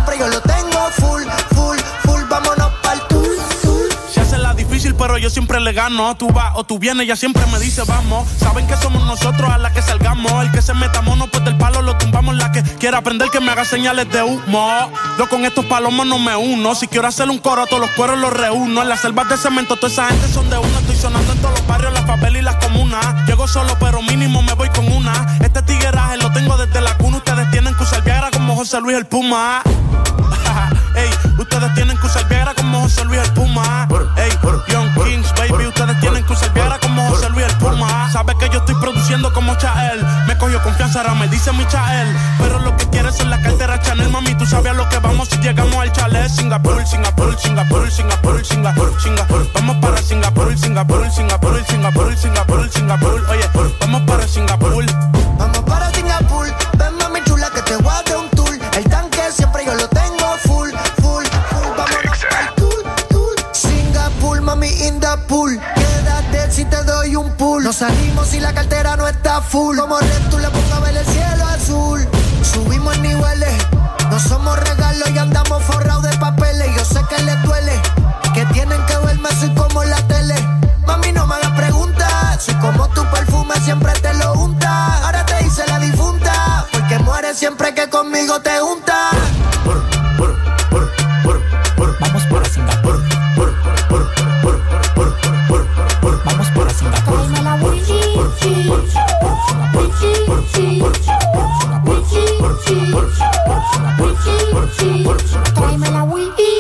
siempre yo lo tengo full, full, full. Vámonos pa'l tour, tour. Se hace la difícil, pero yo siempre le gano. Tú vas o tú vienes, ella siempre me dice vamos. Saben que somos nosotros a la que salgamos. El que se meta mono, pues del palo lo tumbamos. La que quiera aprender que me haga señales de humo. Yo con estos palomos no me uno. Si quiero hacer un coro, todos los cueros los reúno. En las selvas de cemento, toda esa gente son de uno. Estoy sonando en todos los barrios, las favelas y las comunas. Llego solo, pero mínimo me voy con una. Este tigueraje lo tengo desde la cuna. Ustedes tienen que usar Viagra como José Luis el Puma. Ey, ustedes tienen que usar Viagra como José Luis el Puma. Ey, Young Kings, baby, ustedes tienen que usar Viagra como José Luis el Puma. Sabes que yo estoy produciendo como Chael. Me cogió confianza, ahora me dice Michael. Pero lo que quieres es la cartera Chanel, mami. Tú sabes a lo que vamos si llegamos al chalet. Singapur, Singapur, Singapur, Singapur, Singapur, Singapur. Vamos para Singapur, Singapur, Singapur, Singapur, Singapur, Singapur. Oye, vamos para Singapur. Vamos para Singapur. Ven mami chula que te voy a dar un tour. El tanque siempre yo lo tengo full, full, full. Vámonos al tour, tour. Singapur, mami in the pool. Quédate si te doy un pool. Nos salimos si la cartera no está full. Como Red, tú le pongo a ver el cielo azul. Subimos en niveles. No somos regalos y andamos forrados de papeles. Yo sé que les duele, que tienen que verme así como la tele. Mami, no me hagas preguntas. Soy como tu perfume, siempre te lo unta. Ahora te hice la difunta, porque mueres siempre que conmigo te unta. Vamos para Singapur. Vamos para Singapur. Tráeme la Wiki. Tráeme la Wiki.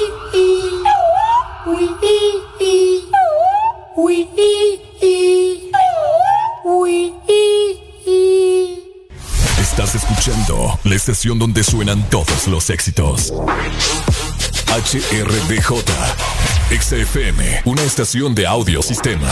Estás escuchando la estación donde suenan todos los éxitos. HRDJ XFM, una estación de audio sistema.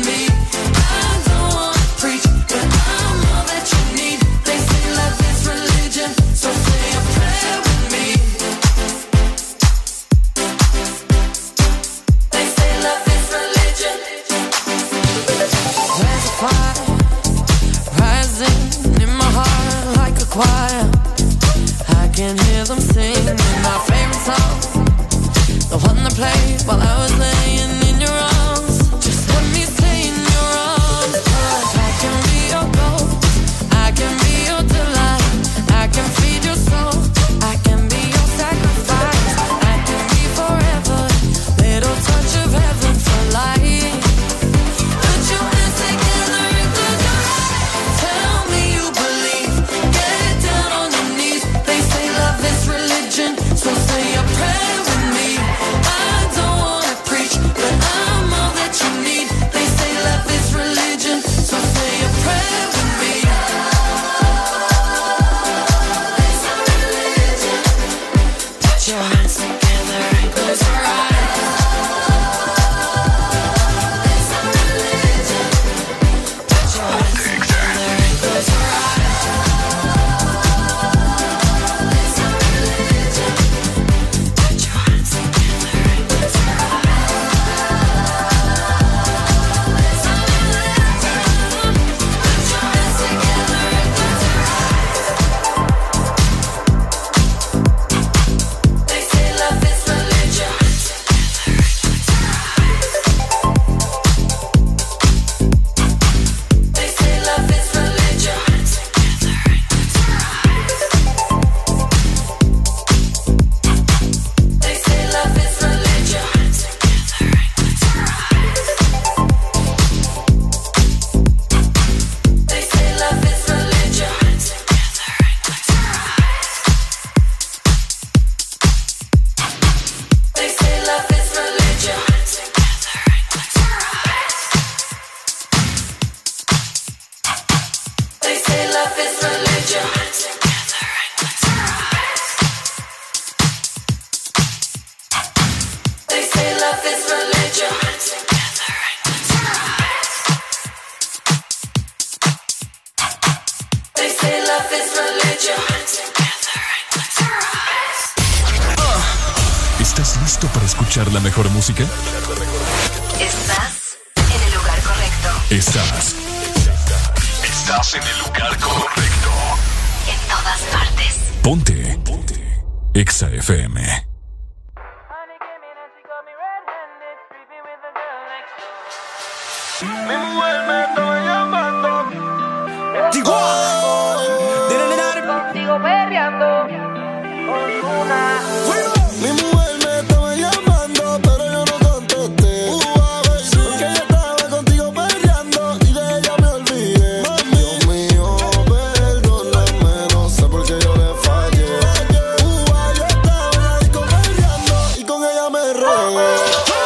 Religion. ¿Estás listo para escuchar la mejor música? Estás en el lugar correcto. Estás en el lugar correcto. En todas partes. Ponte. Exa FM. Mi mujer me está llamando. Contigo perreando. Mi mujer me estaba llamando, pero yo no contesté. Porque yo estaba contigo perreando y de ella me olvidé. Dios mío, perdóname, no sé por qué yo le fallé. Yo estaba en la disco perreando y con ella me regué.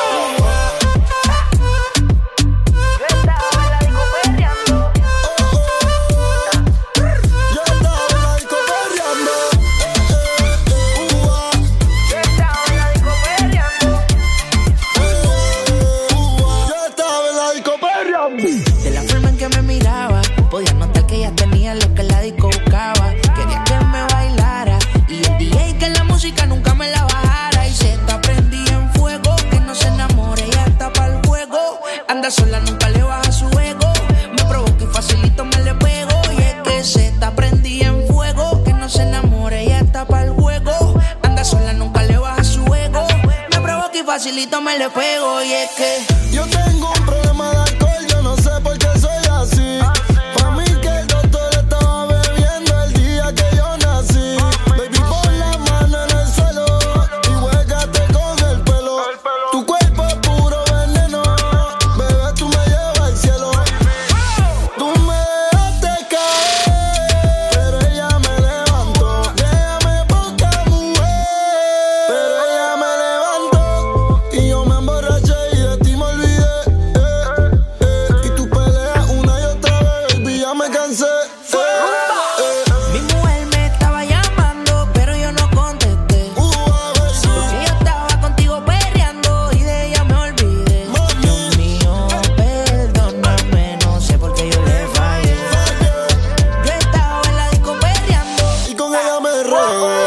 Sola nunca le baja su ego. Me provoca y facilito me le pego. Y es que se está prendida en fuego. Que no se enamore, ella está para el juego. Anda sola nunca le baja su ego. Me provoca y facilito me le pego. Y es que yo tengo un problema de alcohol, yo no sé por qué soy así. Pa' mí que el doctor estaba bebiendo el día que yo nací. Baby, pon la mano en el suelo y huégate con el pelo. Tu cuerpo es puro veneno. Tú me llevas al cielo. Tú me dejaste caer, pero ella me levantó. Déjame poca mujer, pero ella me levantó. Y yo me emborraché y de ti me olvidé. Y tú peleas una y otra vez, baby, ya me cansé. mi mujer me estaba llamando, pero yo no contesté. Porque yo estaba contigo perreando y de ella me olvidé. Dios mío, perdóname, no sé por qué yo le fallé. Yo estaba en la disco perreando y con ella me regué.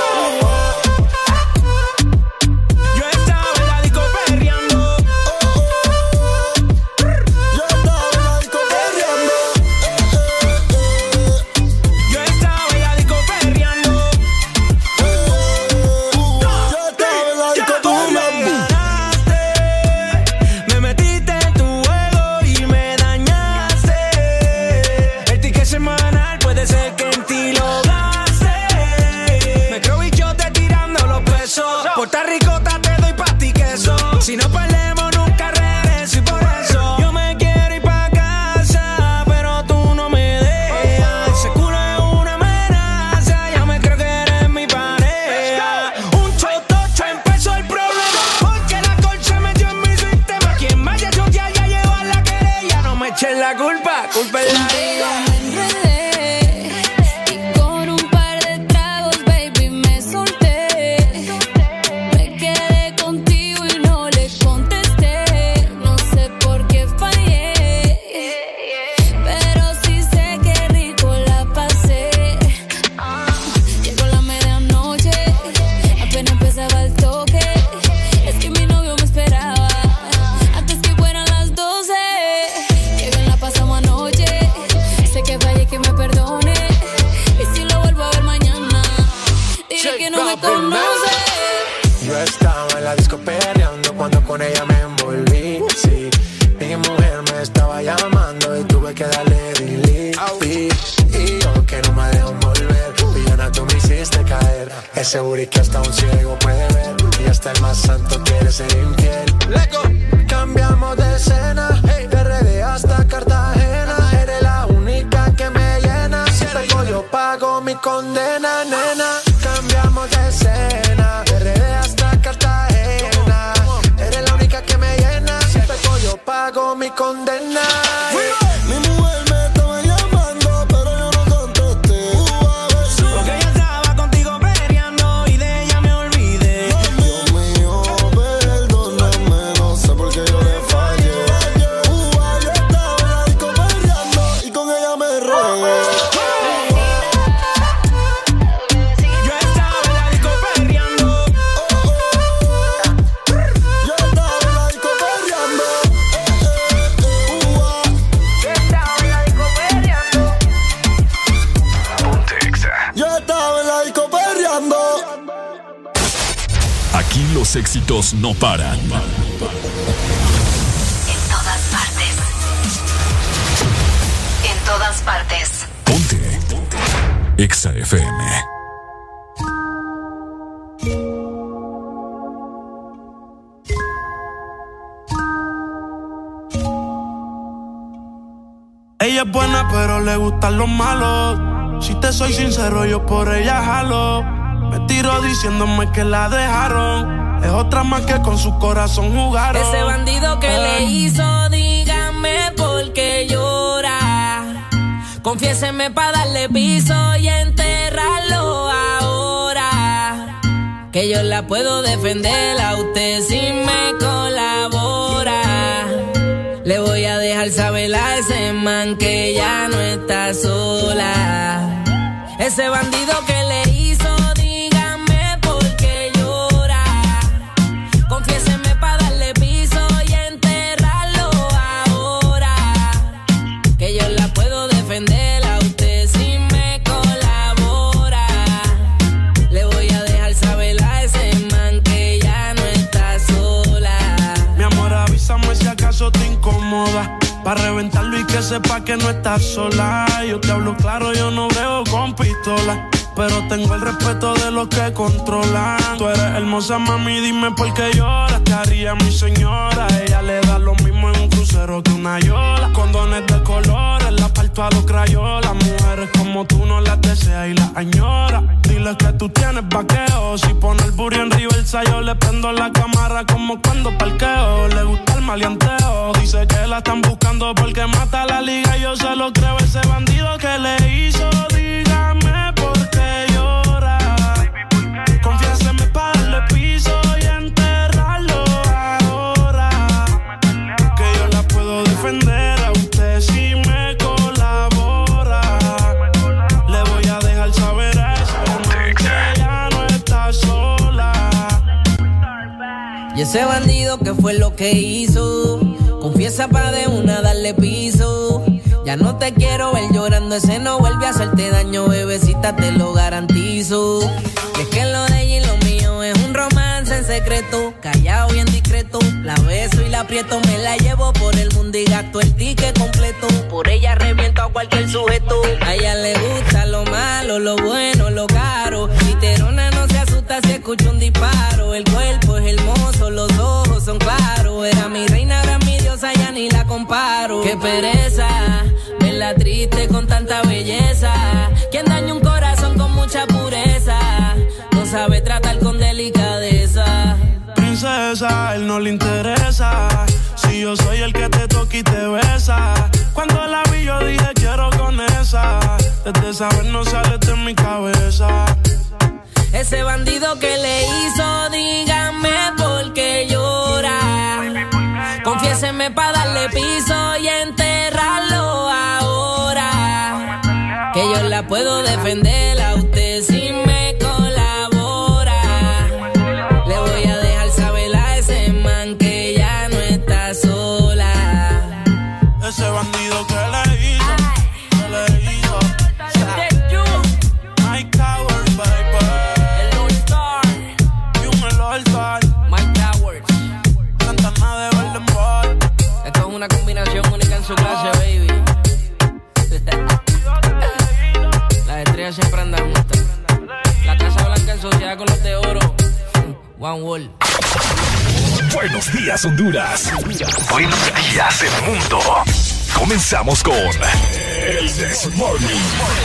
Yo estaba en la disco perreando. Yo estaba en la disco perreando. Yo estaba en la disco perreando. Yo estaba en la disco Tú me perreando. ganaste, me metiste en tu juego y me dañaste. El ticket semanal puede ser que en ti lo gaste. Me creo bichote tirando los pesos. Puerto Ricota te doy pa' ti queso. Si no perdemos nunca regreso y por eso yo me quiero ir pa' casa, pero tú no me dejas. Ese culo es una amenaza, ya me creo que eres mi pareja. Un chotocho empezó el problema, porque la alcohol se metió en mi sistema. Quien vaya a chotear ya lleva la querella. No me echen la culpa, culpa es la vida. Me enredé y con un par de tragos, baby, me solté. Me quedé contigo y no le contesté. No sé por qué fallé, pero sí sé que rico la pasé. Llegó la medianoche, apenas empezaba el toque. Es que mi novio me esperaba antes que fueran las 12. Qué bien la pasamos anoche. Sé que fallé, que me perdone. Y si lo vuelvo a ver mañana, diré que no me conoce. Yo estaba en la disco perreando cuando con ella me envolví. Sí, mi mujer me estaba llamando y tuve que darle delete. Y yo que no me dejo envolver, villana, tú me hiciste caer. Ese booty que hasta un ciego puede ver, y hasta el más santo quiere ser infiel. Cambiamos de escena, de RD hasta Cartagena. Eres la única que me llena. Si pego yo pago mi condena, nena. Cambiamos de escena, de RD hasta Cartagena. Eres la única que me llena. Si pego yo pago mi condena. Mi mujer me estaba llamando, pero yo no contesté. Porque yo estaba contigo peleando y de ella me olvidé. Dios mío, perdóname, no sé por qué yo le fallé. Yo estaba en la disco perreando y con ella me regué. Los éxitos no paran. En todas partes. En todas partes. Ponte. Exa FM. Ella es buena, pero le gustan los malos. Si te soy sincero, yo por ella jalo. Me tiro diciéndome que la dejaron. Es otra más que con su corazón jugaron. Ese bandido que le hizo, dígame por qué llora. Confiéseme pa' darle piso y enterrarlo ahora. Que yo la puedo defender a usted si me colabora. Le voy a dejar saber a ese man que ya no está sola. Ese bandido que le hizo, dígame por qué llora. Confiéseme pa' darle piso y enterrarlo ahora. Que yo la puedo defender a usted si me colabora. Le voy a dejar saber a ese man que ya no está sola. Mi amor, avísame si acaso te incomoda. Pa' reventarlo y que sepa que no estás sola. Yo te hablo claro, yo no brego con pistola. Pero tengo el respeto de los que controlan. Tú eres hermosa, mami, dime por qué lloras. Te haría mi señora. Ella le da lo mismo en un crucero que una yola. Condones de colores, la parto a los crayolas. Mujeres como tú no las deseas y las añoras. Dile que tú tienes vaqueo. Si pone el booty en reversa, yo le prendo la cámara como cuando parqueo. Le gusta el maleanteo. Dice que la están buscando porque mata la liga. Y yo se lo creo, ese bandido que le hizo. Dígame por qué llora. Confiéseme pa' darle piso y enterrarlo ahora. Que yo la puedo defender a usted si me colabora. Le voy a dejar saber a ese man que ya no está sola. Y ese bandido que fue lo que hizo, confiesa pa' de una darle piso. Ya no te quiero ver llorando, ese no vuelve a hacerte daño, bebecita, te lo garantizo. Y es que lo de ella y lo mío es un romance en secreto, callado y en discreto. La beso y la aprieto, me la llevo por el mundo y gasto el ticket completo. Por ella reviento a cualquier sujeto. A ella le gusta lo malo, lo bueno, lo caro. Literona no se asusta si escucha un disparo. El cuerpo es hermoso, los ojos son claros. Era mi reina, ahora mi diosa, ya ni la comparo. Qué pereza verla triste con tanta belleza. Quien daña un corazón con mucha pureza no sabe tratar con delicadeza. Princesa, él no le interesa. Si yo soy el que te toca y te besa. Cuando la vi yo dije quiero con esa. Desde saber no sale de mi cabeza. Ese bandido que le hizo, dígame por qué llora. Confiéseme pa' darle piso y enterrarlo ahora. Que yo la puedo defender a usted si me colabora. Le voy a dejar saber a ese man que ya no está sola. Ese bandido que le hizo, que le hizo. Mike Towers, baby. El All Star. Y un el All Star. Mike Towers. Santana de Golden Boy. Esto es una combinación única en su clase, baby. Las estrellas siempre andan juntas. La Casa Blanca en sociedad con los de oro. One World. Buenos días, Honduras. Buenos días, el mundo. Comenzamos con el This Morning.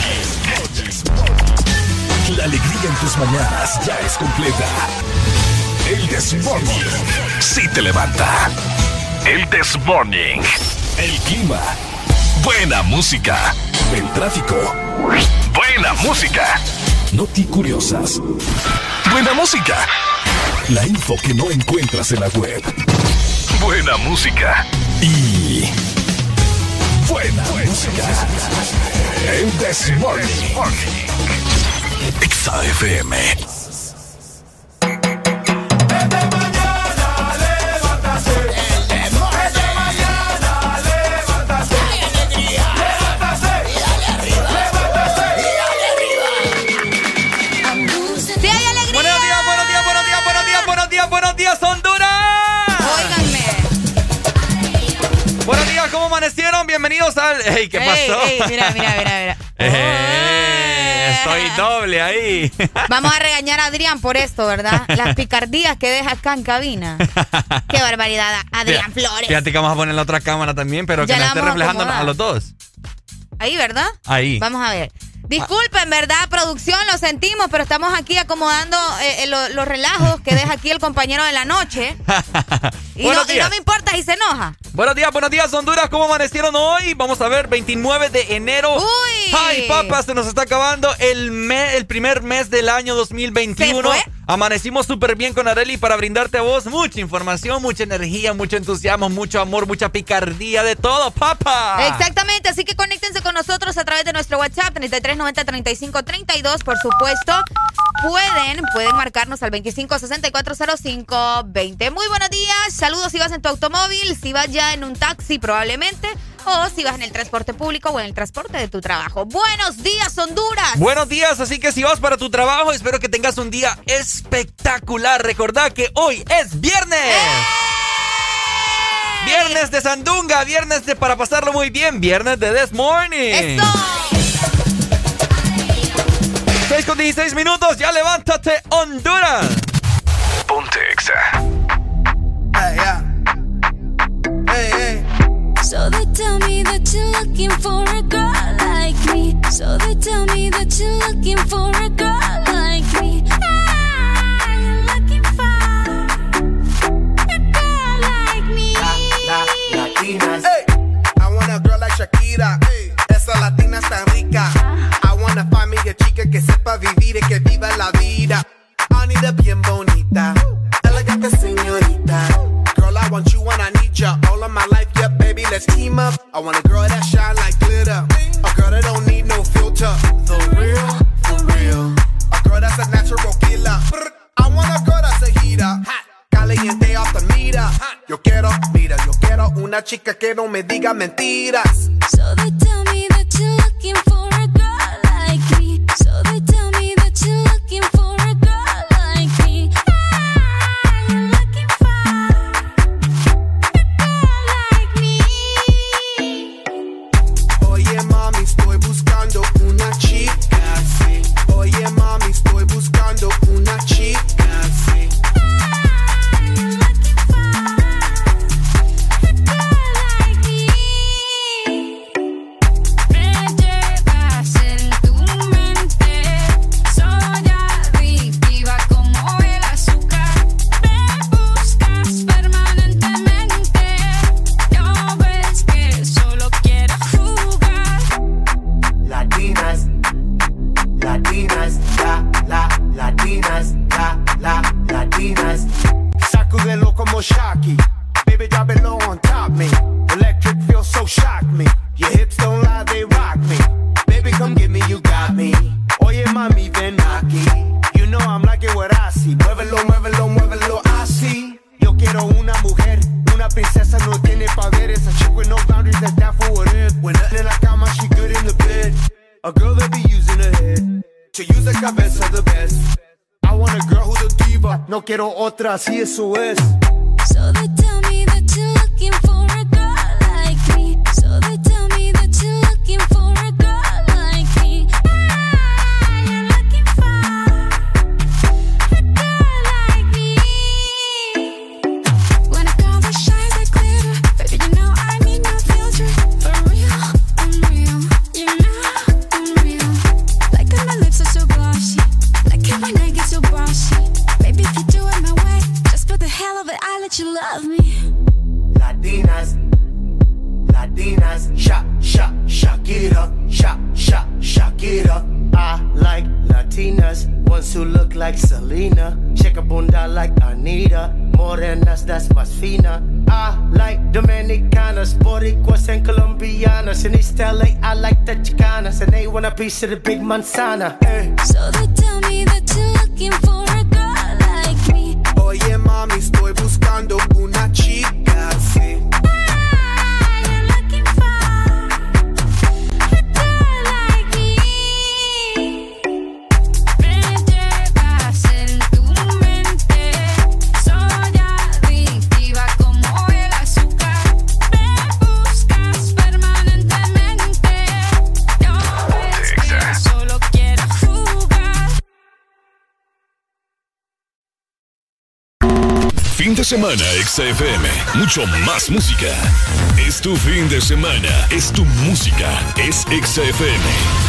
La alegría en tus mañanas ya es completa. El This Morning sí te levanta. El This Morning. El clima. Buena música. El tráfico. Buena música. Noti curiosas. Buena música. La info que no encuentras en la web. Buena música. Y buena música. El This Morning. Exa FM. amanecieron? Bienvenidos al... Hey, ¿qué pasó? Mira. Estoy doble ahí. Vamos a regañar a Adrián por esto, ¿verdad? Las picardías que deja acá en cabina. Qué barbaridad, Adrián Flores. Fíjate que vamos a poner la otra cámara también, pero que la esté reflejando a los dos. Ahí, ¿verdad? Ahí. Vamos a ver. Disculpen, ¿verdad? Producción, lo sentimos, pero estamos aquí acomodando los relajos que deja aquí el compañero de la noche. Y no me importa si se enoja. Buenos días, Honduras. ¿Cómo amanecieron hoy? Vamos a ver, 29 de enero. ¡Uy! ¡Ay, papá! Se nos está acabando el primer mes del año 2021. ¿Se fue? Amanecimos súper bien con Arely para brindarte a vos mucha información, mucha energía, mucho entusiasmo, mucho amor, mucha picardía, de todo, papá. Exactamente, así que conéctense con nosotros a través de nuestro WhatsApp 3390-3532, por supuesto. Pueden marcarnos al 25640520. Muy buenos días, saludos si vas en tu automóvil, si vas ya en un taxi probablemente, o si vas en el transporte público o en el transporte de tu trabajo. Buenos días, Honduras. Buenos días, así que si vas para tu trabajo, espero que tengas un día espectacular. Recordá que hoy es viernes. Viernes de Sandunga, viernes para pasarlo muy bien, viernes de This Morning. ¡Eso! 6:16, ya levántate, Honduras. Ponte Exa. Hey. So they tell me that you're looking for a girl like me. So they tell me that you're looking for a girl like me. I'm looking for a girl like me. Latinas. Hey, I want a girl like Shakira. Hey, esa latina está rica. I wanna find me a chica que sepa vivir y que viva la vida. Anita bien bonita, elegante señorita. Girl, I want you and I need ya all of my life, yeah, baby, let's team up. I want a girl that shine like glitter, a girl that don't need no filter. The real, for real. A girl that's a natural killer. I want a girl that's a heater, caliente off the meter. Yo quiero una chica que no me diga mentiras. So they tell me that you're looking for a girl like me. So they tell me that you're looking for a girl like me. I'm looking for a girl like me. Oye mami, estoy buscando una chica, sí. Oye mami, estoy buscando una chica, sí. I'm looking for a girl like me. Me llevas en tu mente, soy adictiva como el azúcar. Me buscas permanentemente, no ves que solo quiero jugar. Latinas, latinas. Sacúdelo como Shocky. Baby, drop it low on top me. Electric feels so shock me. Your hips don't lie, they rock me. Baby, come get me, you got me. Oye, mami, ven aquí. You know I'm like it what I see. Muévelo, así. Yo quiero una mujer, una princesa, no tiene poderes. A chick with no boundaries, that's down for what it. When nothing in la cama, she good in the bed. A girl that be using her head to use the cabeza the best. I want a girl who's a diva. No quiero otra, así eso es. So they tell me that you're looking for a girl like me. So they tell me that you're looking for a girl like me. I'm looking for a girl like me. When a girl that shines like glitter, baby, you know I need no filter. For real, I'm real. You know I'm real. Like that my lips are so glossy. Like how my neck is so bossy. Baby, if you do it my way, just for the hell of it, I'll let you love me. Latinas, Shakira. I like Latinas, ones who look like Selena. Shake a bunda like Anita. Morenas, that's más fina. I like Dominicanas, Boricuas and Colombianas. In East LA, I like the Chicanas, and they want a piece of the big manzana. So they tell me that you're looking for a girl like me. Oye mami, estoy buscando una chica, sí. I'm looking for a girl like me. Me llevas en tu mente, soy adictiva como el azúcar. Me buscas Fin de semana, XFM. Mucho más música. Es tu fin de semana. Es tu música. Es XFM.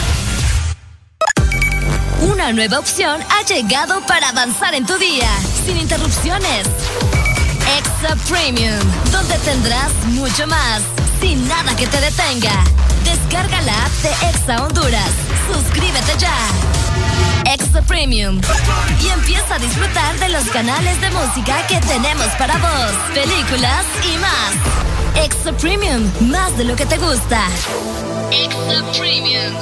Una nueva opción ha llegado para avanzar en tu día, sin interrupciones. Exa Premium, donde tendrás mucho más, sin nada que te detenga. Descarga la app de Exa Honduras. Suscríbete ya. Exa Premium. Y empieza a disfrutar de los canales de música que tenemos para vos, películas y más. Exa Premium, más de lo que te gusta. Exa Premium.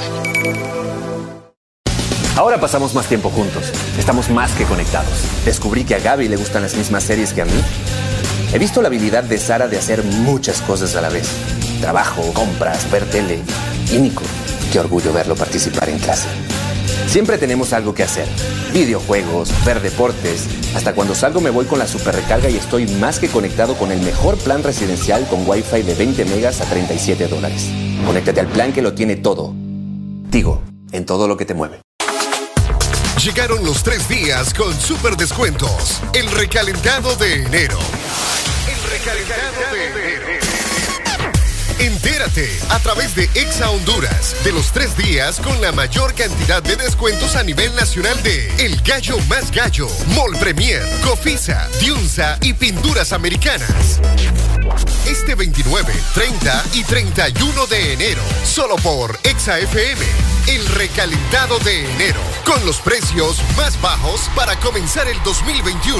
Ahora pasamos más tiempo juntos. Estamos más que conectados. Descubrí que a Gaby le gustan las mismas series que a mí. He visto la habilidad de Sara de hacer muchas cosas a la vez. Trabajo, compras, ver tele. Y Nico, qué orgullo verlo participar en clase. Siempre tenemos algo que hacer. Videojuegos, ver deportes. Hasta cuando salgo me voy con la super recarga y estoy más que conectado con el mejor plan residencial con Wi-Fi de 20 megas a $37. Conéctate al plan que lo tiene todo. Tigo, en todo lo que te mueve. Llegaron los 3 días con super descuentos. El recalentado de enero. El recalentado de enero. Entérate a través de Exa Honduras de los 3 días con la mayor cantidad de descuentos a nivel nacional de El Gallo Más Gallo, Mall Premier, Cofisa, Diunsa y Pinturas Americanas. Este 29, 30 y 31 de enero, solo por Exa FM. El recalentado de enero, con los precios más bajos para comenzar el 2021.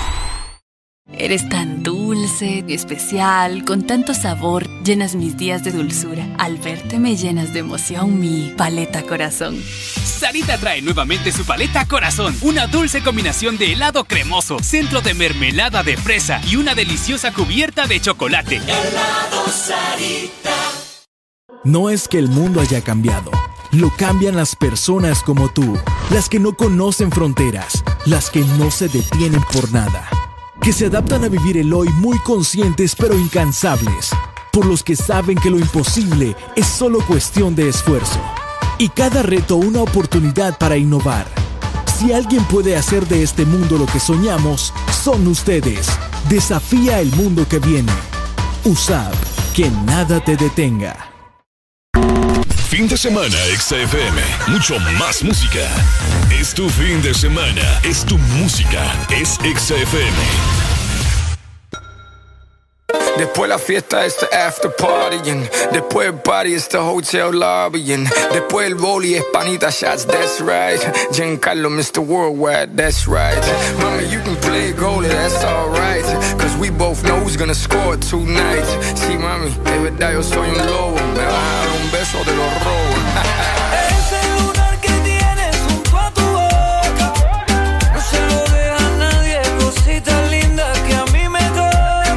Eres tan dulce, especial, con tanto sabor, llenas mis días de dulzura. Al verte me llenas de emoción mi paleta corazón. Sarita trae nuevamente su paleta corazón, una dulce combinación de helado cremoso, centro de mermelada de fresa y una deliciosa cubierta de chocolate. Helado Sarita. No es que el mundo haya cambiado, lo cambian las personas como tú, las que no conocen fronteras, las que no se detienen por nada, que se adaptan a vivir el hoy muy conscientes pero incansables, por los que saben que lo imposible es solo cuestión de esfuerzo, y cada reto una oportunidad para innovar. Si alguien puede hacer de este mundo lo que soñamos, son ustedes. Desafía el mundo que viene. USAP, que nada te detenga. Fin de semana, XFM. Mucho más música. Es tu fin de semana. Es tu música. Es XFM. Después la fiesta es the after partying. Después el party es the hotel lobbying. Después el boli es panita shots, that's right. Giancarlo, Mr. Worldwide, that's right. Mami, you can play goalie, that's alright. Cause we both know who's gonna score tonight. Sí, mami, de verdad yo soy un lobo. Me vas a dar un beso de los robos. Ese lunar que tienes junto a tu boca, no se lo deja a nadie, cosita linda que a mí me toca.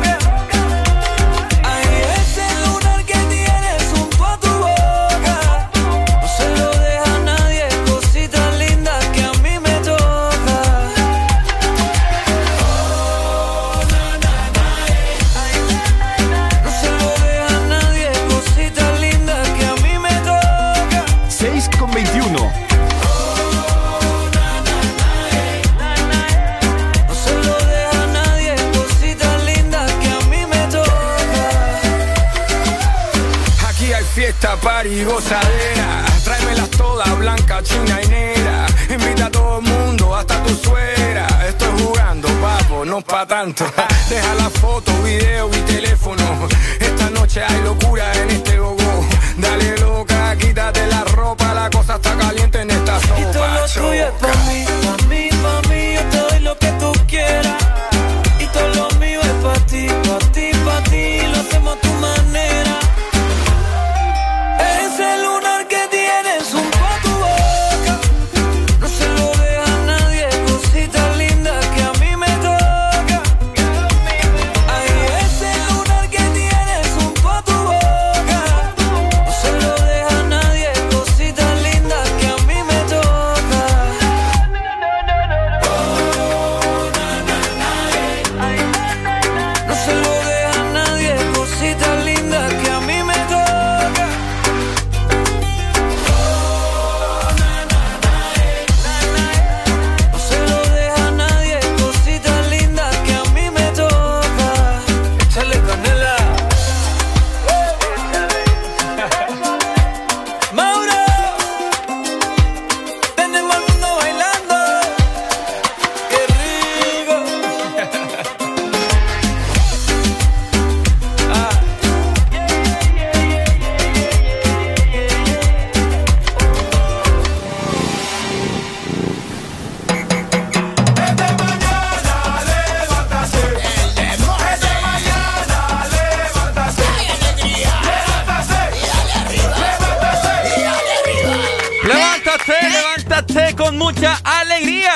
Fiesta, party, gozadera. Tráemelas todas, blanca, china y negra. Invita a todo el mundo, hasta tu suegra. Estoy jugando, papo, no pa' tanto. Deja la foto, video y teléfono. Esta noche hay locura en este gogo. Dale loca, quítate la ropa. La cosa está caliente en esta sopa. Y todo lo tuyo es pa' mí, pa' mí, pa' mí. Yo te doy lo que tú quieras. Y todo lo mío es pa' ti, pa' ti, pa' ti. Lo hacemos a tu manera. Ese lunar que tienes junto a tu boca, no se lo deja a nadie, cosita linda que a mí me toca. Ay, ese lunar que tienes junto a tu boca, levantarte con mucha alegría.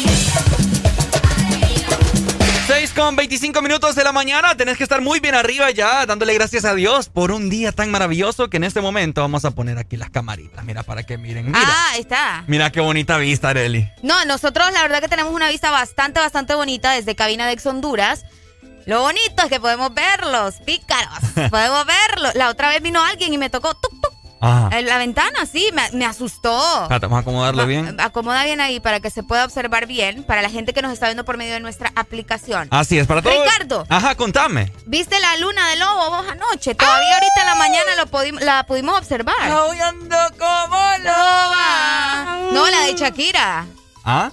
6:25 minutos de la mañana. Tenés que estar muy bien arriba ya, dándole gracias a Dios por un día tan maravilloso que en este momento vamos a poner aquí las camaritas. Mira, para que miren. Mira. Ahí está. Mira qué bonita vista, Arely. No, nosotros la verdad que tenemos una vista bastante bonita desde cabina de Ex Honduras. Lo bonito es que podemos verlos, pícaros. Podemos verlos. La otra vez vino alguien y me tocó tuc, tuc. En la ventana, sí, me asustó. Espérate, vamos a acomodarlo bien. Acomoda bien ahí para que se pueda observar bien para la gente que nos está viendo por medio de nuestra aplicación. Así es, para todos. Ricardo. Ajá, contame. ¿Viste la luna de lobo vos anoche? Todavía ahorita en la mañana la pudimos observar. Aullando como loba. No, la de Shakira. ¿Ah?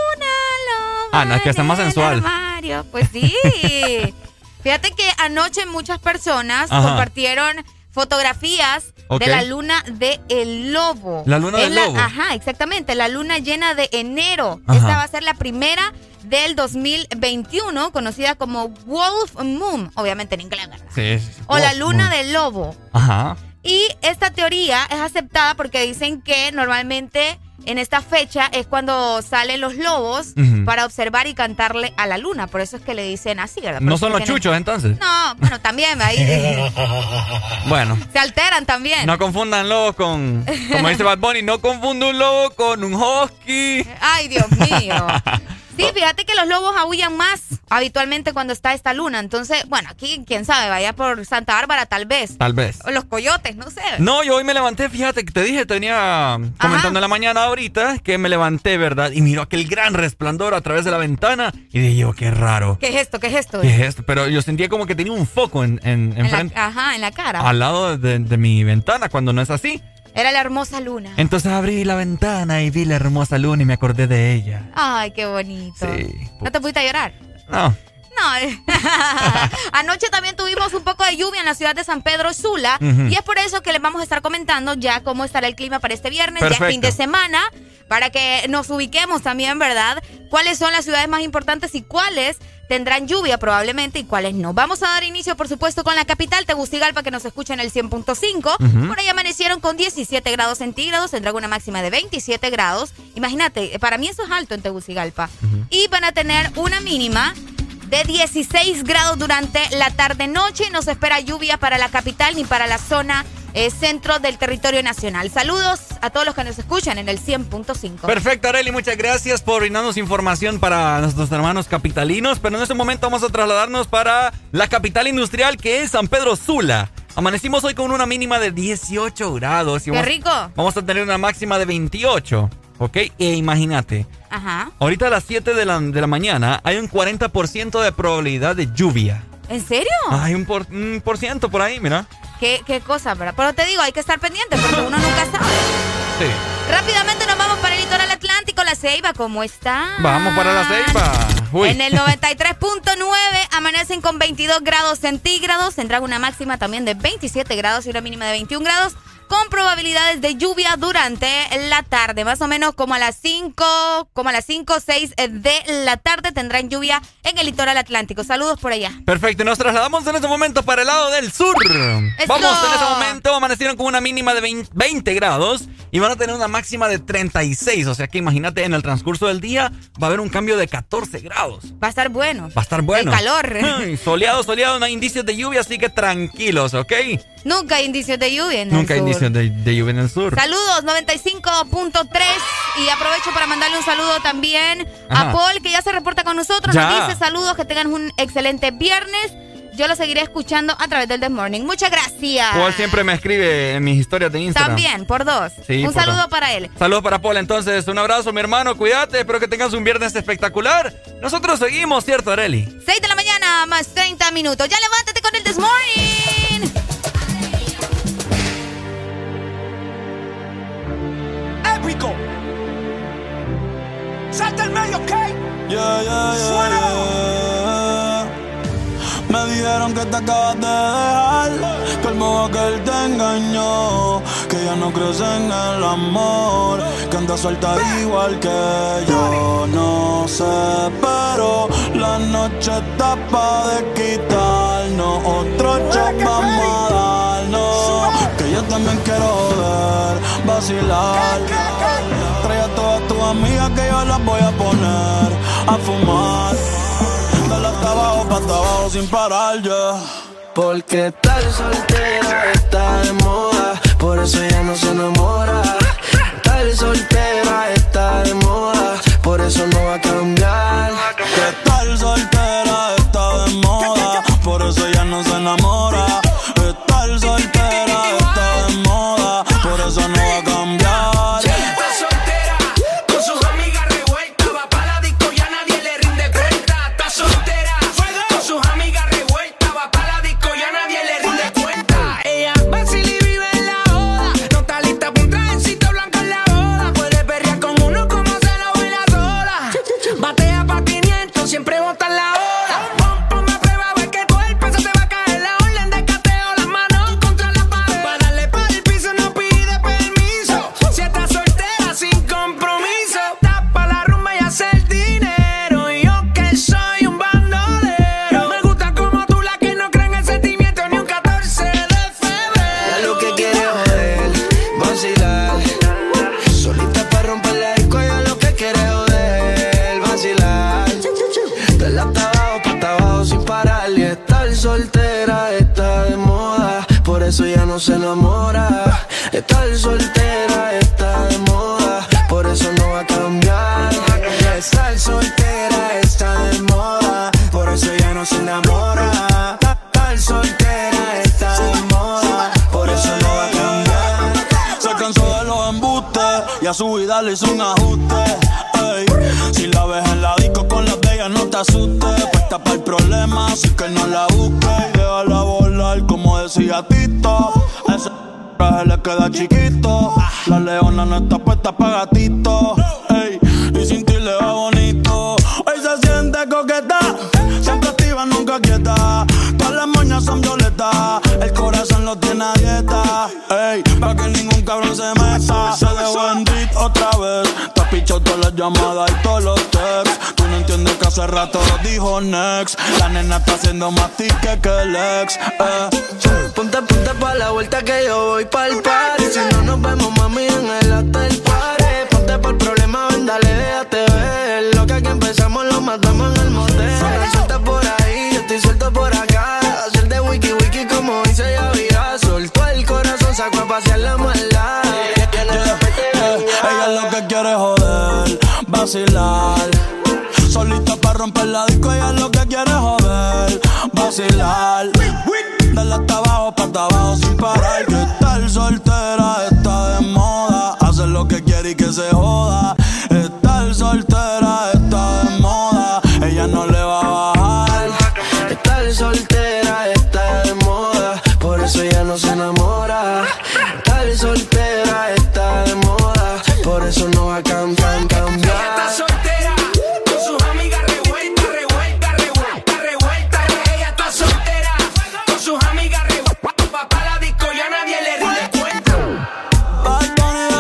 Una loba. No, es que está más sensual. Armario. Pues sí. Fíjate que anoche muchas personas compartieron fotografías de la luna de el lobo. La luna del lobo. Ajá, exactamente. La luna llena de enero. Esta va a ser la primera del 2021, conocida como Wolf Moon. Obviamente en inglés, ¿verdad? Sí. O la luna del lobo. Ajá. Y esta teoría es aceptada porque dicen que normalmente en esta fecha es cuando salen los lobos para observar y cantarle a la luna. Por eso es que le dicen así, ¿verdad? ¿No son los chuchos entonces? No, bueno, también ahí. Bueno. Se alteran también. No confundan lobos con, como dice Bad Bunny, no confunda un lobo con un husky. Ay, Dios mío. Sí, fíjate que los lobos aúllan más habitualmente cuando está esta luna. Entonces, bueno, aquí, quién sabe, vaya por Santa Bárbara tal vez. Tal vez. O los coyotes, no sé. No, yo hoy me levanté, fíjate que te dije, te venía comentando en la mañana ahorita que me levanté, ¿verdad? Y miro aquel gran resplandor a través de la ventana y dije yo, qué raro. ¿Qué es esto? ¿Qué es esto? ¿Qué es esto? Pero yo sentía como que tenía un foco en frente. En la cara. Al lado de mi ventana, cuando no es así. Era la hermosa luna. Entonces abrí la ventana y vi la hermosa luna y me acordé de ella. Ay, qué bonito. Sí. ¿No te pudiste a llorar? No. Anoche también tuvimos un poco de lluvia en la ciudad de San Pedro Sula y es por eso que les vamos a estar comentando ya cómo estará el clima para este viernes, ya fin de semana, para que nos ubiquemos también, ¿verdad? Cuáles son las ciudades más importantes y cuáles tendrán lluvia probablemente y cuáles no. Vamos a dar inicio, por supuesto, con la capital, Tegucigalpa, que nos escucha en el 100.5. Por ahí amanecieron con 17 grados centígrados, tendrán una máxima de 27 grados. Imagínate, para mí eso es alto en Tegucigalpa. Y van a tener una mínima de 16 grados durante la tarde-noche. No se espera lluvia para la capital ni para la zona centro del territorio nacional. Saludos a todos los que nos escuchan en el 100.5. Perfecto, Arely, muchas gracias por brindarnos información para nuestros hermanos capitalinos, pero en este momento vamos a trasladarnos para la capital industrial, que es San Pedro Sula. Amanecimos hoy con una mínima de 18 grados. Y ¡qué rico! Vamos a tener una máxima de 28, ¿ok? E imagínate, ahorita a las 7 de la mañana hay un 40% de probabilidad de lluvia. ¿En serio? Hay un por ciento por ahí, mira. ¿Qué cosa, verdad? Pero te digo, hay que estar pendiente porque uno nunca sabe. Sí. Rápidamente nos vamos para el litoral atlántico, La Ceiba, ¿cómo está? Vamos para La Ceiba. Uy. En el 93.9 amanecen con 22 grados centígrados, tendrán una máxima también de 27 grados y una mínima de 21 grados. Con probabilidades de lluvia durante la tarde, más o menos como a las 5, 6 de la tarde tendrán lluvia en el litoral atlántico. Saludos por allá. Perfecto, nos trasladamos en este momento para el lado del sur. Vamos, en este momento amanecieron con una mínima de 20 grados y van a tener una máxima de 36. O sea que imagínate, en el transcurso del día va a haber un cambio de 14 grados. Va a estar bueno. Va a estar bueno. El calor. Soleado, no hay indicios de lluvia, así que tranquilos, ¿ok? Nunca hay indicios de lluvia en el sur. Nunca hay indicios de lluvia en el sur. Saludos, 95.3. Y aprovecho para mandarle un saludo también a Paul, que ya se reporta con nosotros. Ya. Nos dice saludos, que tengan un excelente viernes. Yo lo seguiré escuchando a través del This Morning. Muchas gracias. Paul siempre me escribe en mis historias de Instagram. También, por dos. Sí, un saludo para él. Saludos para Paul, entonces. Un abrazo, mi hermano. Cuídate. Espero que tengas un viernes espectacular. Nosotros seguimos, ¿cierto, Arely? 6 de la mañana, más 30 minutos. Ya levántate con el This Morning. Épico. Salta el medio, ¿ok? Suena. Me dijeron que te acabas de dejar, que el modo aquel te engañó, que ya no crees en el amor, que andas suelta igual que yo. No sé, pero la noche está pa' de quitarnos, otro shot vamos a darnos, que yo te también quiero joder, vacilar. Trae a todas tus amigas que yo las voy a poner a fumar. Dale hasta abajo, pa' hasta abajo sin parar, yeah. Porque estar soltera está de moda, por eso ella no se enamora. Estar soltera está de moda, por eso no va a cambiar. Que estar soltera está de moda, por eso ella no se enamora. Estar soltera está de moda, por eso no va a cambiar. Está soltera, con sus amigas revueltas, va pa' la disco y a nadie le rinde cuenta. Está soltera, con sus amigas revueltas, va pa' la disco y a nadie le rinde cuenta. Ella vacila y vive en la joda, no está lista pa' un trajecito blanco en la boda. Puede perrear con uno como se lo baila sola. Batea pa' 500, siempre bota en la hora. Ponme a prueba, a ver que tu el peso te va a caer. La orden de cateo, las manos contra la pared. Pa' darle pa' el piso no pide permiso. Si estás soltera sin compromiso, tapa la rumba y hace el dinero. Y yo que soy un bandolero, me gusta como tú, la que no cree en el sentimiento ni un 14 de febrero. Ya lo que quiere joder, vacilar. Solita pa' romper la disco, ya lo que quiere joder, vacilar. De la hasta abajo, pa' hasta abajo sin parar. Y estar soltera está de moda, por eso ya no se enamora. Estar soltera está de moda, por eso no va a cambiar. Estar soltera está de moda, por eso ya no se enamora. Estar soltera está de moda, por eso no va a cambiar. Se cansó de los embustes y a su vida le hizo un ajuste. Ey, si la ves en la disco con las de ella no te asustes. Puesta para el problema, así que no la busques. Y déjala volar como decía Tito. Ese traje le queda chiquito. La leona no está puesta para gatito. Ey, y sin ti le va bonito. Hoy se siente coqueta, siempre activa, nunca quieta. Todas las moñas son violetas, el corazón lo tiene a dieta. Ey, pa' que ningún cabrón se meta. Se dejó en beat otra vez. Te has pichado todas las llamadas y todos los texts. Tú no entiendes que hace rato dijo next. La nena está haciendo más tique que el ex. Ponte pa' la vuelta que yo voy pa'l party. Si no nos vemos, mami, en el hotel party. Ponte por problema, ven, dale, déjate ver. Lo que aquí empezamos lo matamos en el motel. Suelta por ahí, yo estoy suelto por acá. Hacer de wiki wiki como dice Yavira. Soltó el corazón, sacó a pasear la maldad. Ella lo que quiere es joder, vacilar. Solita pa' romper la disco, ella lo que quiere es joder, vacilar. Dale hasta abajo, pa' hasta abajo sin parar. Que estar soltera está de moda, hacer lo que quiere y que se joda. Estar soltera está de moda, ella no le va a bajar. Estar soltera está de moda, por eso ella no se enamora. Estar soltera está de moda, por eso no va a cambiar. Está soltera, con sus amigas revueltas, revueltas, revueltas, revueltas. Ella está soltera, con sus amigas revueltas. Va pa' la disco y a nadie le rinde cuenta. Bad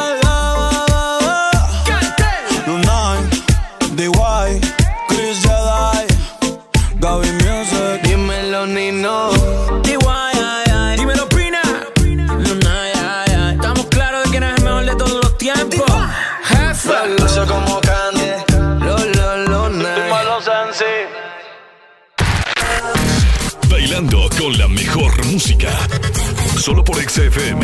Bunny, Lunay, D.Y., Chris Jedi, Gaby Music. Dímelo, Nino. D.Y., dímelo, Pina. Lunay, estamos claros de que no es el mejor de todos los tiempos. Jefe. Lo como Candy. Bailando con la mejor música. Solo por XFM.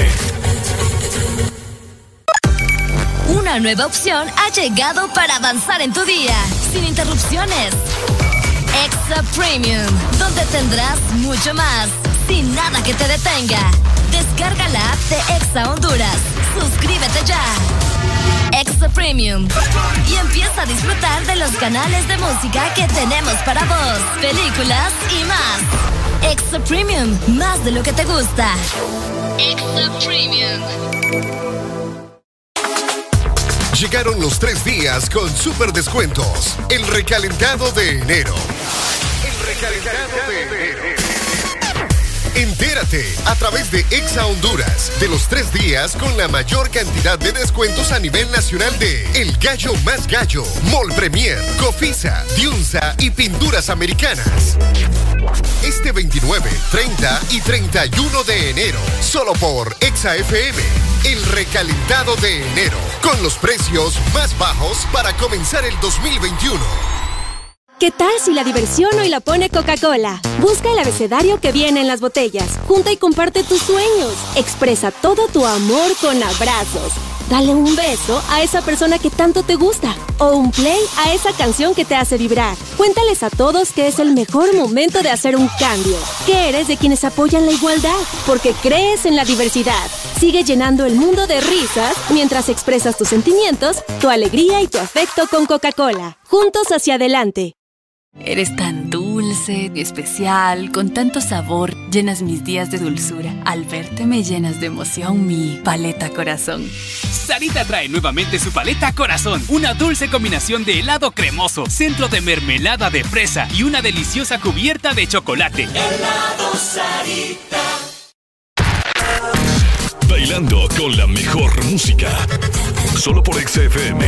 Una nueva opción ha llegado para avanzar en tu día, sin interrupciones. Exa Premium, donde tendrás mucho más, sin nada que te detenga. Descarga la app de Exa Honduras. Suscríbete ya. Exa Premium. Y empieza a disfrutar de los canales de música que tenemos para vos, películas y más. Exa Premium, más de lo que te gusta. Exa Premium. Llegaron los 3 días con super descuentos. El recalentado de enero. El recalentado de enero. Entérate a través de Exa Honduras de los 3 días con la mayor cantidad de descuentos a nivel nacional de El Gallo Más Gallo, Mall Premier, Cofisa, Diunsa y Pinturas Americanas. Este 29, 30 y 31 de enero, solo por Exa FM, el recalentado de enero, con los precios más bajos para comenzar el 2021. ¿Qué tal si la diversión hoy la pone Coca-Cola? Busca el abecedario que viene en las botellas. Junta y comparte tus sueños. Expresa todo tu amor con abrazos. Dale un beso a esa persona que tanto te gusta. O un play a esa canción que te hace vibrar. Cuéntales a todos que es el mejor momento de hacer un cambio. Que eres de quienes apoyan la igualdad. Porque crees en la diversidad. Sigue llenando el mundo de risas mientras expresas tus sentimientos, tu alegría y tu afecto con Coca-Cola. Juntos hacia adelante. Eres tan dulce, especial, con tanto sabor, llenas mis días de dulzura. Al verte me llenas de emoción mi paleta corazón. Sarita trae nuevamente su paleta corazón, una dulce combinación de helado cremoso, centro de mermelada de fresa y una deliciosa cubierta de chocolate. Helado Sarita. Bailando con la mejor música, solo por Exa FM.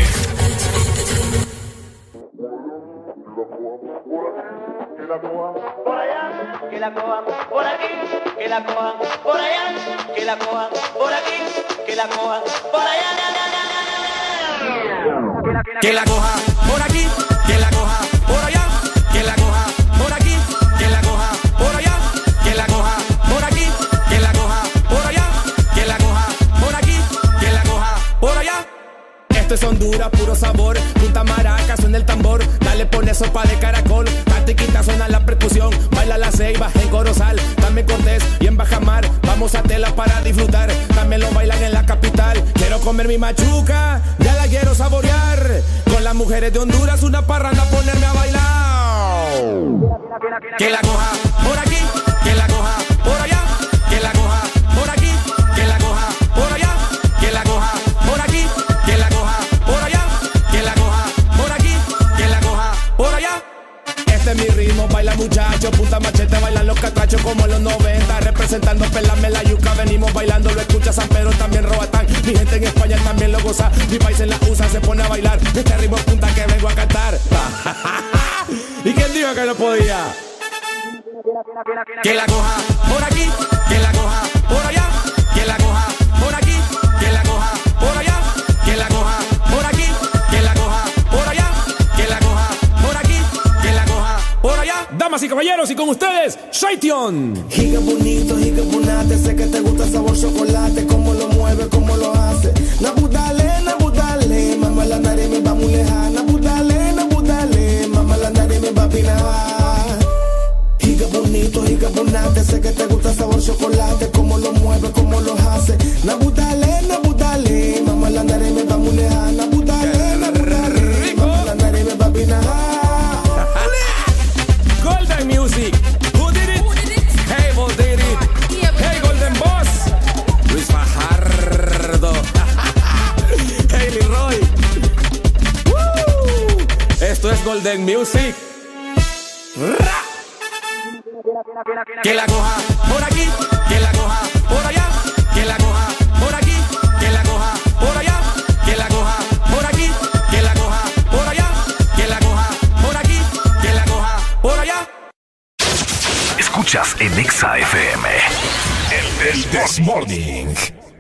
Que la cojan por allá, que la cojan por aquí, que la cojan por allá, que la cojan por aquí, que la cojan por allá. Que la coja por aquí, que la coja por allá, que la coja por aquí, que la coja por allá, que la coja por aquí, que la coja por allá, que la coja por aquí, que la coja por allá. Esto es Honduras, puro sabor. Punta Maraca, suena el tambor. Dale, pone sopa de caracol. Tatiquita, suena la percusión. Baila la ceiba en Corozal. También Cortés y en Bajamar. Vamos a Tela para disfrutar. También lo bailan en la capital. Quiero comer mi machuca, ya la quiero saborear. Con las mujeres de Honduras, una parranda, ponerme a bailar. Que la coja por aquí, que la coja por allá, que la coja por aquí, que la coja por allá, que la coja por aquí, que la coja por allá, que la coja por aquí, que la coja por allá. Este es mi ritmo, baila muchacho, punta machete, bailan los catrachos como en los 90, representando Pelame la yuca, venimos bailando, lo escucha San Pedro, también Roatán, mi gente en España también lo goza, mi país en la USA se pone a bailar, este ritmo punta que vengo a cantar. ¿Y quién dijo que no podía? Que la coja por aquí, que la coja por allá, que la coja por aquí, que la coja por allá, que la coja por aquí, que la coja por allá, que la coja por aquí, que la coja por allá. Damas y caballeros, y con ustedes, Shaition. Giga bonito, giga bonate, sé que te gusta el sabor chocolate, cómo lo mueve, cómo lo hace. Nabudale, mamá la nariz me va muy lejana. Nabudale, mamá la nariz me va a pinar. Giga bonito, giga bonate, sé que te gusta el sabor chocolate, cómo lo mueve, cómo lo hace. Nabudale, mamá la nariz me va muy lejana. Nabudale, mamá la nariz me va a pinar. Golden Music. Who did it? Hey, Bo did it. Hey, Golden Boss. Luis Fajardo. Hey, Leroy. Esto es Golden Music. Que la coja por aquí, que la coja por allá, que la coja por aquí, que la coja por allá, que la coja por aquí, que la coja por allá, que la coja por aquí, que la coja por allá. Escuchas en Exa FM el This Morning.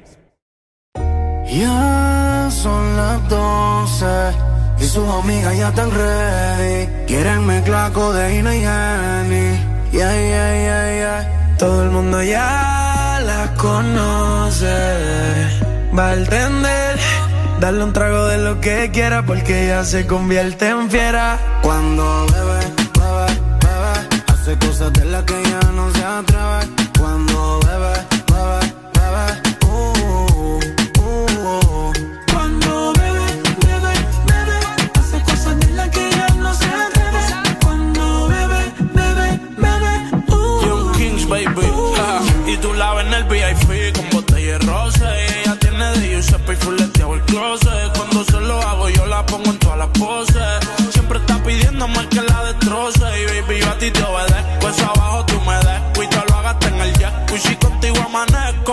Ya son las 12 y sus amigas ya están ready. Quieren mezclar codeína y Henny. Yeah. Todo el mundo ya las conoce. Va a entender, darle un trago de lo que quiera porque ella se convierte en fiera. Cuando bebe, hace cosas de las que ella no se atreve. Cuando bebe, Cuando bebe, hace cosas de las que ella no se atreve. Cuando bebe, Young Kings, baby. Y tú la ves en el VIP con botella de rosa. Y ella tiene de Giuseppe y fuleteado el closet. Cuando se lo hago yo la pongo en todas las poses. Siempre está pidiéndome que la destroce. Y baby, yo a ti te obedezco. Eso abajo tú me descuidas, lo hagas en el jet.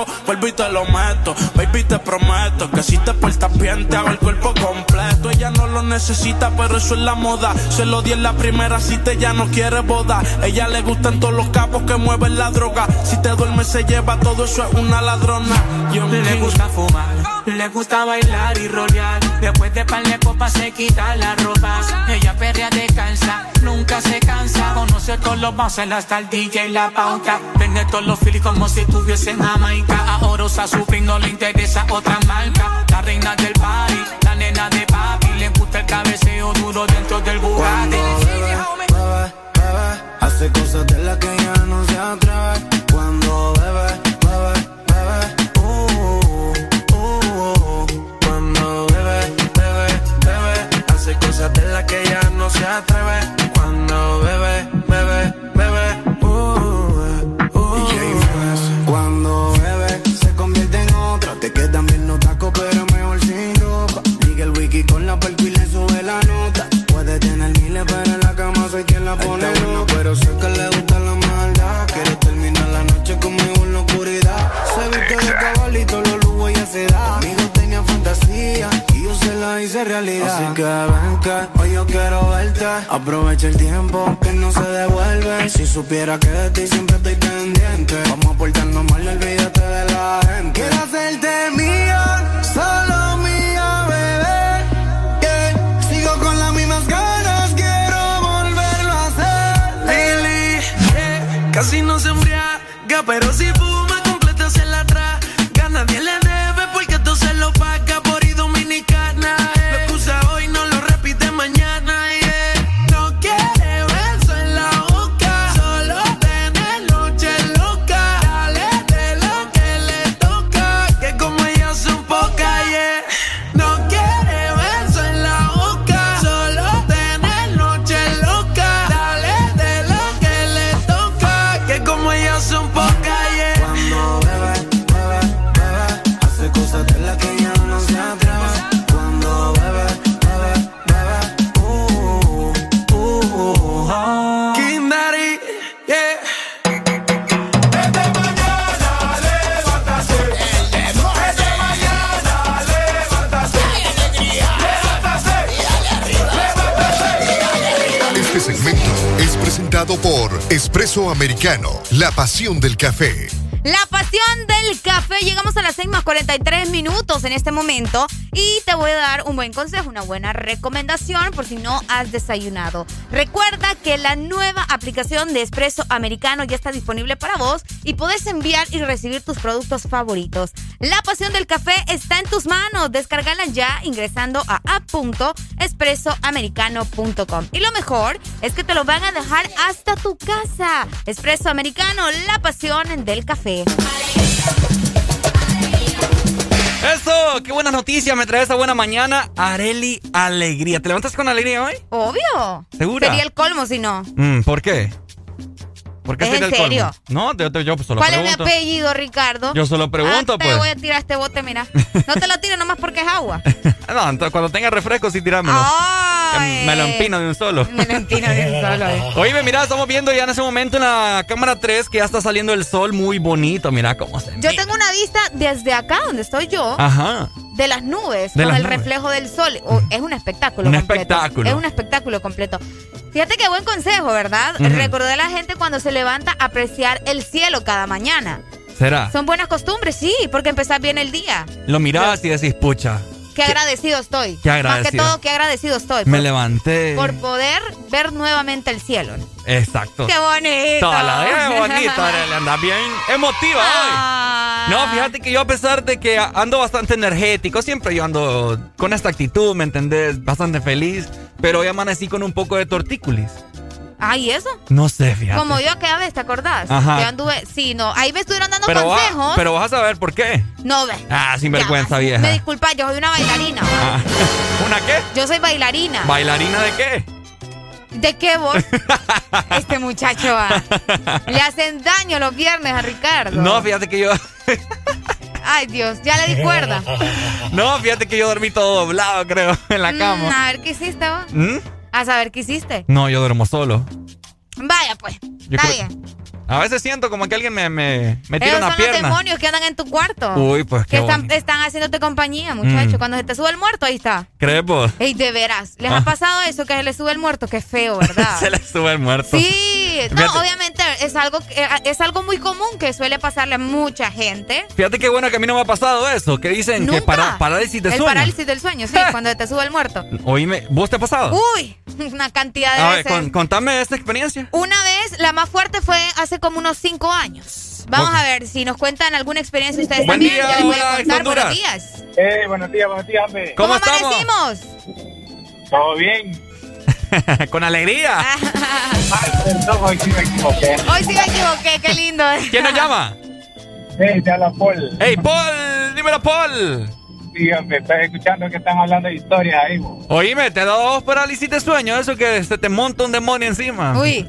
hago, vuelvo y te lo meto. Baby, te prometo que si te portas bien te hago el cuerpo completo. Ella no lo necesita, pero eso es la moda. Se lo di en la primera cita, ella no quiere boda. Ella le gustan todos los capos que mueven la droga. Si te duermes se lleva todo, eso es una ladrona. Le gusta fumar, le gusta bailar y rolear. Después de par de copas se quita la ropa. Ella perrea descansa, nunca se cansa. Conoce todos los bases, hasta el DJ la pauta. Vende todos los filis como si estuviese en Jamaica. Ahora usa su fin, no le interesa otra marca. La reina del party, la nena de papi. Le gusta el cabeceo duro dentro del Bugatti. Hace cosas de las que ya no se atreve. Cuando bebe, bebe, bebe. Cuando bebe, bebe, bebe. Hace cosas de las que ya no se atreve. Cuando bebe, bebe, bebe. Cuando bebe se convierte en otra. Te quedan bien los tacos pero mejor sin ropa. Liga el wiki con la perco y le sube la nota. Puede tener miles pero en la cama soy quien la pone loca. Pero sé que le gusta la maldad. Quiere terminar la noche conmigo en la oscuridad. Se viste de cabalito, los lujos ella se da. Conmigo tenía fantasía y yo se la hice realidad. Así que ven que hoy yo quiero verte. Aprovecha el tiempo que no se devuelve. Si supiera que de ti siempre estoy pendiente. Vamos a portarnos mal, olvídate de la gente. Quiero hacerte mía, solo mía, bebé. Yeah. Sigo con las mismas ganas, quiero volverlo a hacer. Lily, yeah. Casi no se embriaga, pero si fuma completa se la traga. Nadie le debe porque todo se lo paga por ir dominicana. Lo que usa hoy no lo repite mañana. Yeah. No quiere beso en la boca, solo tener noche loca. Dale de lo que le toca, que como ella son pocas. Yeah. No quiere beso en la boca, solo tener noche loca. Dale de lo que le toca, que como ella son pocas. Yeah. Cuando bebe, bebe, bebe. Hace cosas de las que ya no se atreve. Cuando bebe, bebe, bebe. King Daddy, yeah. Desde mañana levántase. Desde mañana levántase. Levántase. Este segmento es presentado por Espresso Americano, la pasión del café. La pasión del café. Llegamos a las 6:43 en este momento y te voy a dar un buen consejo, una buena recomendación por si no has desayunado. Recuerda que la nueva aplicación de Espresso Americano ya está disponible para vos y podés enviar y recibir tus productos favoritos. La pasión del café está en tus manos. Descárgala ya ingresando a app.espressoamericano.com. Y lo mejor es que te lo van a dejar hasta tu casa. Espresso Americano, la pasión del café. Eso, qué buena noticia me trae esta buena mañana. Arely Alegría. ¿Te levantas con alegría hoy? Obvio. ¿Segura? Sería el colmo si no. ¿Por qué? ¿Por qué ¿Es sería en el colmo? serio? No, yo solo ¿Cuál pregunto. es mi apellido, Ricardo? Yo solo pregunto, te pues. voy a tirar este bote, mira. No te lo tiro nomás porque es agua. No, entonces cuando tenga refresco sí tirámelo. Ay. Me lo empino de un solo. Me lo empino de un solo. Oye, mira, estamos viendo ya en ese momento en la cámara 3 que ya está saliendo el sol muy bonito. Mira cómo se Yo mira. tengo una vista desde acá, donde estoy yo, Ajá. de las nubes, De con las el nubes. reflejo del sol. Es un espectáculo Un completo. espectáculo. Es un espectáculo completo. Fíjate qué buen consejo, ¿verdad? Ujú. Recordé a la gente cuando se levanta a apreciar el cielo cada mañana. ¿Será? Son buenas costumbres, sí, porque empezás bien el día. Lo mirás y decís, pucha, Qué agradecido estoy. Qué Más que agradecido. todo, qué agradecido estoy. me levanté. Por poder ver nuevamente el cielo. Exacto. ¡Qué bonito! Toda la qué bonito, Arely, andas bien emotiva Ah. hoy. No, fíjate que yo a pesar de que ando bastante energético, siempre yo ando con esta actitud, ¿me entendés? Bastante feliz, pero hoy amanecí con un poco de tortícolis. Ay, ¿eso? No sé, fíjate. Como yo aquella vez, ¿te acordás? Ajá. Yo anduve, sí, no, ahí me estuvieron dando Pero, consejos. pero vas a saber por qué. No, ve. Ah, sinvergüenza, vieja. Me disculpa, yo soy una bailarina. Ah, ¿una qué? Yo soy bailarina. ¿Bailarina de qué? ¿De qué vos? Este muchacho le hacen daño los viernes a Ricardo. No, fíjate que yo... Ay, Dios, ya le di cuerda. No, fíjate que yo dormí todo doblado, creo, en la cama. A ver, ¿qué hiciste vos? ¿Mm? A saber, ¿qué hiciste? No, yo duermo solo. Vaya, pues. Yo Está creo- bien. A veces siento como que alguien me tira una pierna. Esos son los demonios que andan en tu cuarto. Uy, pues que están haciéndote compañía, muchacho. Cuando se te sube el muerto, ahí está. ¿Crees vos? Ey, de veras. ¿Les ha pasado eso, que se le sube el muerto? Qué feo, ¿verdad? Se le sube el muerto. Sí. No, obviamente es algo muy común que suele pasarle a mucha gente. Fíjate qué bueno que a mí no me ha pasado eso. Que dicen que parálisis de sueño. El parálisis del sueño, sí, cuando te sube el muerto. Oíme, ¿vos te ha pasado? Uy, una cantidad de veces. A ver, contame esta experiencia. Una vez, la más fuerte fue hace como unos 5 años. Vamos a ver si nos cuentan alguna experiencia ustedes Buen también. día, Yo les voy a hola, contar. Honduras. Buenos días. Buenos días, hombre. ¿Cómo estamos? amanecimos? ¿Todo bien? Con alegría. Ay, perdón, hoy sí me equivoqué. Hoy sí me equivoqué, qué lindo. ¿Quién nos llama? Te habla Paul. Hey, Paul, dímelo, Paul. Sí, hombre, estoy escuchando que están hablando de historias ahí, vos. Oíme, ¿te ha dado parálisis de sueño? Eso que se te monta un demonio encima. Uy.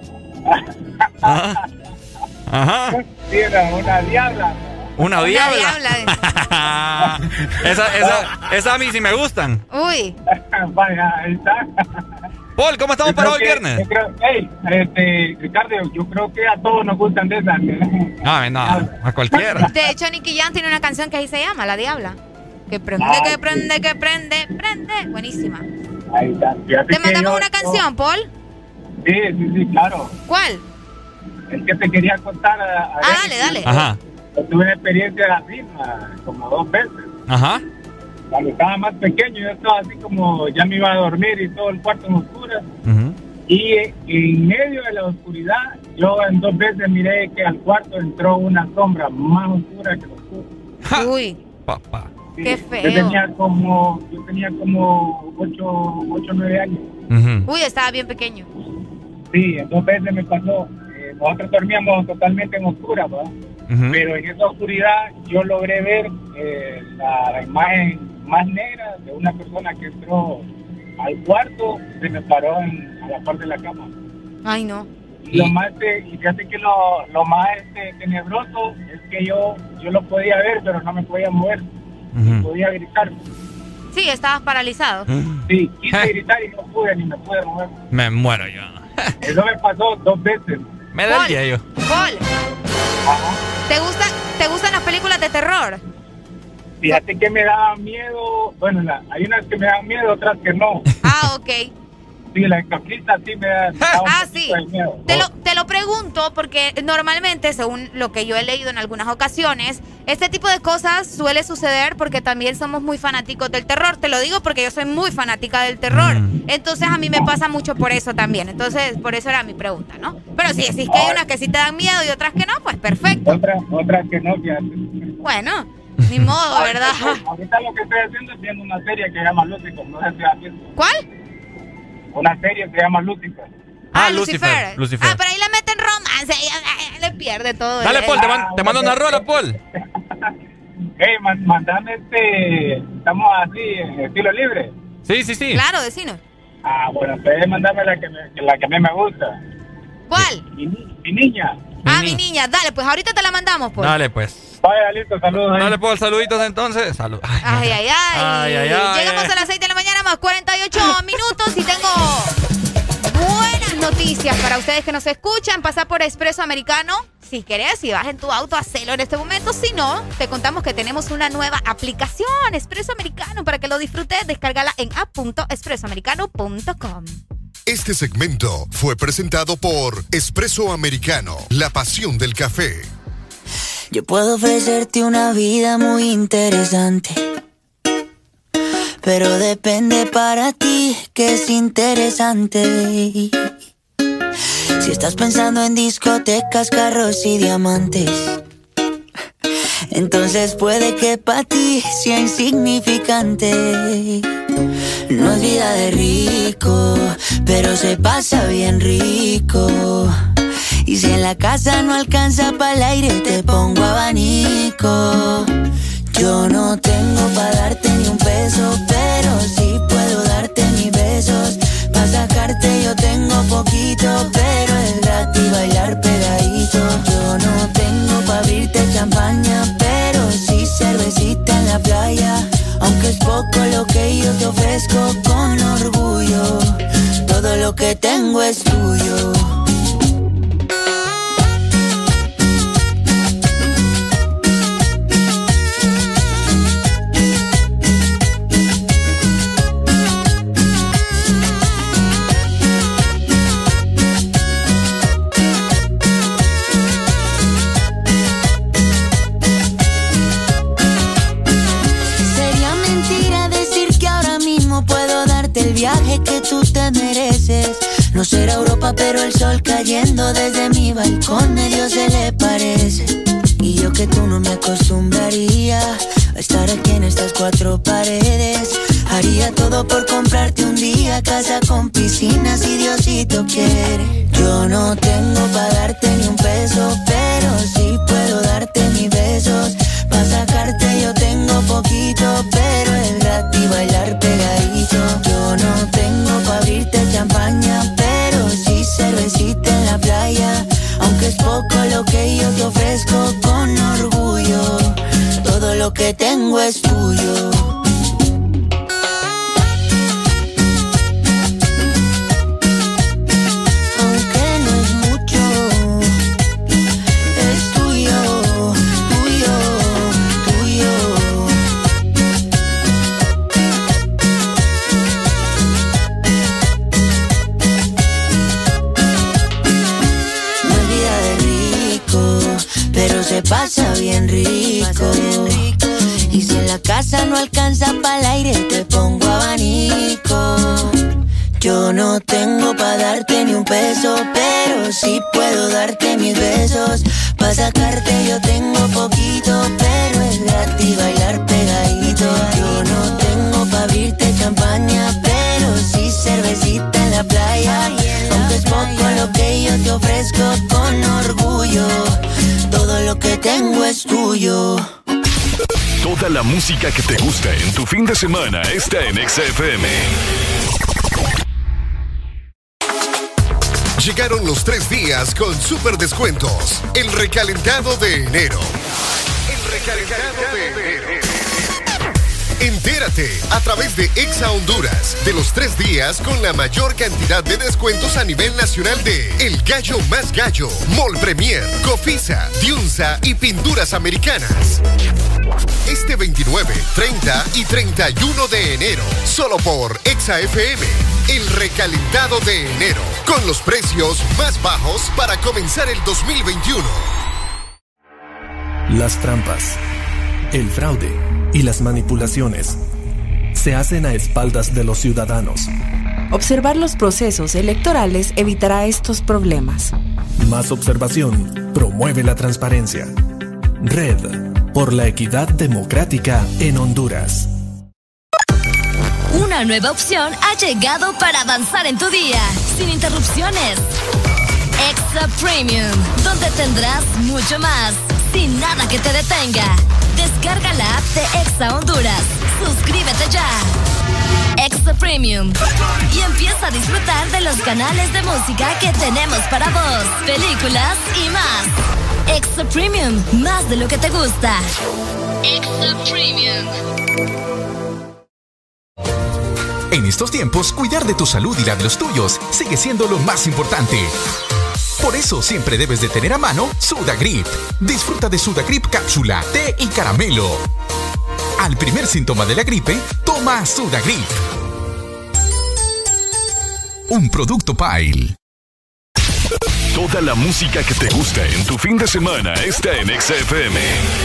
Ajá. Sí, era una diabla. Una diabla. Esa a mí sí me gustan. Uy. Vaya, ahí está. Paul, ¿cómo estamos para hoy viernes? Ricardo, yo creo que a todos nos gustan de esas. No, a cualquiera. De hecho, Nicky Jam tiene una canción que ahí se llama La Diabla. Que prende, que prende, que prende, prende. Buenísima. Ahí está. ¿Te mandamos una canción, Paul? Sí, claro. ¿Cuál? Es que te quería contar. Dale. Ajá. Yo tuve una experiencia así, como 2 veces. Ajá. Cuando estaba más pequeño, yo estaba así como, ya me iba a dormir y todo el cuarto en oscuras. Y en medio de la oscuridad, yo en 2 veces miré que al cuarto entró una sombra más oscura que oscura. Uy. Papá. Sí, Qué feo. Yo tenía como 8 o 9 años. Uy, estaba bien pequeño. Sí, en 2 veces me pasó. Nosotros dormíamos totalmente en oscuras, ¿verdad? Pero en esa oscuridad yo logré ver la imagen más negra de una persona que entró al cuarto, se me paró a la parte de la cama. Ay, no. Y fíjate que lo más tenebroso es que yo lo podía ver, pero no me podía mover. Podía gritar. Sí, estabas paralizado. Sí, quise gritar y no pude, ni me pude mover. Me muero yo. Eso me pasó 2 veces. Me da el día yo. Paul, ¿te gustan las películas de terror? Fíjate que me daban miedo. Bueno, hay unas que me dan miedo, otras que no. Ok. Sí, la exorcista sí me da sí. de miedo. Te lo pregunto porque normalmente, según lo que yo he leído en algunas ocasiones, este tipo de cosas suele suceder porque también somos muy fanáticos del terror. Te lo digo porque yo soy muy fanática del terror. Entonces a mí me pasa mucho por eso también. Entonces, por eso era mi pregunta, ¿no? Pero si decís que hay unas que sí te dan miedo y otras que no, pues perfecto. Otras que no, fíjate. Bueno, ni modo, ¿verdad? Ahorita lo que estoy haciendo es viendo una serie que se llama Lucifer. No sé si has visto. ¿Cuál? Una serie que se llama Lucifer. Lucifer. Pero ahí le meten romance, le pierde todo. Dale, Paul, te mando una rola, Paul. Mandame estamos así, en estilo libre. Sí. Claro, decinos. Bueno, puedes mandarme la que a mí me gusta. ¿Cuál? Mi niña. Mi niña. Dale, pues ahorita te la mandamos, Paul. Dale, pues. Vaya, listo, saludos. Dale, Paul, saluditos entonces. Salud. Ay. Llegamos a las 6 de la mañana más 48 minutos y tengo buenas noticias para ustedes que nos escuchan. Pasa por Expreso Americano. Si querés, si vas en tu auto, hacelo en este momento. Si no, te contamos que tenemos una nueva aplicación, Expreso Americano, para que lo disfrutes. Descárgala en app.expresoamericano.com. Este segmento fue presentado por Expreso Americano, la pasión del café. Yo puedo ofrecerte una vida muy interesante, pero depende para ti que es interesante. Si estás pensando en discotecas, carros y diamantes, entonces puede que para ti sea insignificante. No es vida de rico, pero se pasa bien rico. Y si en la casa no alcanza para el aire, te pongo abanico. Yo no tengo para darte ni un peso, pero sí puedo darte mis besos. Pa' sacarte yo tengo poquito, pero es gratis bailar pegadito. Yo no tengo pa' abrirte champaña, pero sí cervecita en la playa. Aunque es poco lo que yo te ofrezco con orgullo, todo lo que tengo es tuyo. que tú te mereces. No será Europa, pero el sol cayendo desde mi balcón medio se le parece. Y yo que tú no me acostumbraría a estar aquí en estas cuatro paredes. Haría todo por comprarte un día casa con piscina si Diosito quiere. Yo no tengo pa' darte ni un peso, pero sí puedo darte mis besos. Pa' sacarte yo tengo poquito, pero es gratis bailar pegadito. Yo no tengo pa' abrirte champaña, pero sí cervecita en la playa. Aunque es poco lo que yo te ofrezco con orgullo, todo lo que tengo es tuyo. Se pasa bien rico. Y si en la casa no alcanza pa'l aire, te pongo abanico. Yo no tengo pa' darte ni un peso, pero sí puedo darte mis besos. Pa' sacarte yo tengo poquito, pero es gratis bailar pegadito. Yo no tengo pa' abrirte champaña, pero sí cervecita en la playa. Aunque es poco lo que yo te ofrezco con orgullo, todo lo que tengo es tuyo. Toda la música que te gusta en tu fin de semana está en XFM. Llegaron los 3 días con super descuentos. El recalentado de enero. El recalentado de enero. Entérate a través de Exa Honduras de los 3 días con la mayor cantidad de descuentos a nivel nacional de El Gallo Más Gallo, Mall Premier, Cofisa, Diunsa y Pinturas Americanas. Este 29, 30 y 31 de enero, solo por Exa FM. El recalentado de enero, con los precios más bajos para comenzar el 2021. Las trampas, el fraude y las manipulaciones se hacen a espaldas de los ciudadanos. Observar los procesos electorales evitará estos problemas. Más observación promueve la transparencia. Red por la equidad democrática en Honduras. Una nueva opción ha llegado para avanzar en tu día, sin interrupciones. Extra Premium, donde tendrás mucho más, sin nada que te detenga. Descarga la app de Exa Honduras. Suscríbete ya. Extra Premium. Y empieza a disfrutar de los canales de música que tenemos para vos, películas y más. Extra Premium, más de lo que te gusta. Extra Premium. En estos tiempos, cuidar de tu salud y la de los tuyos sigue siendo lo más importante. Por eso siempre debes de tener a mano Sudagrip. Disfruta de Sudagrip cápsula, té y caramelo. Al primer síntoma de la gripe, toma Sudagrip. Un producto Pile. Toda la música que te gusta en tu fin de semana está en XFM.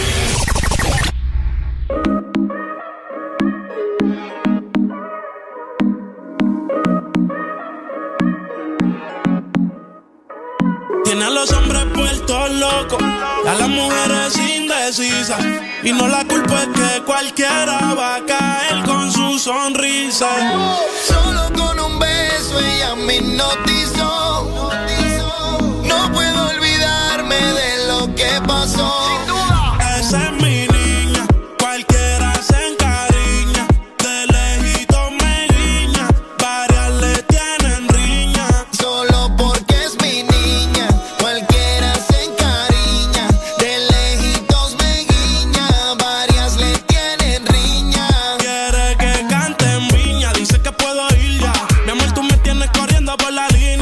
Tiene a los hombres vueltos locos, a las mujeres indecisas. Y no la culpa es que cualquiera va a caer con su sonrisa. Solo con un beso ella me hipnotizó. No puedo olvidarme de lo que pasó. Esa es mi niña, cualquiera se encariña. De lejito me guiña, varias le tienen riña. Solo porque es mi niña, cualquiera se encariña. De lejitos me guiña, varias le tienen riña. Quiere que cante en viña, dice que puedo ir ya. Mi amor, tú me tienes corriendo por la línea.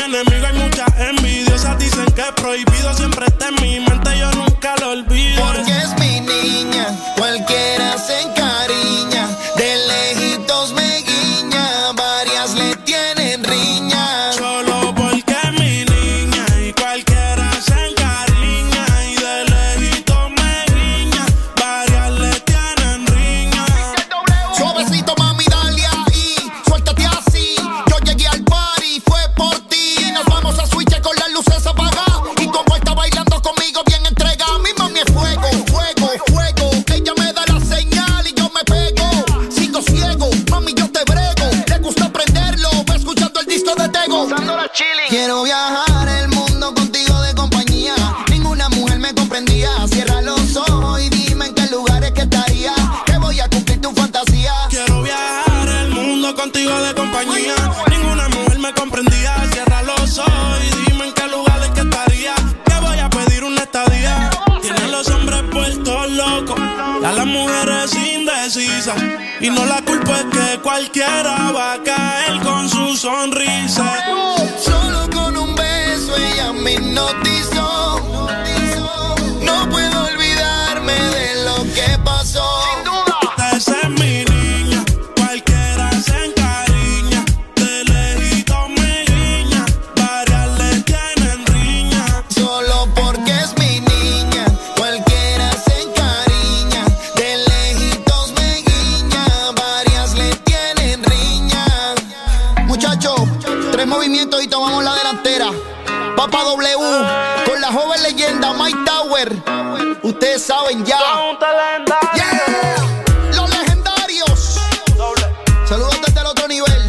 enemigo, hay muchas envidiosas. Dicen que es prohibido, siempre está en mi mente, yo nunca lo olvido. Porque es mi niña, cualquiera se encariña, de lejitos me guiña, varias le tienen riña. Solo porque es mi niña y cualquiera se encariña, y de lejitos me guiña, varias le tienen riña. Suavecito mami, dale ahí, suéltate así. Yo llegué al party, fue por ti. Nos vamos a switch con las luces apagadas, y como está bailando conmigo bien entregada. Mi mami es fuego, fuego, fuego. Ella me da la señal y yo me pego. Sigo ciego, mami yo te brego. Le gusta aprenderlo, va escuchando el disco de Tego. Quiero viajar el mundo contigo de compañía. Ninguna mujer me comprendía. Cierra los ojos y dime en qué lugares que estaría, que voy a cumplir tu fantasía. Quiero viajar el mundo contigo de compañía. Ninguna mujer me comprendía. Cierra los ojos y dime en qué lugares que estaría, que voy a pedir una estadía. Tienen los hombres puestos locos, a las mujeres indecisas, y no la culpa es que cualquiera va a caer con su sonrisa. Solo con un beso ella me hipnotizó. No puedo olvidarme de lo que pasó. Esa es mi niña, cualquiera se encariña, de lejito me guiña, varias le tienen riña. Solo porque es mi niña, cualquiera se encariña, de lejitos me guiña, varias le tienen riña. Muchachos, 3 movimientos y tomamos la delantera. Papá W, con la joven leyenda Mike Tower. Ustedes saben ya. Yeah. Los legendarios. Saludos desde el otro nivel.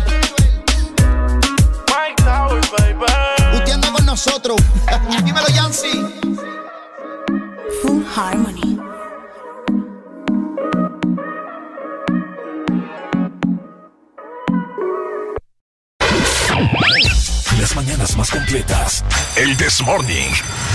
Mike Tower, baby. Usted anda con nosotros. Dímelo, Yancy. Full Harmony. Las mañanas más completas. El This Morning.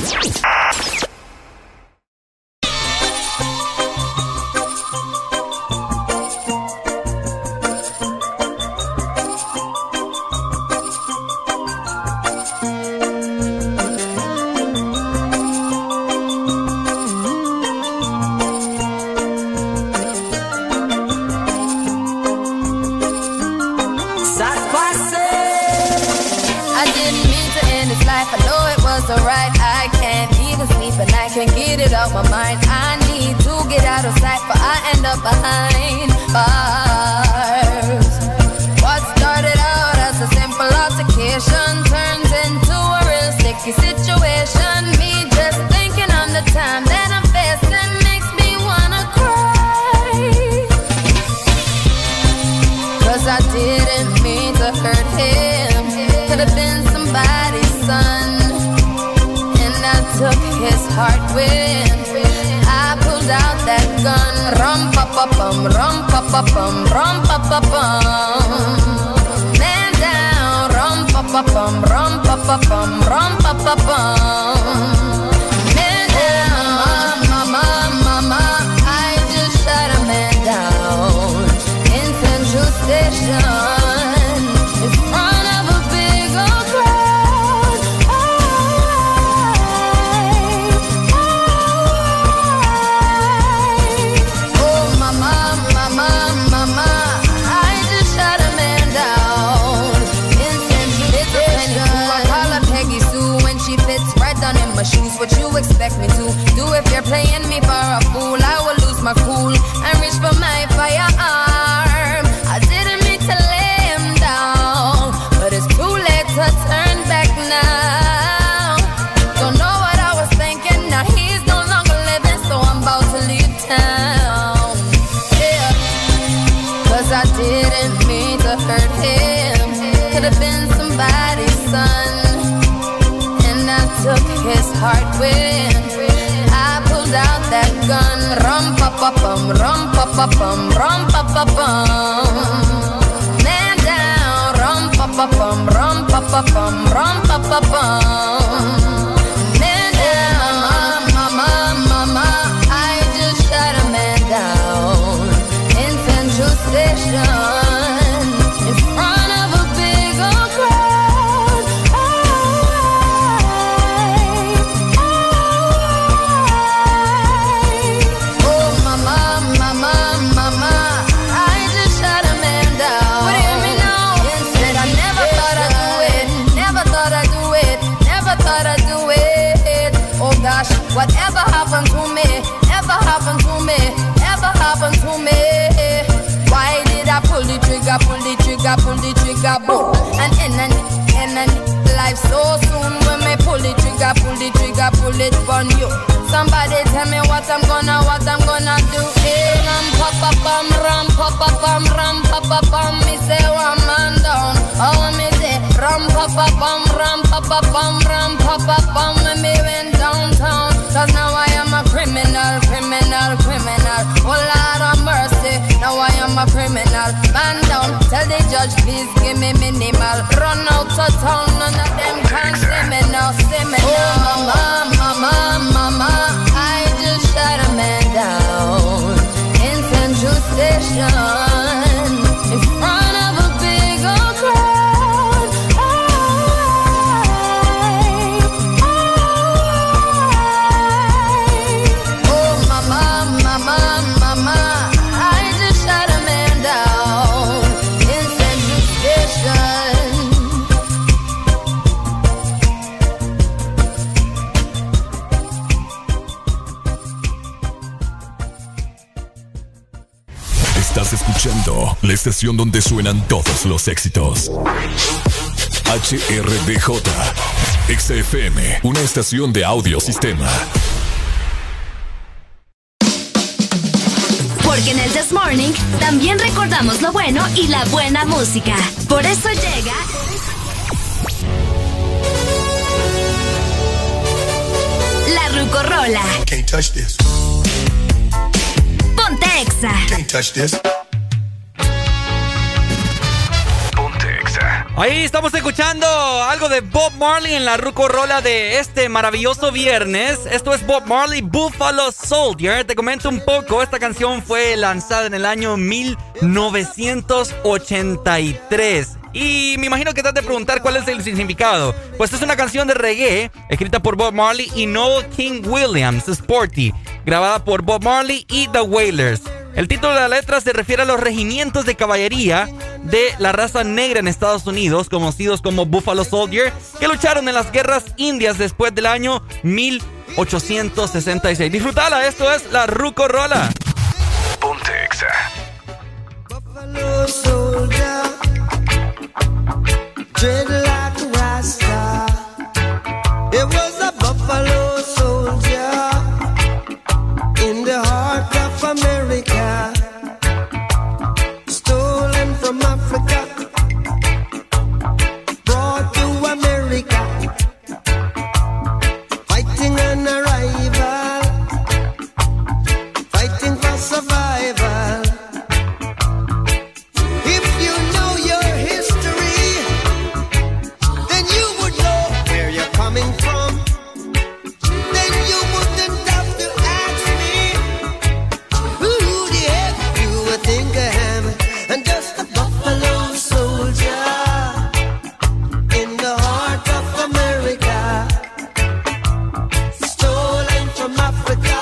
Alright, I can't even sleep and I can't get it out my mind. I need to get out of sight, but I end up behind bars. What started out as a simple altercation turns into a real sticky situation. Me just thinking on the time that I'm facing makes me wanna cry. 'Cause I didn't mean to hurt him. Could have been somebody's son. Took his heart with. I pulled out that gun. Rum pa pa bum, rum pa pa bum, rum pa pa bum. Man down. Rum pa pa bum, rum pa pa bum, rum pa pa bum. Man down. Mama, mama, I just shot a man down in Central Station. Shoes, what you expect me to do if you're playing me for a fool? I will lose my cool and reach for my firearm. I didn't mean to lay him down, but it's too late to turn back now. Don't know what I was thinking, now he's no longer living, so I'm about to leave town. Yeah, 'cause I didn't mean to hurt him. Could have been somebody's son. Took his heart with. I pulled out that gun. Rum pa pa bum, rum pa pa bum, rum pa pa bum. Man down. Rum pa pa bum, rum pa pa bum, rum pa pa bum. Man down. Mama, mama, I just shot a man down in Central Station in front of a big old crowd. Whatever happened to me? Ever happened to me? Ever happened to me? Why did I pull the trigger, pull the trigger, pull the trigger, boom? And life so soon when me pull the trigger, pull it on you. Somebody tell me what I'm gonna do. Hey, ram pa pa pam, me say one man down. Oh, me say ram pa pa pam, when me went downtown. 'Cause now I am a criminal. Oh Lord of mercy, now I am a criminal. Man down, tell the judge please give me minimal. Run out of town, none of them can see me now. Oh mama, I just shot a man down in Central Station in front of a big old crowd. Oh mama, I just shot a man down in Central Station. Estás escuchando la estación donde suenan todos los éxitos. HRDJ, XFM, una estación de audiosistema. Porque en el This Morning también recordamos lo bueno y la buena música. Por eso llega... La Rucorola. Can't touch this. Ponte Exa. Can't touch this. Ahí estamos escuchando algo de Bob Marley en la Rucorola de este maravilloso viernes. Esto es Bob Marley, Buffalo Soldier. Te comento un poco, esta canción fue lanzada en el año 1983. Y me imagino que te has de preguntar cuál es el significado. Pues es una canción de reggae escrita por Bob Marley y Noel King Williams, Sporty, grabada por Bob Marley y The Wailers. El título de la letra se refiere a los regimientos de caballería de la raza negra en Estados Unidos, conocidos como Buffalo Soldier, que lucharon en las guerras indias después del año 1866. Disfrutala, esto es la Rucorola. Ponte Exa. Buffalo soldier, dreadlock rasta. It was a buffalo soldier in the heart of America, stolen from Africa, brought to America, fighting an arrival, fighting for survival. If you know your history, then you would know where you're coming from. Then you wouldn't have to ask me who the heck you would think I am. I'm just a buffalo soldier in the heart of America, stolen from Africa,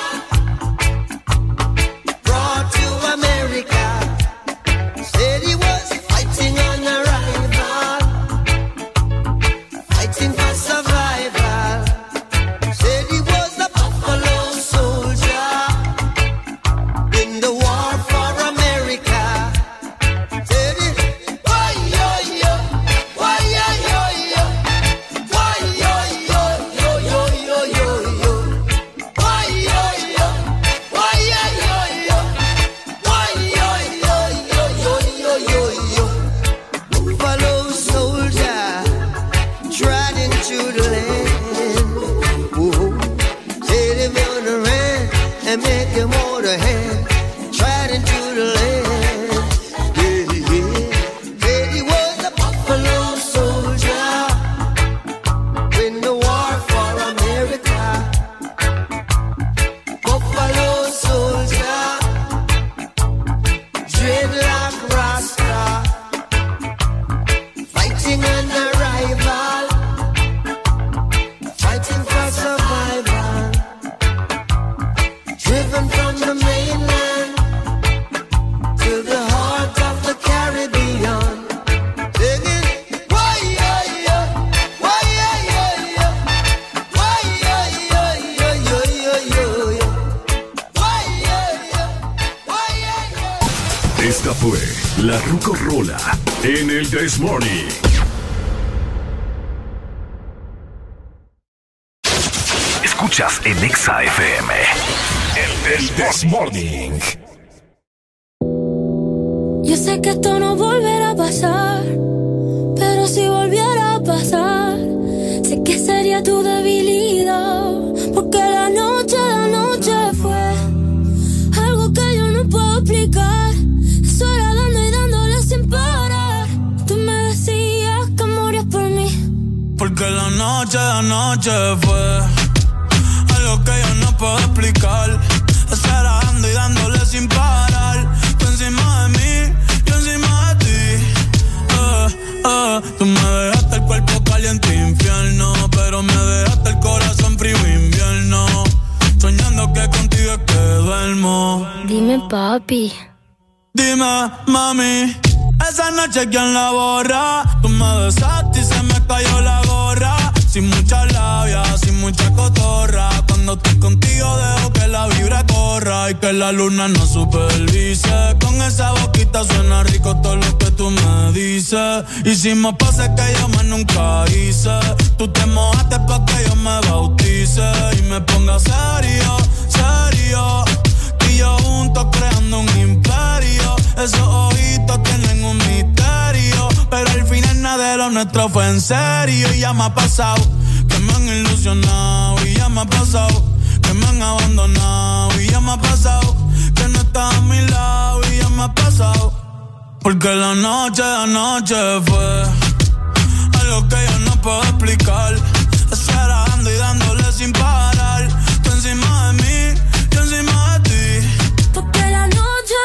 brought to America. Said he was fighting on arrival, fighting for survival. Said he was a buffalo soldier in the war for America. Said he, why yo yo, why yo yo yo, why yo yo yo yo yo yo yo, why yo yo, why yo yo yo, why yo yo yo yo yo yo yo. Buffalo soldier trod into the land. Whoa. Said him on the run and make him hold a hand. Trod into the land. Yeah, yeah. Said he was a buffalo soldier in the war for America. Buffalo soldier, dreadlock rasta, fighting an arrival, fue La Rucorola en el This Morning. Escuchas en Exa FM el This Morning. Yo sé que esto no volverá a pasar, pero si volviera a pasar, sé que sería tu debilidad, porque la noche fue algo que yo no puedo explicar. Eso era dando y dándole sin parar. Tú me decías que morías por mí, porque la noche fue algo que yo no puedo explicar. Eso era dando y dándole sin parar. Tú encima de mí, yo encima de ti. Tú me dejaste el cuerpo caliente infierno, pero me dejaste el corazón frío invierno. Soñando que contigo es que duermo. Dime, papi. Dime, mami. Esa noche ¿quién la borra? Tú me besaste y se me cayó la gorra. Sin mucha labia, sin mucha cotorra. Cuando estoy contigo dejo que la vibra corra y que la luna no supervise. Con esa boquita suena rico todo lo que tú me dices. Hicimos pases que yo más nunca hice. Tú te mojaste pa' que yo me bautice y me ponga serio, serio. Y yo juntos creando un imperio. Esos ojitos tienen un misterio, pero al final nada de lo nuestro fue en serio. Y ya me ha pasado que me han ilusionado, y ya me ha pasado que me han abandonado, y ya me ha pasado que no estás a mi lado, y ya me ha pasado. Porque la noche fue algo que yo no puedo explicar. Eso era dando y dándole sin parar. Tú encima de mí, yo encima de ti. Porque la noche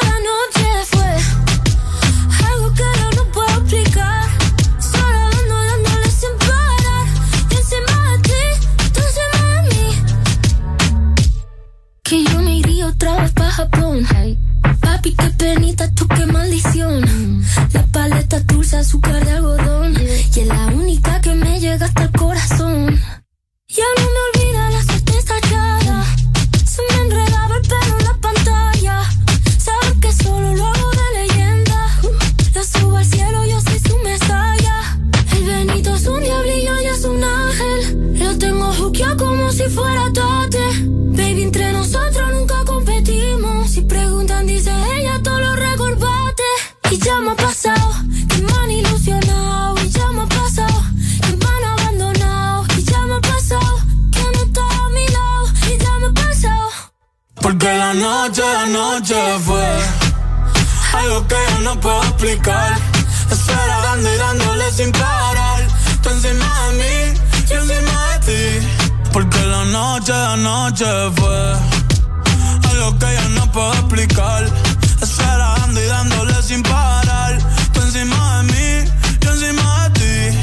fue algo que yo no puedo explicar. Solo dándole sin parar. Yo encima de ti, tú encima de mí. Que yo me iría otra vez pa' Japón. Hey. Papi, qué penita, tú qué maldición. La paleta dulce, azúcar de algodón. Y es la única que me llega hasta el corazón. Ya no me olvida la suerte estallada. Se me enredaba el pelo en la pantalla. Sabes que solo lo hago de leyenda. La subo al cielo, yo soy su mesaya. El Benito es un diablillo y es un ángel. Lo tengo juqueado como si fuera Tate. Baby, entre nosotros nunca competimos. Si preguntan, dice ella, todo lo recordate. Y ya me ha pasado que me han ilusionado. Y ya me ha pasado que me han abandonado. Y ya me ha pasado que no está a mi lado. Y ya me ha pasado. Porque la noche fue algo que yo no puedo explicar. Eso era dando y dándole sin parar. Tú encima de mí, yo encima de ti. Porque la noche fue algo que yo no puedo explicar. Eso era dando y dándole sin parar. Tú encima de mí, yo encima de ti.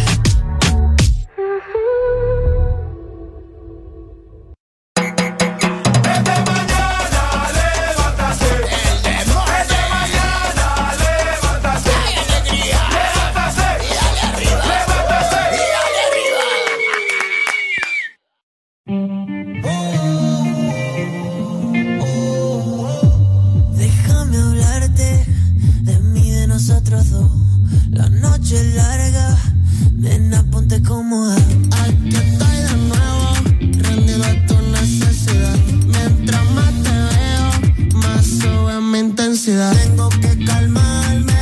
La noche es larga, nena, ponte cómoda. Aquí estoy de nuevo, rendido a tu necesidad. Mientras más te veo, más sube mi intensidad. Tengo que calmarme,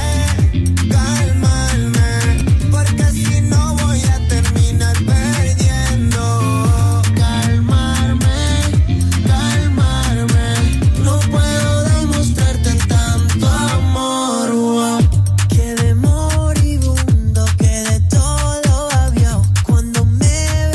porque si no voy a terminar perdiendo. Calmarme, no puedo demostrarte tanto amor. Quedé moribundo, quedé todo aviado. Cuando me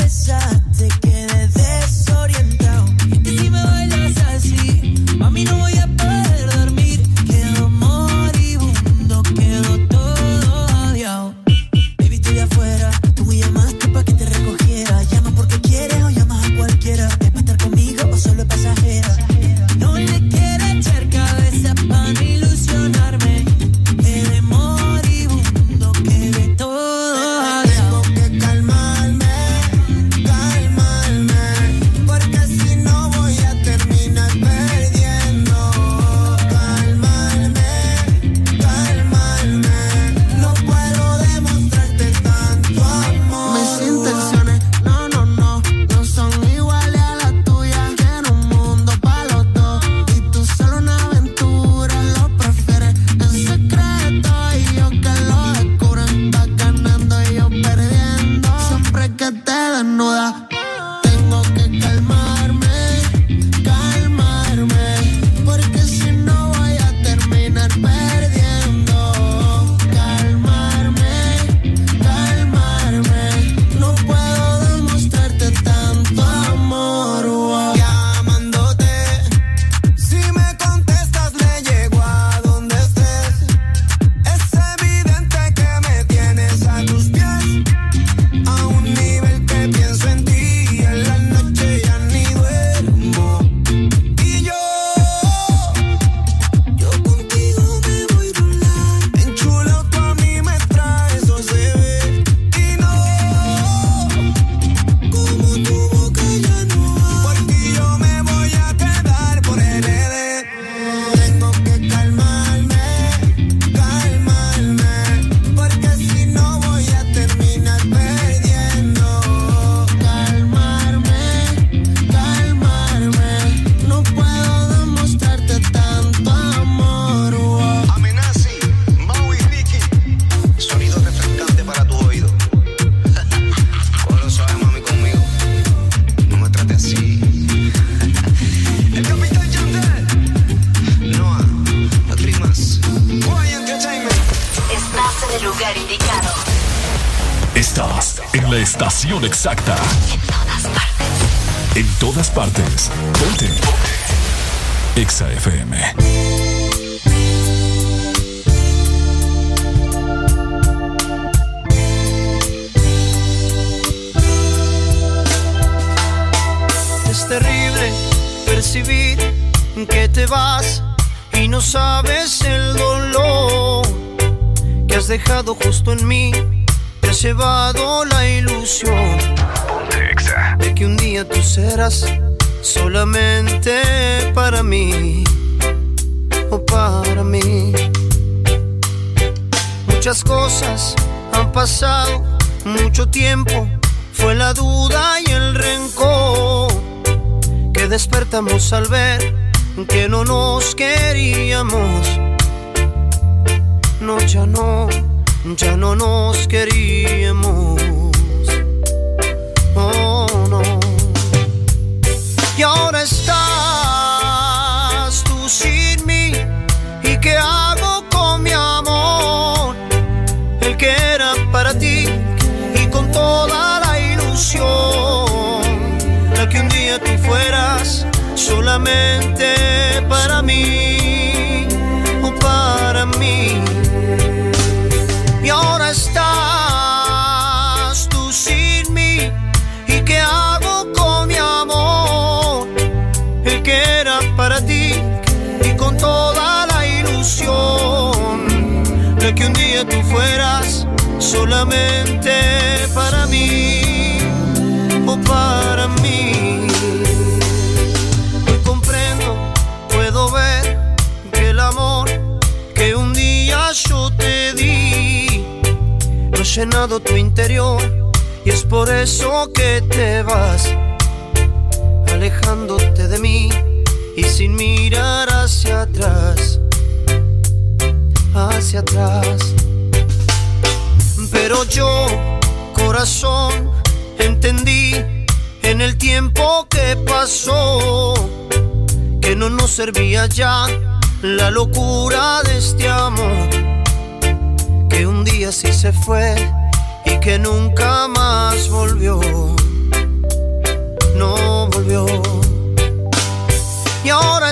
no da. Tengo que calmarme, porque si no voy a terminar perdiendo. Calmarme, no puedo demostrarte tanto amor. Llamándote, si me contestas le llego a donde estés. Es evidente que me tienes a tus pies, a un nivel que pienso en ti y en la noche ya ni duermo. Y yo contigo me voy a rolar, enchulado tú a mí me traes, eso se ve. Y no, como tu boca ya no va, por ti yo me voy a quedar por LD. Tengo que calmarme, porque si no voy a terminar perdiendo. Calmarme, no puedo demostrarte tanto amor. Amenazi, Mau y Ricky, sonido refrescante para tu oído. Cógelo suave, mami, conmigo. No me trates así. El Capitán Yandel, Noah, Patrick más. Boy Entertainment. Estás en el lugar indicado. Estás en la estación exacta. En todas partes. Ponte. Exa FM. Es terrible percibir que te vas y no sabes el dolor que has dejado justo en mí. Te has llevado la ilusión de que un día tú serás solamente para mí o para mí. Muchas cosas han pasado, mucho tiempo, fue la duda y el rencor que despertamos al ver que no nos queríamos. No, ya no nos queríamos. Oh, no. Y ahora estás tú sin mí. ¿Y qué hago con mi amor? El que era para ti y con toda la ilusión, la que un día tú fueras solamente para mí o para mí. Y ahora estás tú sin mí. ¿Y qué hago con mi amor? El que era para ti y con toda la ilusión, la que un día tú fueras solamente para mí o para mí. Hoy comprendo, puedo ver que el amor que un día yo te di no ha llenado tu interior, y es por eso que te vas alejándote de mí y sin mirar hacia atrás, hacia atrás. Pero yo, corazón, entendí en el tiempo que pasó que no nos servía ya la locura de este amor, que un día sí se fue y que nunca más volvió, no volvió. Y ahora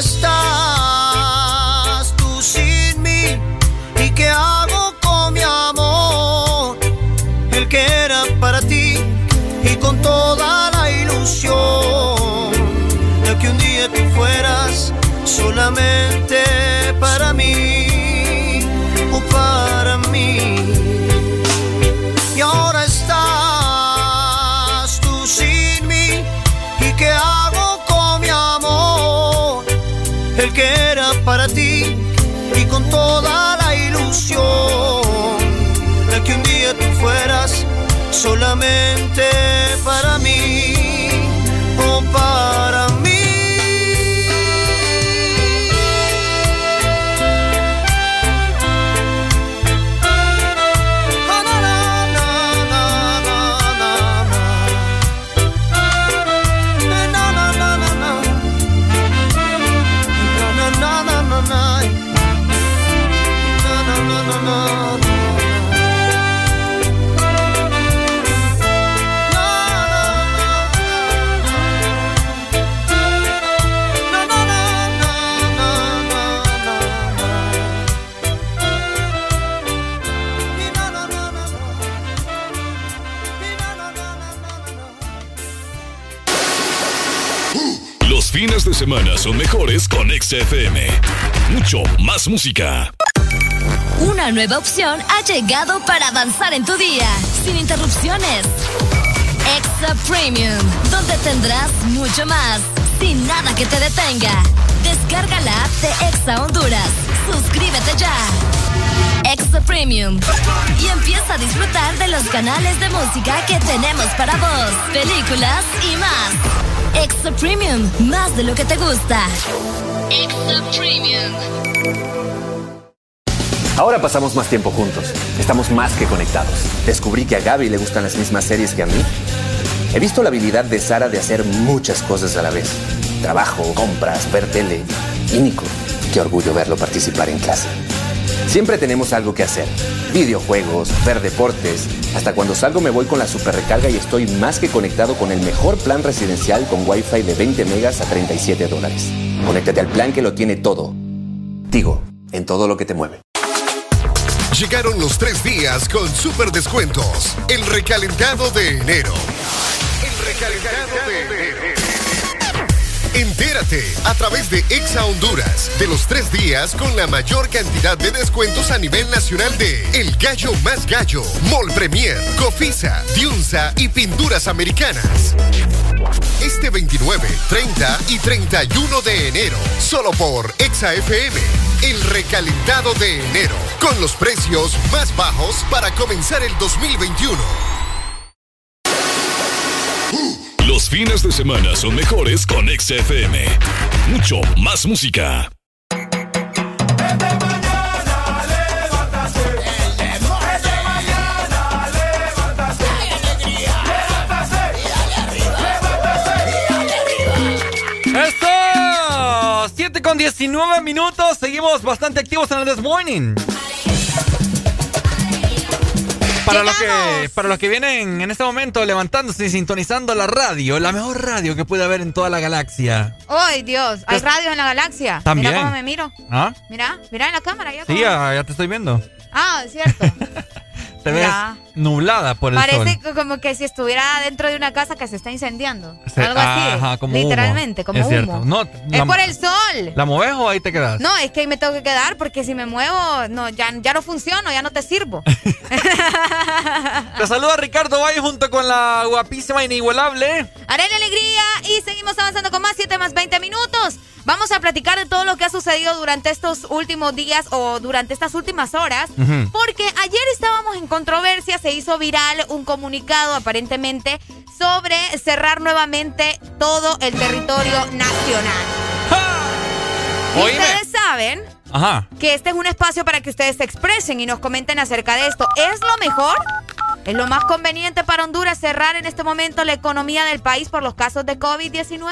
estás tú sin mí. ¿Y qué hago con mi amor? El que era para ti y con toda la ilusión, la que un día tú fueras solamente para mí o para mí. Y ahora estás tú sin mí. ¿Y qué hago con mi amor? El que era para ti y con toda la ilusión, la que un día tú fueras solamente para mí o para mí. Los fines de semana son mejores con XFM. Mucho más música. Una nueva opción ha llegado para avanzar en tu día, sin interrupciones. Exa Premium, donde tendrás mucho más, sin nada que te detenga. Descarga la app de Exa Honduras. Suscríbete ya. Exa Premium. Y empieza a disfrutar de los canales de música que tenemos para vos, películas y más. Exa Premium, más de lo que te gusta. Exa Premium. Ahora pasamos más tiempo juntos. Estamos más que conectados. Descubrí que a Gaby le gustan las mismas series que a mí. He visto la habilidad de Sara de hacer muchas cosas a la vez. Trabajo, compras, ver tele. Y Nico, qué orgullo verlo participar en clase. Siempre tenemos algo que hacer. Videojuegos, ver deportes. Hasta cuando salgo me voy con la super recarga y estoy más que conectado con el mejor plan residencial con Wi-Fi de 20 megas a $37. Conéctate al plan que lo tiene todo. Tigo, en todo lo que te mueve. Llegaron los 3 días con super descuentos. El recalentado de enero. El recalentado de enero. Entérate a través de Exa Honduras de los 3 días con la mayor cantidad de descuentos a nivel nacional de El Gallo Más Gallo, Mall Premier, Cofisa, Diunsa y Pinturas Americanas. Este 29, 30 y 31 de enero, solo por Exa FM. El recalentado de enero, con los precios más bajos para comenzar el 2021. Los fines de semana son mejores con XFM. Mucho más música. ¡Esto! 7:19. Seguimos bastante activos en el This Morning. Para los que vienen en este momento levantándose y sintonizando la radio, la mejor radio que puede haber en toda la galaxia. ¡Ay, Dios! ¿Hay radios en la galaxia? También. Mira cómo me miro. ¿Ah? Mira en la cámara. Sí, ya te estoy viendo. Ah, es cierto. Te ves nublada por el sol. Parece como que si estuviera dentro de una casa que se está incendiando. Algo así. Ajá, como literalmente, humo. como es humo. Cierto. No, es por el sol. ¿La mueves o ahí te quedas? No, es que ahí me tengo que quedar porque si me muevo, no, ya no funciono, ya no te sirvo. Te saluda Ricardo Valle junto con la guapísima inigualable Arely Alegría y seguimos avanzando con más 7 más 20 minutos. Vamos a platicar de todo lo que ha sucedido durante estos últimos días o durante estas últimas horas, porque ayer estábamos en controversia, se hizo viral un comunicado aparentemente sobre cerrar nuevamente todo el territorio nacional. Y ustedes saben que este es un espacio para que ustedes se expresen y nos comenten acerca de esto. ¿Es lo mejor? ¿Es lo más conveniente para Honduras cerrar en este momento la economía del país por los casos de COVID-19?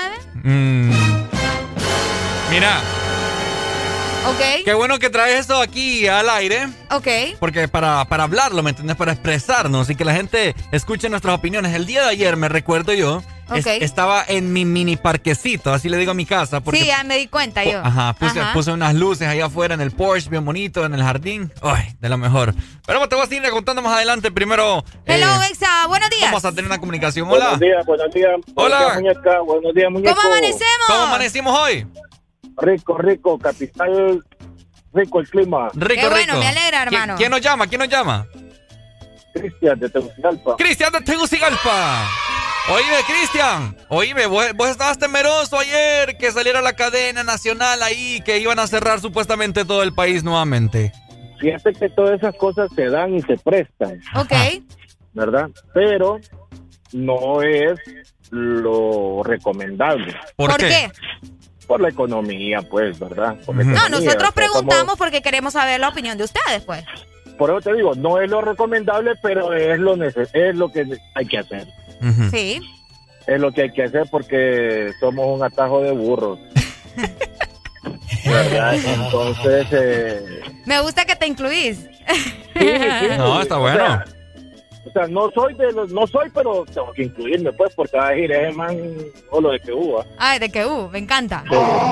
Mira. Ok. Qué bueno que traes eso aquí al aire. Ok. Porque para hablarlo, ¿me entiendes? Para expresarnos y que la gente escuche nuestras opiniones. El día de ayer, me recuerdo yo, estaba en mi mini parquecito, así le digo a mi casa. Porque, sí, ya me di cuenta yo. Puse unas luces ahí afuera en el Porsche, bien bonito, en el jardín. Ay, de lo mejor. Pero te voy a seguir contando más adelante. Primero... Hello, Exa, buenos días. Vamos a tener una comunicación. Hola. Buenos días. Hola. Muñeca. Buenos días, muñeco. ¿Cómo amanecemos? ¿Cómo amanecimos hoy? Rico, capital, rico el clima. Rico, bueno, me alegra, hermano. ¿Quién nos llama? Cristian de Tegucigalpa. Cristian de Tegucigalpa. Oíme, Cristian. Oíme, vos estabas temeroso ayer que saliera la cadena nacional ahí, que iban a cerrar supuestamente todo el país nuevamente. Fíjate que todas esas cosas se dan y se prestan. Ok. ¿Verdad? Pero no es lo recomendable. ¿Por qué? Por la economía, pues, ¿verdad? No, nosotros preguntamos porque queremos saber la opinión de ustedes, pues. Por eso te digo, no es lo recomendable, pero es lo que hay que hacer. Sí. Es lo que hay que hacer porque somos un atajo de burros. ¿Verdad? Entonces... Me gusta que te incluís. Sí. No, está bueno. O sea, no soy, pero tengo que incluirme, pues, porque va a decir, man, o lo de que hubo. Ay, de que me encanta.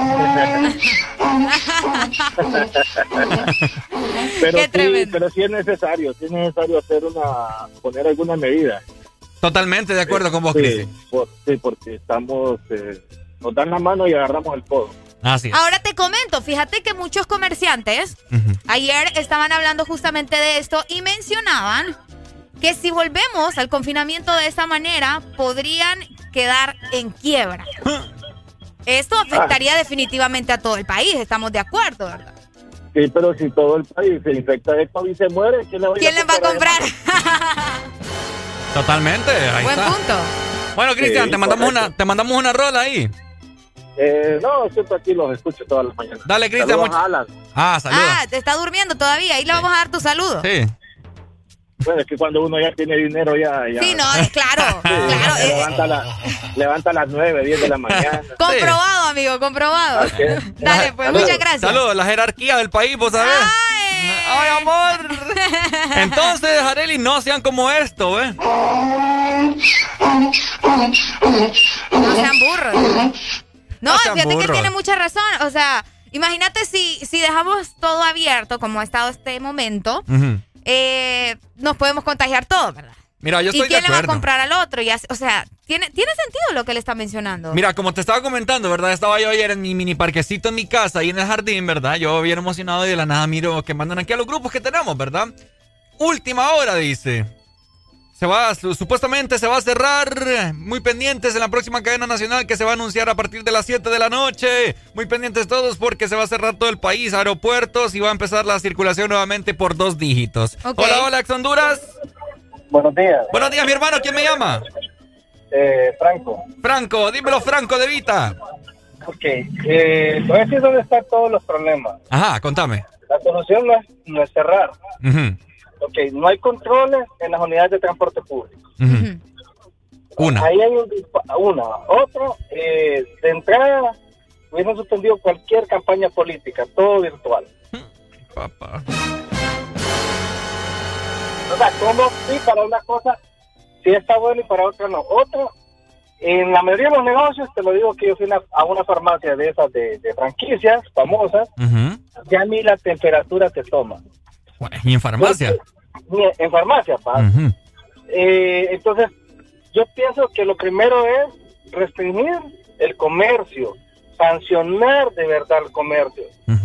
Pero sí es necesario poner alguna medida. Totalmente de acuerdo con vos, Cristian. Sí, porque estamos nos dan la mano y agarramos el codo. Así es. Ahora te comento, fíjate que muchos comerciantes ayer estaban hablando justamente de esto y mencionaban que si volvemos al confinamiento de esa manera, podrían quedar en quiebra. Esto afectaría definitivamente a todo el país, estamos de acuerdo, ¿verdad? Sí, pero si todo el país se infecta de COVID y se muere, ¿quién le va a comprar? Totalmente, ahí Buen está. punto. Bueno, Cristian, Sí, te mandamos una rola ahí. No, siempre aquí los escucho todas las mañanas. Dale, Cristian. Saludos a Alan. Saludos. Te está durmiendo todavía, ahí le vamos a dar tu saludo. Sí. Bueno, es que cuando uno ya tiene dinero ya... Sí, no, es claro. Levanta a las 9, 10 de la mañana. Comprobado, amigo, comprobado. Dale, pues, muchas gracias. Saludos, la jerarquía del país, vos sabés. ¡Ay, amor! Entonces, Arely, no sean como esto, ¿eh? No sean burros. No, sean fíjate que burros. tiene mucha razón. O sea, imagínate si dejamos todo abierto como ha estado este momento, nos podemos contagiar todos, ¿verdad? Mira, yo estoy ¿Y quién de le va a acuerdo. comprar al otro? O sea, tiene sentido lo que le está mencionando. Mira, como te estaba comentando, ¿verdad? Estaba yo ayer en mi mini parquecito en mi casa, ahí en el jardín, ¿verdad? Yo bien emocionado y de la nada miro que mandan aquí a los grupos que tenemos, ¿verdad? Última hora, dice. Supuestamente se va a cerrar. Muy pendientes en la próxima cadena nacional que se va a anunciar a partir de las 7 de la noche. Muy pendientes todos porque se va a cerrar todo el país, aeropuertos y va a empezar la circulación nuevamente por 2 dígitos. Okay. Hola, hola, ex Honduras. Buenos días. Buenos días, mi hermano. ¿Quién me llama? Franco. Franco, dímelo, Franco de Vita. Ok, te voy a decir dónde están todos los problemas. Ajá, contame. La solución no es cerrar. Ok, no hay controles en las unidades de transporte público. Una. Ahí hay una. Otro, de entrada, hubieran suspendido cualquier campaña política, todo virtual. Papá. O sea, como sí para una cosa, sí está bueno y para otra no. Otro, en la mayoría de los negocios, te lo digo que yo fui a una farmacia de esas de franquicias famosas, ya ni la temperatura te toma. ¿Y en farmacia? En farmacia, pa. Entonces, yo pienso que lo primero es restringir el comercio, sancionar de verdad el comercio.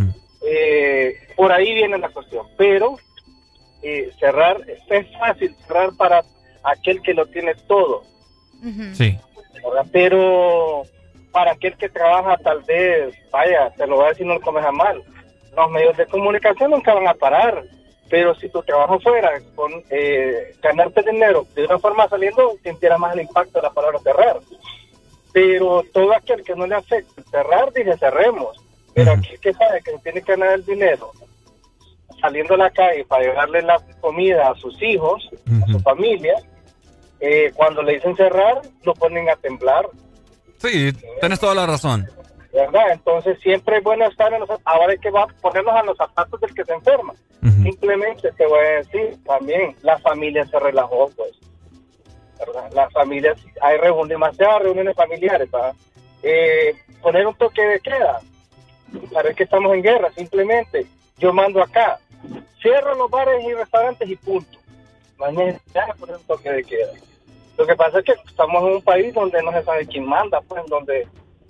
Por ahí viene la cuestión. Pero cerrar, es fácil cerrar para aquel que lo tiene todo. Sí. ¿Verdad? Pero para aquel que trabaja tal vez, vaya, te lo voy a decir, no lo comes a mal. Los medios de comunicación nunca van a parar. Pero si tu trabajo fuera con ganarte dinero de una forma saliendo, sintiera más el impacto de la palabra cerrar. Pero todo aquel que no le afecte cerrar, dice cerremos. Pero aquel que sabe que tiene que ganar el dinero saliendo a la calle para llevarle la comida a sus hijos, a su familia, cuando le dicen cerrar, lo ponen a temblar. Sí, tienes toda la razón. ¿Verdad? Entonces siempre es bueno estar en los... Ahora hay que ponernos a los zapatos del que se enferma. Simplemente te voy a decir también, la familia se relajó, pues. ¿Verdad? Las familias, hay demasiadas reuniones familiares, ¿verdad? Poner un toque de queda. Parece que estamos en guerra, simplemente. Yo mando acá, cierro los bares y restaurantes y punto. No hay necesidad de poner un toque de queda. Lo que pasa es que estamos en un país donde no se sabe quién manda, pues, donde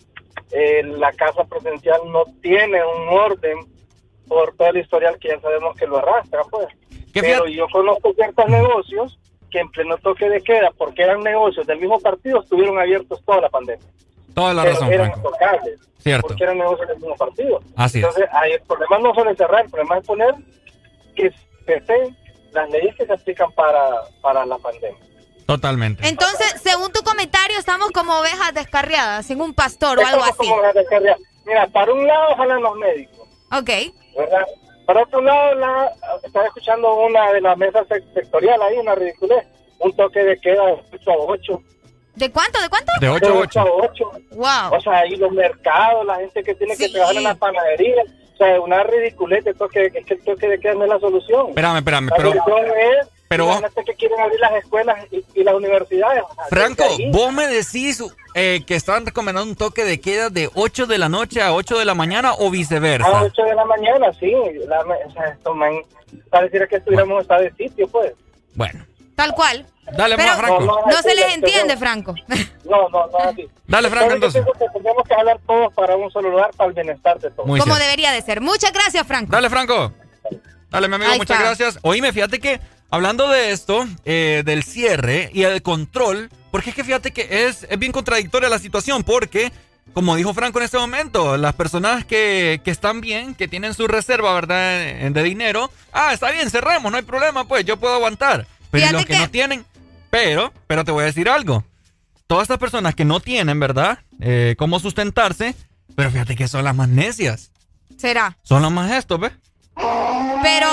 la casa presidencial no tiene un orden por todo el historial que ya sabemos que lo arrastra, pues. Pero yo conozco ciertos negocios que en pleno toque de queda, porque eran negocios del mismo partido, estuvieron abiertos toda la pandemia. Toda la pero razón, eran Franco. intocables, Cierto. porque eran negocios del mismo partido. Así es. Entonces, ahí el problema no suele cerrar, el problema es poner que estén las leyes que se aplican para la pandemia. Totalmente. Entonces, según tu comentario, estamos como ovejas descarriadas, sin un pastor o algo así. Como ovejas descarriadas. Mira, para un lado jalan los médicos. Ok. ¿Verdad? Para otro lado, estaba escuchando una de las mesas sectoriales ahí, una ridiculez. Un toque de queda de 8 a 8. ¿De cuánto? ¿De cuánto? De 8 a 8. a 8. Wow. O sea, ahí los mercados, la gente que tiene que trabajar en las panaderías. O sea, una ridiculez de toque, es que el toque de queda no es la solución. Espérame, La solución es, pero imagínate que quieren abrir las escuelas y las universidades. O sea, Franco, ahí, vos me decís que están recomendando un toque de queda de 8 de la noche a 8 de la mañana o viceversa. a 8 de la mañana, sí. O sea, esto, man, pareciera que estuviéramos en estado de sitio, pues. Bueno, Tal cual. Dale, pero Franco. No se les entiende, Franco. No, así. Dale, Franco, entonces. Tenemos que hablar todos para un solo lugar, para el bienestar de todos. Como debería de ser. Muchas gracias, Franco. Dale, Franco. Dale, mi amigo, muchas gracias. Oíme, fíjate que hablando de esto, del cierre y el control, porque es que fíjate que es bien contradictoria la situación, porque, como dijo Franco en este momento, las personas que están bien, que tienen su reserva, ¿verdad?, de dinero, está bien, cerremos, no hay problema, pues, yo puedo aguantar. Pero los que no tienen, pero te voy a decir algo. Todas estas personas que no tienen, ¿verdad?, cómo sustentarse, pero fíjate que son las más necias. ¿Será? Son las más estos, ¿ves? Pero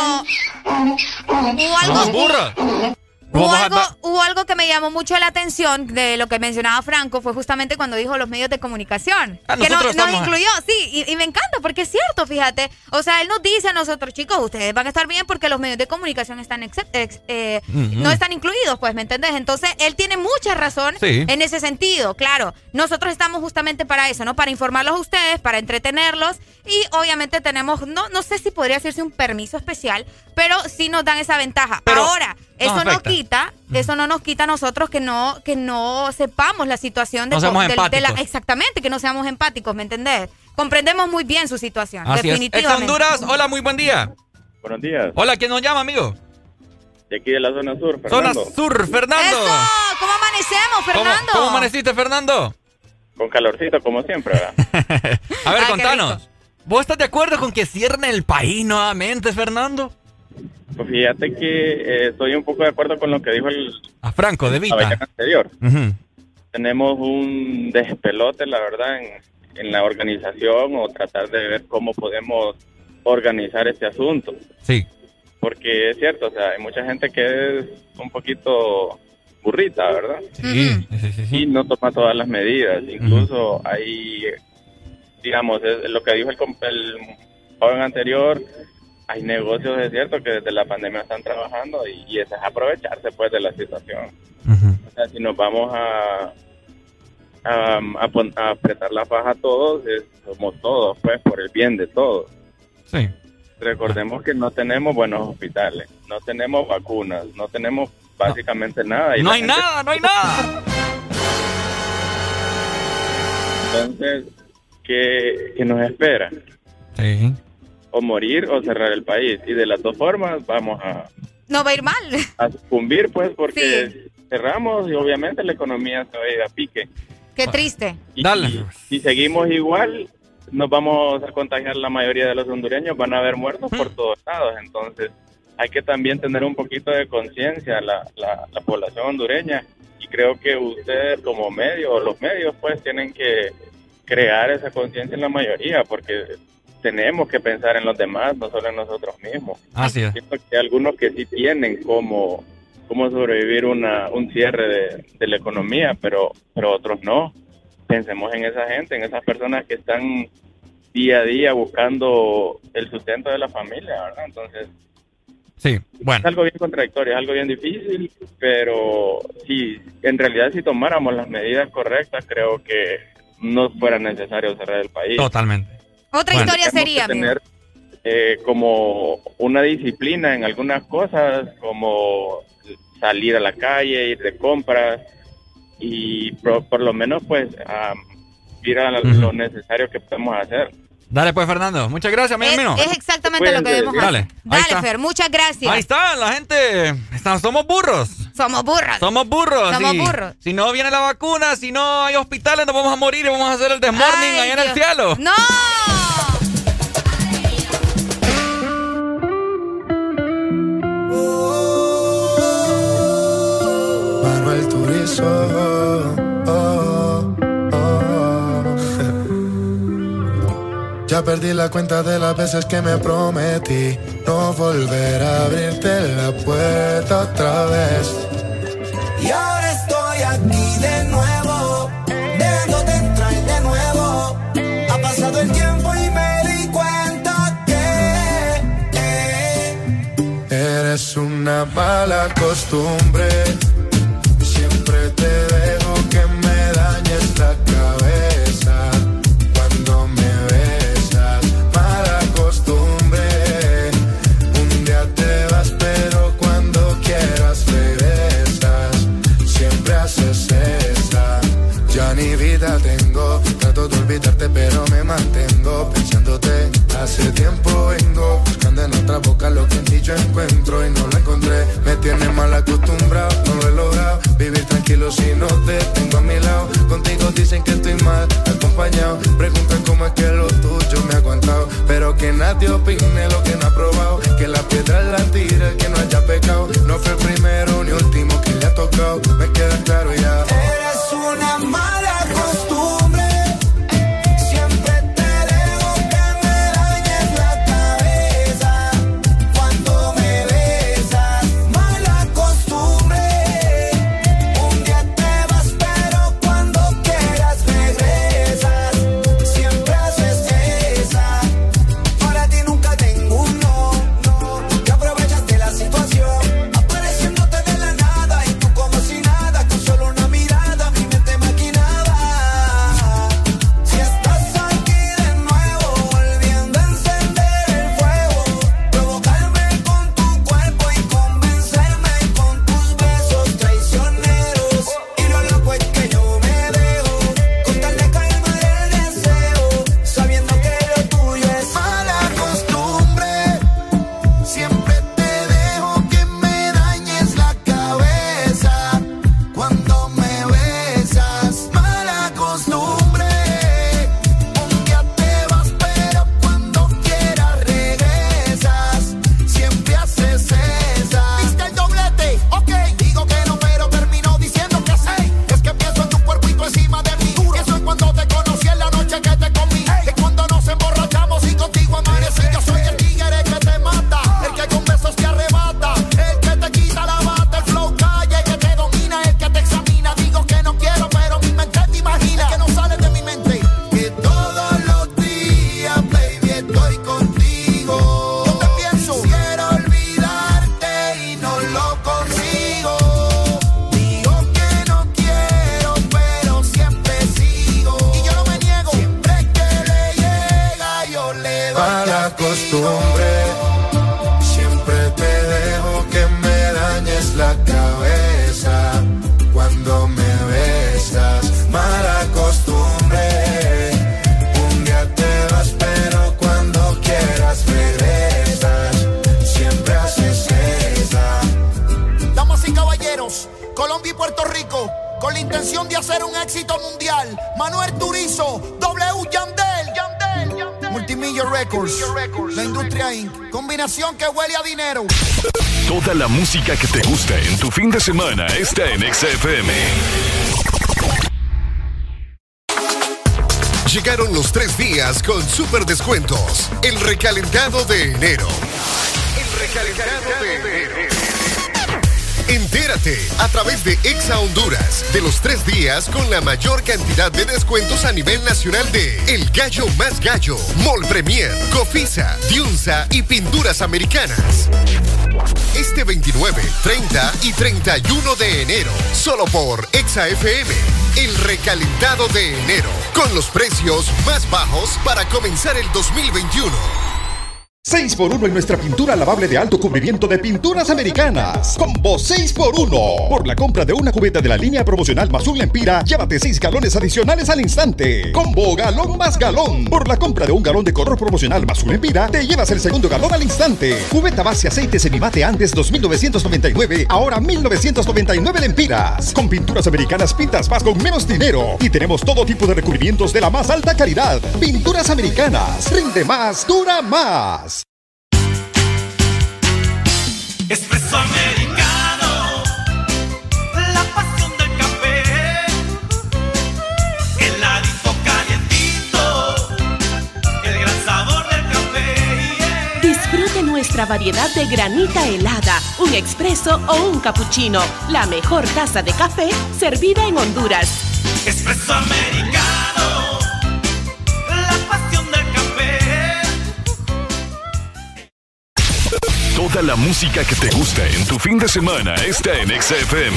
hubo algo que me llamó mucho la atención de lo que mencionaba Franco, fue justamente cuando dijo los medios de comunicación. Que nos incluyó, sí, y me encanta porque es cierto, fíjate. O sea, él nos dice a nosotros, chicos, ustedes van a estar bien porque los medios de comunicación están no están incluidos, pues, ¿me entendés? Entonces, él tiene mucha razón en ese sentido, claro. Nosotros estamos justamente para eso, ¿no? Para informarlos a ustedes, para entretenerlos y obviamente tenemos, no sé si podría decirse un permiso especial, pero sí nos dan esa ventaja. Pero ahora, eso no nos quita a nosotros que no sepamos la situación de exactamente, que no seamos empáticos, ¿me entendés? Comprendemos muy bien su situación, así definitivamente. Es. Honduras, hola, muy buen día. Buenos días. Hola, ¿quién nos llama, amigo? De aquí de la zona sur, Fernando. Zona sur, Fernando. ¡Eso! ¿Cómo amanecemos, Fernando? ¿Cómo amaneciste, Fernando? Con calorcito, como siempre, ¿verdad? A ver, contanos. ¿Vos estás de acuerdo con que cierren el país nuevamente, Fernando? Pues fíjate que estoy un poco de acuerdo con lo que dijo a Franco de Vita anterior. Tenemos un despelote, la verdad, en la organización o tratar de ver cómo podemos organizar este asunto. Sí. Porque es cierto, o sea, hay mucha gente que es un poquito burrita, ¿verdad? Sí. Y no toma todas las medidas. Incluso hay, digamos, es lo que dijo el joven anterior. Hay negocios, es cierto, que desde la pandemia están trabajando y eso es aprovecharse, pues, de la situación. O sea, si nos vamos a apretar la faja a todos, somos todos, pues, por el bien de todos. Sí. Recordemos que no tenemos buenos hospitales, no tenemos vacunas, no tenemos básicamente nada. Y no hay nada. Entonces, ¿qué nos espera? Sí. O morir o cerrar el país. Y de las dos formas vamos a... No va a ir mal. A sucumbir, pues, porque cerramos y obviamente la economía se va a ir a pique. Qué triste. Dale. Si seguimos igual, nos vamos a contagiar la mayoría de los hondureños, van a haber muertos por todos lados. Entonces, hay que también tener un poquito de conciencia la población hondureña. Y creo que ustedes como medio, o los medios, pues, tienen que crear esa conciencia en la mayoría, porque tenemos que pensar en los demás, no solo en nosotros mismos. Así es. Siento que hay algunos que sí tienen cómo sobrevivir un cierre de la economía, pero otros no. Pensemos en esa gente, en esas personas que están día a día buscando el sustento de la familia, ¿verdad? Entonces, sí, bueno. Es algo bien contradictorio, es algo bien difícil, pero sí, en realidad si tomáramos las medidas correctas, creo que no fuera necesario cerrar el país. Totalmente. Otra historia sería, tener como una disciplina en algunas cosas, como salir a la calle, ir de compras y por lo menos pues ir a lo necesario que podemos hacer. Dale pues, Fernando, muchas gracias, amigo. Es exactamente lo que debemos hacer. Dale, Fer, muchas gracias. Ahí está, la gente, somos burros. Somos burros. Si no viene la vacuna, si no hay hospitales, nos vamos a morir y vamos a hacer el desmorning allá en el cielo. ¡No! Manuel Turizo. Ya perdí la cuenta de las veces que me prometí no volver a abrirte la puerta otra vez. Y ahora estoy aquí de nuevo, dejándote entrar de nuevo. Ha pasado el tiempo y me di cuenta que eres una mala costumbre. Siempre te dejo que me dañes la cabeza. Cuando me besas, mala costumbre. Un día te vas, pero cuando quieras regresas. mi vida tengo. Trato de olvidarte pero me mantengo pensándote. Hace tiempo vengo buscando en otra boca lo que en ti yo encuentro y no lo encontré. Me tienes mal acostumbrado, no lo he logrado. Vivir tranquilo si no te tengo a mi lado. Contigo dicen que estoy mal acompañado. Preguntan cómo es que lo tuyo me ha aguantado. Pero que nadie opine lo que no ha probado. Que la piedra la tira el que no haya pecado. No fue el primero ni último que le ha tocado. Me queda claro ya. Eres una mala costumbre. Siempre te dejo que me dañes la cabeza cuando me besas. Mala costumbre. Un día te vas pero cuando quieras regresas. Siempre haces esa. Para ti nunca tengo un no. Que aprovechas de la situación, apareciéndote de la nada y tú como si nada, con solo una mirada mi mente maquinaba. Si estás aquí de nuevo, volviendo a encender el fuego, provocarme con tu cuerpo y convencerme con tus besos traicioneros. Y lo loco es que yo me dejo con tal de calmar el deseo, sabiendo que lo tuyo es mala costumbre. Siempre te dejo que me dañes la cabeza cuando me besas. Mala costumbre. Un día te vas pero cuando quieras regresas. Siempre haces esa. ¿Viste el doblete? Ok. Digo que no pero termino diciendo que sí. Es que pienso en tu cuerpo y tú encima de mí. Pienso en cuando te conocí en la noche que te comí. Es cuando nos emborrachamos y contigo amanecí. Yo soy el tigre que te mata, el que con besos te arrebata, el que te quita la bata, el flow calle, el que te domina, el que te examina. Digo que no quiero, pero mi mente te imagina. Es que no sale de mi mente. Que todos los días, baby, estoy contigo. Yo te pienso, quiero olvidarte y no lo consigo. Digo que no quiero, pero siempre sigo. Y yo no me niego, siempre que le llega yo le doy Mala costumbre. Siempre te dejo que me dañes la cabeza cuando me besas. Mala costumbre. Un día te vas pero cuando quieras regresas. Siempre haces esa. Damas y caballeros, Colombia y Puerto Rico, con la intención de hacer un éxito mundial. Manuel Turizo, W Yandel. Multimillion Records, la industria Inc. Combinación que huele a dinero. Toda la música que te gusta en tu fin de semana está en XFM. Llegaron los 3 días con super descuentos. El recalentado de enero. El recalentado de enero. Entérate a través de Exa Honduras de los 3 días con la mayor cantidad de descuentos a nivel nacional de El Gallo Más Gallo, Mall Premier, Cofisa, Diunsa y Pinturas Americanas. Este 29, 30 y 31 de enero, solo por Exa FM. El recalentado de enero, con los precios más bajos para comenzar el 2021. 6x1 en nuestra pintura lavable de alto cubrimiento de Pinturas Americanas. Combo 6x1. Por la compra de una cubeta de la línea promocional Mazul Empira, llévate 6 galones adicionales al instante. Combo galón más galón. Por la compra de un galón de color promocional Mazul Empira, te llevas el segundo galón al instante. Cubeta base aceite semimate antes 2.999, ahora 1.999 lempiras. Con Pinturas Americanas pintas más con menos dinero. Y tenemos todo tipo de recubrimientos de la más alta calidad. Pinturas Americanas. Rinde más, dura más. Espresso americano, la pasión del café, heladito calientito, el gran sabor del café. Disfrute nuestra variedad de granita helada, un expreso o un cappuccino, la mejor taza de café servida en Honduras. Espresso americano, la pasión del café. Toda la música que te gusta en tu fin de semana está en XFM.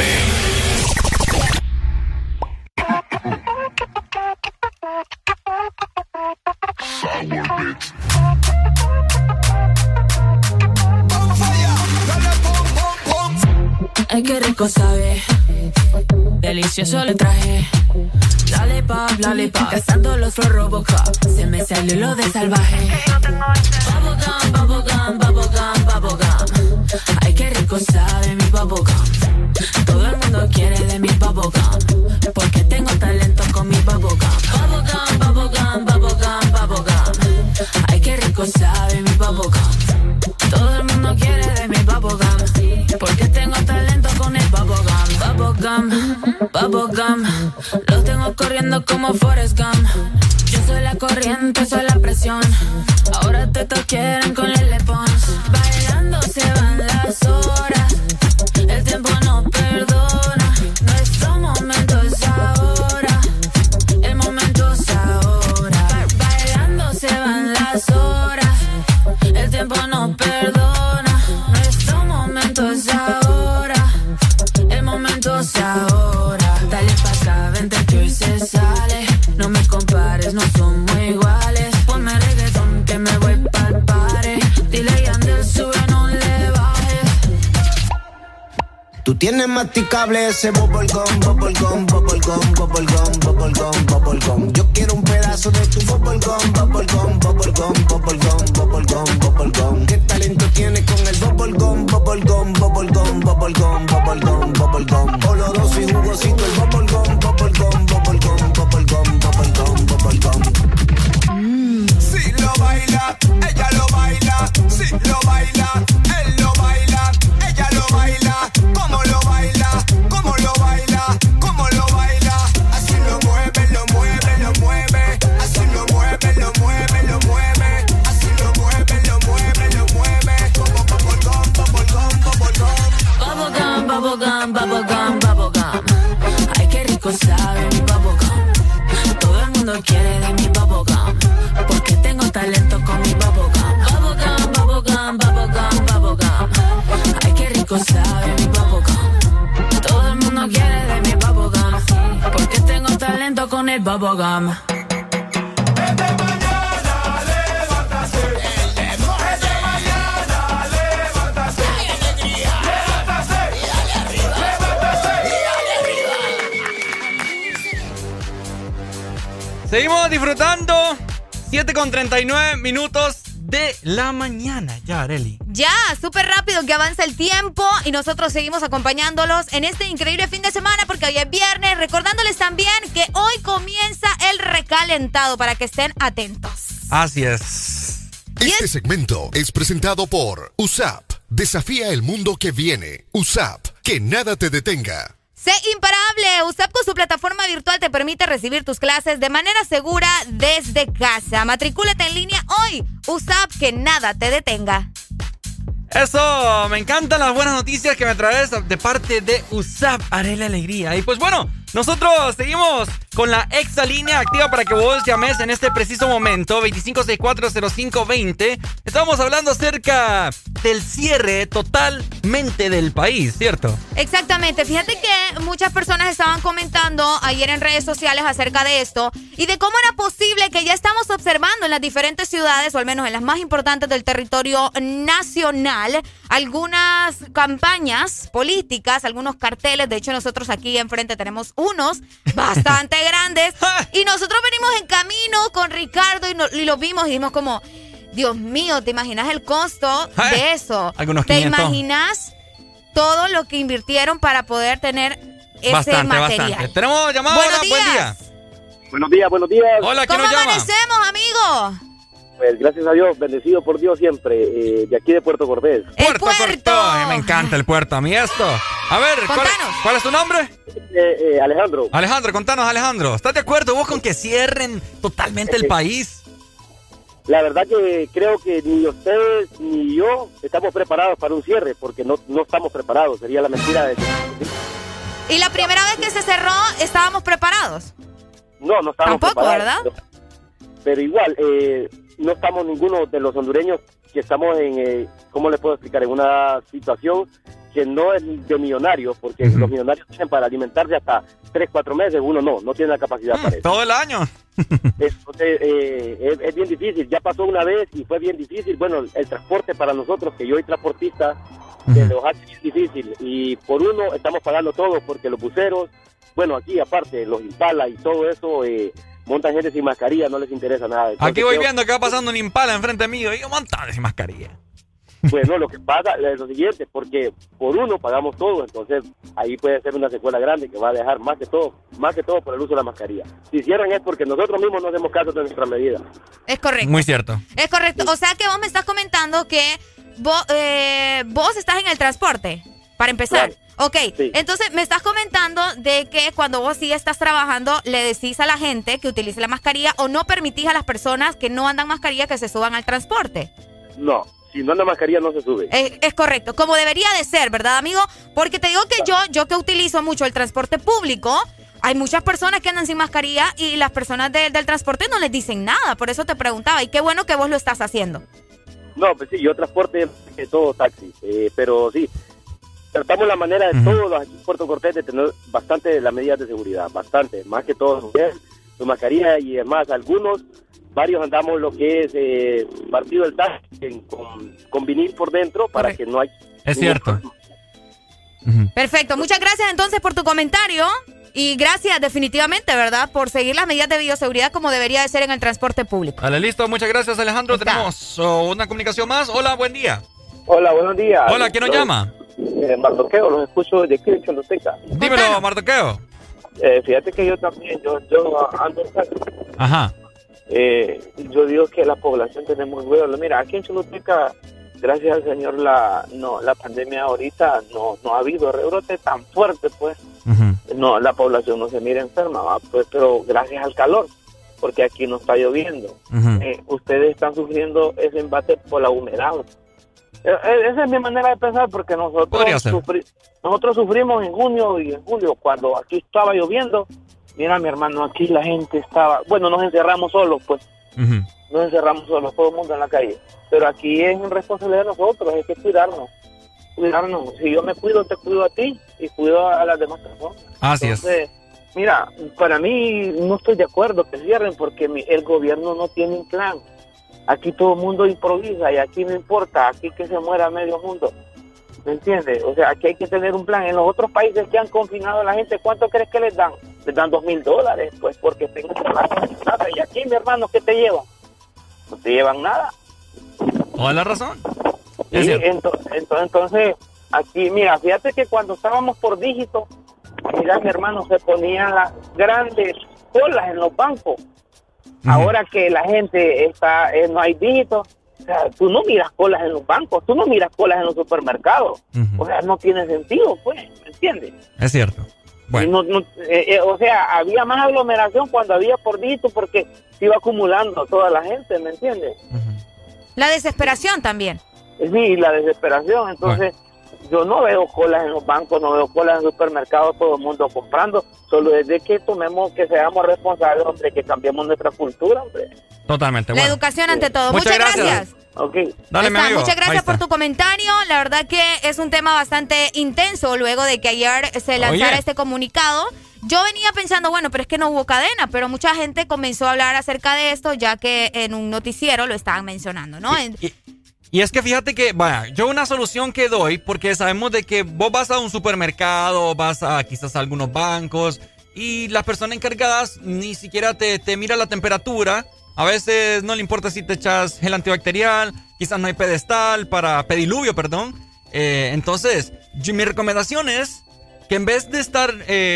Ay, qué rico sabe, delicioso le traje. Dale lollipop. Cazando los Flow Robocop. Se me salió lo de salvaje. Bubblegum, bubblegum, bubblegum, bubblegum. Ay, qué rico sabe mi bubblegum. Todo el mundo quiere de mi bubblegum. Porque tengo talento con mi bubblegum. Bubblegum, bubblegum, bubblegum, bubblegum. Ay, qué rico sabe mi bubblegum. Todo el mundo quiere de mi bubblegum. Porque tengo talento con el bubblegum. Bubblegum, bubblegum. Los tengo corriendo como Forrest Gump. Yo soy la corriente, soy la presión. Ahora te quieren con el Pons. Bailando se van las horas. El tiempo no perdona. Nuestro momento es ahora. El momento es ahora. Bailando se van las horas. El tiempo no perdona. Nuestro momento es ahora. El momento es ahora. Dale pasa, vente que hoy se sale. No me compares, no somos iguales. Ponme reggaetón que me voy pa'l party. Dile y Yandel, sube, no le bajes. Tú tienes masticable ese bubblegum, bubblegum, bubblegum, bubblegum, bubblegum, bubblegum. Yo quiero un pedazo de tu bubblegum, bubblegum, bubblegum, bubblegum, bubblegum, bubblegum. ¿Qué talento tienes con el bubblegum, bubblegum, bubblegum, bubblegum, bubblegum, bubblegum? Oloroso y jugosito el bubblegum, bubblegum, bubblegum, bubblegum, bubblegum, bubblegum. Si lo baila, ella lo baila. Si lo baila, él lo baila. Ella lo baila. ¿Cómo lo baila? ¿Cómo lo baila? ¿Cómo lo baila? Así lo mueve, lo mueve, lo mueve. Así lo mueve, lo mueve, lo mueve. Así lo mueve, lo mueve, lo mueve. Como bubblegum, bubblegum, bubblegum. Bubblegum, bubblegum, bubblegum, bubblegum. Ay, qué rico sabe mi bubblegum. Todo el mundo quiere de mi bubblegum. Porque tengo talento con mi bubblegum. Bubblegum, bubblegum, bubblegum, bubblegum. Ay, qué rico sabe mi bubblegum. Todo el mundo quiere de mi bubblegum. Porque tengo talento con el bubblegum. Seguimos disfrutando. 7:39 minutos de la mañana. Ya, Arely. Ya, súper rápido que avanza el tiempo y nosotros seguimos acompañándolos en este increíble fin de semana porque hoy es viernes, recordándoles también que hoy comienza el recalentado para que estén atentos. Así es. Este segmento es presentado por USAP. Desafía el mundo que viene. USAP, que nada te detenga. Sé imparable. USAP con su plataforma virtual te permite recibir tus clases de manera segura desde casa. Matricúlate en línea hoy. USAP, que nada te detenga. Eso, me encantan las buenas noticias que me traes de parte de USAP, Arely Alegría. Y pues bueno, nosotros seguimos con la exalínea activa para que vos llames en este preciso momento, 25640520. Estamos hablando acerca del cierre totalmente del país, ¿cierto? Exactamente. Fíjate que muchas personas estaban comentando ayer en redes sociales acerca de esto y de cómo era posible que ya estamos observando en las diferentes ciudades, o al menos en las más importantes del territorio nacional, algunas campañas políticas, algunos carteles. De hecho, nosotros aquí enfrente tenemos unos bastante grandes y nosotros venimos en camino con Ricardo y lo vimos y dijimos como, Dios mío, ¿te imaginas el costo de eso? Algunos ¿Te 500. imaginas todo lo que invirtieron para poder tener ese material? Bastante. Tenemos llamada. Buenos Buen día. Buenos días, buenos días. Hola, ¿quién ¿Cómo nos llama? amanecemos, amigo? Pues gracias a Dios, bendecido por Dios siempre, de aquí de Puerto Cordés. Puerto. Ay, me encanta el puerto, a mí esto. A ver, ¿cuál es tu nombre? Alejandro. Alejandro, contanos, Alejandro. ¿Estás de acuerdo vos con que cierren totalmente el país? La verdad que creo que ni ustedes ni yo estamos preparados para un cierre, porque no estamos preparados, sería la mentira de... ¿Y la primera vez que se cerró, estábamos preparados? No estábamos tampoco, preparados. ¿verdad? Pero igual, no estamos ninguno de los hondureños que estamos en, ¿cómo le puedo explicar? En una situación que no es de millonarios, porque los millonarios tienen para alimentarse hasta 3-4 meses, uno no tiene la capacidad para eso. ¿Todo el año? Entonces, es bien difícil. Ya pasó una vez y fue bien difícil. Bueno, el transporte para nosotros, que yo soy transportista, se los hace bien difícil. Y por uno estamos pagando todo, porque los buceros, bueno, aquí aparte, los Impala y todo eso, montan gente sin mascarilla, no les interesa nada. Entonces, aquí voy viendo que va pasando un Impala enfrente mío y yo montado sin mascarilla. Bueno, lo que pasa es lo siguiente, porque por uno pagamos todo, entonces ahí puede ser una secuela grande que va a dejar más que todo por el uso de la mascarilla. Si cierran es porque nosotros mismos no hacemos caso de nuestra medida. Es correcto. Muy cierto. Es correcto. O sea que vos me estás comentando que vos estás en el transporte, para empezar. Claro. Ok, sí. Entonces me estás comentando de que cuando vos sí estás trabajando, le decís a la gente que utilice la mascarilla o no permitís a las personas que no andan mascarilla que se suban al transporte. No. Si no anda mascarilla no se sube. Es correcto, como debería de ser, ¿verdad, amigo? Porque te digo que yo que utilizo mucho el transporte público, hay muchas personas que andan sin mascarilla y las personas del transporte no les dicen nada. Por eso te preguntaba, y qué bueno que vos lo estás haciendo. No, pues sí, yo transporte todo taxi, pero sí, tratamos la manera de todos los aquí en Puerto Cortés de tener bastante las medidas de seguridad, bastante, más que todos, su mascarilla y además varios andamos lo que es partido del taxi con vinil por dentro para que no haya... Es cierto. Perfecto, muchas gracias entonces por tu comentario y gracias definitivamente, ¿verdad? Por seguir las medidas de bioseguridad como debería de ser en el transporte público. Vale, listo, muchas gracias Alejandro. Tenemos una comunicación más. Hola, buen día. Hola, buenos días. Hola, ¿quién nos llama? Mardoqueo, los escucho desde aquí de Choluteca. Dímelo, Mardoqueo. Fíjate que yo también, yo ando en taxi. Ajá. Yo digo que la población tenemos cuidado. Mira, aquí en Choluteca, gracias al Señor, la pandemia ahorita no ha habido rebrote tan fuerte, pues. No, la población no se mira enferma, ¿va? Pues, pero gracias al calor, porque aquí no está lloviendo. Ustedes están sufriendo ese embate por la humedad. Esa es mi manera de pensar, porque nosotros sufrimos en junio y en julio, cuando aquí estaba lloviendo. Mira, mi hermano, aquí la gente estaba... Bueno, nos encerramos solos, pues. Nos encerramos solos, todo el mundo en la calle. Pero aquí es responsabilidad de nosotros, hay que cuidarnos. Si yo me cuido, te cuido a ti y cuido a las demás personas. Así Entonces, mira, para mí no estoy de acuerdo que cierren porque el gobierno no tiene un plan. Aquí todo el mundo improvisa y aquí no importa, aquí que se muera medio mundo. ¿Me entiendes? O sea, aquí hay que tener un plan. En los otros países que han confinado a la gente, ¿cuánto crees que les dan? Les dan $2,000, pues, porque tengo trabajo. Y aquí, mi hermano, ¿qué te llevan? No te llevan nada. Toda la razón. Sí, entonces, aquí, mira, fíjate que cuando estábamos por dígito, mira, mi hermano, se ponían las grandes colas en los bancos. Ahora que la gente está, no hay dígitos, o sea, tú no miras colas en los bancos, tú no miras colas en los supermercados. O sea, no tiene sentido, pues, ¿me entiendes? Es cierto. Bueno. O sea, había más aglomeración cuando había por dígito porque se iba acumulando toda la gente, ¿me entiendes? La desesperación también. Sí, la desesperación. Entonces, yo no veo colas en los bancos, no veo colas en los supermercados, todo el mundo comprando. Solo desde que que seamos responsables, hombre, que cambiemos nuestra cultura, hombre. Totalmente. La educación ante todo. Muchas gracias. Ok. Dale, mi amigo. Muchas gracias por tu comentario. La verdad que es un tema bastante intenso luego de que ayer se lanzara este comunicado. Yo venía pensando, bueno, pero es que no hubo cadena, pero mucha gente comenzó a hablar acerca de esto ya que en un noticiero lo estaban mencionando, ¿no? Y es que fíjate que, vaya, yo una solución que doy, porque sabemos de que vos vas a un supermercado, vas a quizás a algunos bancos y las personas encargadas ni siquiera te mira la temperatura. A veces no le importa si te echas gel antibacterial, quizás no hay pediluvio, perdón. Entonces, mi recomendación es que en vez de estar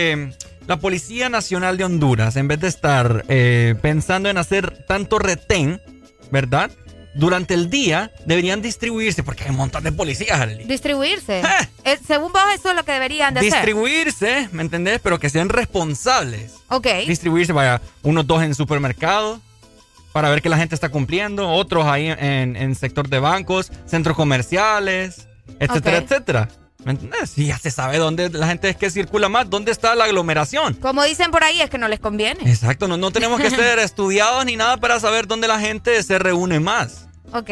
la Policía Nacional de Honduras, en vez de estar pensando en hacer tanto retén, ¿verdad? Durante el día deberían distribuirse, porque hay un montón de policías, Arely. Distribuirse. Según vos, eso es lo que deberían de hacer. Distribuirse, ¿me entendés? Pero que sean responsables. Ok. Distribuirse, vaya, unos 2 en supermercados para ver que la gente está cumpliendo, otros ahí en sector de bancos, centros comerciales, etcétera, etcétera. ¿Me entendés? Sí, ya se sabe dónde la gente es que circula más, dónde está la aglomeración. Como dicen por ahí, es que no les conviene. Exacto, no tenemos que ser estudiados ni nada para saber dónde la gente se reúne más. Ok,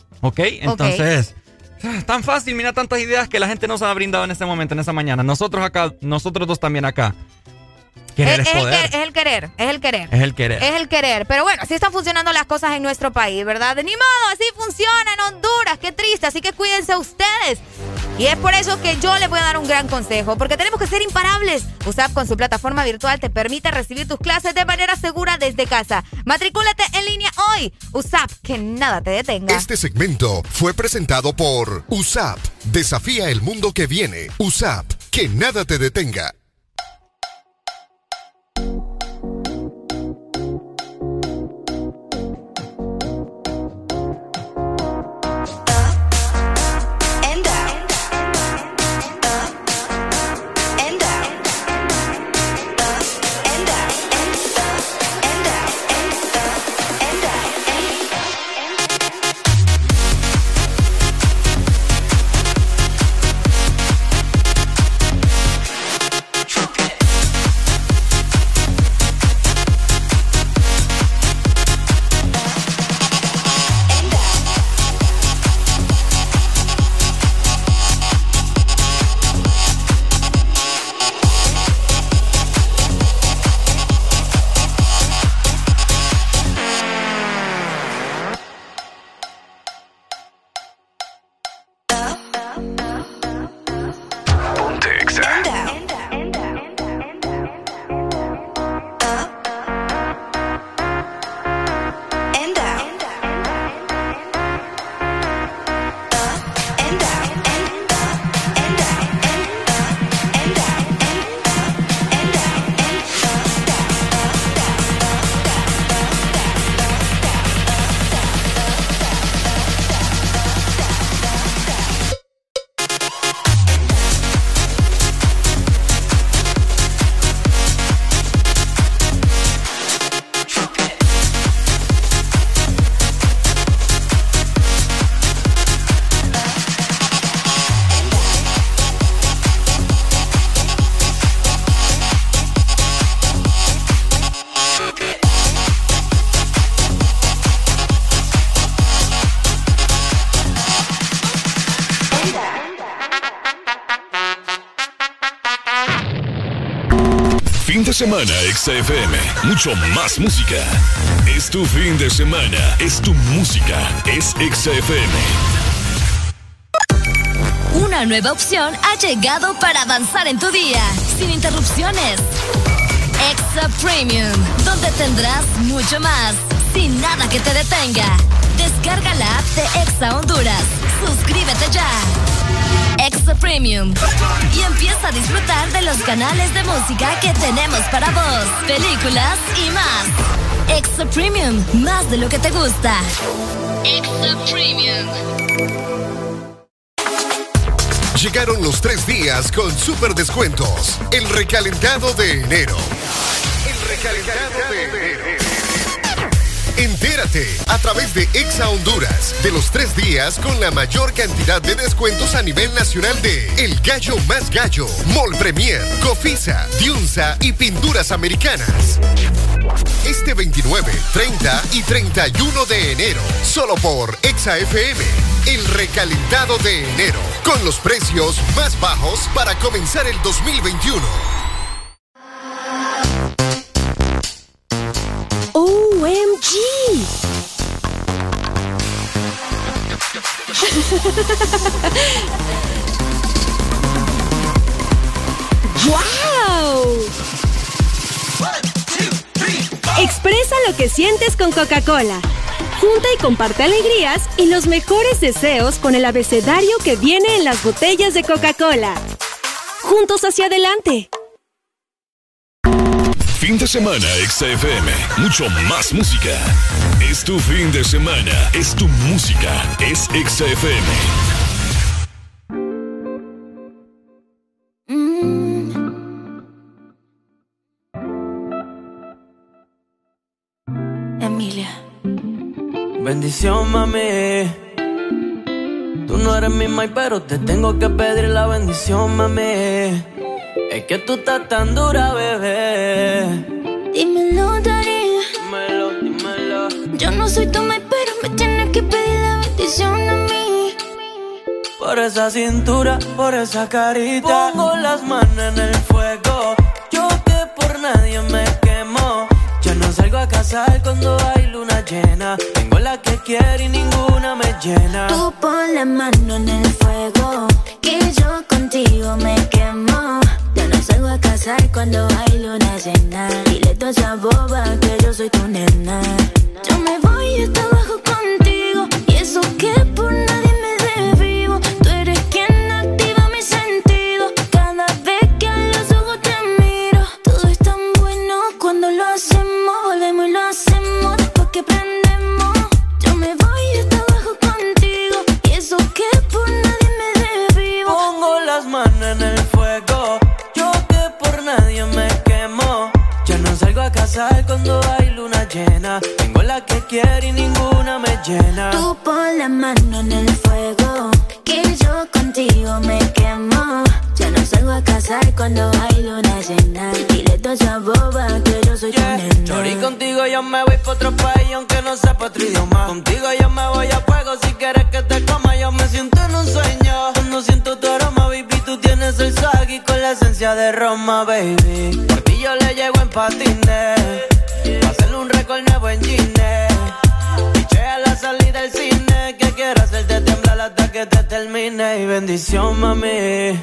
entonces, es tan fácil, mira tantas ideas que la gente nos ha brindado en este momento, en esa mañana. Nosotros dos también acá. Querer es poder. Es el querer. Es el querer. Pero bueno, así están funcionando las cosas en nuestro país, ¿verdad? Ni modo, así funciona en Honduras. Qué triste, así que cuídense ustedes. Y es por eso que yo les voy a dar un gran consejo, porque tenemos que ser imparables. USAP con su plataforma virtual te permite recibir tus clases de manera segura desde casa. Matricúlate en línea hoy. USAP, que nada te detenga. Este segmento fue presentado por USAP. Desafía el mundo que viene. USAP, que nada te detenga. Fin de semana, XFM. Mucho más música. Es tu fin de semana. Es tu música. Es XFM. Una nueva opción ha llegado para avanzar en tu día, sin interrupciones. Exa Premium, donde tendrás mucho más, sin nada que te detenga. Descarga la app de Exa Honduras. Suscríbete ya. Exa Premium. Y empieza a disfrutar de los canales de música que tenemos para vos, películas y más. Exa Premium, más de lo que te gusta. Exa Premium. Llegaron los 3 días con super descuentos. El recalentado de enero. El recalentado de enero. Entérate a través de Exa Honduras de los 3 días con la mayor cantidad de descuentos a nivel nacional de El Gallo Más Gallo, Mall Premier, Cofisa, Diunsa y Pinturas Americanas. Este 29, 30 y 31 de enero, solo por Exa FM. El recalentado de enero, con los precios más bajos para comenzar el 2021. OMG. ¡Wow! Expresa lo que sientes con Coca-Cola. Junta y comparte alegrías y los mejores deseos con el abecedario que viene en las botellas de Coca-Cola. Juntos hacia adelante. Fin de semana, XFM. Mucho más música. Es tu fin de semana. Es tu música. Es XFM. Emilia. Bendición, mami. Tú no eres mi mai, pero te tengo que pedir la bendición, mami. Es que tú estás tan dura, bebé. Dímelo, Dari. Dímelo. Yo no soy tu mai, pero me tienes que pedir la bendición a mí. Por esa cintura, por esa carita, pongo las manos en el fuego. Yo que por nadie casar cuando hay luna llena. Tengo la que quiero y ninguna me llena. Tú pon la mano en el fuego, que yo contigo me quemo. Yo no salgo a casar cuando hay luna llena. Dile tú a esa boba que yo soy tu nena. Yo me voy hasta abajo contigo, y eso que por nadie me desvivo. Tú eres quien activa mis sentidos. Cada vez que a los ojos te miro, todo es tan bueno cuando lo hacemos. Volvemos y lo hacemos después que prendemos. Yo me voy hasta abajo contigo, y eso que por nadie me desvivo. Pongo las manos en el fuego, yo que por nadie me quemo. Ya no salgo a casar cuando hay luna llena. Tengo la que quiero y ninguna me llena. Tú pon la mano en el fuego, que yo contigo me quemo. Ya no salgo a casar cuando hay luna llena. Dile tú a esa boba que yo soy tu nena. Chori, contigo yo me voy pa' otro país aunque no sepa otro idioma. Contigo yo me voy a fuego si quieres que te coma. Yo me siento en un sueño cuando siento tu aroma, baby. Tú tienes el swag y con la esencia de Roma, baby. Por ti yo le llego en patines, pa' hacerle un récord nuevo en Gine. Piché a la salida del cine, que quiero hacerte temblar hasta que te termine. Y bendición, mami.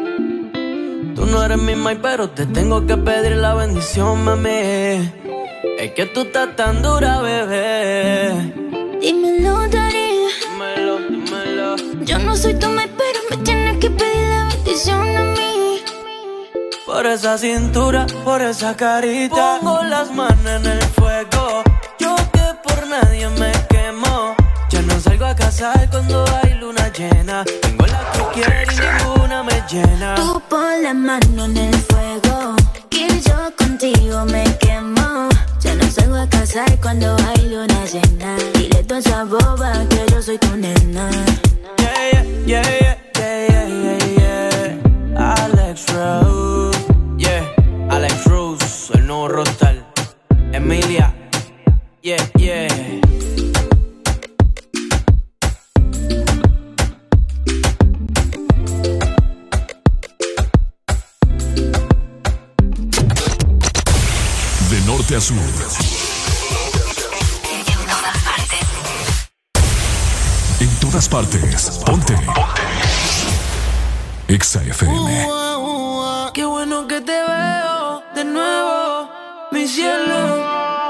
Tú no eres mi mai, pero te tengo que pedir la bendición, mami. Es que tú estás tan dura, bebé. Dímelo, Darío. Dímelo, dímelo. Yo no soy tu mai, pero me tienes que pedir la bendición a mí. Por esa cintura, por esa carita, pongo las manos en el fuego. Yo que por nadie me quemo. Ya no salgo a casar cuando hay luna llena. Tengo la que quiero y ninguna me llena. Tú pon la mano en el fuego, que yo contigo me quemo. Ya no salgo a casar cuando hay luna llena. Dile tú a esa boba que yo soy tu nena. Yeah, yeah, yeah, yeah, yeah, yeah, yeah. Alex Rose, yeah, Alex Rose, el nuevo Rostal. Emilia, yeah, yeah. De norte a sur. En todas partes. Ponte. Exa FM. Qué bueno que te veo de nuevo, mi cielo.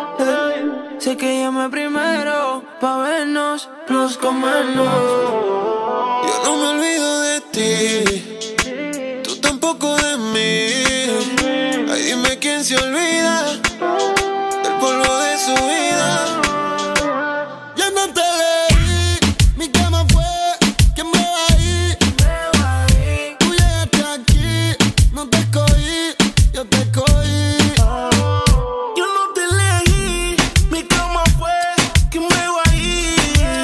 Sé que llamé primero pa' vernos, nos comernos. Yo no me olvido de ti, tú tampoco de mí. Ay, dime quién se olvida del polvo de su vida. Ya no te leí, mi cama fue quien me va ahí. Tú llegaste aquí, no te escogí, yo te escogí. Yo no te elegí, mi cama fue quien me va ahí.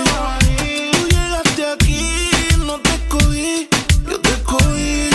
Tú llegaste aquí, no te escogí, yo te escogí.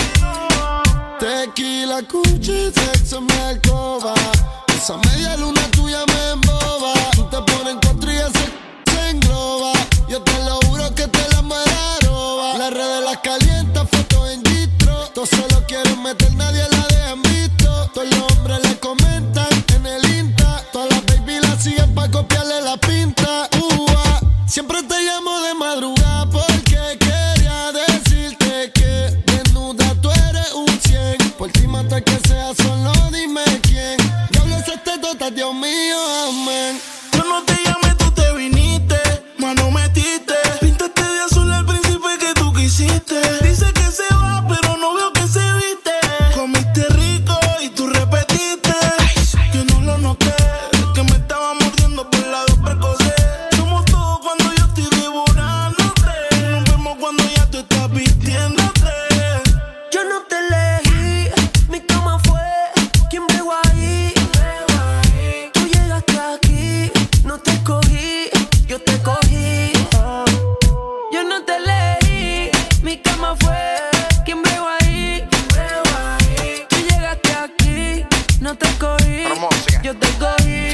Tequila, cuchi, sexo en mi alcoba. Esa media luna tuya me emboba. Tú te pones en cuatro y ese se engloba. Yo te lo juro que te la roba. Las redes las calientas, fotos en distro. Todos solo quieren meter, nadie la dejan visto. Todos los hombres le comentan en el Insta. Todas las baby la siguen pa' copiarle la pinta. Siempre te llamo de madrugada porque quería decirte que desnuda tú eres un 100. Por ti mata que sea, solo dime quién. Diablo ese tetota, Dios mío, amén. Yo no te llamé, tú te viniste, mano metiste. Pintaste de azul al príncipe que tú quisiste. Dice que se va, pero no veo que se viste. Comiste rico y tú repetiste. Yo no lo noté, que me estaba mordiendo por la dos precoces. Somos todos cuando yo estoy devorándote. Nos vemos cuando ya tú estás vistiéndote. Yo no te elegí, mi cama fue quien bregó ahí. Tú llegaste aquí, no te escogí, yo te cogí. Yo no te elegí, mi cama fue quien bregó ahí. Tú llegaste aquí, no te escogí, yo te cogí.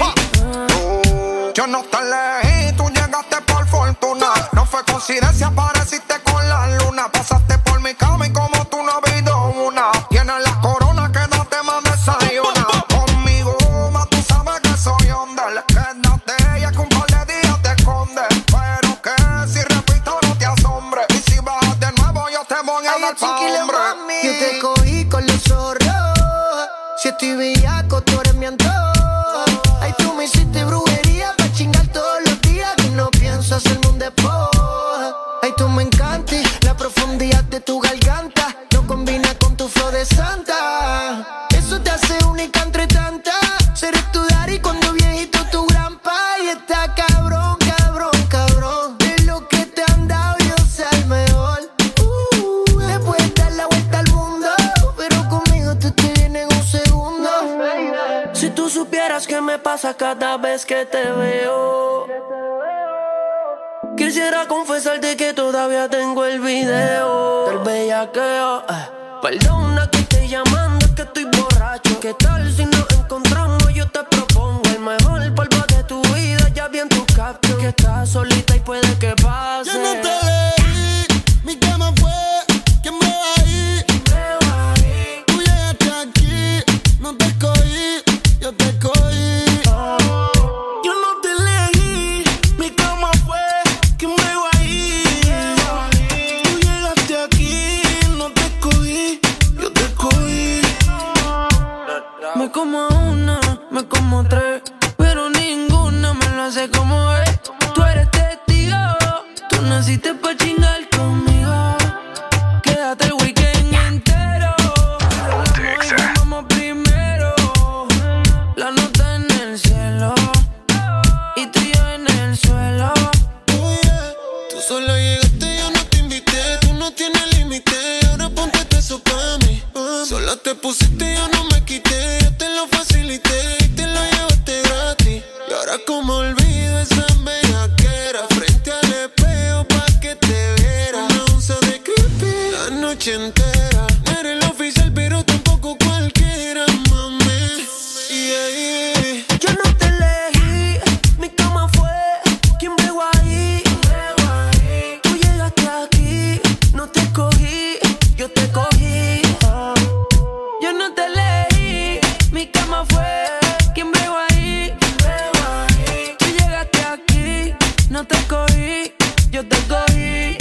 Yo no te elegí, tú llegaste por fortuna. No fue coincidencia, apareciste con la luna. Pasaste por mi cama y como tú no ha habido una. Tienes la corona, quédate más desayuna. Conmigo, más tú sabes que soy onda. Que pa' hombre. Yo te cogí con los zorros. Si estoy bellaco, tú eres mi antojo. Ay, tú me hiciste brujería pa' chingar todos los días. Y no pienso hacerme un despojo. Ay, tú me encantas. La profundidad de tu garganta no combina con tu flow de santa. Eso te hace única entre tantas. Seré tu daddy cuando viejito tu granpa. Y está cabrón, cabrón, cabrón. De lo que te han dado yo sé el mejor. Le puedes dar la vuelta al mundo, pero conmigo tú te vienes en un segundo. Si tú supieras qué me pasa cada vez que te veo, quisiera confesarte que todavía tengo el video del bellaqueo. Perdona que esté llamando, es que estoy borracho. ¿Qué tal si nos encontramos? Yo te propongo el mejor polvo de tu vida. Ya vi en tu caption que estás solita y puede que pase. Yo no te leí, mi cama fue quien me va a ir. Tú llegaste aquí, no te escogí, yo te escogí. Yo no te elegí, mi cama fue quien me va a ir. Tú llegaste aquí, no te escogí, yo te escogí. Me como una, me como tres, pero ninguna me lo hace como es. Tú eres testigo, tú naciste pa' chingar conmigo. Quédate el weekend entero. Vamos primero. La nota en el cielo y tú y yo en el suelo. Tú solo llegaste, yo no te invité. Tú no tienes límite, ahora ponte eso pa' mí. Sola te pusiste, yo no me quité. Yo te lo facilité y te lo llevaste gratis. Y ahora como olvido esa bellaquera frente al espejo pa' que te viera. Una onza de creepy la noche entera. No eres el oficial, pero tampoco cualquiera, mami. Yo no te elegí, mi cama fue quien me va a ir. Tú llegaste aquí, no te escogí, yo te cogí. Yo no te elegí, mi cama fue quien me va a ir. Tú llegaste aquí, no te escogí, yo te cogí.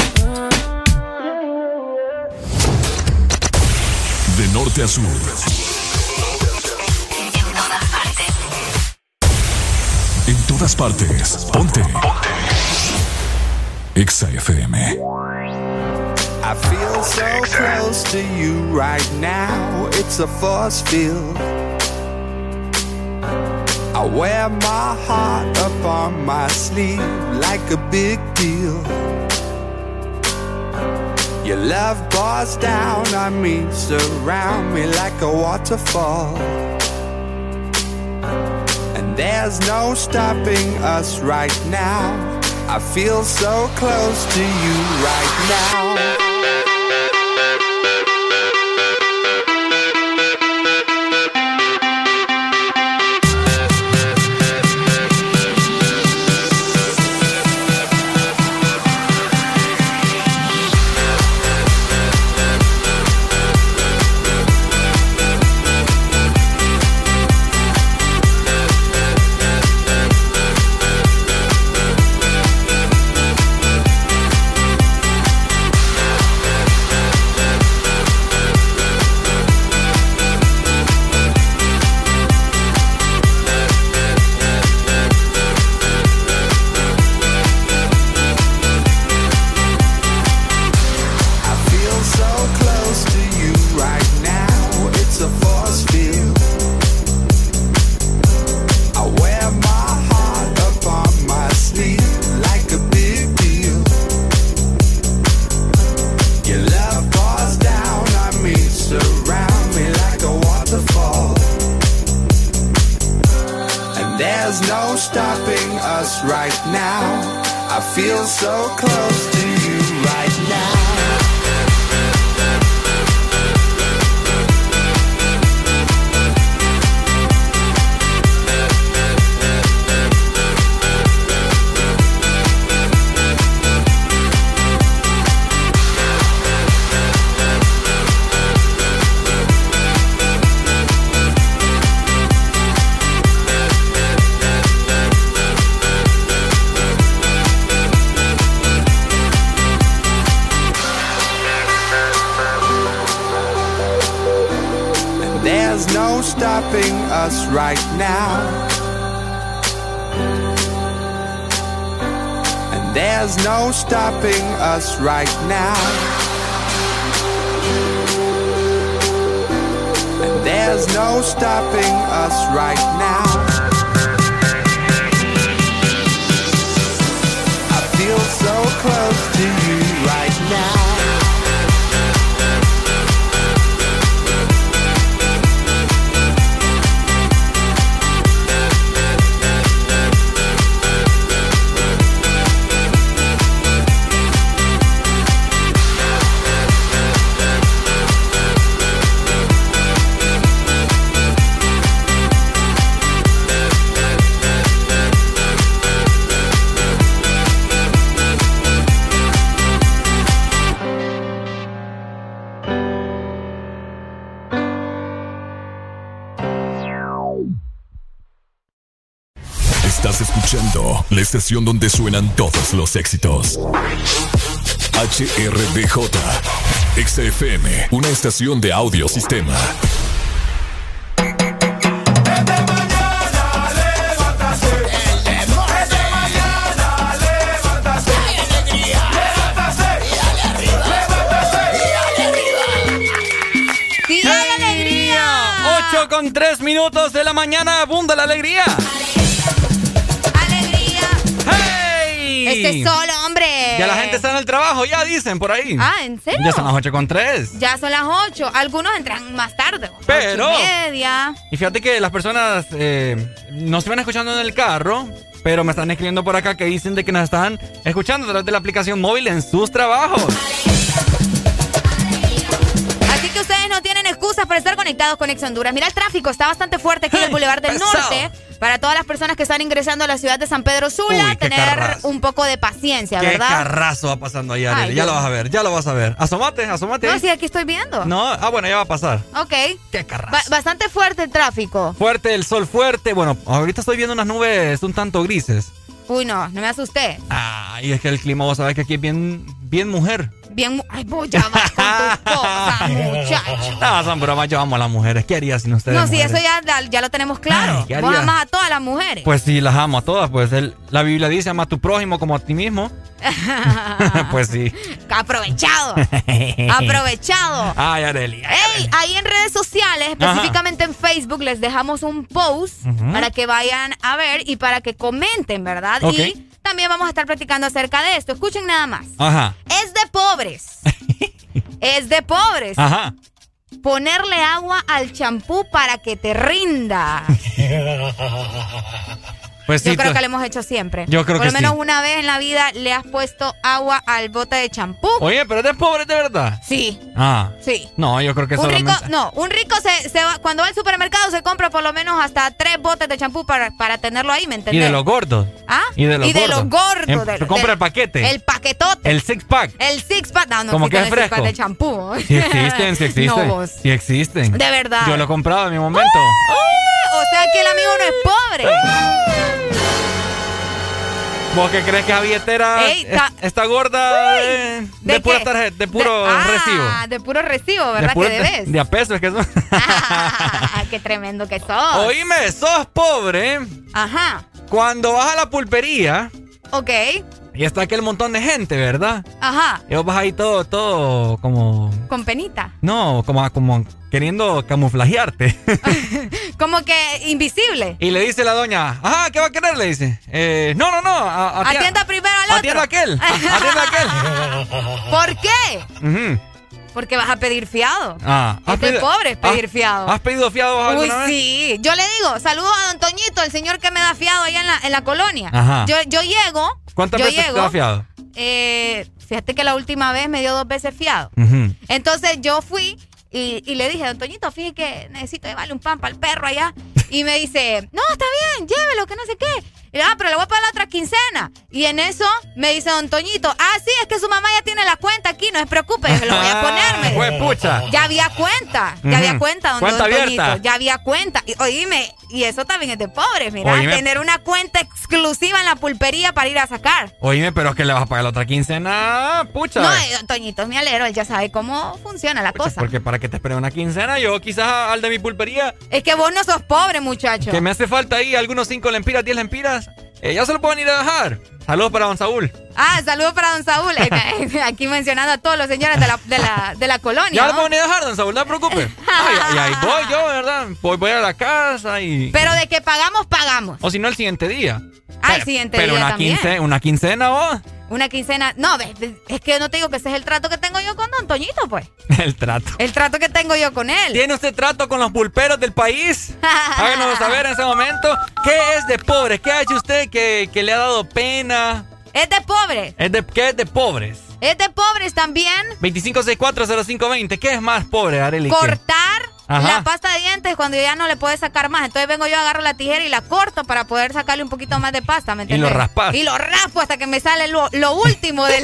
De norte a sur. En todas partes. Ponte. Exa FM. I feel so close to you right now. It's a force field. I wear my heart up on my sleeve like a big deal. Your love pours down on me, surround me like a waterfall. And there's no stopping us right now. I feel so close to you right now. stopping us right now. I feel so close to you right now. stopping us right now. And there's no stopping us right now. And there's no stopping us right now. I feel so close to you right now. Estás escuchando la estación donde suenan todos los éxitos. HRDJ, XFM, una estación de audio sistema. ¡Sí, hay alegría! 8:03 de la mañana, abunda la alegría. Este solo, hombre. Ya la gente está en el trabajo, ya dicen por ahí. Ah, ¿en serio? Ya son las 8:03. Ya son las 8. Algunos entran más tarde. Pero 8:30. Y fíjate que las personas no se van escuchando en el carro, pero me están escribiendo por acá que dicen de que nos están escuchando a través de la aplicación móvil en sus trabajos. Así que ustedes no tienen excusas para estar conectados con Ex Honduras. Mira, el tráfico está bastante fuerte aquí en el Boulevard del Norte. Para todas las personas que están ingresando a la ciudad de San Pedro Sula, tener un poco de paciencia, ¿verdad? Qué carrazo va pasando allá, Arely. Ya lo vas a ver, ya lo vas a ver. Asómate. No, sí, aquí estoy viendo. No, bueno, ya va a pasar. Ok. Qué carrazo. Bastante fuerte el tráfico. Fuerte, el sol fuerte. Bueno, ahorita estoy viendo unas nubes un tanto grises. Uy, no me asusté. Ay, es que el clima, vos sabés que aquí es bien mujer. Bien, ay, vos ya vas con tus cosas, muchacho. No, son bromas, yo amo a las mujeres. ¿Qué harías sin ustedes? No, sí, mujeres? eso ya lo tenemos claro. Ay, vos amas a todas las mujeres. Pues sí, las amo a todas. Pues la Biblia dice, ama a tu prójimo como a ti mismo. Pues sí. Aprovechado. Aprovechado. Ay, Arely. Ey, ahí en redes sociales, específicamente en Facebook, les dejamos un post para que vayan a ver y para que comenten, ¿verdad? Okay. Y también vamos a estar platicando acerca de esto. Escuchen nada más. Ajá. Es de pobres. Es de pobres. Ajá. Ponerle agua al champú para que te rinda. Pues sí, yo creo que lo hemos hecho siempre. Yo creo Por que lo menos sí. una vez en la vida le has puesto agua al bote de champú. Oye, pero es de pobres de verdad. Sí. Ah. Sí. No, yo creo que un solamente... un rico se va, cuando va al supermercado se compra por lo menos hasta 3 botes de champú para tenerlo ahí, ¿me entendés? Y de los gordos. ¿Ah? Y de los gordos. Compra el paquete. El paquetote. El six pack. El six pack. No como existe que el es six pack fresco. de champú. Sí existen, sí existen. No, vos. Sí existen. De verdad. Yo lo he comprado en mi momento. O sea que el amigo no es pobre. ¿Vos qué crees que la billetera está gorda de pura tarjeta, de puro recibo? Ah, de puro recibo, ¿verdad? Que debes. De a peso es que son. Qué tremendo que sos. Oíme, sos pobre. Ajá. Cuando vas a la pulpería. Ok. Y está aquel montón de gente, ¿verdad? Ajá. Y vos vas ahí todo como... Con penita. No, como queriendo camuflajearte. Como que invisible. Y le dice la doña, ajá, ¿qué va a querer? Le dice. No. Atienda primero al otro. Atienda a aquel. Atienda a aquel. ¿Por qué? Porque vas a pedir fiado. Es de pobre pedir fiado. ¿Has pedido fiado alguna vez? Sí. Yo le digo, saludos a don Toñito, el señor que me da fiado allá en la colonia. Ajá. Yo llego. ¿Cuántas veces te da fiado? Fíjate que la última vez me dio 2 veces fiado. Entonces yo fui y le dije, don Toñito, fíjate que necesito llevarle un pan para el perro allá. Y me dice, no, está bien, llévelo, que no sé qué. Y, pero le voy a pagar la otra quincena. Y en eso me dice don Toñito, sí, es que su mamá ya tiene la cuenta aquí, no se preocupe, yo lo voy a ponerme. Pues pucha. Ya había cuenta, don Cuenta abierta. Toñito, ya había cuenta. Y oíme, y eso también es de pobres, mira, tener una cuenta exclusiva en la pulpería para ir a sacar. Oíme, pero es que le vas a pagar la otra quincena, pucha. No, don Toñito es mi alero, él ya sabe cómo funciona la cosa. Porque para que te espere una quincena, yo quizás al de mi pulpería. Es que vos no sos pobre, muchacho. Que me hace falta ahí algunos 5 lempiras, 10 lempiras. Ya se lo pueden ir a dejar. Saludos para don Saúl. Saludos para don Saúl. Aquí mencionando a todos los señores de la colonia. Ya lo pueden ir a dejar, don Saúl, no se preocupe. Y ahí voy yo, ¿verdad? Voy a la casa y... Pero de que pagamos, pagamos. O si no, el siguiente día. El siguiente día también. Pero una quincena, vos. Una quincena. No, es que yo no te digo que ese es el trato que tengo yo con don Toñito, pues. El trato. El trato que tengo yo con él. ¿Tiene usted trato con los pulperos del país? Háganos saber en ese momento. ¿Qué es de pobre? ¿Qué ha hecho usted que le ha dado pena? Es de pobres. ¿Qué es de pobres? Es de pobres también. 25640520. ¿Qué es más pobre, Arely? Cortar la pasta de dientes cuando ya no le puedes sacar más. Entonces vengo yo, agarro la tijera y la corto para poder sacarle un poquito más de pasta, ¿me entiendes? Y lo raspas. Y lo raspo hasta que me sale lo último de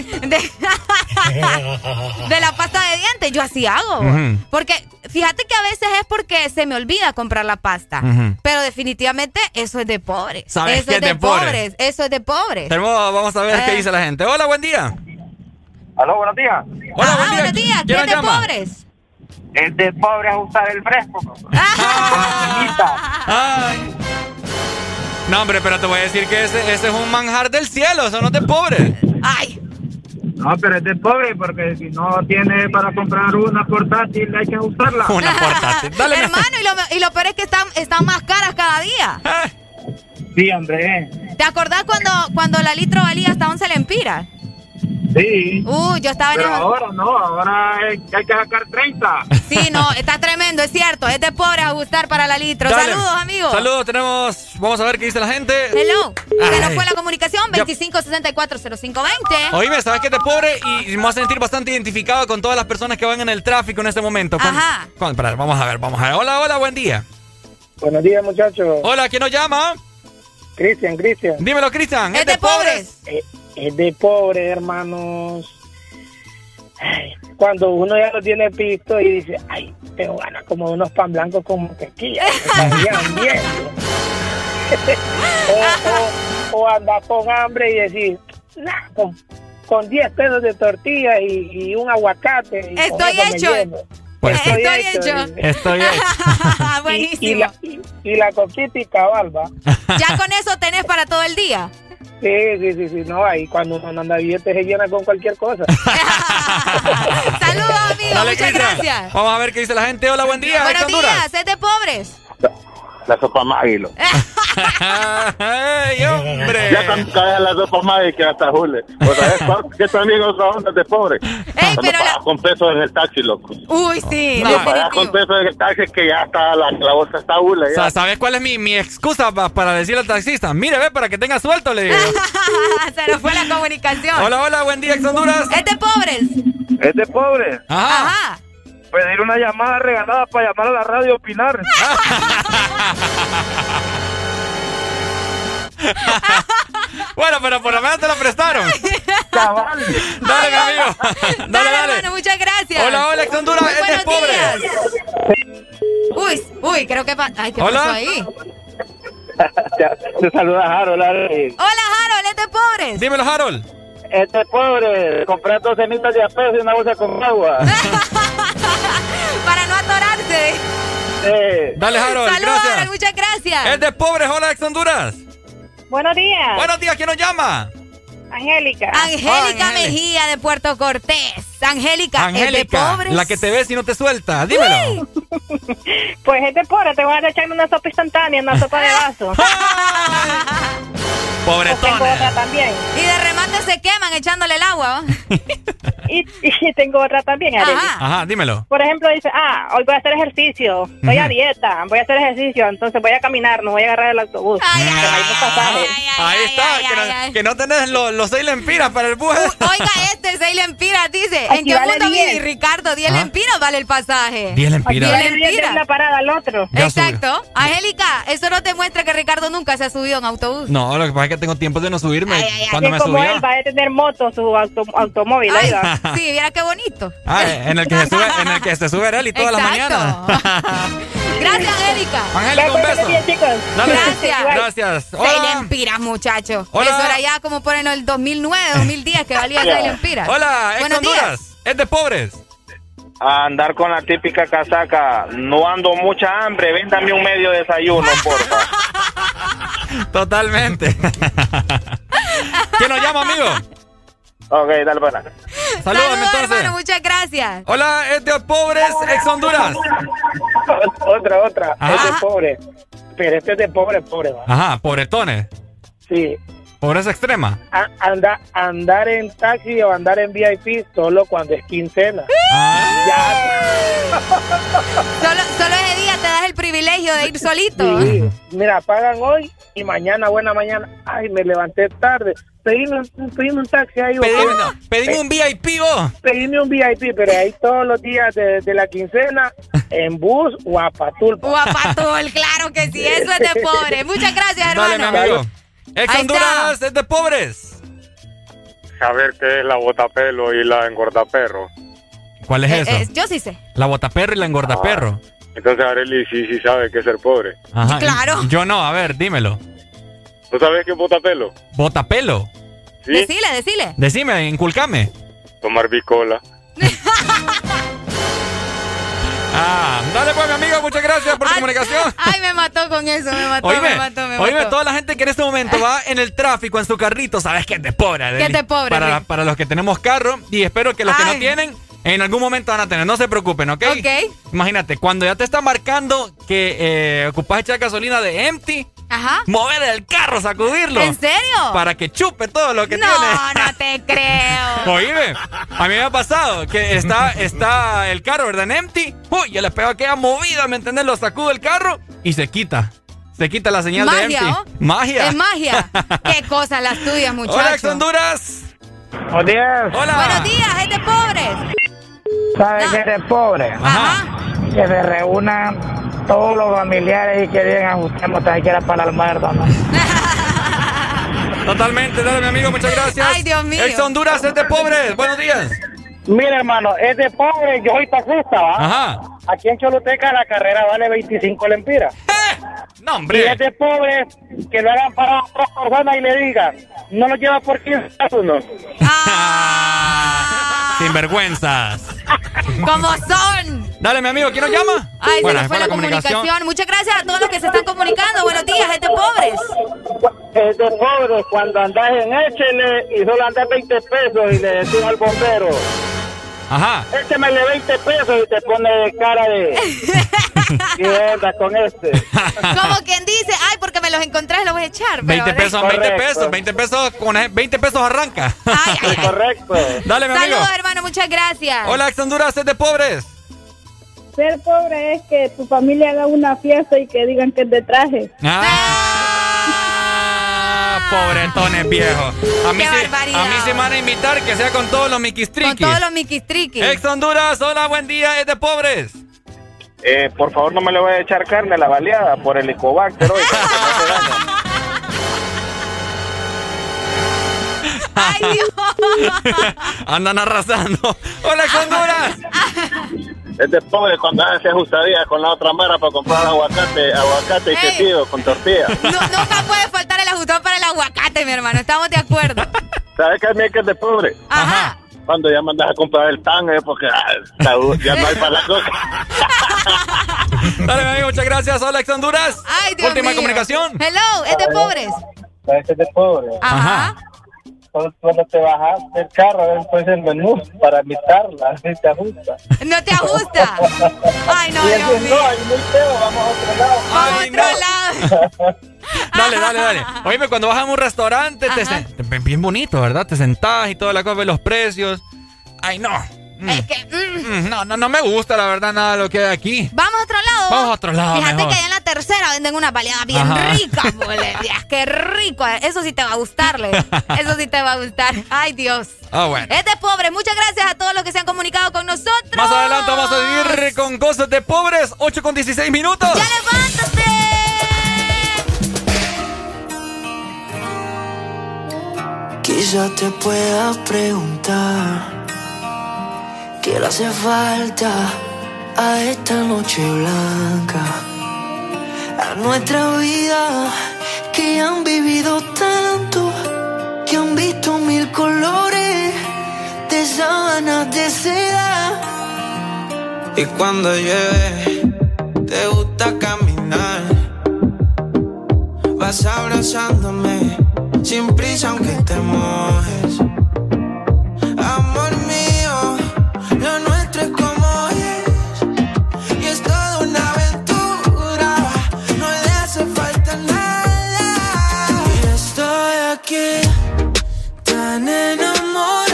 la pasta de dientes. Yo así hago. Porque fíjate que a veces es porque se me olvida comprar la pasta. Pero definitivamente eso es de pobres. ¿Sabes eso qué es de pobres? Eso es de pobres. Vamos a ver qué dice la gente. Hola, buen día. Aló, buenos días. Hola, buenos días. ¿Qué es de pobres? Es de pobre ajustar el fresco. Ay. No, hombre, pero te voy a decir que ese es un manjar del cielo. Eso no es de pobre. Ay. No, pero es de pobre porque si no tiene para comprar una portátil hay que ajustarla. Una portátil. Dale, hermano, y lo peor es que están más caras cada día. Sí, hombre. ¿Te acordás cuando la litro valía hasta 11 lempiras? Sí. Yo estaba pero ahora no, ahora hay que sacar 30. Sí, no, está tremendo, es cierto. Es de pobre ajustar para la litro. Dale. Saludos, amigos. Saludos, vamos a ver qué dice la gente. Hello. Se nos fue la comunicación, 25640520. Oíme, ¿sabes qué es de pobre? Y me voy a sentir bastante identificado con todas las personas que van en el tráfico en este momento. Espera, vamos a ver. Hola, buen día. Buenos días, muchachos. Hola, ¿quién nos llama? Cristian. Dímelo, Cristian. ¿Es de pobres? Es de pobres, hermanos. Cuando uno ya lo tiene visto y dice, tengo ganas como de unos pan blancos con mantequilla. Bien. o andar con hambre y decir, con 10 pesos de tortilla y un aguacate. Y estoy hecho. Pues Estoy hecho. Buenísimo. Y la coquita y cabalba. Ya con eso tenés para todo el día. Sí, no, ahí cuando uno anda billete se llena con cualquier cosa. Saludos, amigos, muchas gracias. Vamos a ver qué dice la gente. Hola, buen día. Buenos días, es de pobres. La sopa Maggi. ¡Ay, hombre! Ya cuando cae la sopa Maggi que hasta Jule. O sea, que también otra onda de pobre. Pero pagas con pesos en el taxi, loco. Uy, sí. No, pagas con pesos en el taxi que ya está, la bolsa está Jule. O sea, ¿sabes cuál es mi excusa para decirle al taxista? Mire, ve, para que tenga suelto, le digo. Se nos fue la comunicación. Hola, buen día, Ex Honduras. Es de pobres. Es de pobres. Ajá. Pedir una llamada regalada para llamar a la radio y opinar. Bueno, pero por lo menos te lo prestaron. Cabal. Dale, mi amigo. Dale. Hermano, muchas gracias. Hola, Ex Honduras. Es de pobres. Uy, creo que... Ay, ¿qué pasó ahí? Te saluda Harold. Hola, Harold, es de pobres. Dímelo, Harold. Es de pobre. Comprar 2 semitas de a peso y una bolsa con agua. Para no atorarse. Dale, Harold. Saludos, gracias. Harold, muchas gracias. Es de pobres. Hola, Ex Honduras. Buenos días. Buenos días, ¿quién nos llama? Angélica. Angélica Mejía de Puerto Cortés. Angélica, es de pobres. La que te ves y no te suelta. Dímelo. Pues es de pobre. Te voy a echar una sopa instantánea, una sopa de vaso. Pobretones. Otra también. Y de remate se queman echándole el agua. Y tengo otra también, Arely. Ajá, dímelo. Por ejemplo, dice, hoy voy a hacer ejercicio, voy a dieta, voy a hacer ejercicio, entonces voy a caminar, no voy a agarrar el autobús. Ahí está, que no tenés los 6 lempiras para el bus. Oiga, 6 lempiras, dice. ¿En qué mundo vive Ricardo? 10 lempiras vale el pasaje. 10 lempiras. 10 lempiras. La parada al otro. Exacto. Angélica, eso no te muestra que Ricardo nunca se ha subido a un autobús. No, lo que pasa es que tengo tiempo de no subirme. Cuando me como subía. él va a tener moto, su automóvil. Sí, mira qué bonito. En el que se sube Arely todas las mañanas. Gracias, Angélica. Angélica, un beso. Bien, chicos. Dale. Gracias. 6 lempiras, muchachos. Hola. Eso era ya como por en el 2009, 2010 que valía 6 lempiras. Hola, Buenos Honduras. días. Es de pobres. A andar con la típica casaca. No ando mucha hambre. Véndame un medio desayuno, porfa. Totalmente. ¿Quién nos llama, amigo? Ok, dale para. Saludos, entonces. Hermano, muchas gracias. Hola, es de pobres, ex Honduras. Otra. Ajá. Es de pobre. Pero este es de pobre. ¿Va? Ajá, pobretones. Sí. Pobreza extrema. Andar en taxi o andar en VIP solo cuando es quincena. Solo ese día te das el privilegio de ir solito. Sí. Mira, pagan hoy y mañana, buena mañana. Ay, me levanté tarde. Pedime un taxi ahí. Pedime un VIP, vos. Pedime un VIP, pero ahí todos los días de la quincena, en bus o a Patul. Claro que sí, eso es de pobre. Muchas gracias, hermano. Dale, mi amigo. Ex Honduras es de pobres. Saber qué es la botaperro y la engordaperro. ¿Cuál es eso? Yo sí sé. La botaperro y la engordaperro. Entonces Arely sí sabe qué es ser pobre. Ajá. Claro. Yo no, a ver, dímelo. ¿No sabes qué es botapelo? ¿Botapelo? ¿Sí? Decile. Decime, inculcame. Tomar bicola. Dale pues, mi amigo, muchas gracias por tu comunicación. Ay, me mató con eso, me mató. Oíme, toda la gente que en este momento va en el tráfico, en su carrito, sabes que es de pobre. Que es de pobre. Para los que tenemos carro, y espero que los que no tienen, en algún momento van a tener. No se preocupen, ¿ok? Imagínate, cuando ya te está marcando que ocupas echar gasolina de empty, mover el carro, sacudirlo. ¿En serio? Para que chupe todo lo que tiene. No te creo. Oíme, a mí me ha pasado que está el carro, ¿verdad? En empty. Uy, yo le pego aquella movida, ¿me entiendes? Lo sacudo el carro y se quita. Se quita la señal de empty. Magia. Es magia. Qué cosas las tuyas, muchachos. Hola, ex Honduras. Buenos días. Hola. Buenos días, es de pobres. ¿Sabes qué es de pobre? Que se reúnan todos los familiares y que digan, ajustemos tan siquiera para el almuerzo, ¿no? Totalmente, dale, mi amigo, muchas gracias. Ay, Dios mío. Ex Honduras es de pobres. Buenos días. Mira, hermano, es de pobre, yo soy taxista, ¿va? Ajá. Aquí en Choluteca la carrera vale 25 lempiras. No, hombre. Y es de pobre que lo hagan para otras personas y le digan, no lo lleva por 15 pesos. Sinvergüenzas. ¿Cómo son? Dale, mi amigo, ¿quién nos llama? Ay, se nos fue la comunicación. Muchas gracias a todos los que se están comunicando. Buenos días, es de pobres. Es de pobres cuando andas en échele y solo andas 20 pesos y le decís al bombero, ajá, échemele 20 pesos y te pone cara de mierda con este. Como quien dice, ay, porque me los encontré, los voy a echar. 20 pesos, correcto. 20 pesos, con 20 pesos arranca. Ay. Correcto. Dale, mi amigo. Saludos, hermano, muchas gracias. Hola, ex Honduras, es de pobres. Ser pobre es que tu familia haga una fiesta y que digan que es de traje. Pobretones viejos. A mí se me van a invitar que sea con todos los miquistriquis. Con todos los miquistriquis. Ex Honduras, hola, buen día, es de pobres. Por favor, no me le voy a echar carne a la baleada por el Ecobacter hoy. ¡Ay, Dios! Andan arrasando. ¡Hola, ex Honduras! Es de pobre cuando hace ajustadilla con la otra mara para comprar aguacate y quesillo con tortilla. Nunca puede faltar el ajustón para el aguacate, mi hermano. Estamos de acuerdo. ¿Sabes qué es que es de pobre? Ajá. Cuando ya mandas a comprar el pan, porque ya no hay para la cosa. Dale, mi amigo, muchas gracias. Hola, ex Honduras. Ay, Dios Última mío. comunicación. Hello, es de pobres. ¿Sabes qué es de pobre? Ajá. Cuando te bajas del carro, después el menú para imitarla, así te ajusta. No te ajusta. Ay, no, y Dios mío. No, es muy feo, vamos a otro lado. Vamos a otro lado. Dale. Oíme, cuando vas a un restaurante, bien bonito, ¿verdad? Te sentás y toda la cosa, ves los precios. Ay, no. Es que... No me gusta, la verdad, nada de lo que hay aquí. Vamos a otro lado. Vamos a otro lado. Fíjate mejor. que allá en la tercera venden una baleada bien rica, Bolivia. Qué rico. Eso sí te va a gustarle. Eso sí te va a gustar. Ay, Dios. Bueno. Es de pobre. Muchas gracias a todos los que se han comunicado con nosotros. Más adelante vamos a seguir con cosas de pobres. 8:16 minutos. ¡Ya levántate! Quizás te puedas preguntar ¿qué le hace falta a esta noche blanca? A nuestra vida que han vivido tanto, que han visto mil colores de sábanas de seda. Y cuando llueve te gusta caminar, vas abrazándome sin prisa aunque te mojes. Amor mío, lo nuestro es como es, y es toda una aventura, no le hace falta nada. Y estoy aquí tan enamorado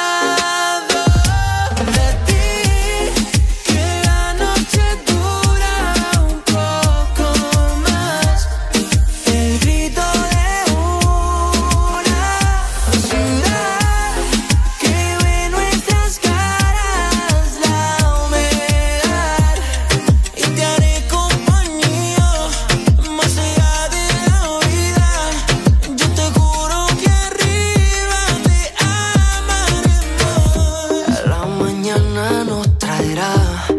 de ti, que la noche dura un poco más. El grito de una ciudad que ve nuestras caras, la humedad, y te haré compañía más allá de la vida. Yo te juro que arriba te amaré más. La mañana nos traerá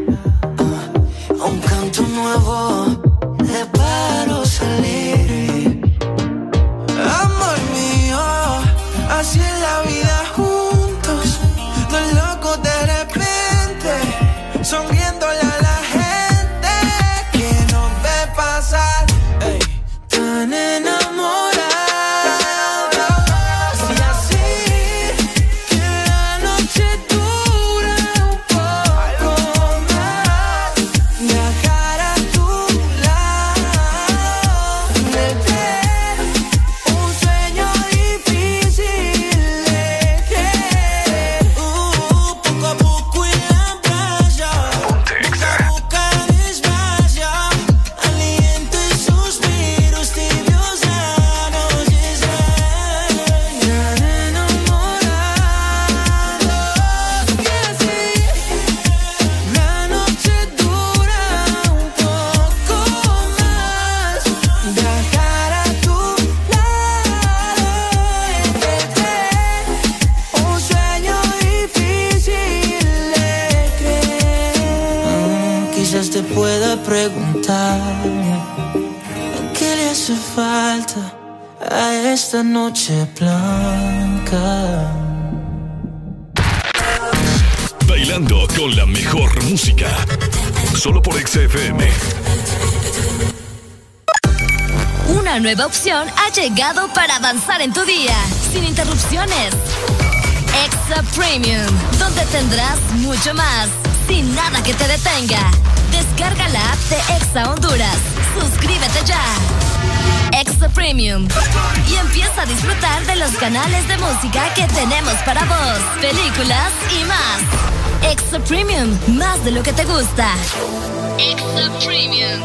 un canto nuevo de paros alegres. Amor mío, así es la vida juntos, dos locos de repente, sonriéndole a la gente que nos ve pasar. Ey, tan enamorados, y así que la noche dura un poco más. Viajar a tu lado, tener un sueño difícil de creer. Poco a poco en la playa, la boca despacio, aliento y suspiros tibios anochecer. Tan enamorados, y así la noche dura un poco más. Viajar a tu lado y tener un sueño difícil de creer. Quizás te pueda preguntar ¿qué le hace falta a esta noche blanca? Bailando con la mejor música. Solo por XFM. Una nueva opción ha llegado para avanzar en tu día, sin interrupciones. Extra Premium, donde tendrás mucho más, sin nada que te detenga. Descarga la app de Exa Honduras. Suscríbete ya. Extra Premium. Y empieza a disfrutar de los canales de música que tenemos para vos, películas y más. Extra Premium, más de lo que te gusta. Extra Premium.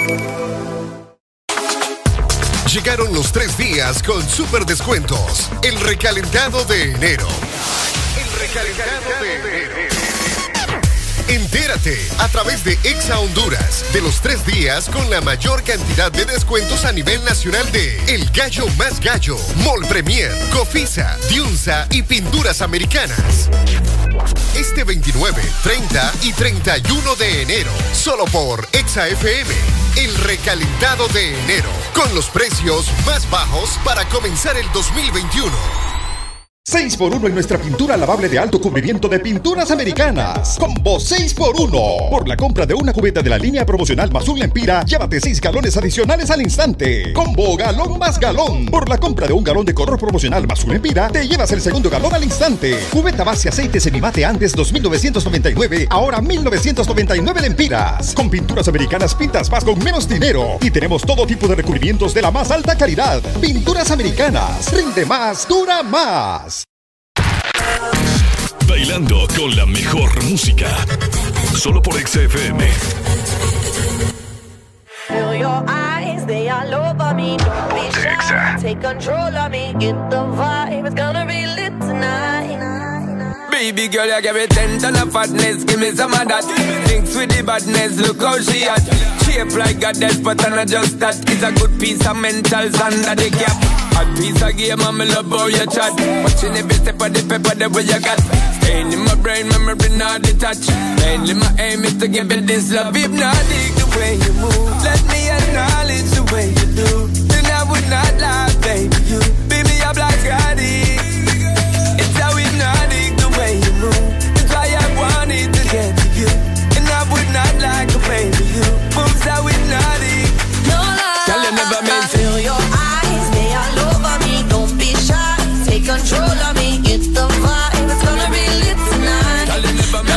Llegaron los 3 días con super descuentos. El recalentado de enero. El recalentado de enero. Entérate a través de Exa Honduras de los 3 días con la mayor cantidad de descuentos a nivel nacional de El Gallo Más Gallo, Mall Premier, Cofisa, Diunsa y Pinturas Americanas. Este 29, 30 y 31 de enero, solo por Exa FM. El recalentado de enero, con los precios más bajos para comenzar el 2021. 6x1 en nuestra pintura lavable de alto cubrimiento de Pinturas Americanas. Combo 6x1. Por la compra de una cubeta de la línea promocional más un Lempira, llévate 6 galones adicionales al instante. Combo galón más galón. Por la compra de un galón de color promocional más un Lempira, te llevas el segundo galón al instante. Cubeta base aceite semimate antes 2.999, ahora 1.999 Lempiras. Con Pinturas Americanas pintas más con menos dinero. Y tenemos todo tipo de recubrimientos de la más alta calidad. Pinturas Americanas. Rinde más, dura más. bailando con la mejor música. Solo por XFM. Feel your eyes, they all over me. Don't be shy, take control of me. Get the vibe, it's gonna be lit tonight. Baby girl, you give me 10 ton of fatness, give me some of that. Thinks with the badness, look how she at. Shape like a death, but I'm not just that. It's a good piece of mental under the cap. A piece of game, I'm in love how you chat. Watching every step of the pepper, the way you got. Staying in my brain, memory not detached. Mainly my aim is to give you this love. Hypnotic the way you move, let me acknowledge the way you do. Then I would not lie, baby, you beat me up like Scotty. It's how hypnotic the way you move. That's why I wanted to get to you. And I would not like to play with you. Moves how hypnotic. No lie, girl, you never meant to. Feel your eyes, they all over me. Don't be shy, take control of me. Get the vibe, it's gonna be lit tonight. Girl, you never meant. No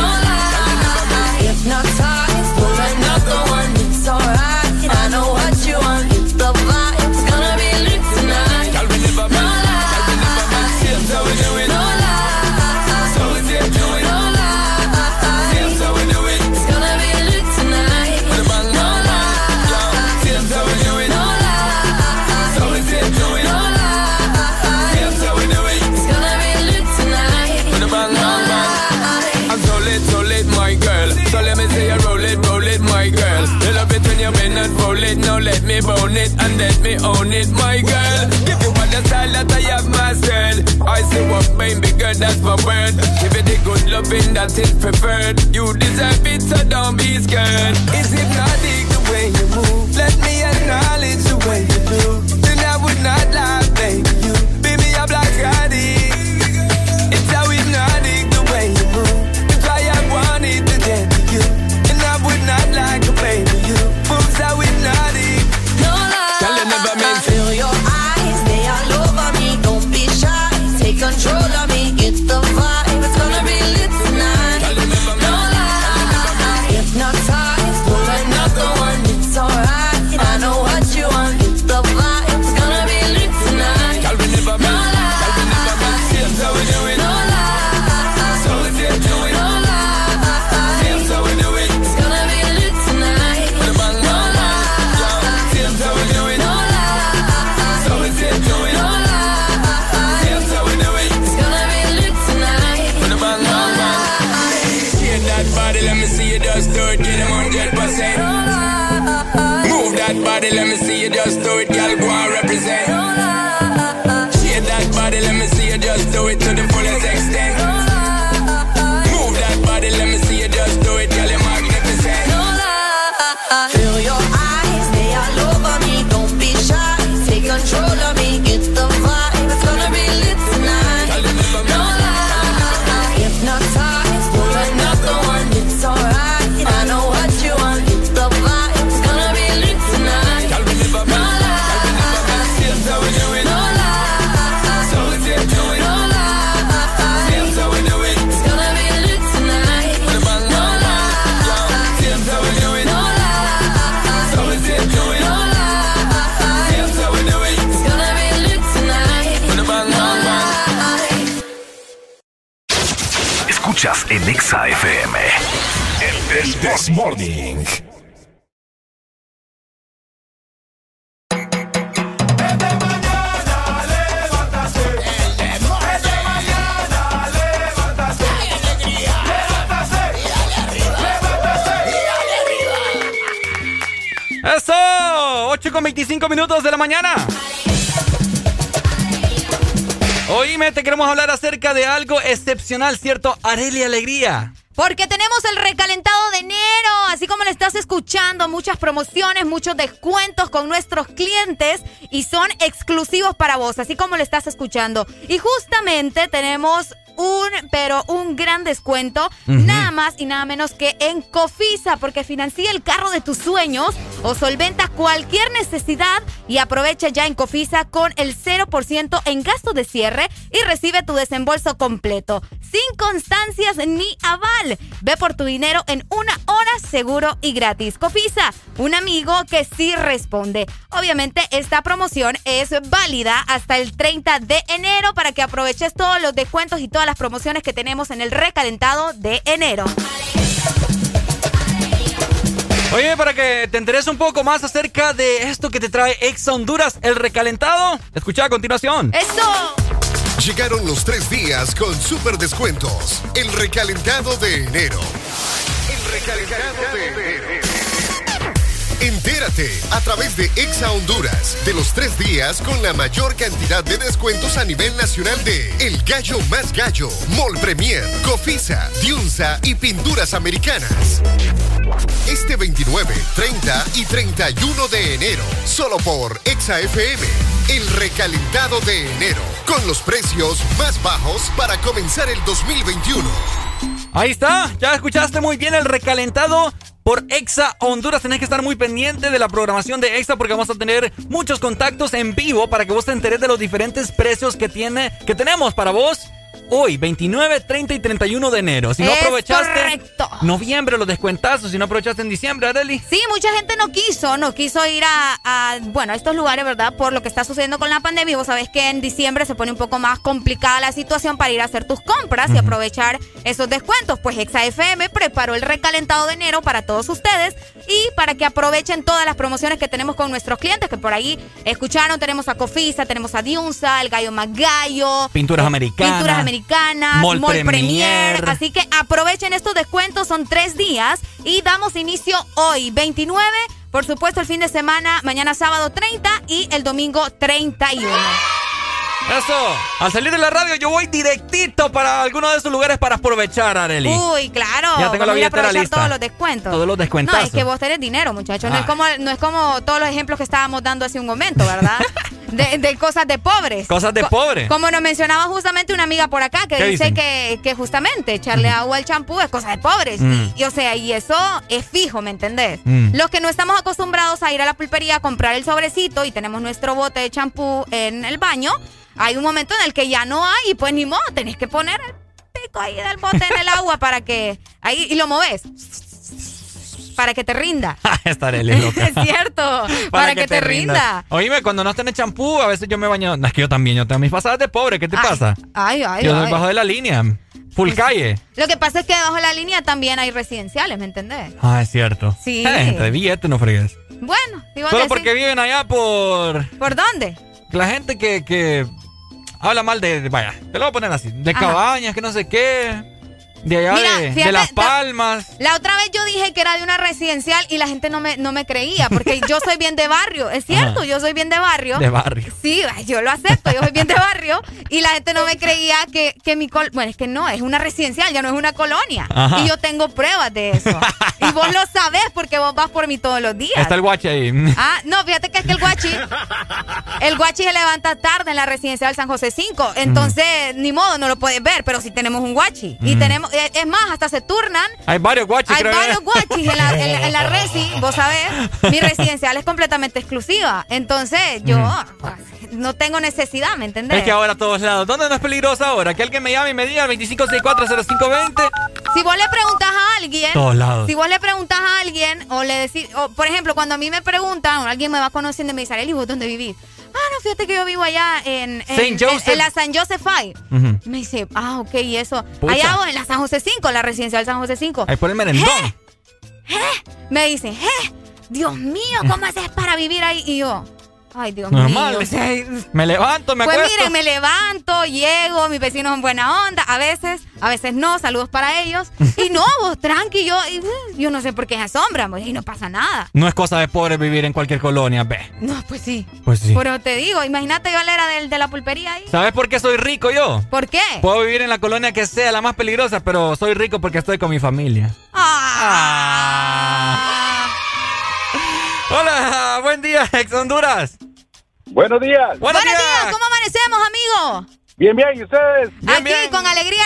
lie, hypnotized, pull another one. It's alright, I know what you want. Get the vibe, it's gonna be lit tonight. Girl, we never meant. Girl, we never meant. Here's how we do it. No lie, so we say do it. no lie, here's how we do it. it's gonna be lit tonight. With a bang, No lie, here's how we do it. no lie, So we say do it. no lie, Here's how we do it. it's gonna be lit tonight. With a bang, bang, bang. I'm so lit, my girl. So let me say you roll it, my girl. You love it when you bend and roll it. Now let me bone it and let me own it, my girl. Give you all the style that I have mastered. I say what baby girl, that's my word. Give you the good loving that is preferred. You deserve it, so don't be scared. It's hypnotic the way you move. Let me acknowledge the way you do. Then I would not lie, baby. You beat me up like Scotty. It's how hypnotic the way you move. That's why I wanted to get to you. And I would not like to play with you. Moves how hypnotic. No lie, Girl, you never meant to. feel your eyes, they all over me. Don't be shy, take control of me. Get the vibe, it's gonna be lit tonight. Girl, you never No meant. lie, hypnotized, pull another one. It's alright, I know what you want. Get the vibe, it's gonna be lit tonight. Girl, we never No meant. Girl, we never meant. Here's how we do it. No lie, So we say do it. no lie, Here's how we do it. it's gonna be lit tonight. With a bang, No bang, bang. lie, Here's how we do it. no lie, So we say do it. no lie, Here's how we do it. it's gonna be lit tonight. With a bang, bang, bang. Shake that body, let me see you just do it. Get 100%. Move that body, let me see you just do it. Girl, go and represent. Shake that body, let me see you just do it to the fullest extent. Move that body, let me see you just do it. Girl, you're magnificent. No lie, feel your eyes, they all over me. Don't be shy, take control of me. Get the vibe, it's gonna be lit tonight. Girl, you never No meant. lie, hypnotized, pull another one. It's alright, I know what you want. Get the vibe, it's gonna be lit tonight. Girl, we never No meant. Girl, we never meant. lie, Here's how we do it. no lie, So we say do it. no lie, Here's how we do it. it's gonna be lit tonight. With a bang, No bang, bang. lie, Here's how we do it. no lie, So we say do it. no lie. Here's how we do it. It's gonna be lit tonight. With a bang, bang, bang. Escuchas en Exa FM. El This Morning. ¡Eso! 8:25 de la mañana. Oíme, te queremos hablar acerca de algo excepcional, ¿cierto? Arely Alegría. Porque tenemos el recalentado de enero, así como le estás escuchando, muchas promociones, muchos descuentos con nuestros clientes y son exclusivos para vos, así como le estás escuchando. Y justamente tenemos un gran descuento, nada más y nada menos que en Cofisa, porque financia el carro de tus sueños o solventa cualquier necesidad y aprovecha ya en Cofisa con el 0% en gastos de cierre y recibe tu desembolso completo, sin constancias ni aval. Ve por tu dinero en 1 hora seguro y gratis. Cofisa, un amigo que sí responde. Obviamente esta promoción es válida hasta el 30 de enero para que aproveches todos los descuentos y todas las promociones que tenemos en el recalentado de enero. Oye, para que te enteres un poco más acerca de esto que te trae Exa Honduras, el recalentado, escucha a continuación. ¡Eso! Llegaron los 3 días con super descuentos. El recalentado de enero. El recalentado de enero. Entérate a través de Exa Honduras de los 3 días con la mayor cantidad de descuentos a nivel nacional de El Gallo Más Gallo, Mall Premier, Cofisa, Diunsa y Pinturas Americanas. Este 29, 30 y 31 de enero, solo por Exa FM, el recalentado de enero, con los precios más bajos para comenzar el 2021. Ahí está, ya escuchaste muy bien el recalentado por Exa Honduras. Tenés que estar muy pendiente de la programación de Exa porque vamos a tener muchos contactos en vivo para que vos te enteres de los diferentes precios que tenemos para vos hoy, 29, 30 y 31 de enero. Si no aprovechaste noviembre, los descuentazos. Si no aprovechaste en diciembre, Arely. Sí, mucha gente no quiso ir a estos lugares, ¿verdad? Por lo que está sucediendo con la pandemia. Y vos sabés que en diciembre se pone un poco más complicada la situación para ir a hacer tus compras y aprovechar esos descuentos. Pues Exa FM preparó el recalentado de enero para todos ustedes y para que aprovechen todas las promociones que tenemos con nuestros clientes, que por ahí escucharon. Tenemos a Cofisa, tenemos a Diunsa, El Gallo Más Gallo, Pinturas Americanas, Mall Premier. Así que aprovechen estos descuentos, son 3 días y damos inicio hoy, 29, por supuesto el fin de semana, mañana sábado 30 y el domingo 31. Eso, al salir de la radio yo voy directito para alguno de esos lugares para aprovechar, Arely. Uy, claro. Ya tengo la billetera lista. Todos los descuentos. Todos los descuentazos. No, es que vos tenés dinero, muchachos. No es como todos los ejemplos que estábamos dando hace un momento, ¿verdad? de cosas de pobres. Cosas de pobres. Como nos mencionaba justamente una amiga por acá que dice que justamente echarle agua al champú es cosa de pobres. Y eso es fijo, ¿me entendés? Los que no estamos acostumbrados a ir a la pulpería a comprar el sobrecito y tenemos nuestro bote de champú en el baño, hay un momento en el que ya no hay y pues ni modo, tenés que poner el pico ahí del bote en el agua para que ahí y lo moves para que te rinda. Estaré loca. Es cierto, para que te rinda. Oíme, cuando no tenés champú, a veces yo me baño. No, es que yo también, yo tengo mis pasadas de pobre, ¿qué te pasa? Yo soy bajo de la línea, full calle. Lo que pasa es que debajo de la línea también hay residenciales, ¿me entendés? Es cierto. Sí. De billete no fregues. Bueno, solo porque viven allá por... ¿Por dónde? La gente que habla mal vaya, te lo voy a poner así, de Cabañas, que no sé qué, de allá. Mira, de Las Palmas. La otra vez yo dije que era de una residencial y la gente no me creía, porque yo soy bien de barrio, es cierto, yo soy bien de barrio. De barrio. Sí, yo lo acepto, yo soy bien de barrio y la gente no me creía que mi bueno, es que no, es una residencial, ya no es una colonia. Ajá. Y yo tengo pruebas de eso. Y vos lo sabés porque vos vas por mí todos los días. Está el guachi ahí. No, fíjate que es que el guachi se levanta tarde en la residencial San José 5, entonces ni modo, no lo puedes ver, pero sí tenemos un guachi. Y tenemos, es más, hasta se turnan. Hay varios guachis. Hay varios guachis en la resi, vos sabés, mi residencial es completamente exclusiva, entonces yo no tengo necesidad, ¿me entendés? Es que ahora a todos lados, ¿dónde no es peligroso ahora? Que alguien me llame y me diga 25640520. Si vos le preguntas a alguien, todos lados. Si vos le preguntas a alguien o le decís, por ejemplo, cuando a mí me preguntan, o alguien me va conociendo y me dice, Arely, ¿vos dónde vivís? No, fíjate que yo vivo allá en la San Joseph 5. Me dice, ok, y eso. Pucha. Allá en la San José 5, la residencial San José 5. Ahí por el merendón. Me dice, Dios mío, ¿cómo haces para vivir ahí? Y yo, ay, Dios normal, mío. O sea, me levanto, me acuesto. Pues miren, me levanto, llego, mis vecinos son buena onda, a veces no, saludos para ellos. Y no, vos tranqui, yo no sé por qué se asombran, y no pasa nada. No es cosa de pobre vivir en cualquier colonia, ve. No, pues sí. Pues sí. Pero te digo, imagínate yo era de la pulpería ahí. ¿Sabes por qué soy rico yo? ¿Por qué? Puedo vivir en la colonia que sea la más peligrosa, pero soy rico porque estoy con mi familia. Hola, buen día, Ex Honduras. Buenos días. Buenos días. ¿Cómo amanecemos, amigo? Bien, ¿y ustedes? Bien, aquí, bien. Con alegría.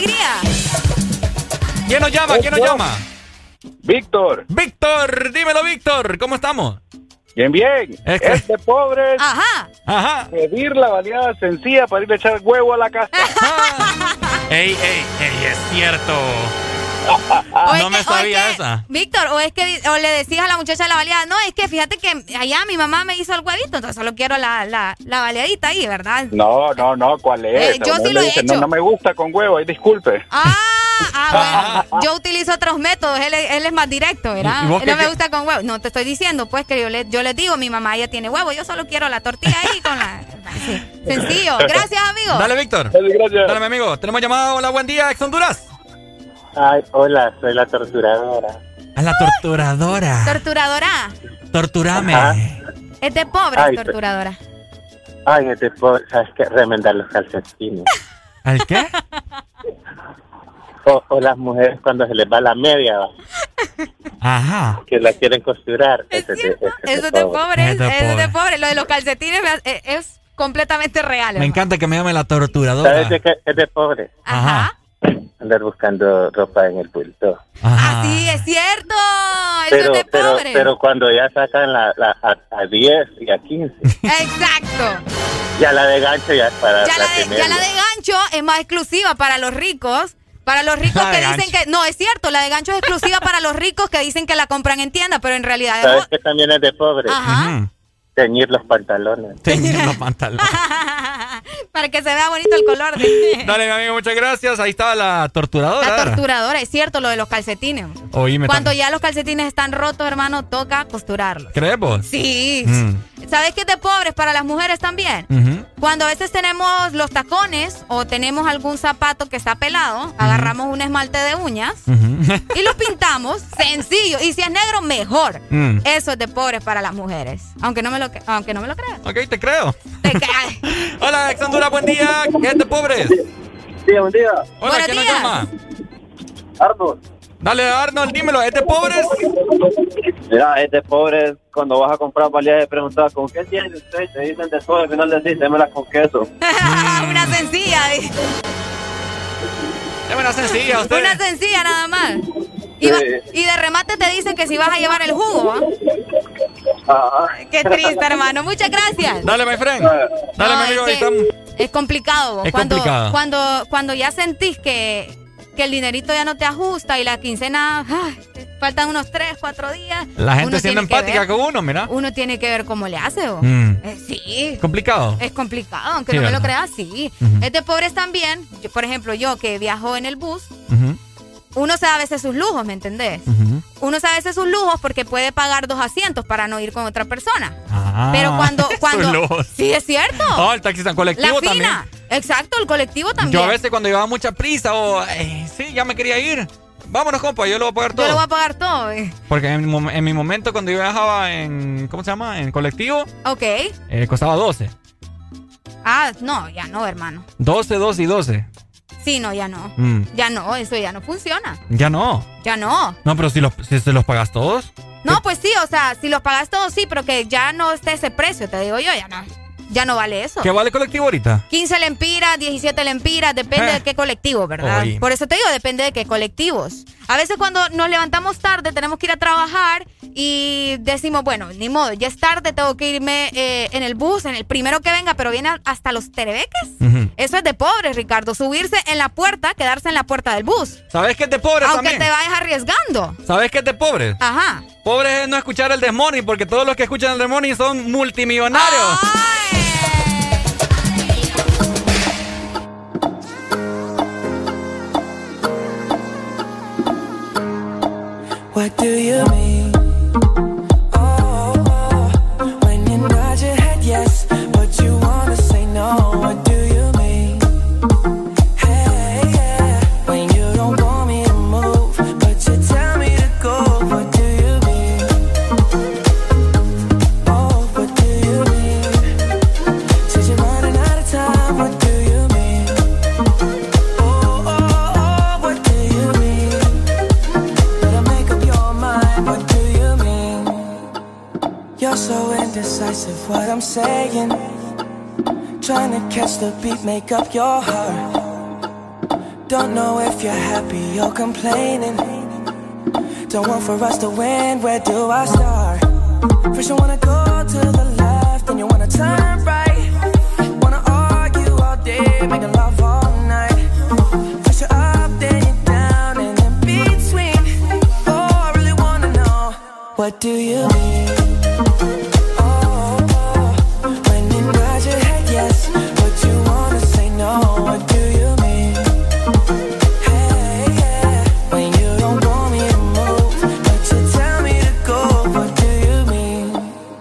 ¿Quién nos llama? Víctor. Víctor, dímelo, Víctor. ¿Cómo estamos? Bien, bien. Es de pobres. Ajá. Pedir la baleada sencilla para ir a echar huevo a la casa. ey, es cierto. No me sabía esa. Víctor, o le decías a la muchacha de la baleada, no, es que fíjate que allá mi mamá me hizo el huevito, entonces solo quiero la baleadita ahí, ¿verdad? No, ¿cuál es? Yo sí lo he hecho. No me gusta con huevo, disculpe. Bueno, yo utilizo otros métodos, él es más directo, ¿verdad? No me gusta con huevo. No, te estoy diciendo, pues, que yo les digo, mi mamá ya tiene huevo, yo solo quiero la tortilla ahí con la... Sí, sencillo. Gracias, amigo. Dale, Víctor. Gracias. Dale, mi amigo. Tenemos llamada. Hola, buen día, ex Honduras. Ay, hola, soy la torturadora. A la torturadora. ¿Torturadora? Torturame. Ajá. Es de pobre, torturadora. Ay, es de pobre, ¿sabes qué? Remendar los calcetines. ¿Al qué? O las mujeres cuando se les va la media. Ajá. Que la quieren costurar. Eso es de pobre. Lo de los calcetines es completamente real. Me encanta que me llame la torturadora. ¿Sabes de qué? Es de pobre. Ajá. Andar buscando ropa en el bulto. Sí, es cierto. Eso es de pobre. Pero cuando ya sacan a 10 y a 15. Exacto. Ya la de gancho ya es para ya la de gancho es más exclusiva para los ricos. Para los ricos que dicen que... No, es cierto, la de gancho es exclusiva para los ricos que dicen que la compran en tienda, pero en realidad... ¿Sabes que también es de pobre? Ajá. Teñir los pantalones. Teñir los pantalones. Para que se vea bonito el color. Dale, mi amigo, muchas gracias. Ahí estaba la torturadora. La torturadora, es cierto, lo de los calcetines. Cuando ya los calcetines están rotos, hermano, toca costurarlos. ¿Crees vos? Sí. ¿Sabes qué es de pobres para las mujeres también? Cuando a veces tenemos los tacones o tenemos algún zapato que está pelado, agarramos un esmalte de uñas y los pintamos, sencillo. Y si es negro, mejor. Eso es de pobres para las mujeres. Aunque no me lo creas. Ok, te creo. Hola, ex Honduras, buen día. ¿Qué es de pobres? Sí, buen día. Hola, ¿quién nos llama? Arnold. Dale, Arnold, dímelo, ¿es de pobres? Mira, es de pobres. Cuando vas a comprar baleadas, preguntas, ¿con qué tiene usted? Te dicen de todo, al final decís, démela con queso. Una sencilla. Démela sencilla, usted. Una sencilla, nada más. Y de remate te dicen que si vas a llevar el jugo, Qué triste, hermano. Muchas gracias. Dale, my friend. Dale, mi amigo. Es complicado. Es complicado. Cuando ya sentís que el dinerito ya no te ajusta y la quincena, faltan unos 3, 4 días. La gente siendo empática con uno, mira. Uno tiene que ver cómo le hace. Sí. ¿Complicado? Es complicado, aunque no me lo creas, sí. Es de pobres también. Por ejemplo, yo que viajo en el bus, uno se da a veces sus lujos, ¿me entendés? Uno se da a veces sus lujos porque puede pagar 2 asientos para no ir con otra persona. Pero cuando sí, es cierto. El taxi tan colectivo también. Exacto, el colectivo también. Yo a veces cuando llevaba mucha prisa sí, ya me quería ir. Vámonos, compa, yo lo voy a pagar todo. Yo lo voy a pagar todo. Porque en mi momento cuando yo viajaba en, ¿cómo se llama? En colectivo. Ok. Costaba 12. No, ya no, hermano. 12, 12 y 12. Sí, no, ya no. Ya no, eso ya no funciona. Ya no. Ya no. No, pero si se los pagas todos. No, pues sí, o sea, si los pagas todos, sí, pero que ya no esté ese precio, te digo yo, ya no vale eso. ¿Qué vale el colectivo ahorita? 15 lempiras, 17 lempiras, depende de qué colectivo, ¿verdad? Por eso te digo, depende de qué colectivos. A veces cuando nos levantamos tarde, tenemos que ir a trabajar y decimos, bueno, ni modo, ya es tarde, tengo que irme en el bus, en el primero que venga, pero viene hasta los terebeques. Eso es de pobre, Ricardo, subirse en la puerta, quedarse en la puerta del bus. ¿Sabes qué es de pobre también? Aunque te vayas arriesgando. ¿Sabes qué es de pobre? Ajá. Pobre es no escuchar el Desmorning, porque todos los que escuchan el Desmorning son multimillonarios. What do you mean? When you nod your head yes, but you wanna say no. What do you mean? Hey, yeah. When you don't want me to move, but you tell me to go. What do you mean? What do you mean? Since you're running out of time, what do you mean? What do you mean? What do you mean? You're so indecisive, what I'm saying. Trying to catch the beat, make up your heart. Don't know if you're happy or complaining. Don't want for us to win, where do I start? First you wanna go to the left, then you wanna turn right. Wanna argue all day, making love all night. First you're up, then you're down, and in between. Oh, I really wanna know, what do you mean? Oh, when you nod your head yes, but you wanna say no, what do you mean? Hey, yeah, when you don't want me to move, but you tell me to go, what do you mean?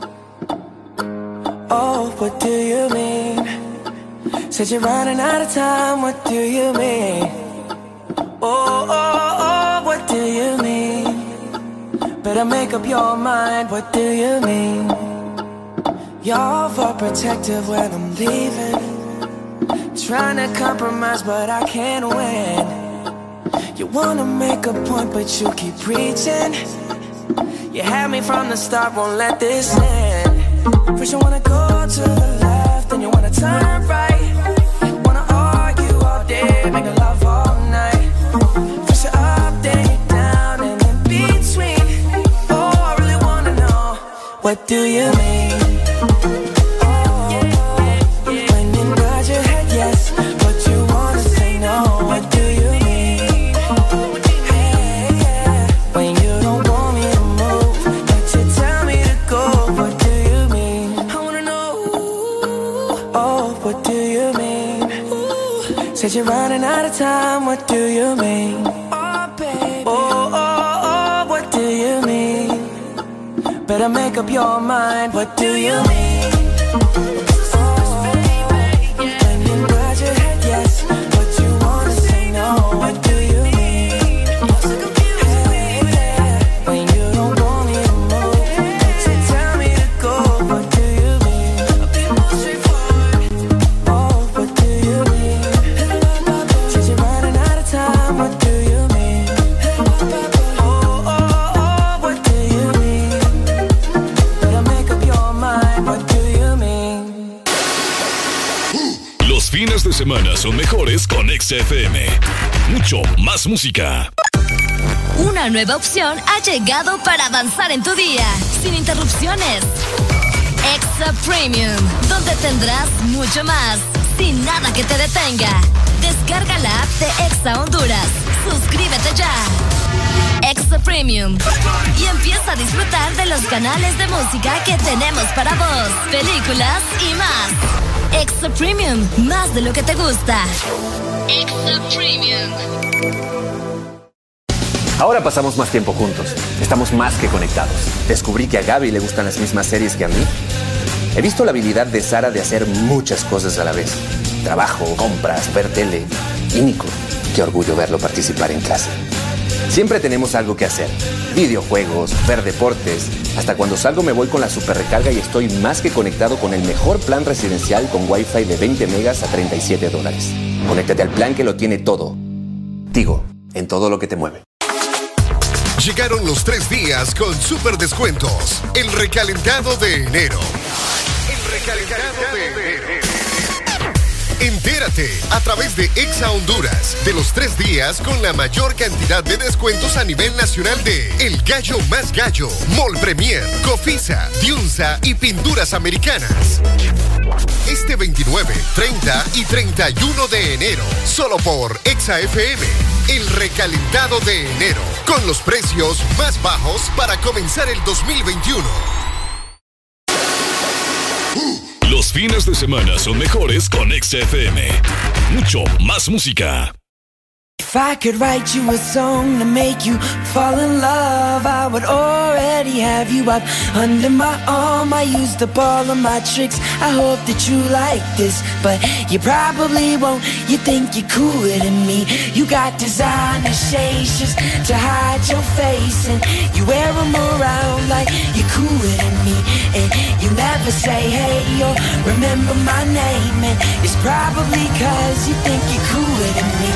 Oh, what do you mean? Said you're running out of time, what do you mean? Oh, oh, oh, what do you mean? Better make up your mind, what do you mean? You're overprotective when I'm leaving. Trying to compromise, but I can't win. You wanna make a point, but you keep preaching. You had me from the start, won't let this end. First you wanna go to the left, then you wanna turn right. Wanna argue all day, make love all night. First you're up, then you're down, and in between. Oh, I really wanna know, what do you mean? Oh, when you nod your head yes, but you wanna say no, what do you mean? Hey, yeah, when you don't want me to move, but you tell me to go, what do you mean? I wanna know, oh, what do you mean? Said you're running out of time, what do you mean? Oh, baby, oh, oh, oh, what do you mean? Better make up your mind, what do you mean? When you nod your head yes, but you wanna say no, what do you mean? Hey, yeah, when you don't want me to move, but you tell me to go, what do you mean? I'll be more straightforward. Oh, what do you mean? Since you're running out of time, what do you mean? Oh, oh, oh, what do you mean? Better make up your mind, what do you mean? Los fines de semana son mejores con XFM. Mucho más música. Una nueva opción ha llegado para avanzar en tu día, sin interrupciones. Extra Premium, donde tendrás mucho más, sin nada que te detenga. Descarga la app de Exa Honduras. Suscríbete ya. Extra Premium. Y empieza a disfrutar de los canales de música que tenemos para vos, películas y más. Extra Premium, más de lo que te gusta. Extra Premium. Ahora pasamos más tiempo juntos. Estamos más que conectados. Descubrí que a Gaby le gustan las mismas series que a mí. He visto la habilidad de Sara de hacer muchas cosas a la vez. Trabajo, compras, ver tele. Y Nico, qué orgullo verlo participar en clase. Siempre tenemos algo que hacer. Videojuegos, ver deportes. Hasta cuando salgo me voy con la super recarga y estoy más que conectado con el mejor plan residencial con Wi-Fi de 20 megas a $37. Conéctate al plan que lo tiene todo. Tigo, en todo lo que te mueve. Llegaron los 3 días con super descuentos. El recalentado de enero. El recalentado de enero. Entérate a través de Exa Honduras de los 3 días con la mayor cantidad de descuentos a nivel nacional de El Gallo Más Gallo, Mall Premier, Cofisa, Diunsa y Pinturas Americanas. Este 29, 30 y 31 de enero, solo por Exa FM. El recalentado de enero, con los precios más bajos para comenzar el 2021. Los fines de semana son mejores con XFM. Mucho más música. If I could write you a song to make you fall in love, I would already have you up under my arm. I used up all of my tricks, I hope that you like this, but you probably won't. You think you're cooler than me. You got designer shades just to hide your face, and you wear them around like you're cooler than me. And you never say hey or remember my name, and it's probably cause you think you're cooler than me.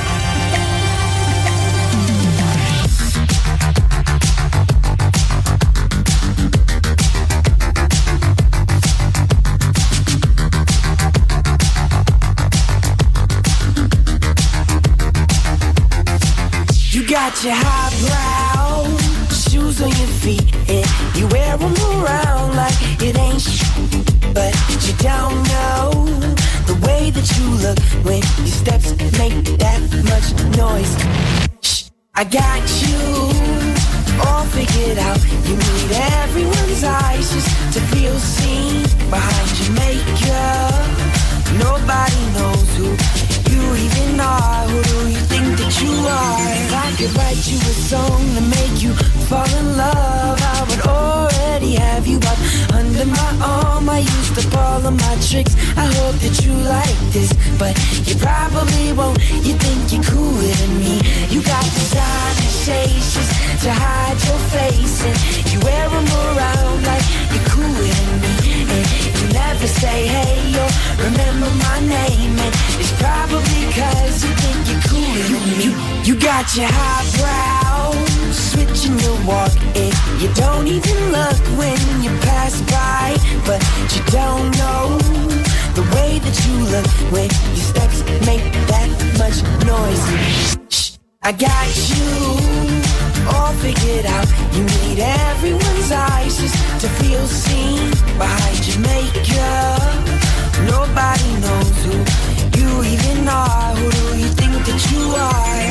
You got your highbrow shoes shoes on your feet and you wear them around like it ain't but you don't know the way that you look when your steps make that much noise. Shh, I got you all figured out. You need everyone's eyes just to feel seen behind your makeup. Nobody knows who you even are. Who do you think that you are? If I could write you a song to make you fall in love, I would already have you up under my arm. I used up all of my tricks. I hope that you like this, but you probably won't. You think you're cooler than me. You got designer shades just to hide your face, and you wear them around like you're cooler than me. And you never say hey or remember my name, and it's probably cause you think you're cooler than me. You got your highbrow switching your walk, and you don't even look when you pass by, but you don't know the way that you look when your steps make that much noise. Shh, I got you all figured out. You need everyone's eyes just to feel seen behind your makeup. Nobody knows who you even are. Who do you think that you are?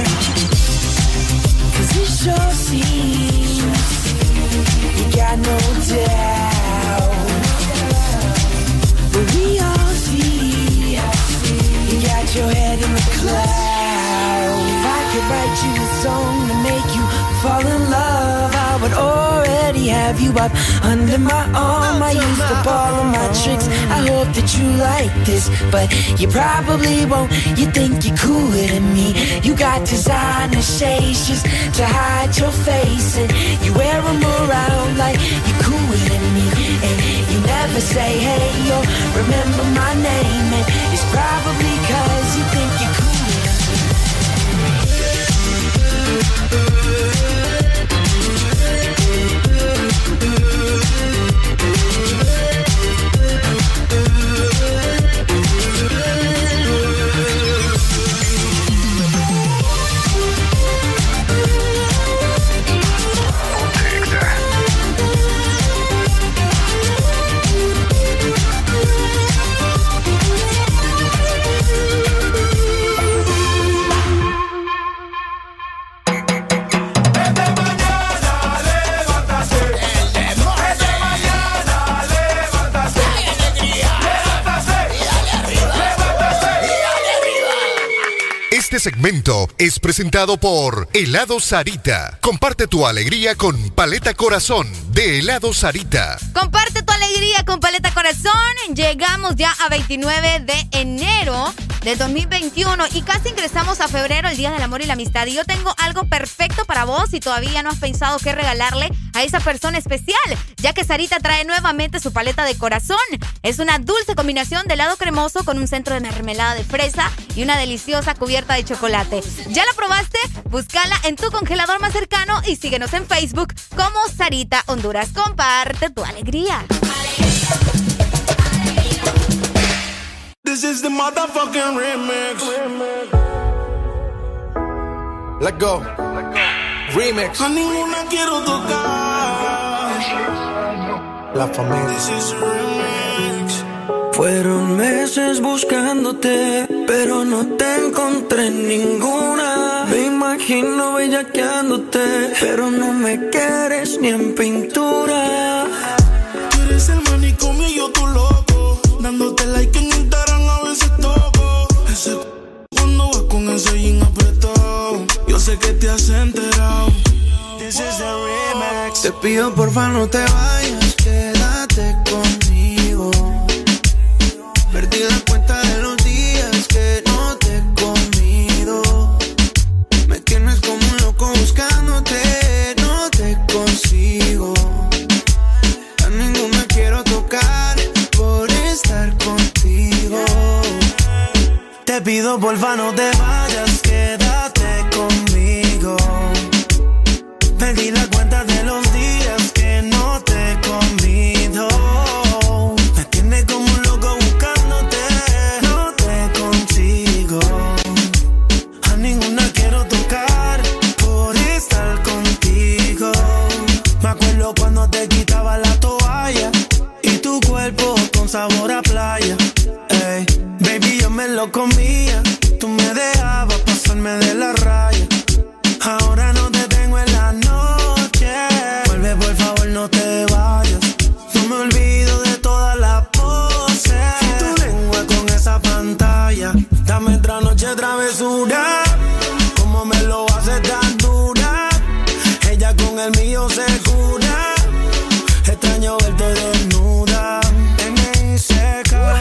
Cause it sure seems you got no doubt, but we all see you got your head in the clouds. If I could write you a song to make you fall in love, I would already have you up under my arm. I used up all of my tricks. I hope that you like this, but you probably won't. You think you're cooler than me. You got designer shades just to hide your face, and you wear them around like you're cooler than me. And you never say hey or remember my name, and it's probably cause you think you're cooler. Este segmento es presentado por Helado Sarita. Comparte tu alegría con Paleta Corazón de Helado Sarita. Comparte tu alegría con Paleta Corazón. Llegamos ya a 29 de enero de 2021 y casi ingresamos a febrero, el Día del Amor y la Amistad. Y yo tengo algo perfecto para vos si todavía no has pensado qué regalarle a esa persona especial, ya que Sarita trae nuevamente su paleta de corazón. Es una dulce combinación de helado cremoso con un centro de mermelada de fresa y una deliciosa cubierta de chocolate. ¿Ya la probaste? Búscala en tu congelador más cercano y síguenos en Facebook como Sarita Honduras. Comparte tu alegría. This is the motherfucking remix. Let go. Remix. A ninguna quiero tocar. La familia. This is remix. Fueron meses buscándote, pero no te encontré ninguna. Me imagino bellaqueándote, pero no me quieres ni en pintura. Tú eres el manicomio y yo tu loco, dándote like en Instagram a veces toco. Ese cuando vas con ese jean apretado, yo sé que te has enterado. This is the remix. Te pido porfa no te vayas, quédate conmigo. Perdí la cuenta de los días que no te he comido. Me tienes como un loco buscándote, no te consigo. A ninguna quiero tocar por estar contigo. Te pido porfa no te vayas, quédate conmigo. Perdí la cuenta de los días que no te he comido. Me tienes como un loco buscándote, no te consigo. A ninguna quiero tocar por estar contigo. pasarme de la raya. Ahora no te tengo en la noche. Vuelve, por favor, no te vayas. No me olvido de todas las poses. Y tu lengua con esa pantalla. Dame otra noche travesura. Como me lo hace tan dura. Ella con el mío se cura. Extraño verte desnuda. seca.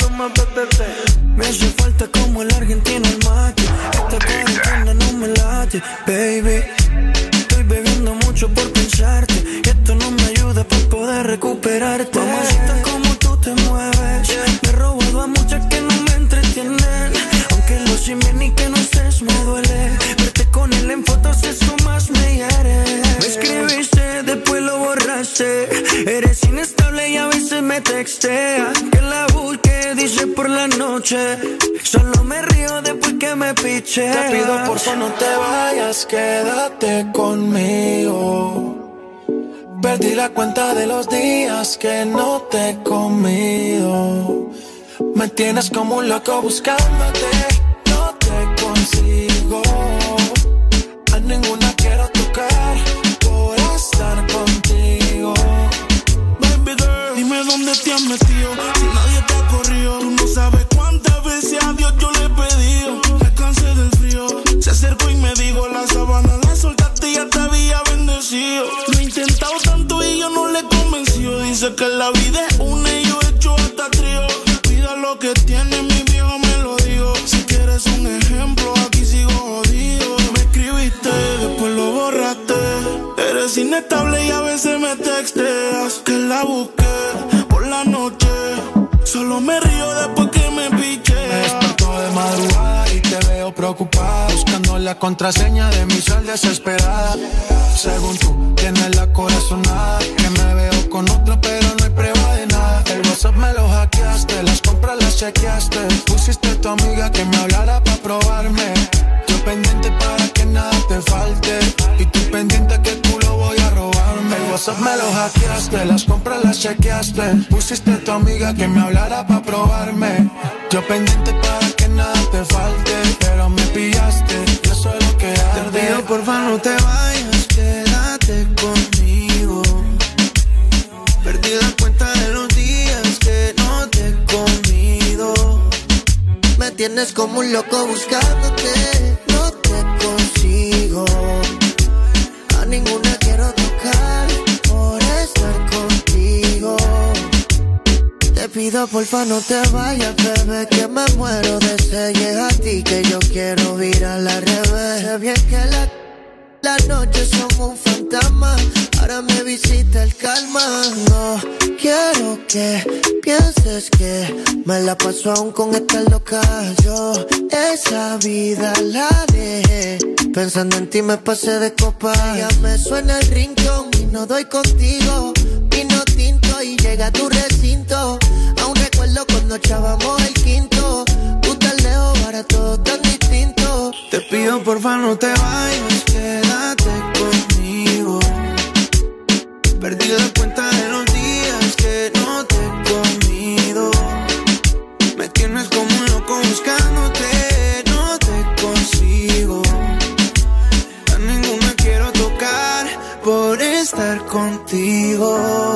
Me hace falta como el argentino el mate. Esta cuarentena no me late, baby. Estoy bebiendo mucho por pensarte. Y esto no me ayuda para poder recuperarte. Mamacita, como tú te mueves. Me he robado a muchas que no me entretienen. Aunque lo sin bien y que no estés me duele. Verte con él en fotos, eso más me hiere. Me escribiste, después lo borraste. Eres inestable y a veces me texteas. Que la busque, dice por la noche. Solo me río después que me piche. Te pido por favor no te vayas, quédate conmigo. Perdí la cuenta de los días que no te he comido. Me tienes como un loco buscándote. No te consigo. A ninguna quiero tocar por estar contigo. Baby girl, dime dónde te has metido. Si nadie te ha corrido. Tú no sabes cuántas veces a Dios yo le he pedido. Me cansé del frío. Se acercó y me dijo, la sabana la soltaste y ya te había bendecido. Lo he intentado tanto y yo no le he convencido. Dice que la vida es una y yo he hecho hasta trío. Cuida lo que tiene, mi viejo me lo dijo. Si quieres un ejemplo, aquí sigo jodido. Me escribiste, después lo borraste. Eres inestable y a veces me texteas. Que la busqué por la noche. Solo me río después que me piché. Me despertó de madrugada y te veo preocupada. Buscando la contraseña de mi sal desesperada. Según tú, tienes la corazonada. Que me veo con otro pero no hay prueba de nada. El WhatsApp me lo hackeaste, las compras las chequeaste. Pusiste a tu amiga que me hablara pa' probarme. Yo pendiente para que nada te falte. Y tú pendiente que tú lo voy a robarme. El WhatsApp me lo hackeaste, las compras las chequeaste. Pusiste a tu amiga que me hablara pa' probarme. Yo pendiente para que nada te falte. Pero me pillaste, yo soy lo que arde. Te pido porfa no te vayas, quédate conmigo. Perdí la cuenta de los días que no te he comido. Me tienes como un loco buscándote. No te consigo. A ninguna quiero tocar por estar contigo. Te pido porfa no te vayas, bebé, que me muero de sed. Y es a ti que yo quiero ir al revés. Sé bien que las noches son un fantasma. Ahora me visita el calma. No quiero que pienses que me la paso aún con esta loca. Yo esa vida la dejé. Pensando en ti me pasé de copa. Ya me suena el rincón y no doy contigo. Vino tinto y llega a tu recinto. Aún recuerdo cuando echábamos el quinto. Tú tan lejos, ahora todo tan distinto. Te pido porfa no te vayas, quédate conmigo. Perdí la cuenta de los días que no te he comido. Me tienes como un loco buscándote. No te consigo. A ninguna quiero tocar por estar contigo.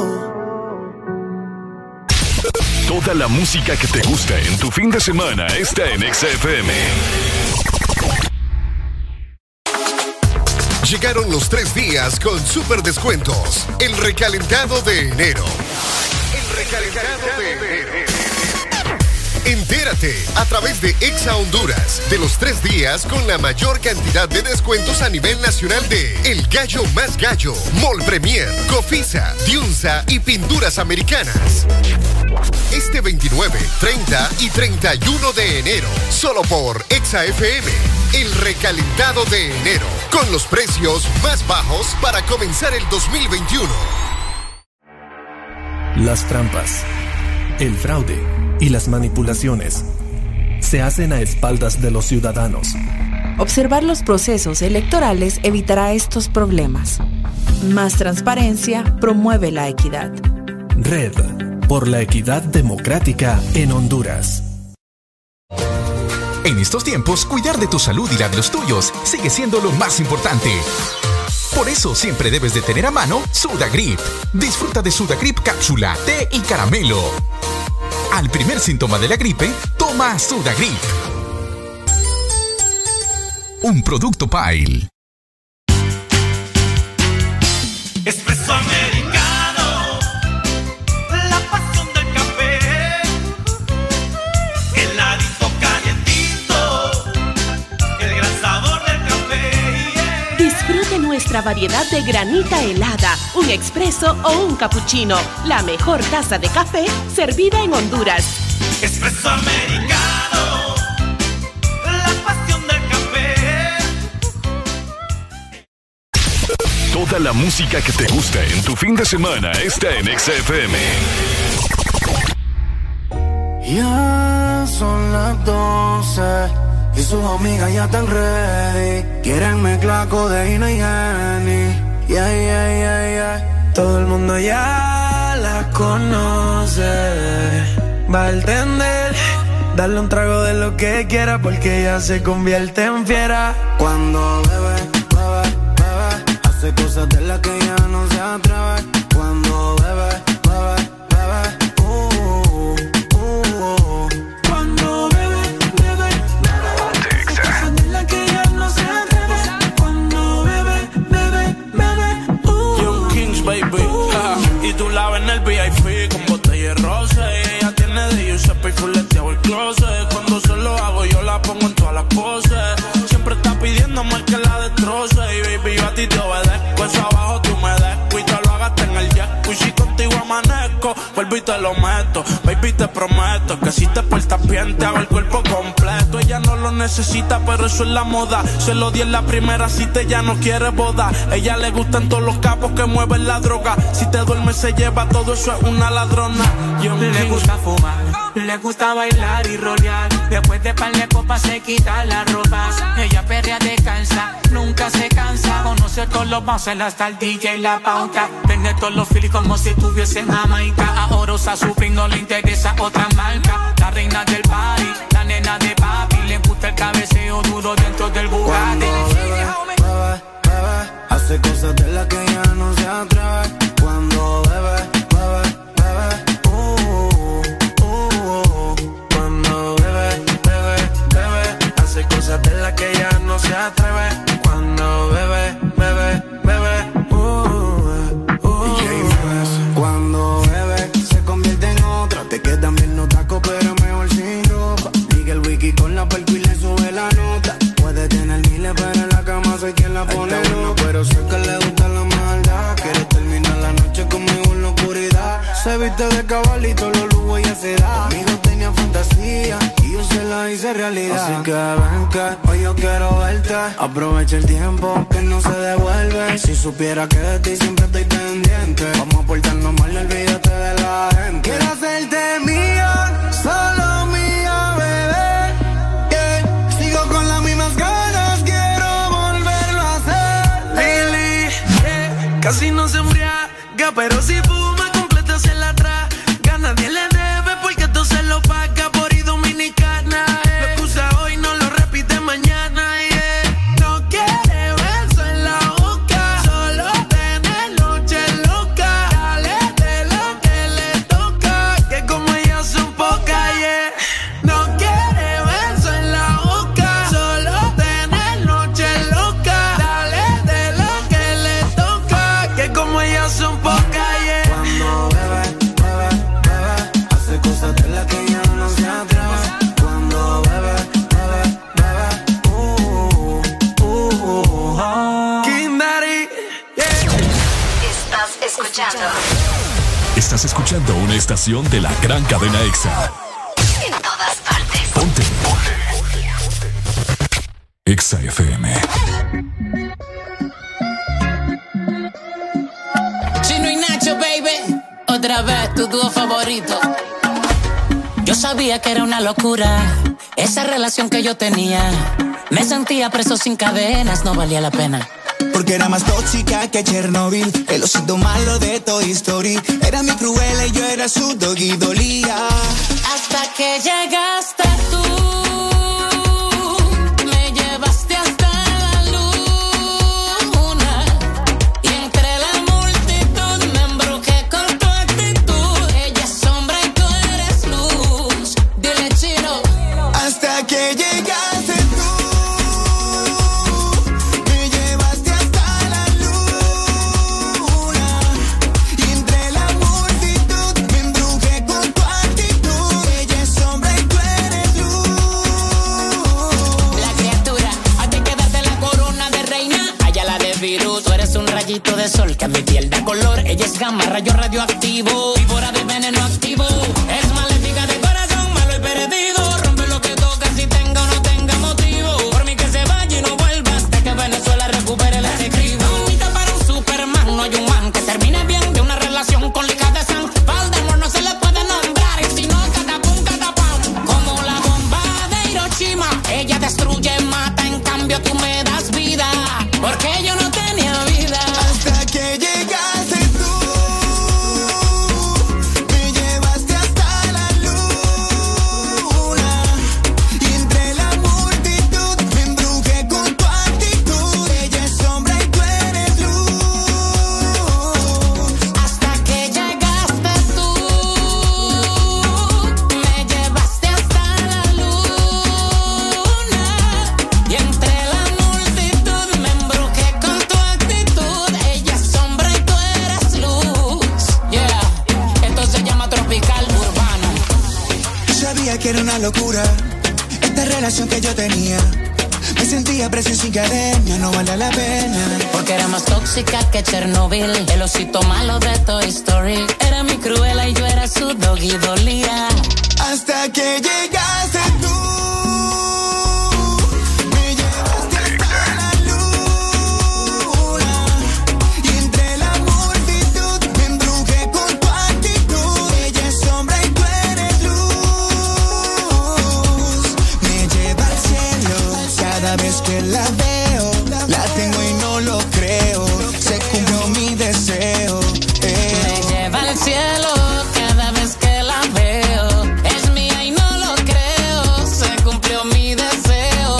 Toda la música que te gusta en tu fin de semana está en XFM. Llegaron los 3 días con super descuentos. El recalentado de enero. El recalentado de enero. Entérate a través de Exa Honduras de los 3 días con la mayor cantidad de descuentos a nivel nacional de El Gallo Más Gallo, Mall Premier, Cofisa, Diunsa y Pinturas Americanas. Este 29, 30 y 31 de enero, solo por Exa FM. El recalentado de enero, con los precios más bajos para comenzar el 2021. Las trampas, el fraude y las manipulaciones se hacen a espaldas de los ciudadanos. Observar los procesos electorales evitará estos problemas. Más transparencia promueve la equidad. Red por la equidad democrática en Honduras. En estos tiempos, cuidar de tu salud y la de los tuyos sigue siendo lo más importante. Por eso siempre debes de tener a mano Sudagrip. Disfruta de Sudagrip cápsula, té y caramelo. Al primer síntoma de la gripe, toma Sudagrip. Un producto Pile. Espresso americano, la pasión del café, heladito calientito, el gran sabor del café. Yeah. Disfrute nuestra variedad de granita helada, un expreso o un cappuccino, la mejor taza de café servida en Honduras. Espresso americano, la pasión del café. Toda la música que te gusta en tu fin de semana está en XFM. Ya son las 12 y sus amigas ya están ready. Quieren mezclar codeína y Henny. Yeah. Todo el mundo ya la conoce. Va a entender, darle un trago de lo que quiera porque ella se convierte en fiera. Cuando bebe, hace cosas de las que ya no se atreve. Cuando bebe, Cuando bebe, hace cosas de las que ya no se atreve. Cuando bebe, Young Kings, baby. Y tú la ves en el VIP con botella de rosa. Y ella tiene de Giuseppe y fuleteado el closet. Cuando se lo hago yo la pongo en todas las poses. Siempre está pidiéndome que la destroce. Y baby, yo a ti te obedezco. Eso abajo tú me desco y te lo hagas en el jet. Y si contigo amanezco, vuelvo y te lo meto. Baby, te prometo que si te portas bien te hago el cuerpo completo. Ella no lo necesita, pero eso es la moda. Se lo di en la primera cita, ella no quiere boda. Ella le gustan todos los capos que mueven la droga. Si te duermes se lleva todo, eso es una ladrona. Le gusta fumar, le gusta bailar y rolear. Después de par de copas se quita la ropa. Ella perrea descansa, nunca se cansa. Conoce todos los bouncers hasta el DJ y la pauta. Vende todos los filis como si estuviese en Jamaica. Ahora usa su fin, no le interesa otra marca. La reina del party, la nena de papi. Le gusta el cabeceo duro dentro del Bugatti. hace cosas de las que ya no se atreve. Cuando bebe. Cuando bebe, hace cosas de las que ya no se atreve. Cuando bebe. Cuando bebe, se convierte en otra. Te quedan bien los tacos, pero mejor sin ropa. Liga el wiki con la perco y le sube la nota. Puede tener miles, pero en la cama soy quien la pone. Está bueno, pero sé que le gusta la maldad. Quiere terminar la noche conmigo en la oscuridad. Se viste de cabalito, los lujos ella se da. Conmigo tenía fantasía y yo se la hice realidad. Así que ven que hoy yo quiero verte. Aprovecha el tiempo que no se devuelve. Si supiera que de ti siempre estoy pendiente. Vamos a portarnos mal, olvídate de la gente. Quiero hacerte mía, solo mía, bebé. Yeah. Sigo con las mismas ganas, quiero volverlo a hacer. Lily, yeah. Casi no se embriaga, pero si fuma completa se la traga. Nadie le debe porque tú se lo pagas por ir dominicana. Lo que usa hoy no lo repite mañana. Yeah. No quiere beso en la boca, solo tener noche loca. Dale de lo que le toca, que como ella son pocas, yeah. No quiere beso en la boca, solo tener noche loca. Dale de lo que le toca, que como ella son pocas, yeah. Cuando bebe, cosas de las que ya no se atreve. Cuando bebe. King Daddy, yeah. Estás escuchando una estación de la gran cadena EXA. En todas partes. Ponte. EXA FM. Chino y Nacho, baby. Otra vez tu dúo favorito. Yo sabía que era una locura esa relación que yo tenía. Me sentía preso sin cadenas, no valía la pena. Porque era más tóxica que Chernobyl, el osito malo de Toy Story. Era mi Cruella y yo era su doggy, dolía. Hasta que llegaste tú rayito de sol que a mi piel da color. Ella es gamma, rayo radioactivo, víbora de veneno activo. Es maléfica de corazón, malo y perdido. Rompe lo que toca si tenga o no tenga motivo. Por mí que se vaya y no vuelva hasta que Venezuela recupere el escribo. Bonita para un Superman, no hay un man que termine bien de una relación con Liga de San. Voldemort no se le puede nombrar, y si no, catapum, catapum. Como la bomba de Hiroshima, ella destruye, mata, en cambio tú me das vida. Porque yo no tenía vida hasta que llegaste tú. Me llevaste hasta la luna y entre la multitud me embrujé con tu actitud. Ella es sombra y tú eres luz. Hasta que llegaste tú, me llevaste hasta la luna y entre la multitud me embrujé con tu actitud. Ella es sombra y tú eres luz. Yeah, esto se llama tropical urbano. Yo sabía que era una locura esta relación que yo tenía. Me sentía preso sin cadena, no vale la pena. Porque era más tóxica que Chernobyl, el osito malo de Toy Story. Era mi Cruella y yo era su doggy, dolía. Hasta que llegaste tú. Me llevaste hasta la luna y entre la multitud me embrujé con tu actitud. Ella es sombra y tú eres luz. Me lleva al cielo cada vez que la veo. La tengo y no lo creo. Se cumplió mi deseo. Me lleva al cielo cada vez que la veo. Es mía y no lo creo. Se cumplió mi deseo.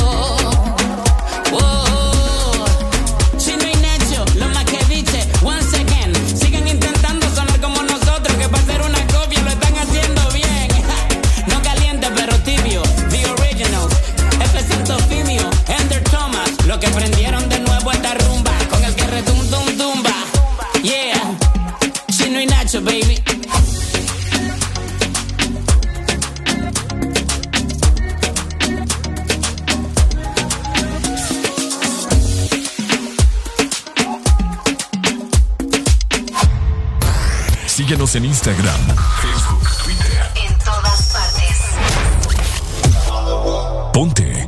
Wow. Chino y Nacho, los más que dice, once again. Siguen intentando sonar como nosotros, que para ser una copia lo están haciendo bien. No caliente pero tibio, the original. F. Santo Fimio, Ender Thomas. Lo que prendieron de nuevo esta rumba, con el que retum tum tumba. Yeah, Chino y Nacho, baby. Síguenos en Instagram, Facebook, Twitter. En todas partes. Ponte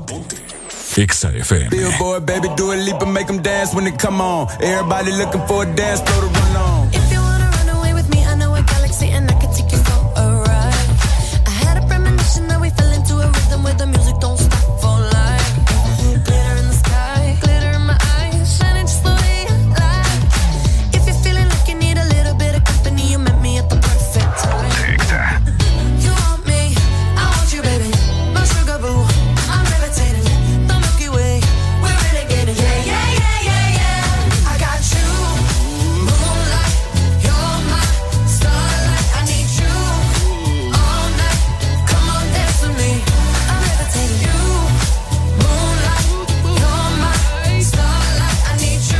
Exa FM. Billboard, baby, do a leap and make them dance when they come on. Everybody looking for a dance floor to run on. If you wanna run away with me, I know a galaxy and I can take you for a ride. I had a premonition that we fell into a rhythm where the music don't stop for life. Glitter in the sky, glitter in my eyes, shining just the way I like. If you're feeling like you need a little bit of company, you met me at the perfect time. You want me, I want you, baby. My sugar boo, I'm levitating. The Milky Way, we're renegading. Yeah, yeah, yeah, yeah, yeah. I got you, moonlight. You're my starlight. I need you all night. Come on, dance with me. I'm levitating. You, moonlight. You're my starlight. I need you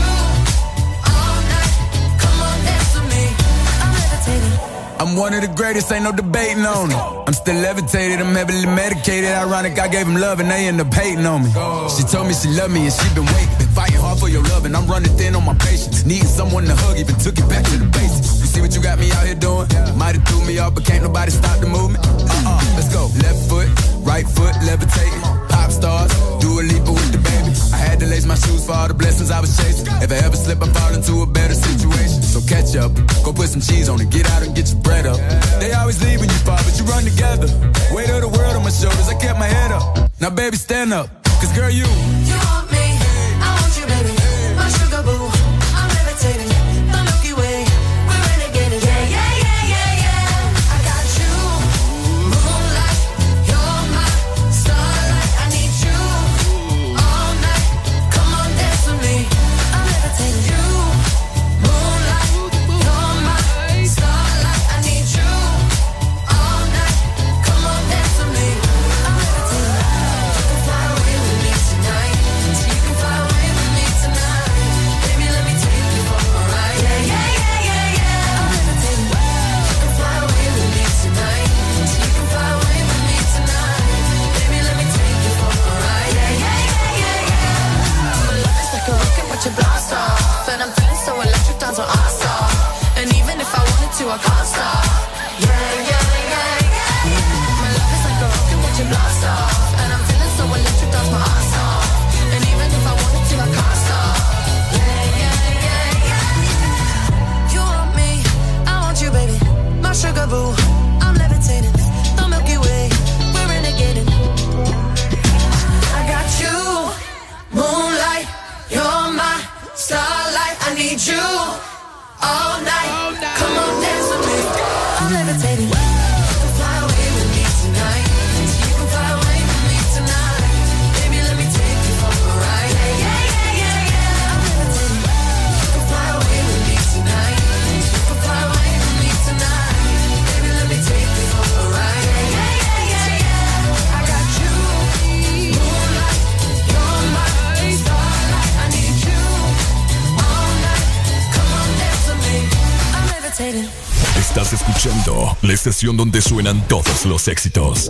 all night. Come on, dance with me. I'm levitating. I'm one of the greatest, ain't no debating on it. I'm still levitated, I'm heavily medicated. Ironic, I gave him love and they end up hating on me. She told me she loved me and she been waiting. Been fighting hard for your love and I'm running thin on my patience. Needing someone to hug, even took it back to the basics. You see what you got me out here doing? Might have threw me off, but can't nobody stop the movement. Let's go. Left foot, right foot, levitating. Pop stars, do a leap with the baby. I had to lace my shoes for all the blessings I was chasing. If I ever slip, I fall into a better situation. So catch up, go put some cheese on it, get out and get your bread up. They always leave when you fall, but you run together. Weight of the world on my shoulders, I kept my head up. Now baby, stand up, cause girl, you want me, I want you, baby. My sugar boo, I'm levitating. The Milky Way, we're renegading. Yeah, yeah, yeah, yeah, yeah. I got you, moonlight. You're my starlight. I need you all night. Come on, dance with me. I'm levitating. You, moonlight. You're my starlight. I need you all night. Come on, dance with me. I'm levitating. You can fly away with me tonight. I can't stop. Yeah, yeah, yeah, yeah. My love is like a rocket watching blast off, and I'm feeling so electric, that's my ass off. And even if I wanted to, I can't stop. Yeah, yeah, yeah, yeah. You want me, I want you, baby. My sugar boo, I'm levitating. The Milky Way, we're renegading. I got you, moonlight, you're my starlight. I need you all night. Come on, dance with me. I'm levitating. You can fly away with me tonight. You can fly away with me tonight. Baby, let me take you for a ride. Yeah, yeah, yeah, yeah. I'm levitating. You can fly away with me tonight. You can fly away with me tonight. Baby, let me take you for a ride. Yeah, yeah, yeah, yeah. I got you, moonlight, you're my starlight. I need you all night. Come on, dance with me. I'm levitating. Estás escuchando la estación donde suenan todos los éxitos.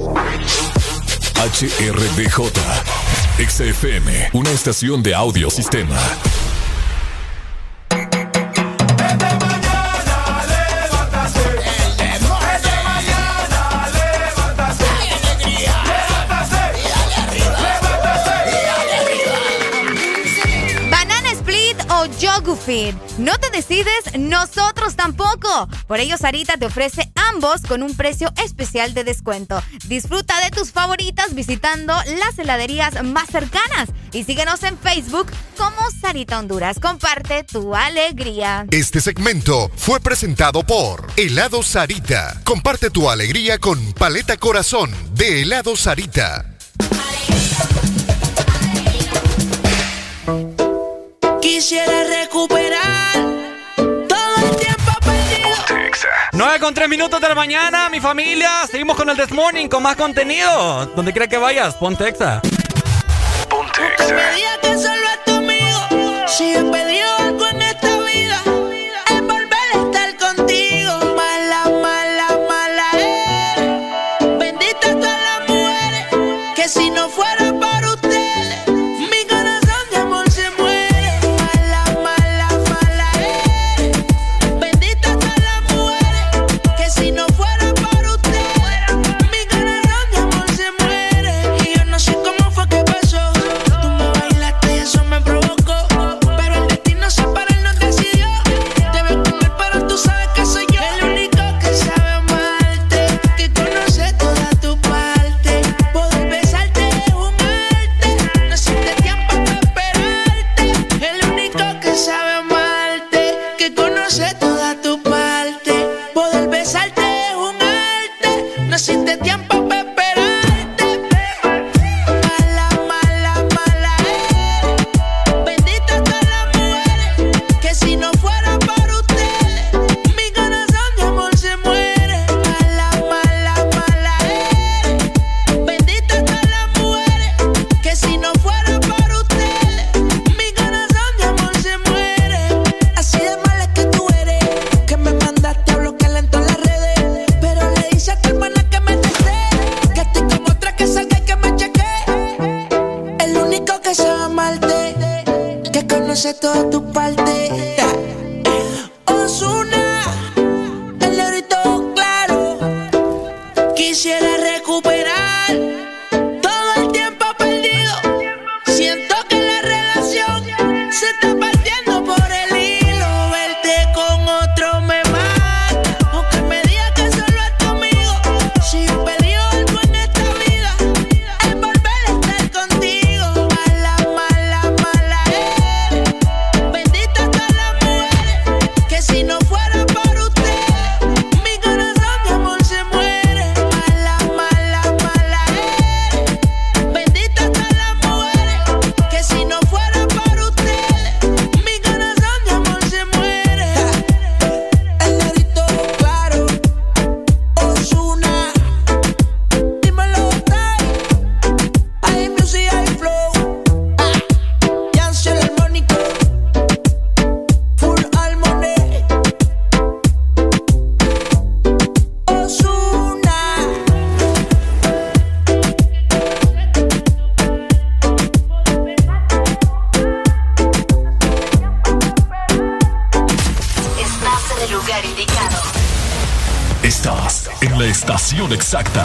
HRDJ, XFM, una estación de audio sistema. Banana Split o Yogu Fit. ¿No te decides? Nosotros tampoco. Por ello, Sarita te ofrece ambos con un precio especial de descuento. Disfruta de tus favoritas visitando las heladerías más cercanas. Y síguenos en Facebook como Sarita Honduras. Comparte tu alegría. Este segmento fue presentado por Helado Sarita. Comparte tu alegría con Paleta Corazón de Helado Sarita. Quisiera recuperar todo el tiempo perdido. 9:03 de la mañana, mi familia. Seguimos con el This Morning con más contenido. Donde quiera que vayas, ponte Exa. Ponte Exa. Me digas que solo es tu amigo. Si he pedido algo en esta vida, es volver a estar contigo. Mala, mala, mala eres. Bendita todas las mujeres que si no fuera por ustedes, mi corazón de amor se muere. Mala, mala, mala eres. Bendita todas las mujeres que si no fuera por ustedes, mi corazón de amor se muere. Y yo no sé cómo fue que pasó. Tú me bailaste y eso me provocó, pero el destino separarnos decidió. Te veo con él, pero tú sabes que soy yo el único que sabe amarte, que conoce toda tu parte. Poder besarte es un arte, no existe tiempo para esperarte. El único que sabe amarte, que conoce toda tu parte. Poder besarte es un arte, no existe tiempo para esperarte. Mala, mala, mala eres. Bendita todas las mujeres que si no fuera por ustedes, mi corazón de amor se muere. Mala, mala, mala eres. Bendita todas las mujeres que si no fuera por ustedes, mi corazón de amor se muere. Así de mala es que tú eres, que me mandaste a bloquearla en todas las redes, pero le dice a tu hermana que me testé, que estoy con otra que salga y que me cheque. El único que sabe amarte, que conoce toda tu parte. Ozuna, el negrito claro. Quisiera recuperar todo el tiempo perdido. Siento que la relación se está partiendo por el hilo. Verte con otro me mata, aunque me digas que solo es tu amigo. Si yo pedí algo en esta vida, es volver a estar contigo. Mala, mala, mala eres. Bendita todas las mujeres la estación exacta.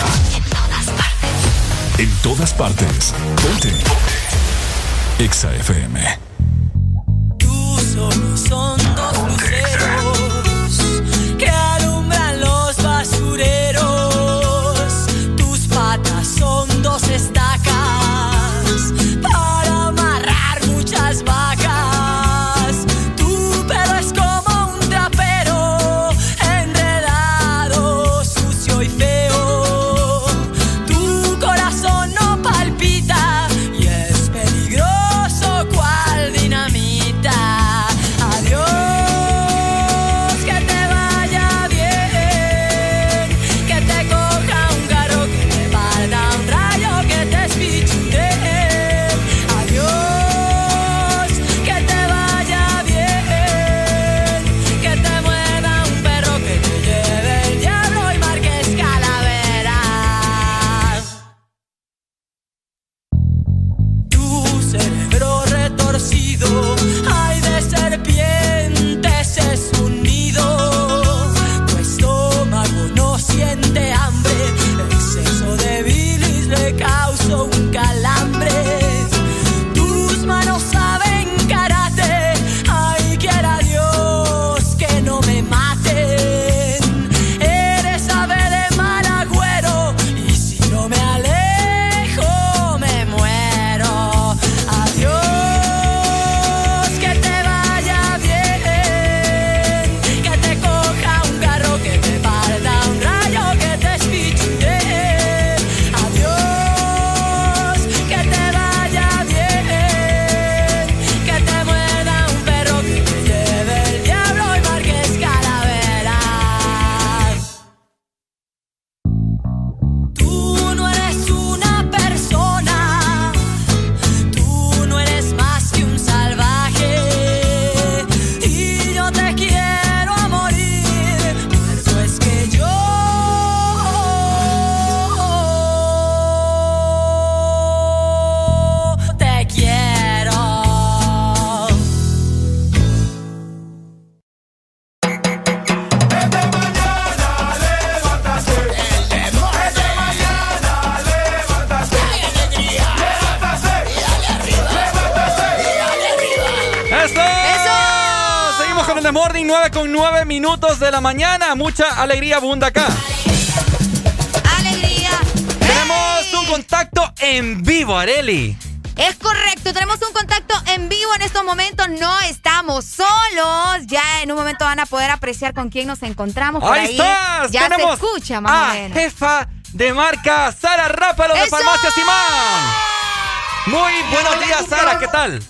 En todas partes. Ponte. Exa FM. Tus ojos son dos luceros que alumbran los basureros. Tus patas son dos estacas para amarrar muchas vacas. Tu pelo es como un trapero enredado, sucio y feo. Tu corazón no palpita y es peligroso cual dinamita. Adiós, que te vaya bien, que te coja un carro, que te parta un rayo, que te espichute. Adiós, que te vaya bien, que te mueva un perro, que te lleve el diablo y marques calavera. Tu cerebro retorcido, ay, de serpientes es un nido. Tu estómago no siente hambre, exceso de bilis le causó un calambre. Tus manos saben karate, ay, quiera Dios que no me maten. Eres ave de mal agüero y si no me alejo me muero. Adiós, que te vaya bien, que te coja un carro, que te parta un rayo, que te espichute. Adiós, que te vaya bien, que te muerda un perro, que te lleve el diablo y marques calavera. Tú no eres una persona, tú no eres más que un salvaje, y yo te quiero a morir, muerto es que yo te quiero. ¡Eso! Seguimos con el The Morning, 9:09 de la mañana. Mucha alegría abunda acá. ¡Alegría! Tenemos un contacto en vivo, Arely. Es correcto, tenemos un contacto en vivo en estos momentos, no estamos solos. Ya en un momento van a poder apreciar con quién nos encontramos. Por ¡Ahí estás! Ya Tenemos se escucha más o menos. jefa de marca, Sara Rápalo de ¡Eso! Farmacia Simán. Muy buenos días, Sara, ¿qué tal?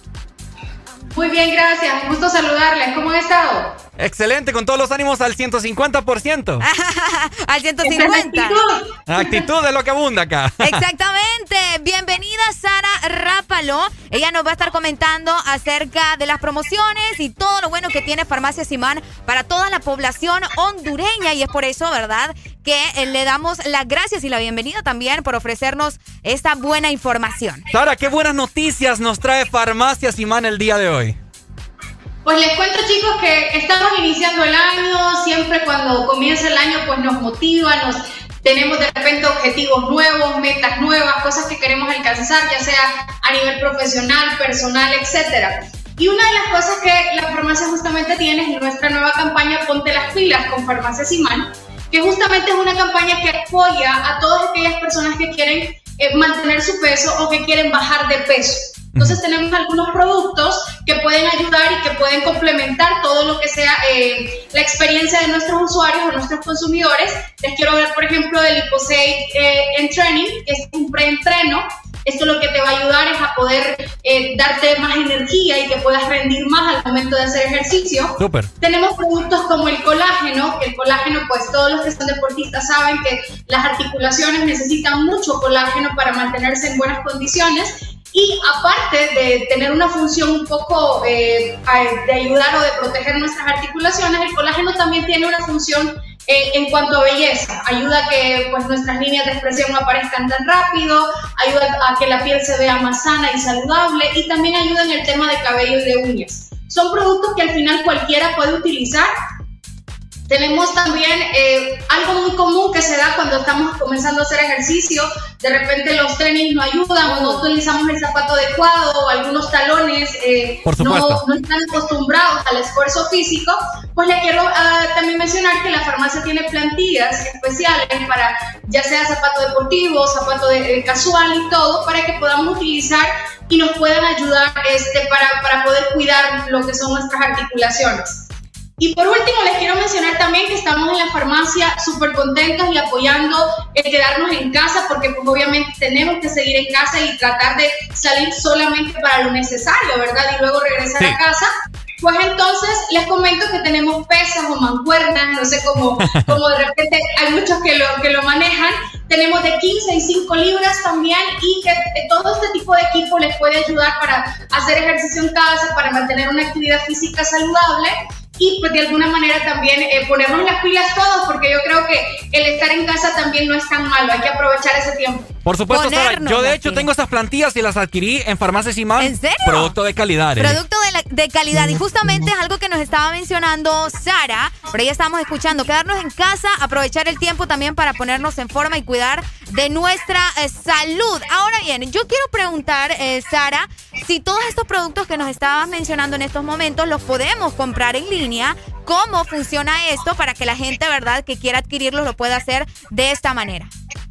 Muy bien, gracias. Un gusto saludarles. ¿Cómo han estado? Excelente, con todos los ánimos al 150%. Al 150. Actitud es lo que abunda acá. Exactamente. Bienvenida Sara Rápalo. Ella nos va a estar comentando acerca de las promociones y todo lo bueno que tiene Farmacia Simán para toda la población hondureña. Y es por eso, ¿verdad?, que le damos las gracias y la bienvenida también por ofrecernos esta buena información. Sara, qué buenas noticias nos trae Farmacia Simán el día de hoy. Pues les cuento, chicos, que estamos iniciando el año. Siempre cuando comienza el año pues nos motiva, tenemos de repente objetivos nuevos, metas nuevas, cosas que queremos alcanzar, ya sea a nivel profesional, personal, etcétera. Y una de las cosas que la farmacia justamente tiene es nuestra nueva campaña Ponte las pilas con Farmacia Simán, que justamente es una campaña que apoya a todas aquellas personas que quieren mantener su peso o que quieren bajar de peso. Entonces tenemos algunos productos que pueden ayudar y que pueden complementar todo lo que sea la experiencia de nuestros usuarios o nuestros consumidores. Les quiero hablar, por ejemplo, del Liposate en Training, que es un preentreno. Esto lo que te va a ayudar es a poder darte más energía y que puedas rendir más al momento de hacer ejercicio. Súper. Tenemos productos como el colágeno, que el colágeno, pues todos los que son deportistas saben que las articulaciones necesitan mucho colágeno para mantenerse en buenas condiciones. Y aparte de tener una función un poco de ayudar o de proteger nuestras articulaciones, el colágeno también tiene una función en cuanto a belleza. Ayuda a que pues, nuestras líneas de expresión no aparezcan tan rápido, ayuda a que la piel se vea más sana y saludable, y también ayuda en el tema de cabello y de uñas. Son productos que al final cualquiera puede utilizar. Tenemos también algo muy común que se da cuando estamos comenzando a hacer ejercicio. De repente los tenis no ayudan o no utilizamos el zapato adecuado o algunos talones no están acostumbrados al esfuerzo físico. Pues le quiero también mencionar que la farmacia tiene plantillas especiales para ya sea zapato deportivo, zapato casual y todo, para que podamos utilizar y nos puedan ayudar para poder cuidar lo que son nuestras articulaciones. Y por último, les quiero mencionar también que estamos en la farmacia súper contentos y apoyando el quedarnos en casa, porque pues, obviamente tenemos que seguir en casa y tratar de salir solamente para lo necesario, ¿verdad? Y luego regresar a casa. Pues entonces les comento que tenemos pesas o mancuernas, no sé cómo de repente hay muchos que lo manejan. Tenemos de 15 y 5 libras también, y que todo este tipo de equipo les puede ayudar para hacer ejercicio en casa, para mantener una actividad física saludable. Y pues de alguna manera también ponernos las pilas todos, porque yo creo que el estar en casa también no es tan malo, hay que aprovechar ese tiempo. Por supuesto, Sara, yo de hecho tengo estas plantillas y las adquirí en Farmacia Simán. ¿En serio? Producto de calidad. Producto de calidad, y justamente es algo que nos estaba mencionando Sara, por ahí estábamos escuchando, quedarnos en casa, aprovechar el tiempo también para ponernos en forma y cuidar de nuestra salud. Ahora bien, yo quiero preguntar, Sara, si todos estos productos que nos estabas mencionando en estos momentos los podemos comprar en línea. ¿Cómo funciona esto para que la gente, verdad, que quiera adquirirlos lo pueda hacer de esta manera?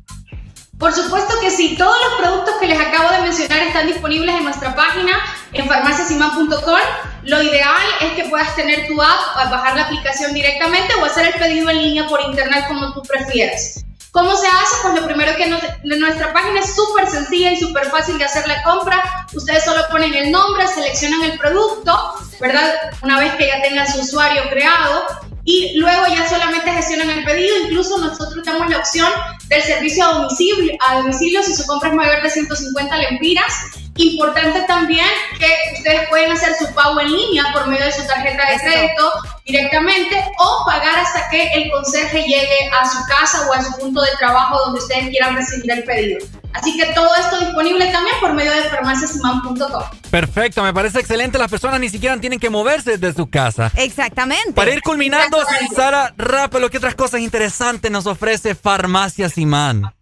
Por supuesto que sí, todos los productos que les acabo de mencionar están disponibles en nuestra página, en farmaciasimán.com. Lo ideal es que puedas tener tu app, bajar la aplicación directamente o hacer el pedido en línea por internet como tú prefieras. ¿Cómo se hace? Pues lo primero que nuestra página es súper sencilla y súper fácil de hacer la compra. Ustedes solo ponen el nombre, seleccionan el producto, ¿verdad? Una vez que ya tengan su usuario creado, y luego ya solamente gestionan el pedido. Incluso nosotros damos la opción del servicio a domicilio si su compra es mayor de 150 lempiras. Importante también que ustedes pueden hacer su pago en línea por medio de su tarjeta de crédito directamente, o pagar hasta que el conserje llegue a su casa o a su punto de trabajo donde ustedes quieran recibir el pedido. Así que todo esto disponible también por medio de farmaciasimán.com. Perfecto, me parece excelente. Las personas ni siquiera tienen que moverse desde su casa. Exactamente. Para ir culminando, Sara Rápalo, ¿qué otras cosas interesantes nos ofrece Farmacia Simán?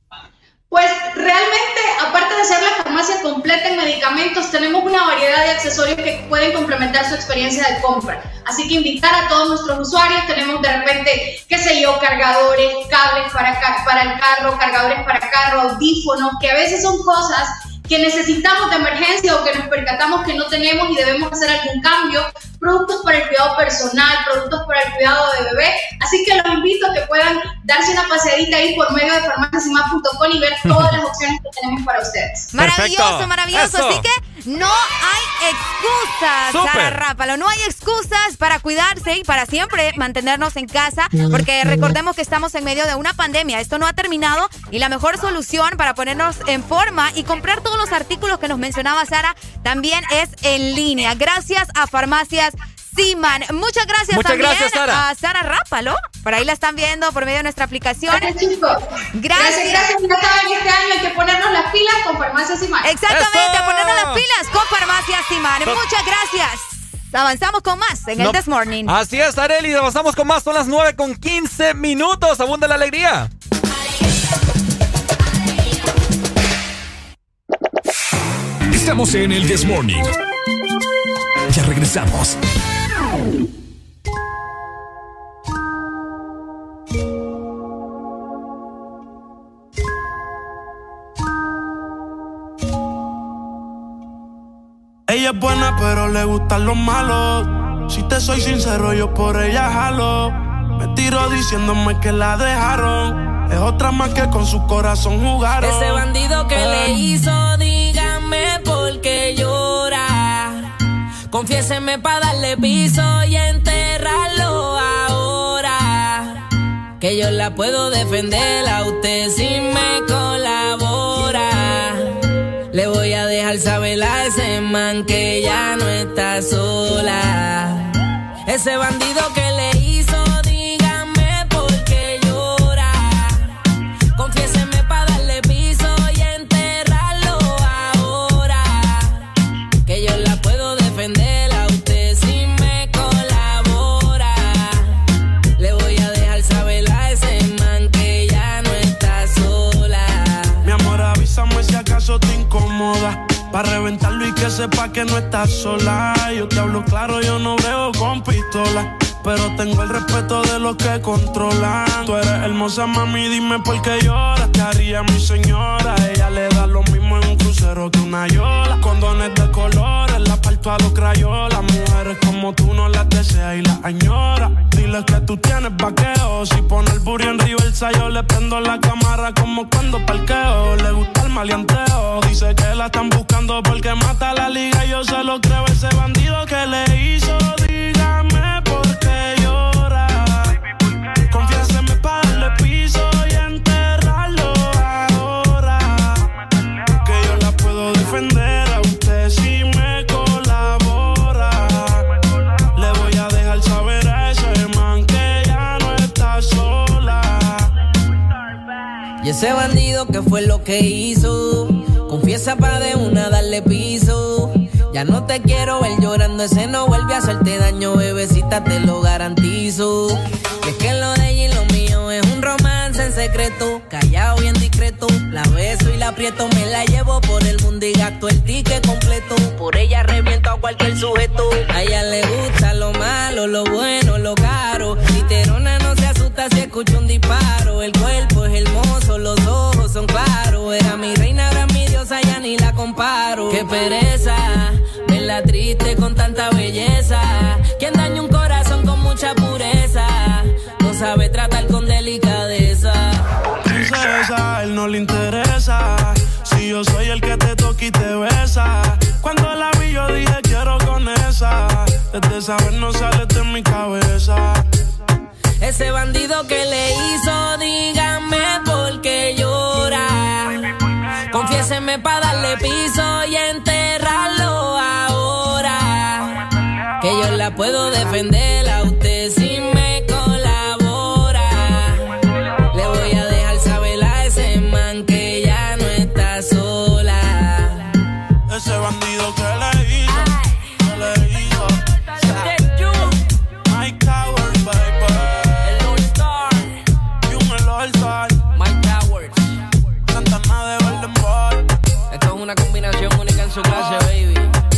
Pues realmente, aparte de ser la farmacia completa en medicamentos, tenemos una variedad de accesorios que pueden complementar su experiencia de compra. Así que invitar a todos nuestros usuarios, tenemos de repente, qué sé yo, cargadores, cables para el carro, cargadores para carro, audífonos, que a veces son cosas que necesitamos de emergencia o que nos percatamos que no tenemos y debemos hacer algún cambio, productos para el cuidado personal, productos para el cuidado de bebé. Así que los invito a que puedan darse una paseadita ahí por medio de farmaciasimán.com y ver todas las opciones que tenemos para ustedes. Maravilloso, Perfecto. Maravilloso. Eso. Así que no hay excusas, Sara Rápalo, no hay excusas para cuidarse y para siempre mantenernos en casa, porque recordemos que estamos en medio de una pandemia. Esto no ha terminado y la mejor solución para ponernos en forma y comprar todos los artículos que nos mencionaba Sara también es en línea. Gracias a Farmacias Simán. Muchas gracias Sara. a Sara Rápalo. Por ahí la están viendo por medio de nuestra aplicación. Gracias, chicos. Gracias. Ya saben, este año hay que ponernos las pilas con Farmacia Simán. Exactamente, a ponernos las pilas con Farmacia Simán. Muchas gracias. Avanzamos con más en el This Morning. Así es, Arely, avanzamos con más. Son las 9:15. Abunda la alegría. Estamos en el This Morning. Ya regresamos. Ella es buena, pero le gustan los malos. Si te soy sincero, yo por ella jalo. Me tiro diciéndome que la dejaron. Es otra más que con su corazón jugaron. Ese bandido que le hizo, dígame por qué llora. Confiéseme pa' darle piso y enterrarlo ahora. Que yo la puedo defender a usted si me colabora. Le voy a dejar saber a ese man que ya no está sola. Ese bandido que le hizo, dígame por qué llora. Confiéseme pa' darle piso y enterrarlo ahora. Que yo la puedo defender a usted si me colabora. Le voy sepa que no estás sola. Yo te hablo claro, yo no brego con pistola, pero tengo el respeto de los que controlan. Tú eres hermosa, mami, dime por qué lloras. Te haría mi señora. Ella le da lo mismo en un crucero que una yola. Condones de colores, la parto a los crayolas. Mujeres como tú no las deseas y las añoras. Dile que tú tienes vaqueo. Si pone el burro en reversa, yo le prendo la cámara como cuando parqueo. Le gusta el maleanteo. Dice que la están buscando porque mata la liga. Yo se lo creo, ese bandido que le hizo. Dígame por qué llora. Confiéseme para darle piso y enterrarlo ahora. Que yo la puedo defender a usted si me colabora. Le voy a dejar saber a ese man que ya no está sola. Y ese bandido, ¿qué fue lo que hizo? Confiesa pa' de una darle piso. Ya no te quiero ver llorando, ese no vuelve a hacerte daño, bebecita, te lo garantizo. Y es que lo de ella y lo mío es un romance en secreto, callado bien discreto. La beso y la aprieto, me la llevo por el mundo y gasto el ticket completo. Por ella reviento a cualquier sujeto. A ella le gusta lo malo, lo bueno, lo caro. Literona no se asusta si escucha un disparo. El cuerpo es hermoso, los ojos son claros. Era mi reina, ahora mi diosa, ya ni la comparo. Qué pereza verla triste con tanta belleza. Quien daña un corazón con mucha pureza no sabe tratar con delicadeza. Princesa, él no le interesa. Si yo soy el que te toca y te besa. Cuando la vi yo dije quiero con esa. Desde esa vez no sale de mi cabeza. Ese bandido que le hizo, dígame por qué llora. Confiéseme pa' darle piso y enterrarlo ahora. Que yo la puedo defender a usted si me colabora. Le voy a dejar saber a ese man que ya no está sola. Ese bandido que le hizo, que le hizo. Mike Towers, baby. El All Star. El All Star. Mike Towers. Santana de Golden Ball. Esto es una combinación única en su clase, baby.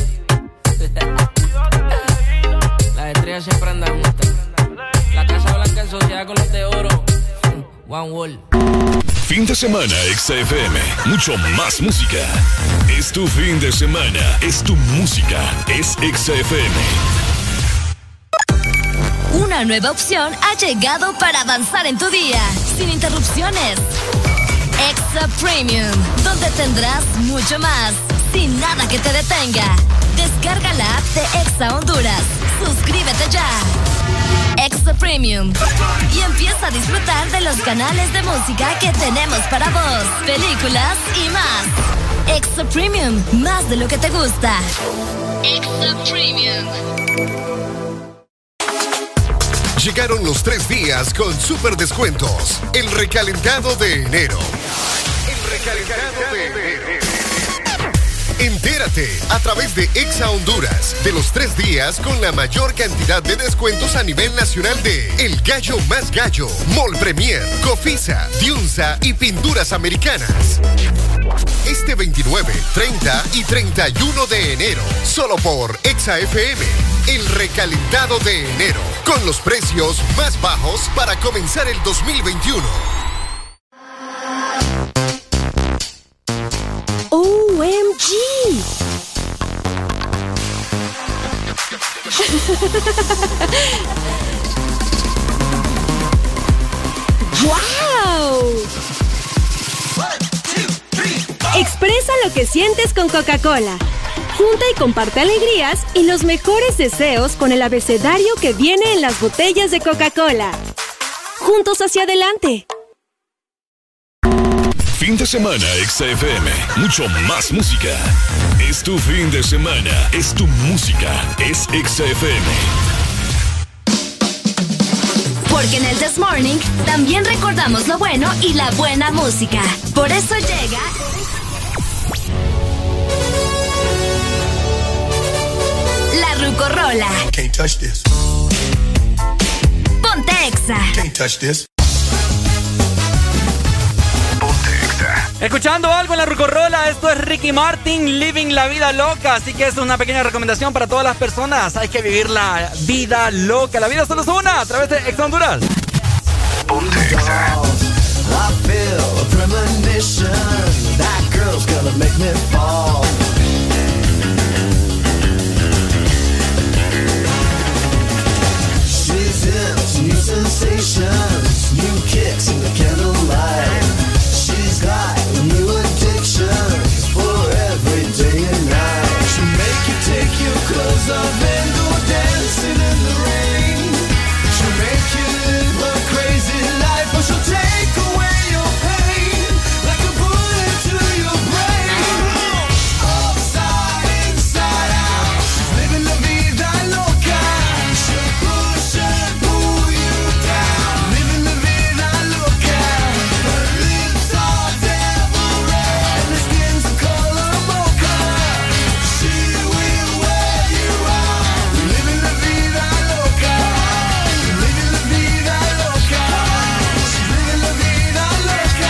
Las estrellas siempre andan juntas. La Casa Blanca en sociedad con los de oro. One Wall. Fin de semana, XFM. Mucho más música. Es tu fin de semana. Es tu música. Es XFM. Una nueva opción ha llegado para avanzar en tu día, sin interrupciones. Extra Premium, donde tendrás mucho más, sin nada que te detenga. Descarga la app de Exa Honduras. Suscríbete ya. Extra Premium. Y empieza a disfrutar de los canales de música que tenemos para vos, películas y más. Extra Premium, más de lo que te gusta. Extra Premium. Llegaron los 3 días con super descuentos. El recalentado de enero. El recalentado de enero. Entérate a través de Exa Honduras de los 3 días con la mayor cantidad de descuentos a nivel nacional de El Gallo Más Gallo, Mall Premier, Cofisa, Diunsa y Pinturas Americanas. Este 29, 30 y 31 de enero, solo por Exa FM. El recalentado de enero, con los precios más bajos para comenzar el 2021. OMG. ¡Wow! Expresa lo que sientes con Coca-Cola. Junta y comparte alegrías y los mejores deseos con el abecedario que viene en las botellas de Coca-Cola. Juntos hacia adelante. Fin de semana, XFM. Mucho más música. Es tu fin de semana. Es tu música. Es XFM. Porque en el This Morning también recordamos lo bueno y la buena música. Por eso llega... La Rucorola. Can't touch this. Ponte Exa. Can't touch this. Ponte Exa. Escuchando algo en la Rucorola, esto es Ricky Martin, Living la Vida Loca. Así que es una pequeña recomendación para todas las personas. Hay que vivir la vida loca. La vida solo es una, a través de Ex Honduras. Ponte Exa. I feel a premonition. That girl's gonna make me fall. She's into new sensations, new kicks in the candlelight. She's got new addictions for every day and night. She'll make you take your clothes off and go dancing in the rain. She'll make you live a crazy life, or she'll take away your pain like a bullet to your brain. Upside, inside out, she's living la vida loca. She'll push and pull you down, living la vida loca. Her lips are devil red and her skin's a color mocha. She will wear you out, living la vida loca. Living la vida loca. She's living la vida loca.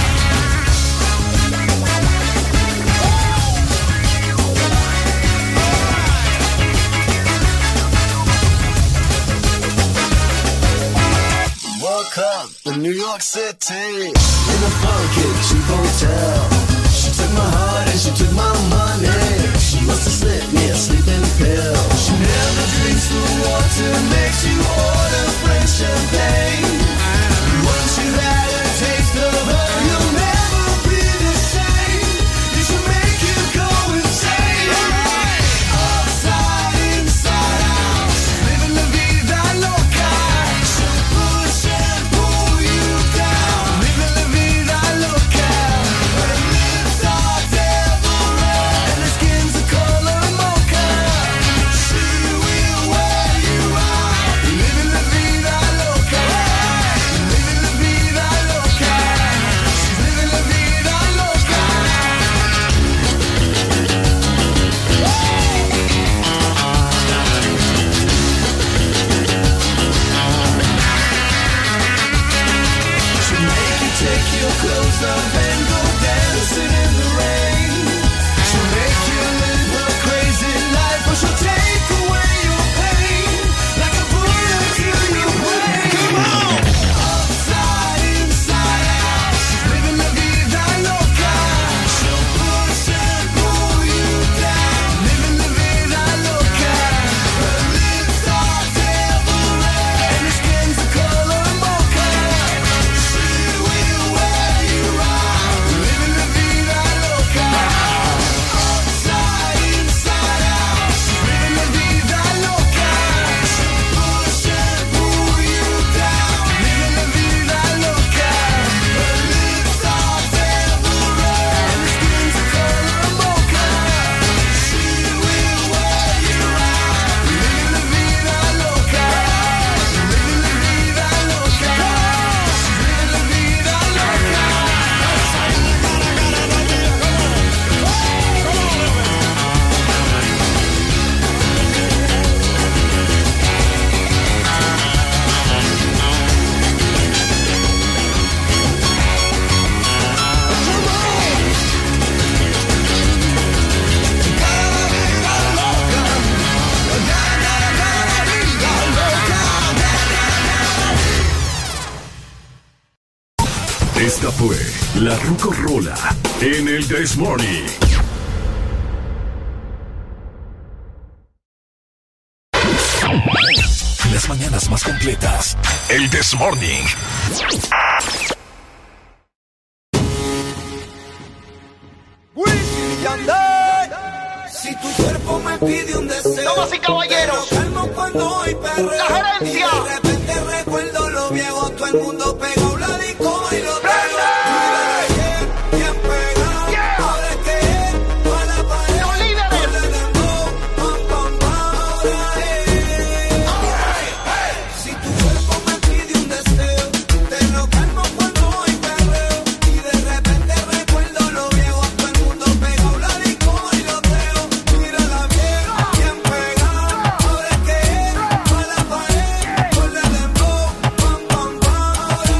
Woke up in New York City in a funky cheap hotel. She took my heart and she took my money. She must have slipped me a sleeping pill. She never drinks the water, makes you order French champagne. Once you've had a taste of her, you'll never be the same. It should make you go insane. Upside, inside out, she's living la vida loca. She'll push and pull you down, living la vida loca. Her lips are devil red and her skin's a color mocha. She will wear you out, living la vida loca. Living la vida loca. She's living la vida loca. She'll make you take your clothes off and go dancing in the rain. She'll make you live a crazy life, or she'll take away your pain like a bullet to your brain. Come on! Upside, inside out, she's living la vida loca. She'll push and pull you down, living la vida loca. Her lips are devil red and her skin's a color mocha. She will wear you out, living la vida loca. Upside, inside out, she's living la vida loca. She'll push and pull you down, living la vida loca. Her lips are devil red and her skin's a color mocha. She will wear you out, living la vida loca. Living la vida loca. She's living la vida loca. Esta fue la Rucorola en el This Morning. Las mañanas más completas. El This Morning. Si tu cuerpo me pide un deseo, damas y caballeros, calmo cuando hoy perreo. La gerencia. Y de repente recuerdo lo viejo, todo el mundo pegó la disco y lo traigo. Bien pegado, ahora es que es para la pared. Los líderes. Pam, pam, pam, ahora es. Si tu cuerpo me pide un deseo, te lo calmo cuando hoy perreo. Y de repente recuerdo lo viejo, todo el mundo pegó la disco y lo traigo. Mírala bien, bien pegado, ahora es que es para la pared. Ponle dembow, pam, pam, pam, ahora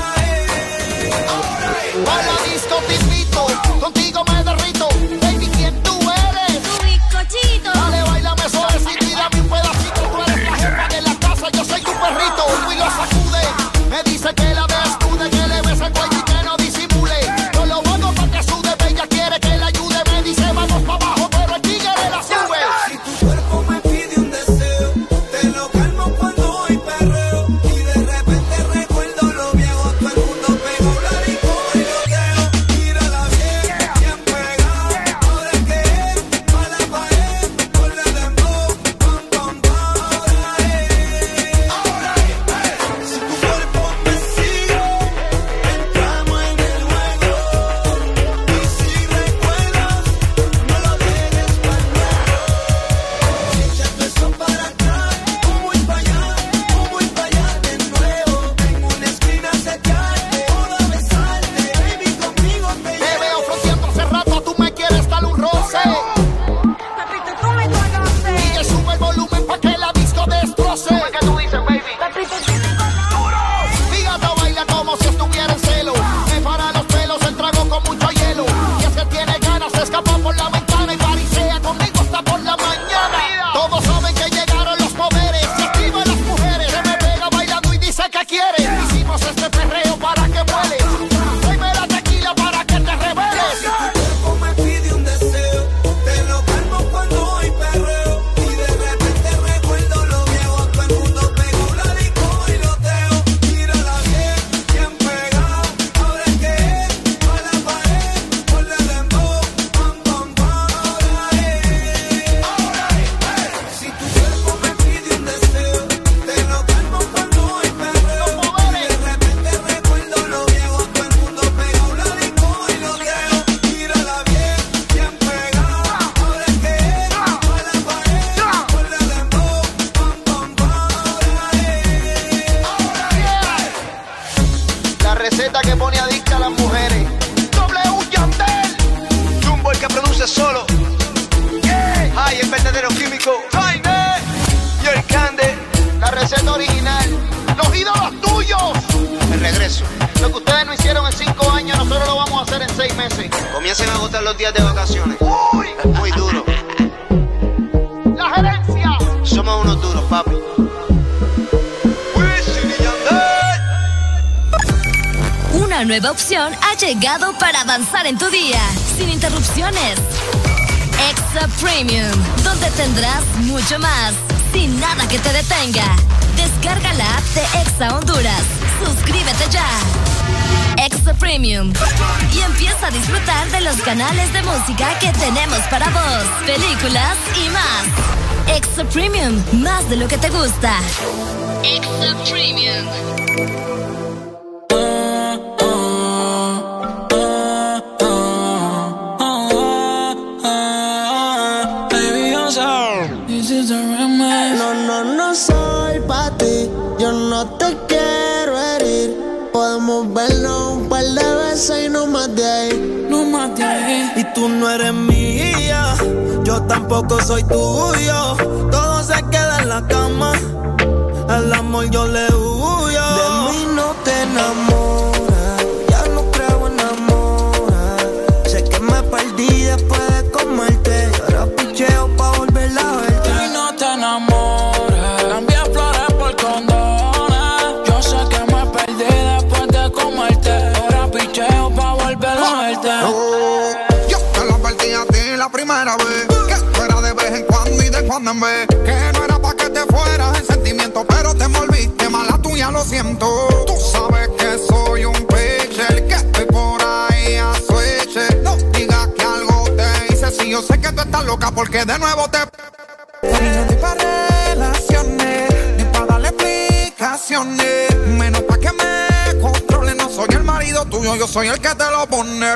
eso. Lo que ustedes no hicieron en 5 años, nosotros lo vamos a hacer en 6 meses. Comiencen a agotar los días de vacaciones. Uy, es muy duro. La gerencia. Somos unos duros, papi. Una nueva opción ha llegado para avanzar en tu día, sin interrupciones. Extra Premium, donde tendrás mucho más, sin nada que te detenga. Descarga la app de Exa Honduras. Suscríbete ya. Extra Premium. Y empieza a disfrutar de los canales de música que tenemos para vos, películas y más. Extra Premium, más de lo que te gusta. Extra Premium. No soy pa' ti, yo no te quiero herir. Podemos vernos un par de veces y no más de ahí. No más de ahí. Y tú no eres mía, yo tampoco soy tuyo. Todo se queda en la cama, al amor yo le huyo. De mí no te enamoras, ya no creo en amor. Sé que me perdí después de comerte, y ahora picheo pa' volver a verte. De mí no te enamoras, cambié flores por condones. Yo sé que me perdí después de comerte, ahora picheo pa' volver a verte. Yo te lo advertí a ti la primera vez, que fuera de vez en cuando y de cuando en vez, que no era pa' que te fueras en sentimiento, pero te envolviste mala tuya, lo siento. Tú sabes que soy un pitcher, que estoy por ahí a switch. No digas que algo te hice, si yo sé que tú estás loca porque de nuevo te... No estoy pa' relaciones, ni pa' darle explicaciones, menos pa' que me controle. No soy el marido tuyo, yo soy el que te lo pone.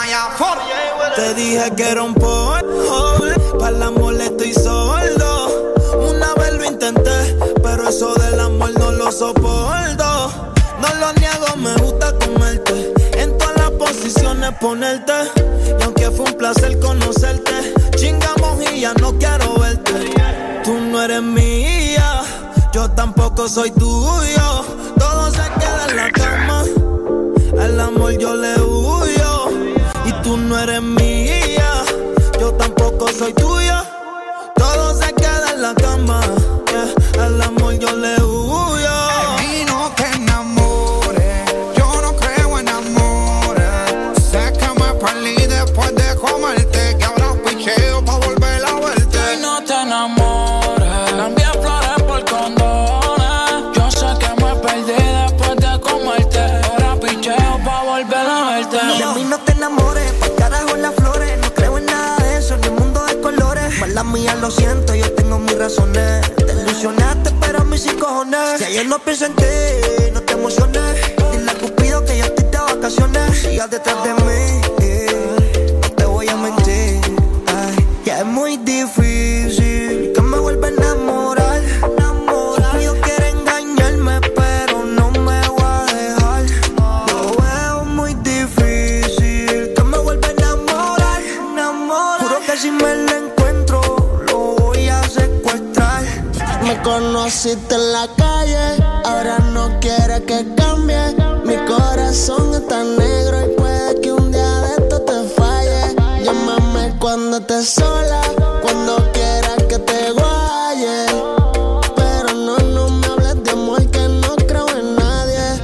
Te dije que era un polvo, para el amor estoy sordo. Una vez lo intenté, pero eso del amor no lo soporto. No lo niego, me gusta comerte, en todas las posiciones ponerte. Y aunque fue un placer conocerte, chingamos y ya no quiero verte. Tú no eres mía, yo tampoco soy tuyo. Todo se queda en la cama, al amor yo le huyo. Y tú no eres mía, yo tampoco soy tuya. Todo se queda en la cama, yeah. Al amor yo le huyo. De mí no te enamores, yo no creo en amores. Sé que me perdí después de comerte, que ahora picheo pa' volver a verte. De mí no te enamores, cambié flores por condones. Yo sé que me perdí después de comerte, ahora picheo pa' volver a verte. De mí no te enamores, pa' carajo las flores. No creo en nada de eso, ni un mundo de colores. Mala mía, lo siento, yo tengo mis razones. Te ilusionaste, pero a mí sin cojones. Si ayer no pienso en ti, no te emociones. Dile a Cupido que yo estoy de vacaciones. Sigas detrás de mí, no te voy a mentir. Ay, ya es muy difícil que me vuelva a enamorar. Cupido quiere engañarme, pero no me va a dejar. Lo veo muy difícil que me vuelva a enamorar. Juro que si me lo encuentro, lo voy a secuestrar. Me conociste en la calle, ahora no quieres que cambie. Mi corazón está negro y puede que un día de esto te falle. Llámame cuando estés sola, cuando quieras que te guaye. Pero no me hables de amor, que no creo en nadie.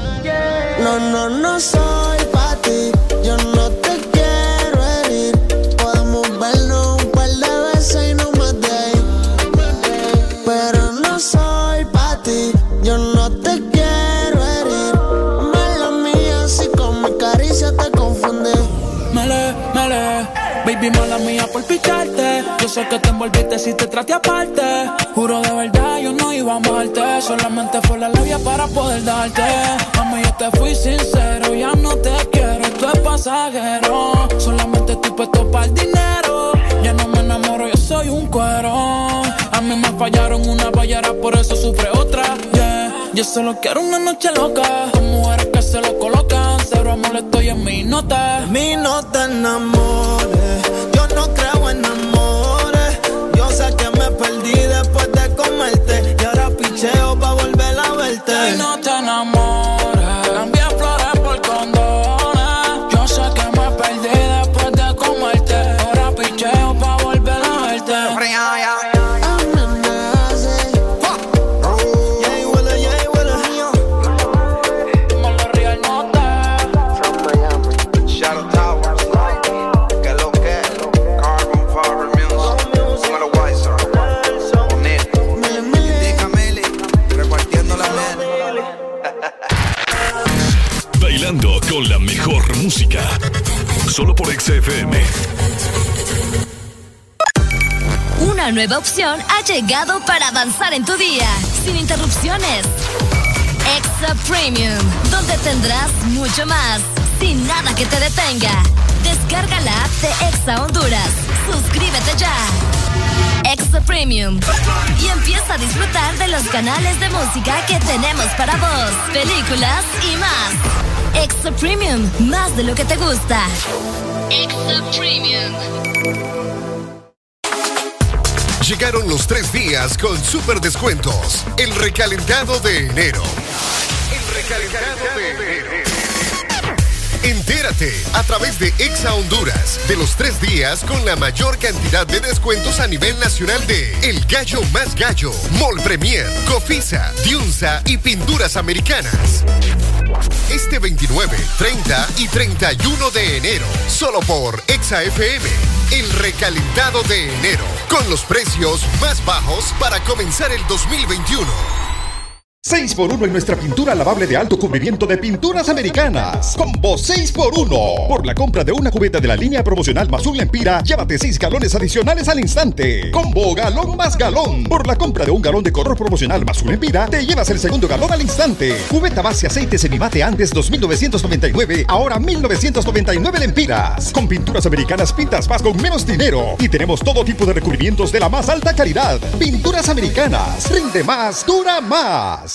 No soy pa' ti, yo no te quiero herir. Podemos vernos un par de veces y no más de ahí. Pero no soy pa' ti, yo no te quiero herir. Mala mía, si con mi caricia te confundí. Mele, baby, mala mía por picharte. Yo sé que te envolviste si te traté aparte. Juro de verdad, yo no iba a amarte. Solamente fue la labia para poder darte. Mami, yo te fui sincero, ya no te quiero, esto es pasajero. Solamente estoy puesto para el dinero. Ya no me enamoro, yo soy un cuero. A mí me fallaron una ballera, por eso sufre otra, yeah. Yo solo quiero una noche loca, con mujeres que se lo colocan. Cero amor, estoy en mi nota. Mi no te enamores, yo no creo en amores. Yo sé que me perdí después de comerte, y ahora picheo pa' volver a verte. Y no te enamores, cambié flores Solo por XFM. Una nueva opción ha llegado para avanzar en tu día, sin interrupciones. Exa Premium, donde tendrás mucho más, sin nada que te detenga. Descarga la app de Exa Honduras. Suscríbete ya. Exa Premium. Y empieza a disfrutar de los canales de música que tenemos para vos, películas y más. Exa Premium, más de lo que te gusta. Exa Premium. Llegaron los 3 días con super descuentos. El recalentado de enero. El recalentado de enero. Entérate a través de Exa Honduras de los 3 días con la mayor cantidad de descuentos a nivel nacional de El Gallo Más Gallo, Mall Premier, Cofisa, Diunsa y Pinturas Americanas. Este 29, 30 y 31 de enero, solo por Exa FM. El recalentado de enero, con los precios más bajos para comenzar el 2021. 6x1 en nuestra pintura lavable de alto cubrimiento de Pinturas Americanas. Combo 6x1. Por la compra de una cubeta de la línea promocional Mazul Empira, llévate 6 galones adicionales al instante. Combo galón más galón. Por la compra de un galón de color promocional Mazul Empira, te llevas el segundo galón al instante. Cubeta base aceite semimate antes 2.999, ahora 1.999 lempiras. Con Pinturas Americanas pintas más con menos dinero. Y tenemos todo tipo de recubrimientos de la más alta calidad. Pinturas Americanas. Rinde más, dura más.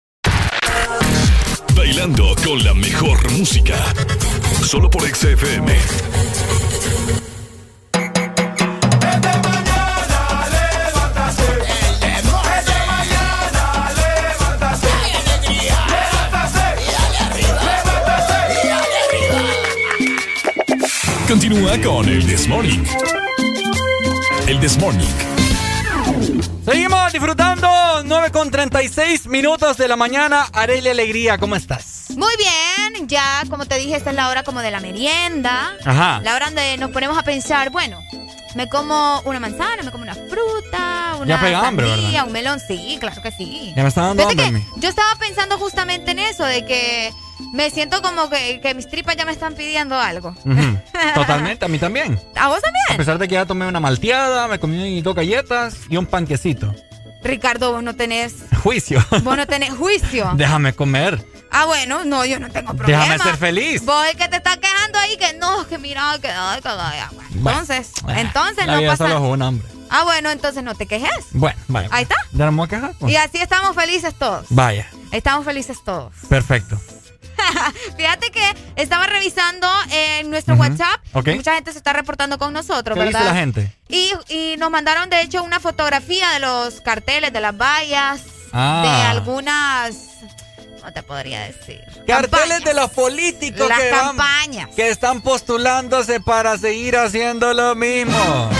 Bailando con la mejor música. Solo por XFM. Continúa con el This Morning. El This Morning. Seguimos disfrutando 9:36 minutos de la mañana. Arely Alegría, ¿cómo estás? Muy bien, ya como te dije, esta es la hora como de la merienda. Ajá. La hora donde nos ponemos a pensar, bueno, me como una manzana, me como una fruta, una ya pega hambre, sandía, ¿verdad? un melón, sí, claro que sí. Ya me está dando Fíjate hambre. que yo estaba pensando justamente en eso, de que me siento como que mis tripas ya me están pidiendo algo. Uh-huh. Totalmente, a mí también. ¿A vos también? A pesar de que ya tomé una malteada, me comí 2 galletas y un panquecito. Ricardo, vos no tenés... Juicio. Vos no tenés juicio. Déjame comer. Ah, bueno, no, yo no tengo problema. Déjame ser feliz. Vos el que te está quejando ahí, que no, que mira, que ay, bueno, entonces la no vida pasa solo es un hambre. Ah, bueno, entonces no te quejes. Bueno, vaya. Ahí está. ¿Ya no me voy a quejar? Pues. Y así estamos felices todos. Vaya. Estamos felices todos. Perfecto. Fíjate que estaba revisando en nuestro WhatsApp. Okay. Mucha gente se está reportando con nosotros, ¿qué ¿verdad? dice la gente? Y nos mandaron, de hecho, una fotografía de los carteles, de las vallas, de algunas... ¿Cómo te podría decir? Carteles campañas. de los políticos las que campañas. que están postulándose para seguir haciendo lo mismo.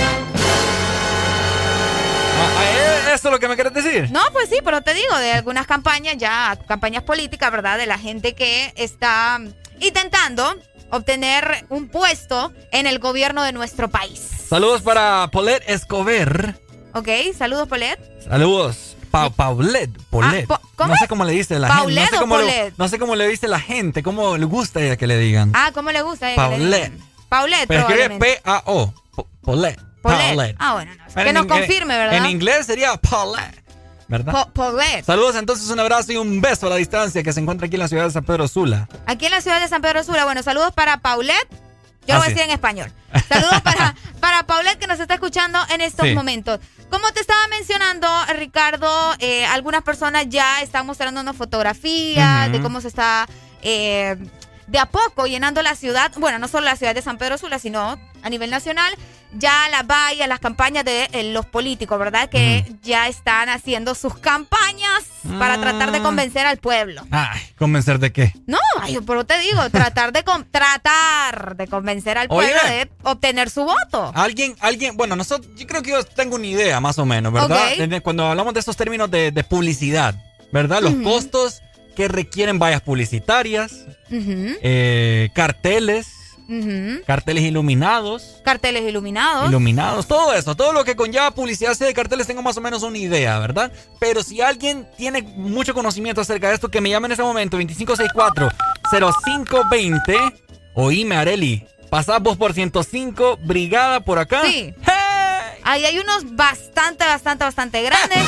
¿Eso es lo que me quieres decir? No, pues sí, pero te digo, de algunas campañas ya, campañas políticas, ¿verdad? De la gente que está intentando obtener un puesto en el gobierno de nuestro país. Saludos para Paulette Escobar. Ok, saludos, Paulette. Saludos. Paulette. ¿Cómo no sé cómo le dice la Paulette gente. no sé cómo le dice la gente. ¿Cómo le gusta a ella que le digan? Ah, ¿cómo le gusta a ella Paulette. que le digan? Paulette, pero escribe probablemente. P-A-O. Paulette. Paulette. Ah, bueno, no. Que nos confirme, ¿verdad? En inglés sería Paulette, ¿verdad? Paulette. Saludos entonces, un abrazo y un beso a la distancia que se encuentra aquí en la ciudad de San Pedro Sula. Aquí en la ciudad de San Pedro Sula. Bueno, saludos para Paulette. Yo lo voy a decir en español. Saludos para Paulette que nos está escuchando en estos momentos. Como te estaba mencionando, Ricardo, algunas personas ya están mostrándonos fotografías de cómo se está de a poco llenando la ciudad. Bueno, no solo la ciudad de San Pedro Sula, sino a nivel nacional. Ya las vallas, las campañas de los políticos, ¿verdad? Que ya están haciendo sus campañas para tratar de convencer al pueblo. Ay, ¿convencer de qué? No, pero te digo, tratar de convencer al pueblo de obtener su voto. Alguien, bueno, yo creo que yo tengo una idea más o menos, ¿verdad? Okay. Cuando hablamos de estos términos de publicidad, ¿verdad? Los costos que requieren vallas publicitarias, carteles. Carteles iluminados. Todo eso, todo lo que conlleva publicidad de carteles, tengo más o menos una idea, ¿verdad? Pero si alguien tiene mucho conocimiento acerca de esto, que me llame en ese momento, 2564-0520. Oíme, Arely, pasás vos por 105, Brigada por acá. Sí. ¡Hey! Ahí hay unos bastante grandes.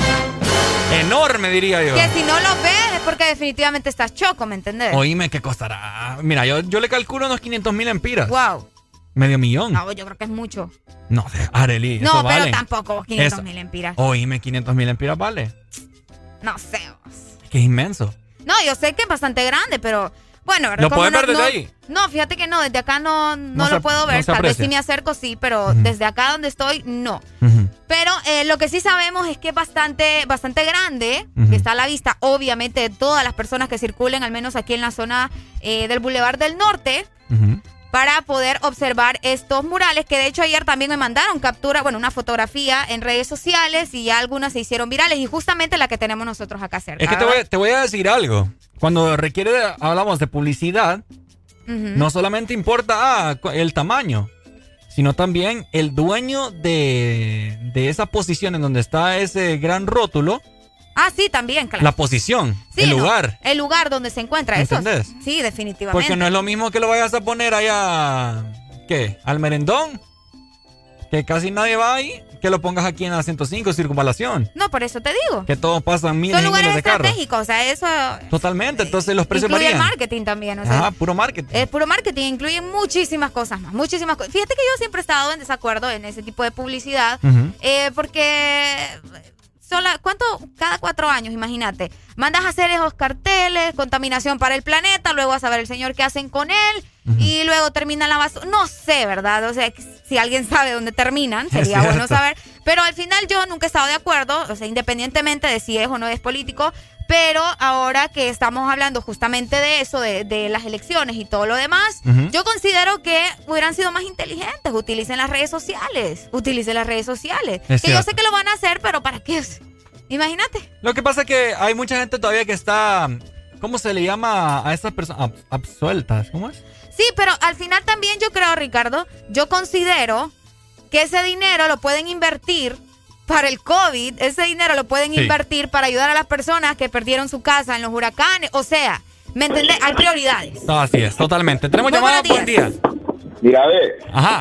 Enorme, diría yo. Que si no los ves es porque definitivamente estás choco, ¿me entendés? Oíme, ¿qué costará? Mira, yo le calculo unos 500,000 empiras. Wow. $500,000. No, yo creo que es mucho. No, Arely, no, eso pero vale. tampoco 500,000 empiras. Oíme, 500,000 empiras vale. No sé. Es que es inmenso. No, yo sé que es bastante grande, pero bueno, ¿verdad? ¿Lo puedes ver desde ahí? No, fíjate que no, desde acá no lo puedo ver. Tal vez si me acerco sí, pero desde acá donde estoy, no. Pero lo que sí sabemos es que es bastante grande, que está a la vista, obviamente, de todas las personas que circulen, al menos aquí en la zona del Boulevard del Norte, para poder observar estos murales, que de hecho ayer también me mandaron captura, una fotografía en redes sociales y ya algunas se hicieron virales y justamente la que tenemos nosotros acá cerca. Es que te voy a decir algo. Cuando hablamos de publicidad, no solamente importa el tamaño, sino también el dueño de esa posición en donde está ese gran rótulo. Ah, sí, también, claro. La posición, sí, el lugar. El lugar donde se encuentra, eso. ¿Entendés? Sí, definitivamente. Porque no es lo mismo que lo vayas a poner allá, ¿qué? Al merendón, que casi nadie va ahí, que lo pongas aquí en la 105, Circunvalación. No, por eso te digo. Que todos pasan miles y miles de carros. Son lugares estratégicos, o sea, eso... Totalmente, entonces los precios varían. Incluye el marketing también, o sea. Puro marketing. Es puro marketing, incluye muchísimas cosas más, muchísimas cosas. Fíjate que yo siempre he estado en desacuerdo en ese tipo de publicidad, porque... ¿Cuánto? Cada 4 años, imagínate. Mandas a hacer esos carteles, contaminación para el planeta, luego a saber el señor qué hacen con él, y luego termina la basura. No sé, ¿verdad? O sea, si alguien sabe dónde terminan, sería bueno saber. Pero al final yo nunca he estado de acuerdo, o sea, independientemente de si es o no es político, pero ahora que estamos hablando justamente de eso, de las elecciones y todo lo demás, yo considero que hubieran sido más inteligentes. Utilicen las redes sociales. Que yo sé que lo van a hacer, pero ¿para qué? Imagínate. Lo que pasa es que hay mucha gente todavía que está, ¿cómo se le llama a esas personas? Absueltas, ¿cómo es? Sí, pero al final también yo creo, Ricardo, yo considero que ese dinero lo pueden invertir para el COVID, ese dinero lo pueden invertir para ayudar a las personas que perdieron su casa en los huracanes. O sea, ¿me entendés? Hay prioridades. No, así es, totalmente. Tenemos llamadas por día. Mira, a ver. Ajá.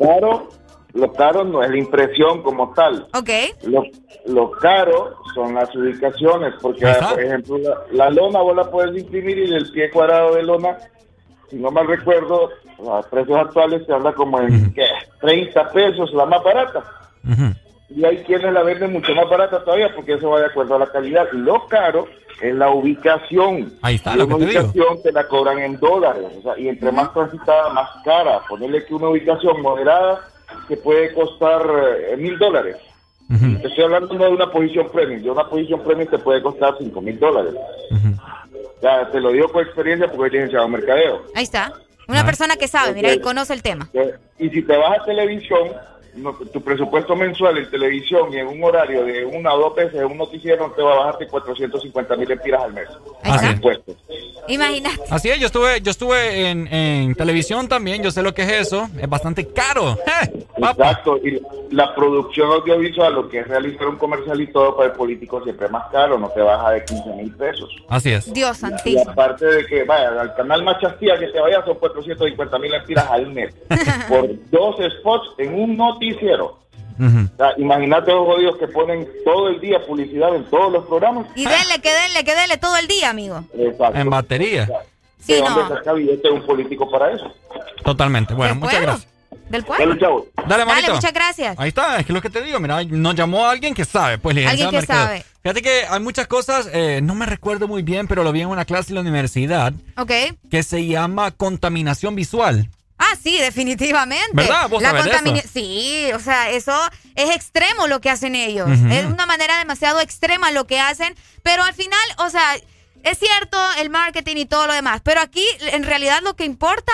Lo caro no es la impresión como tal. Ok. Lo caro son las ubicaciones, porque, por ejemplo, la lona vos la puedes imprimir y el pie cuadrado de lona, si no mal recuerdo, a precios actuales se anda como en, ¿qué? 30 pesos, la más barata. Y hay quienes la venden mucho más barata todavía porque eso va de acuerdo a la calidad. Lo caro es la ubicación. Ahí está, y lo que una te digo. ubicación te la cobran en dólares. O sea, y entre más transitada, más cara. Ponerle que una ubicación moderada que puede costar $1,000. Te estoy hablando no de una posición premium. De una posición premium te puede costar $5,000. Ya, te lo digo con experiencia porque soy licenciado en mercadeo. Ahí está. Una persona que sabe, mira, y conoce el tema. Y si te vas a televisión, tu presupuesto mensual en televisión y en un horario de 1 o 2 veces en un noticiero no te va a bajarte 450,000 empiras al mes. Impuestos. Imagínate. Así es, yo estuve en televisión también, yo sé lo que es eso, es bastante caro. Exacto, y la producción audiovisual, lo que es realizar un comercial y todo para el político siempre es más caro, no te baja de 15,000 pesos. Así es. Dios santísimo. Y aparte de que, vaya, al canal más chastía que te vaya son 450,000 empiras al mes por 2 spots en un noticiero. O sea, imagínate los jodidos que ponen todo el día publicidad en todos los programas. Y denle todo el día, amigo. Exacto. En batería. Sí, ¿de dónde saca billete un político para eso? Totalmente. Bueno, muchas gracias. Del pueblo. Dale, manito. Dale, muchas gracias. Ahí está, es que lo que te digo, mira, nos llamó alguien que sabe, pues alguien que sabe. Fíjate que hay muchas cosas, no me recuerdo muy bien, pero lo vi en una clase en la universidad. Ok. Que se llama contaminación visual. Ah, sí, definitivamente. ¿Verdad? ¿Vos sabés de eso? Sí, o sea, eso es extremo lo que hacen ellos. Es una manera demasiado extrema lo que hacen, pero al final, o sea, es cierto el marketing y todo lo demás, pero aquí en realidad lo que importa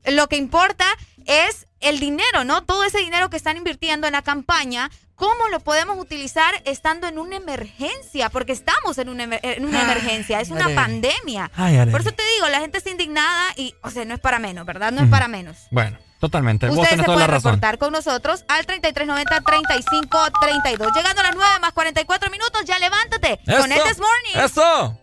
es el dinero, ¿no? Todo ese dinero que están invirtiendo en la campaña, ¿cómo lo podemos utilizar estando en una emergencia? Porque estamos en una emergencia, es una pandemia. Por eso te digo, la gente está indignada y, o sea, no es para menos, ¿verdad? No es para menos. Bueno, totalmente. Vos Ustedes tenés se toda la pueden razón. reportar con nosotros al 3390-3532. Llegando a las 9:44, ya levántate. Con el This Morning. ¡Eso!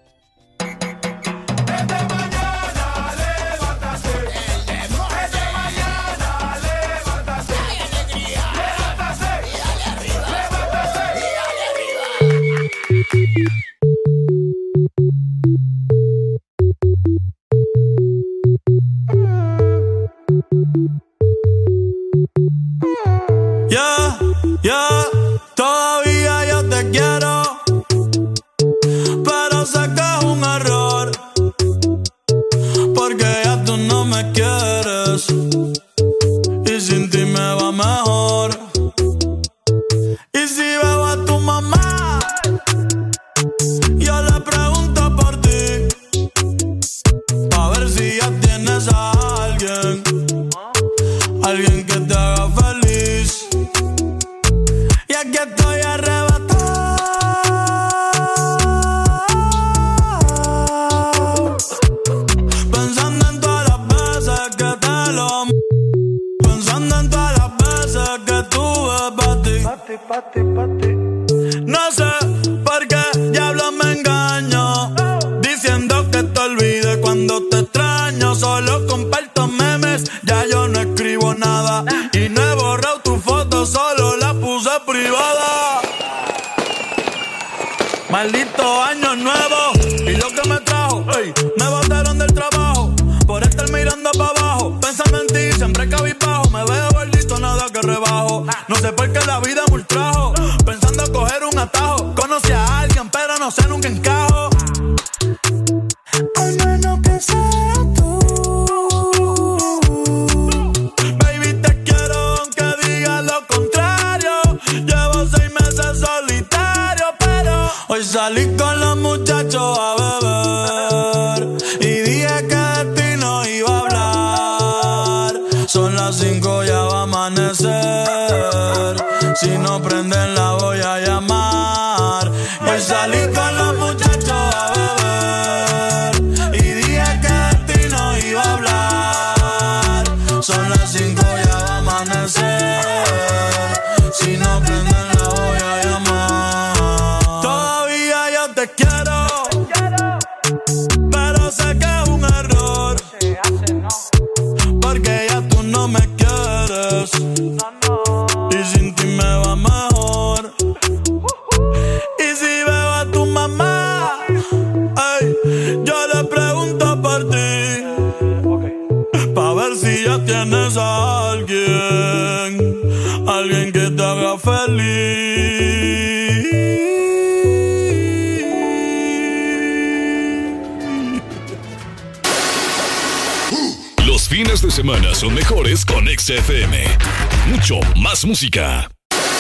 Año nuevo y lo que me trajo, ey, me botaron del trabajo por estar mirando para abajo, pensando en ti, siempre cabizbajo. Me veo gordito, nada que rebajo. No sé por qué la vida me ultrajo, pensando coger un atajo. Conocí a alguien, pero no sé, nunca encajo. Al menos que sea tú. Baby, te quiero aunque digas lo contrario. Llevo 6 meses solitario, pero hoy salí con los muchachos a beber y dije que de ti no iba a hablar. Son las 5, ya va a amanecer. Si no prenden la voy a llamar. Hoy salí con los muchachos a beber y dije que de ti no iba a hablar. Son las 5, ya va a amanecer. Si no prenden la voy a llamar. Todavía yo te quiero, pero sé que es un error, porque ya tú no me quieres y sin ti me va mejor. Y si veo a tu mamá, ey, yo le pregunto por ti, pa' ver si ya tienes a alguien que te haga feliz. Los fines de semana son mejores con XFM. Mucho más música.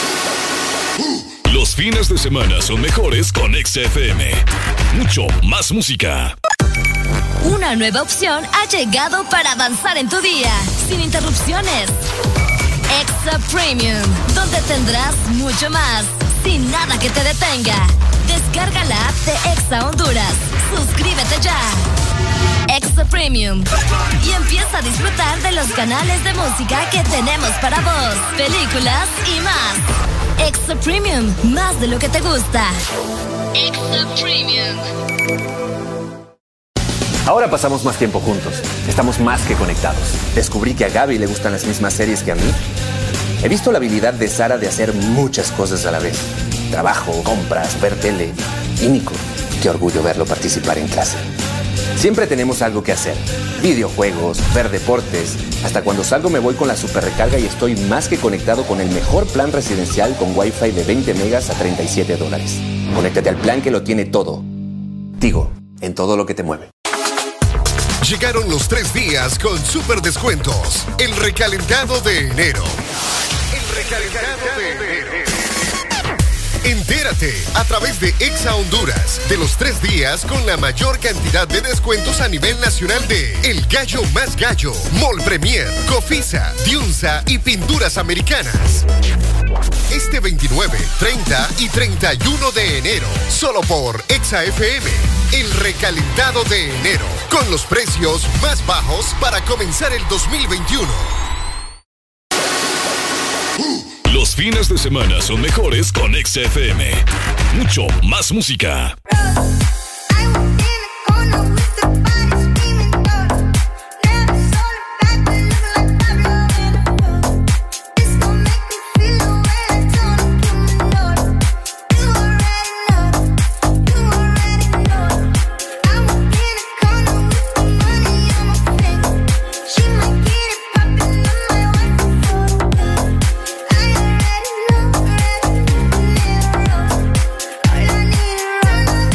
Los fines de semana son mejores con XFM. Mucho más música. Una nueva opción ha llegado para avanzar en tu día, sin interrupciones. Extra Premium, donde tendrás mucho más, sin nada que te detenga. Descarga la app de Exa Honduras. Suscríbete ya. Extra Premium. Y empieza a disfrutar de los canales de música que tenemos para vos, películas y más. Extra Premium, más de lo que te gusta. Extra Premium. Ahora pasamos más tiempo juntos. Estamos más que conectados. Descubrí que a Gaby le gustan las mismas series que a mí. He visto la habilidad de Sara de hacer muchas cosas a la vez. Trabajo, compras, ver tele. Y Nico, qué orgullo verlo participar en clase. Siempre tenemos algo que hacer. Videojuegos, ver deportes. Hasta cuando salgo me voy con la super recarga y estoy más que conectado con el mejor plan residencial con Wi-Fi de 20 megas a $37. Conéctate al plan que lo tiene todo. Tigo, en todo lo que te mueve. Llegaron los 3 días con super descuentos. El recalentado de enero. El recalentado de enero. Entérate a través de Exa Honduras de los 3 días con la mayor cantidad de descuentos a nivel nacional de El Gallo Más Gallo, Mall Premier, Cofisa, Diunsa y Pinturas Americanas. Este 29, 30 y 31 de enero, solo por Exa FM. El recalentado de enero, con los precios más bajos para comenzar el 2021. Los fines de semana son mejores con XFM. Mucho más música. I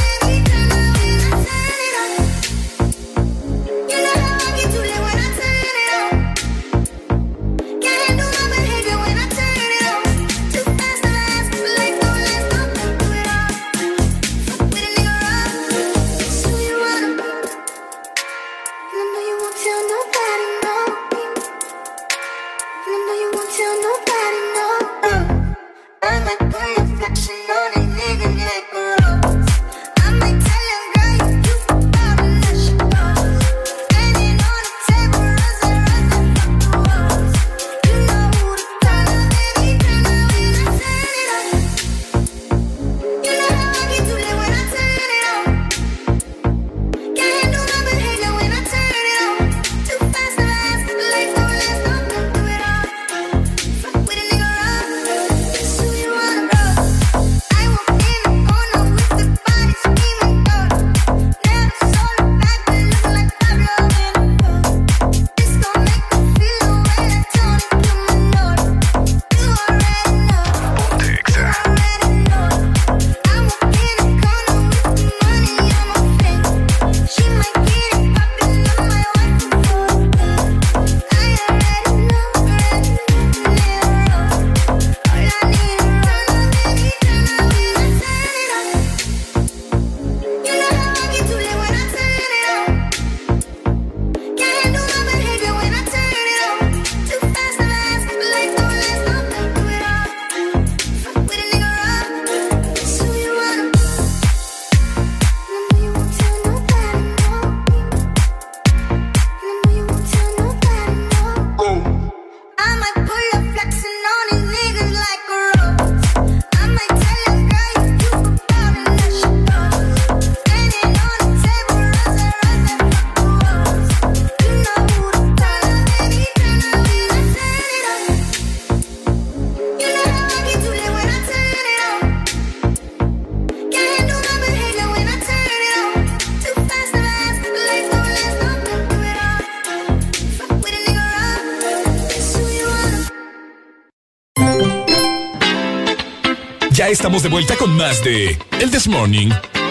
Ya estamos de vuelta con más de El This Morning.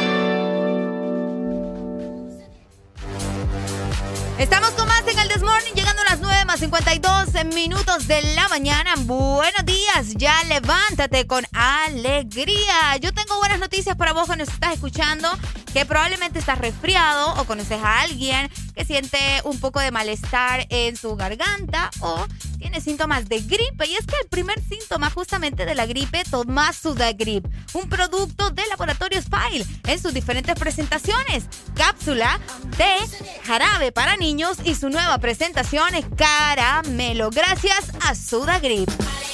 Estamos con más en el This Morning, llegando a las 9:52 minutos de la mañana. Buenos días, ya levántate con alegría. Yo tengo buenas noticias para vos que nos estás escuchando, que probablemente estás resfriado o conoces a alguien que siente un poco de malestar en su garganta o tiene síntomas de gripe. Y es que el primer síntoma justamente de la gripe, toma Sudagrip, un producto de Laboratorio Smile en sus diferentes presentaciones: cápsula, té, jarabe para niños y su nueva presentación es caramelo, gracias a Sudagrip.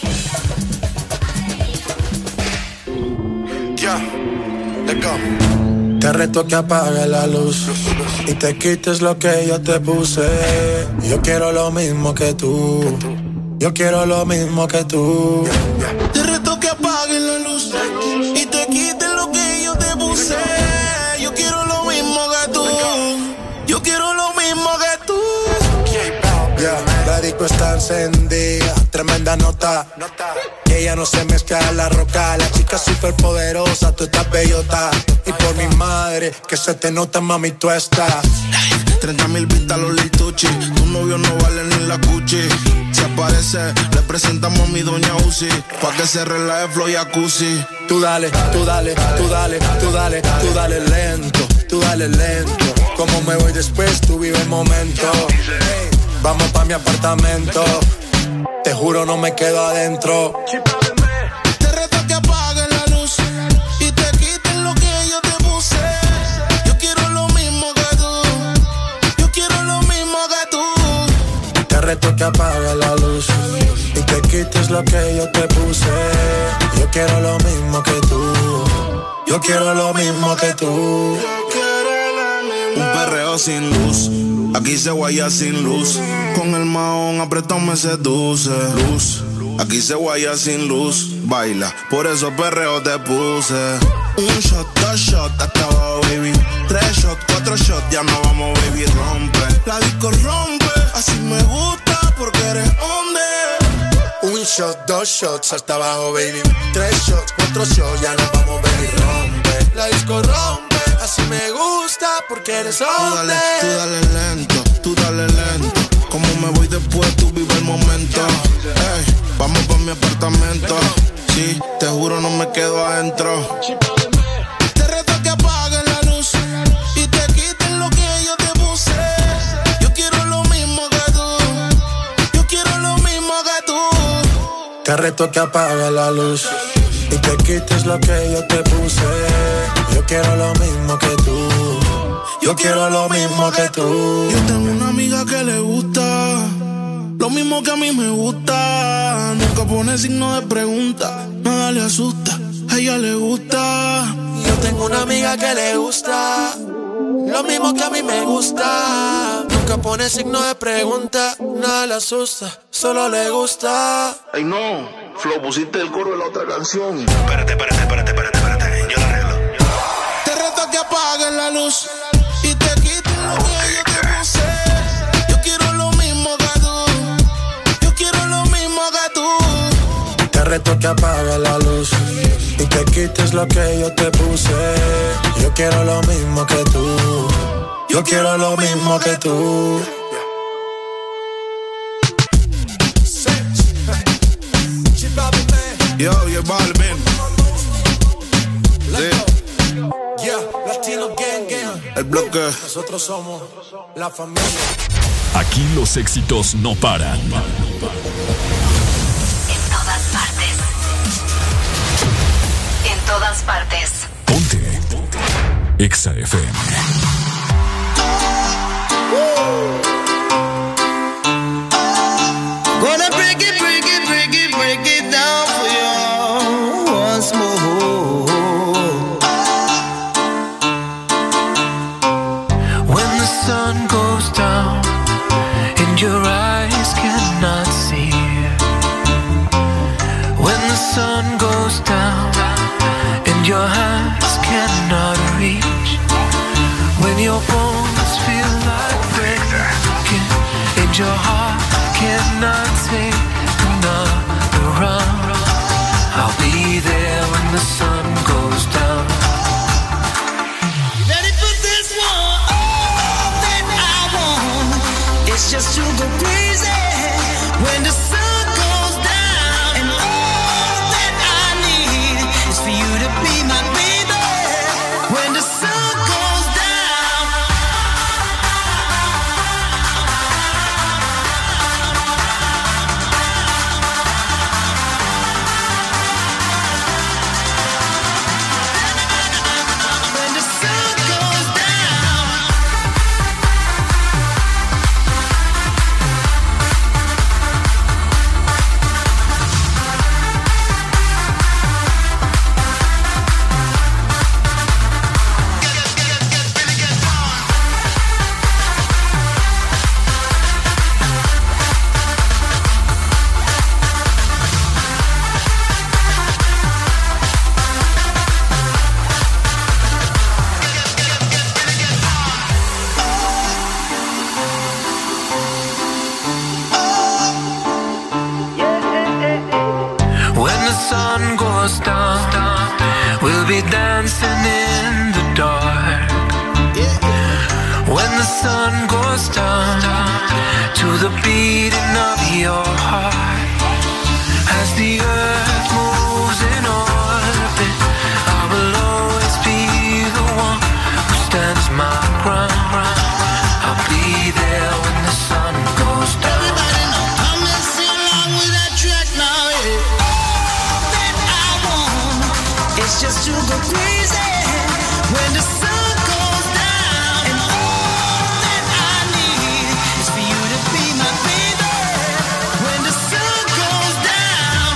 Let's go. Te reto que apague la luz y te quites lo que yo te puse. Yo quiero lo mismo que tú. Yo quiero lo mismo que tú. Te reto que apague la luz y te quites lo que yo te puse. Yo quiero lo mismo que tú. Yo quiero lo mismo que tú. La disco está encendida, tremenda nota. Que ella no se mezcla a la roca. La chica súper poderosa, tú estás bellota. Y por mi madre, que se te nota, mami, tú estás. 30,000 vistas los lituchi. Tu novio no vale ni la cuchi. Si aparece, le presentamos a mi doña Uzi. Pa' que se relaje flow y jacuzzi. Tú dale, tú dale, tú dale, tú dale, tú dale lento, tú dale lento. Como me voy después, tú vive el momento. Hey, vamos pa' mi apartamento. Te juro no me quedo adentro. Te reto que apagues la luz y te quites lo que yo te puse. Yo quiero lo mismo que tú. Yo quiero lo mismo que tú. Te reto que apagues la luz y te quites lo que yo te puse. Yo quiero lo mismo que tú. Yo quiero lo mismo que tú. Un perreo sin luz, aquí se guaya sin luz. Con el mahón apretado me seduce. Luz, aquí se guaya sin luz. Baila, por eso perreo te puse. Un shot, 2 shots, hasta abajo, baby. 3 shots, 4 shots, ya no vamos, baby, rompe. La disco rompe, así me gusta porque eres hombre. Un shot, 2 shots, hasta abajo, baby. 3 shots, 4 shots, ya no vamos, baby, rompe. La disco rompe, así me gusta porque eres hombre. Tú dale lento, tú dale lento. Como me voy después, tú vive el momento. Ey, vamos pa' mi apartamento. Sí, te juro no me quedo adentro. Te reto que apagues la luz y te quites lo que yo te puse. Yo quiero lo mismo que tú. Yo quiero lo mismo que tú. Te reto que apagues la luz y te quites lo que yo te puse. Yo quiero lo mismo que tú. Yo quiero lo mismo que tú. Yo tengo una amiga que le gusta lo mismo que a mí me gusta. Nunca pone signo de pregunta, nada le asusta, a ella le gusta. Yo tengo una amiga que le gusta lo mismo que a mí me gusta. Nunca pone signo de pregunta, nada le asusta, solo le gusta. Ay no, Flo, pusiste el coro de la otra canción. Espérate, yo lo arreglo. Te reto que apagues la luz y te quites lo que yo te puse. Yo quiero lo mismo que tú. Yo quiero lo mismo que tú. Te reto que apagues la luz y te quites lo que yo te puse. Yo quiero lo mismo que tú. Yo quiero lo mismo que tú. Yo, Balvin. Latino Gang Gang. El bloque. Nosotros somos la familia. Aquí los éxitos no paran. En todas partes. En todas partes. Ponte. Exa FM. Gonna break it down for you once more. When the sun goes down and your eyes cannot see, when the sun goes down and your hands cannot reach, when your bones feel like breaking and your heart cannot take another run, I'll be there when the It's just to go crazy when the sun goes down, and all that I need is for you to be my baby when the sun goes down. When the sun goes down. When the sun goes down, we'll be dancing in the dark. When the sun goes down, to the beating of your heart, as the earth moves in orbit, I will always be the one who stands my ground. I'll be there when the sun goes down. Everybody know, come and sing along with that track now, yeah. All that I want is just to go crazy when the sun goes down, and all that I need is for you to be my baby when the sun goes down.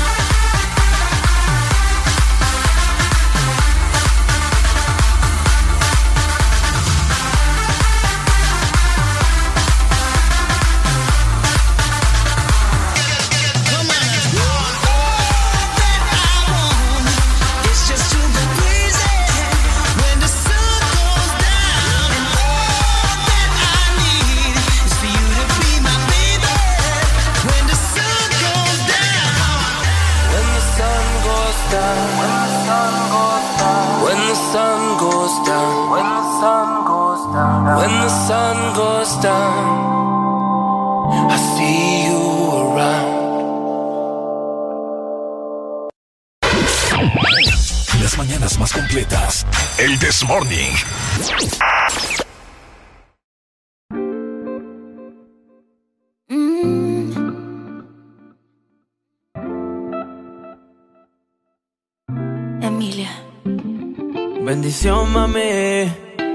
Come on, let's go. All that I want is just to go crazy when the sun goes down, and all that I need is for you to be my baby when the sun goes down. When the sun goes down, when the sun goes down, when the sun goes down, when the sun goes down, I see you around. Las mañanas más completas. El This Morning. Emilia. Bendición, mami.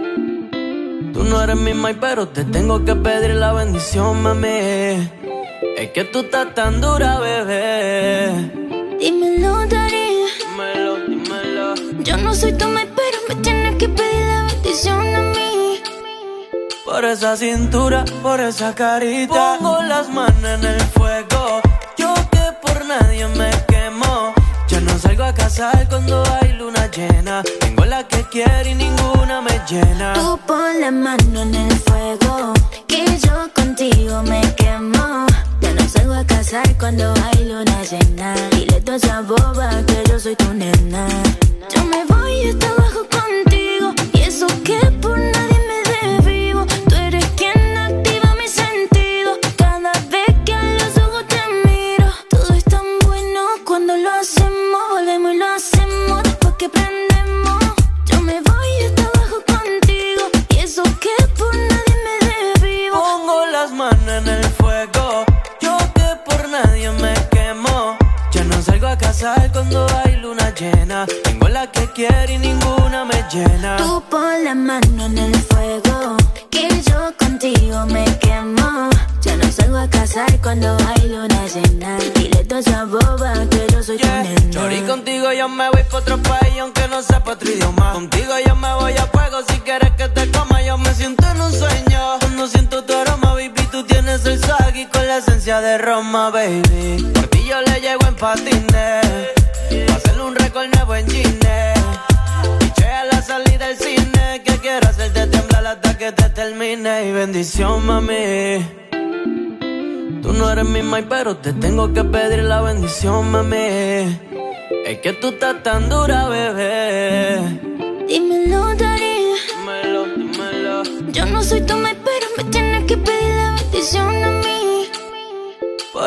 Tú no eres mi mai, pero te tengo que pedir la bendición, mami. Es que tú estás tan dura, bebé. Dímelo, Darío. Dímelo, dímelo. Yo no soy tu mai, pero me tienes que pedir la bendición a mí. Por esa cintura, por esa carita, pongo las manos en el fuego. Yo que por nadie me quemo. Ya no salgo a cazar cuando hay luna llena. Tengo la que quiero y ninguna me llena. Tú pon la mano en el fuego, que yo contigo me quemo. Ya no salgo a cazar cuando hay luna llena. Dile toda esa boba que yo soy tu nena. Yo me voy hasta abajo contigo, y eso que por nadie me desvivo. Tú eres quien activa mi sentido. Cada vez que a los ojos te miro, todo es tan bueno cuando lo hacemos. Volvemos y lo hacemos después que prendemos. Yo me voy hasta abajo contigo, y eso que por nadie me desvivo. Pongo las manos en el fuego, yo que por nadie me quemo. Ya no salgo a cazar cuando hay luna llena. Tengo la que quiero y ninguna me llena. Tú pon la mano en el fuego, que yo contigo me quemo. Ya no salgo a cazar cuando hay luna llena. Dile toda esa boba que yo soy tu nena. Chori, contigo yo me voy pa' otro país aunque no sepa otro idioma. Contigo yo me voy a fuego si quieres que te coma. Yo me siento en un sueño cuando siento tu aroma, baby. Tú tienes el swag y con la esencia de Roma, baby. Por ti yo le llego en patines, pa' hacerle un récord nuevo en Gine. Piché a la salida del cine, que quiero hacerte temblar hasta que te termine. Y bendición, mami. Tú no eres mi mai, pero te tengo que pedir la bendición, mami. Es que tú estás tan dura, bebé. Dímelo, Darío. Dímelo, dímelo. Yo no soy tu mai, pero me tienes que pedir la bendición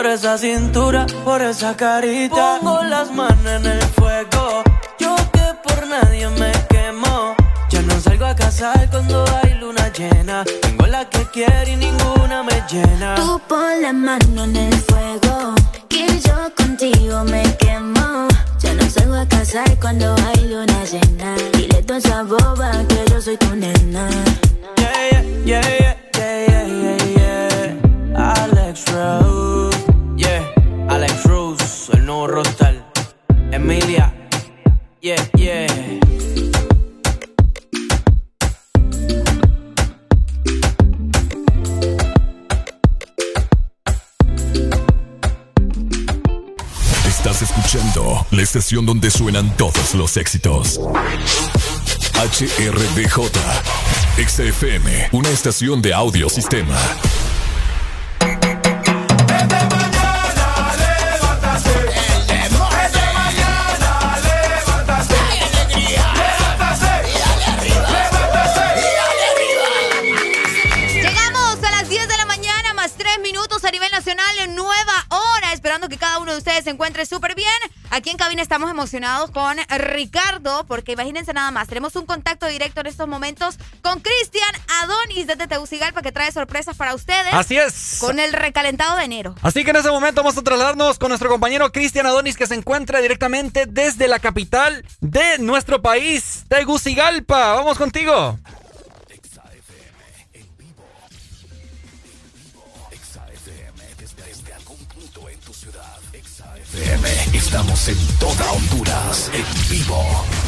Por esa cintura, por esa carita, pongo las manos en el fuego. Yo que por nadie me quemo. Ya no salgo a cazar cuando hay luna llena. Tengo la que quiere y ninguna me llena. Tú pon la mano en el fuego, que yo contigo me quemo. Ya no salgo a cazar cuando hay luna llena. Dile tú a esa boba que yo soy tu nena. Yeah, yeah, yeah, yeah, yeah, yeah, yeah. Alex Rose, yeah, Alex Rose, el nuevo Rostal. Emilia, yeah, yeah. Estás escuchando la estación donde suenan todos los éxitos. HRDJ, XFM, una estación de audio sistema. Que cada uno de ustedes se encuentre súper bien. Aquí en cabina estamos emocionados con Ricardo, porque imagínense nada más, tenemos un contacto directo en estos momentos con Cristian Adonis desde Tegucigalpa, que trae sorpresas para ustedes. Así es. Con el recalentado de enero. Así que en ese momento vamos a trasladarnos con nuestro compañero Cristian Adonis, que se encuentra directamente desde la capital de nuestro país, Tegucigalpa. Vamos contigo. Estamos en toda Honduras, en vivo.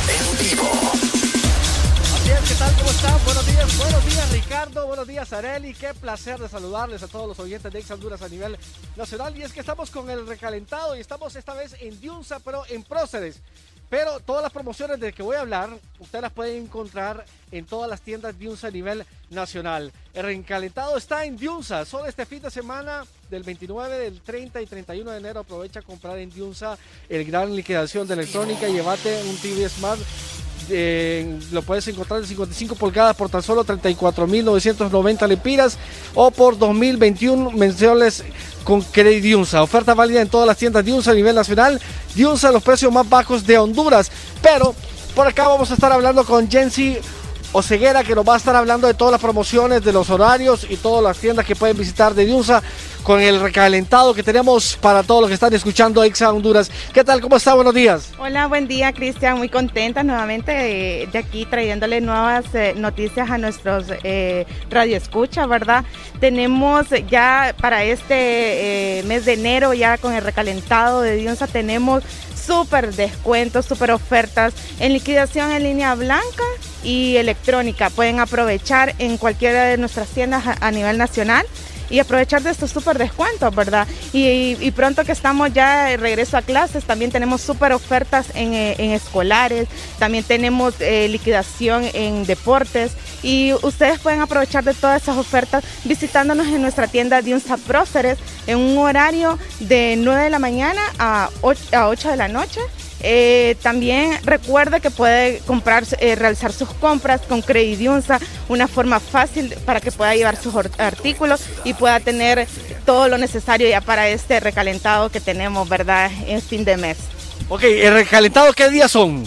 Así es, ¿qué tal? ¿Cómo están? Buenos días Ricardo, buenos días Arely, qué placer de saludarles a todos los oyentes de Exa Honduras a nivel nacional. Y es que estamos con el recalentado y estamos esta vez en Diunsa, pero en Próceres. Pero todas las promociones de que voy a hablar, ustedes las pueden encontrar en todas las tiendas Diunsa a nivel nacional. El recalentado está en Diunsa, solo este fin de semana del 29, del 30 y 31 de enero. Aprovecha a comprar en Diunsa el gran liquidación de electrónica y llévate un TV Smart. Lo puedes encontrar de 55 pulgadas por tan solo 34.990 lempiras o por 2021 mensuales con Credit Diunsa. Oferta válida en todas las tiendas Diunsa a nivel nacional. Diunsa, los precios más bajos de Honduras. Pero por acá vamos a estar hablando con Jensi Oseguera, que nos va a estar hablando de todas las promociones, de los horarios y todas las tiendas que pueden visitar de Diunsa con el recalentado que tenemos para todos los que están escuchando Exa Honduras. ¿Qué tal? ¿Cómo está? Buenos días. Hola, buen día, Cristian. Muy contenta nuevamente de aquí trayéndole nuevas noticias a nuestros radioescuchas, ¿verdad? Tenemos ya para este mes de enero, ya con el recalentado de Diunsa, tenemos súper descuentos, súper ofertas en liquidación en línea blanca y electrónica. Pueden aprovechar en cualquiera de nuestras tiendas a nivel nacional y aprovechar de estos súper descuentos, ¿verdad? Y pronto que estamos ya de regreso a clases, también tenemos súper ofertas en escolares, también tenemos liquidación en deportes, y ustedes pueden aprovechar de todas esas ofertas visitándonos en nuestra tienda Diunsa Próceres en un horario de 9 de la mañana a 8 de la noche. También recuerde que puede realizar sus compras con Credit Diunsa, una forma fácil para que pueda llevar sus artículos y pueda tener todo lo necesario ya para este recalentado que tenemos, ¿verdad?, en fin de mes. Ok, ¿el recalentado qué días son?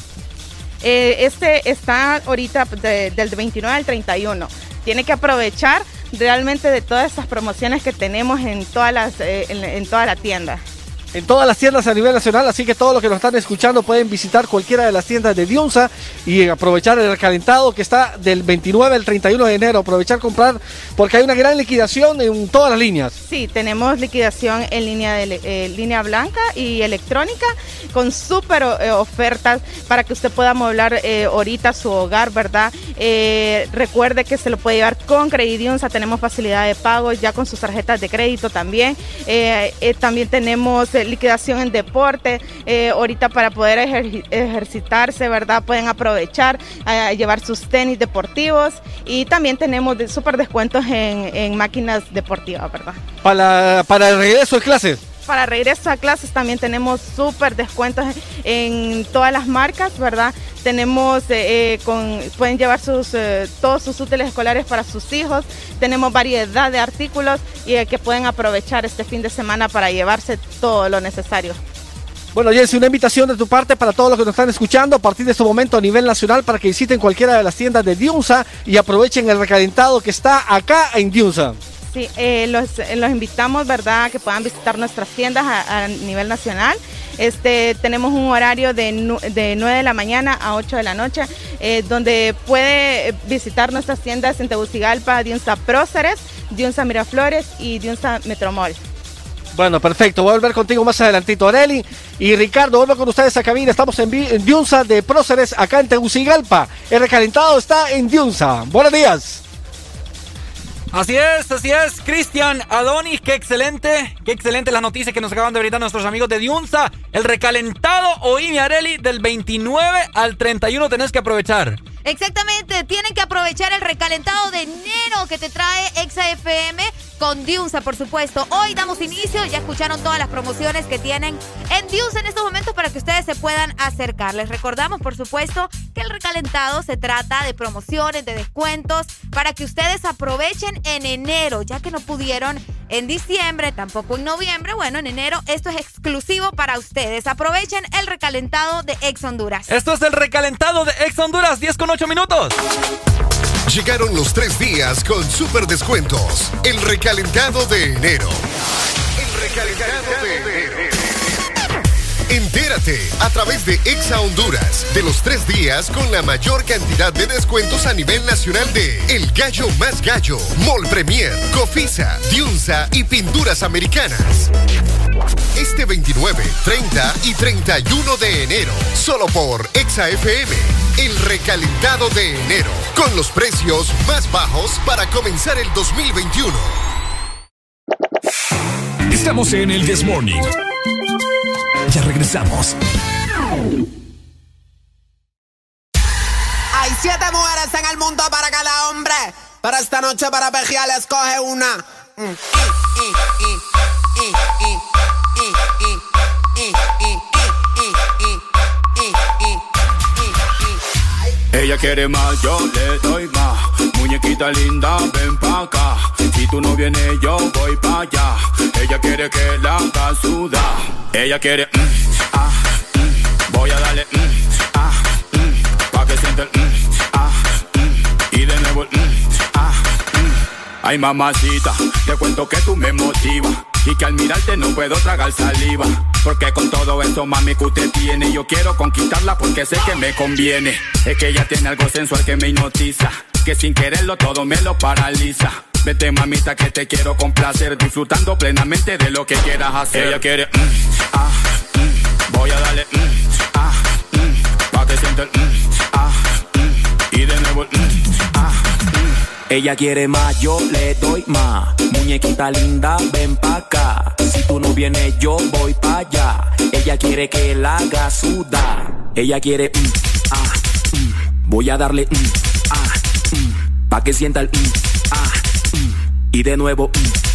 Este está ahorita del 29 al 31. Tiene que aprovechar realmente de todas estas promociones que tenemos en toda la tienda. En todas las tiendas a nivel nacional, así que todos los que nos están escuchando pueden visitar cualquiera de las tiendas de Diunsa y aprovechar el recalentado que está del 29 al 31 de enero. Aprovechar comprar porque hay una gran liquidación en todas las líneas. Sí, tenemos liquidación en línea blanca y electrónica con súper ofertas para que usted pueda amueblar ahorita su hogar, ¿verdad? Recuerde que se lo puede llevar con Credit Diunsa, tenemos facilidad de pago ya con sus tarjetas de crédito también. También tenemos liquidación en deporte, ahorita para poder ejercitarse, ¿verdad? Pueden aprovechar a llevar sus tenis deportivos, y también tenemos súper descuentos en máquinas deportivas, ¿verdad? Para el regreso de clases. para regreso a clases también tenemos súper descuentos en todas las marcas, ¿verdad? Tenemos, pueden llevar todos sus útiles escolares para sus hijos. Tenemos variedad de artículos y que pueden aprovechar este fin de semana para llevarse todo lo necesario. Bueno, Jessy, una invitación de tu parte para todos los que nos están escuchando a partir de este momento a nivel nacional para que visiten cualquiera de las tiendas de Diunsa y aprovechen el recalentado que está acá en Diunsa. Sí, los invitamos, ¿verdad?, que puedan visitar nuestras tiendas a nivel nacional. Tenemos un horario de 9 de la mañana a 8 de la noche, donde puede visitar nuestras tiendas en Tegucigalpa, Diunsa Próceres, Diunsa Miraflores y Diunsa Metromall. Bueno, perfecto. Voy a volver contigo más adelantito, Arely. Y Ricardo, vuelvo con ustedes a cabina. Estamos en Diunsa de Próceres, acá en Tegucigalpa. El recalentado está en Diunsa. Buenos días. Así es, Cristian, Adonis, qué excelente las noticias que nos acaban de brindar nuestros amigos de Diunsa. El recalentado, oíme, Arely, del 29 al 31 tenés que aprovechar. Exactamente, tienen que aprovechar el recalentado de enero que te trae Exa FM con Diunsa, por supuesto. Hoy damos inicio, ya escucharon todas las promociones que tienen en Diunsa en estos momentos para que ustedes se puedan acercar. Les recordamos, por supuesto, que el recalentado se trata de promociones, de descuentos, para que ustedes aprovechen en enero, ya que no pudieron en diciembre, tampoco en noviembre. Bueno, en enero esto es exclusivo para ustedes. Aprovechen el recalentado de Exa Honduras. Esto es el recalentado de Exa Honduras, 10:08. Llegaron los 3 días con super descuentos. El recalentado de enero. El recalentado de enero. Entérate a través de Exa Honduras de los 3 días con la mayor cantidad de descuentos a nivel nacional de El Gallo Más Gallo, Mall Premier, Cofisa, Diunsa y Pinturas Americanas. Este 29, 30 y 31 de enero, solo por Exa FM, el recalentado de enero, con los precios más bajos para comenzar el 2021. Estamos en el This Morning. Ya regresamos. Hay 7 mujeres en el mundo para cada hombre, pero esta noche para pejear escoge una. Ella quiere más, yo le doy más. Muñequita linda, ven pa' acá. Si tú no vienes, yo voy pa' allá. Ella quiere que la haga sudar. Ella quiere, voy a darle, pa' que sienta el, y de nuevo el, Ay, mamacita, te cuento que tú me motivas y que al mirarte no puedo tragar saliva. Porque con todo eso, mami, que usted tiene, yo quiero conquistarla porque sé que me conviene. Es que ella tiene algo sensual que me hipnotiza, que sin quererlo todo me lo paraliza. Vete, mamita, que te quiero complacer, disfrutando plenamente de lo que quieras hacer. Ella quiere, voy a darle, pa' que sienta el, y de nuevo el, Ella quiere más, yo le doy más. Muñequita linda, ven pa' acá. Si tú no vienes, yo voy pa' allá. Ella quiere que la haga sudar. Ella quiere, voy a darle, pa' que sienta el, y de nuevo,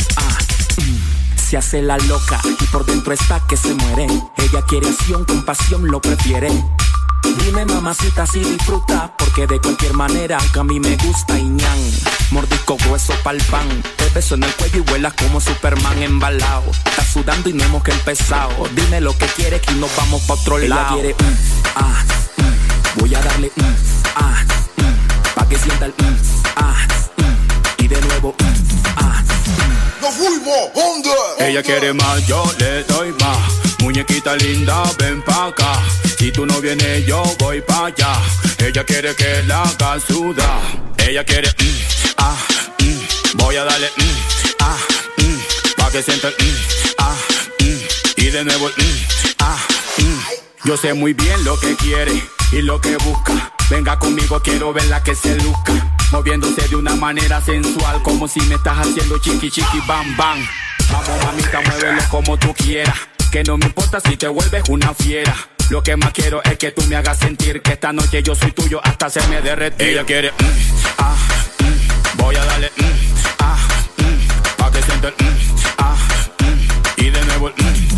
se hace la loca y por dentro está que se muere. Ella quiere acción, con pasión lo prefiere. Dime, mamacita, si disfruta, porque de cualquier manera que a mí me gusta y ñan. Mordisco grueso pa'l pan, te beso en el cuello y vuelas como Superman embalado. Estás sudando y no hemos que empezado. Dime lo que quieres que nos vamos pa' otro lado. Ella quiere, voy a darle, pa' que sienta el, y de nuevo, ¡Nos fuimos! ¿Dónde? Ella quiere más, yo le doy más. Muñequita linda, ven pa' acá. Si tú no vienes, yo voy pa' allá. Ella quiere que la haga sudar. Ella quiere, voy a darle, pa' que sienta el, y de nuevo el, Yo sé muy bien lo que quiere y lo que busca. Venga conmigo, quiero verla que se luzca, moviéndose de una manera sensual, como si me estás haciendo chiqui chiqui bam bam. Vamos, mamita, muévelo como tú quieras, que no me importa si te vuelves una fiera. Lo que más quiero es que tú me hagas sentir que esta noche yo soy tuyo hasta se me derretir. Ella quiere, voy a darle, pa' que sienta el, y de nuevo el,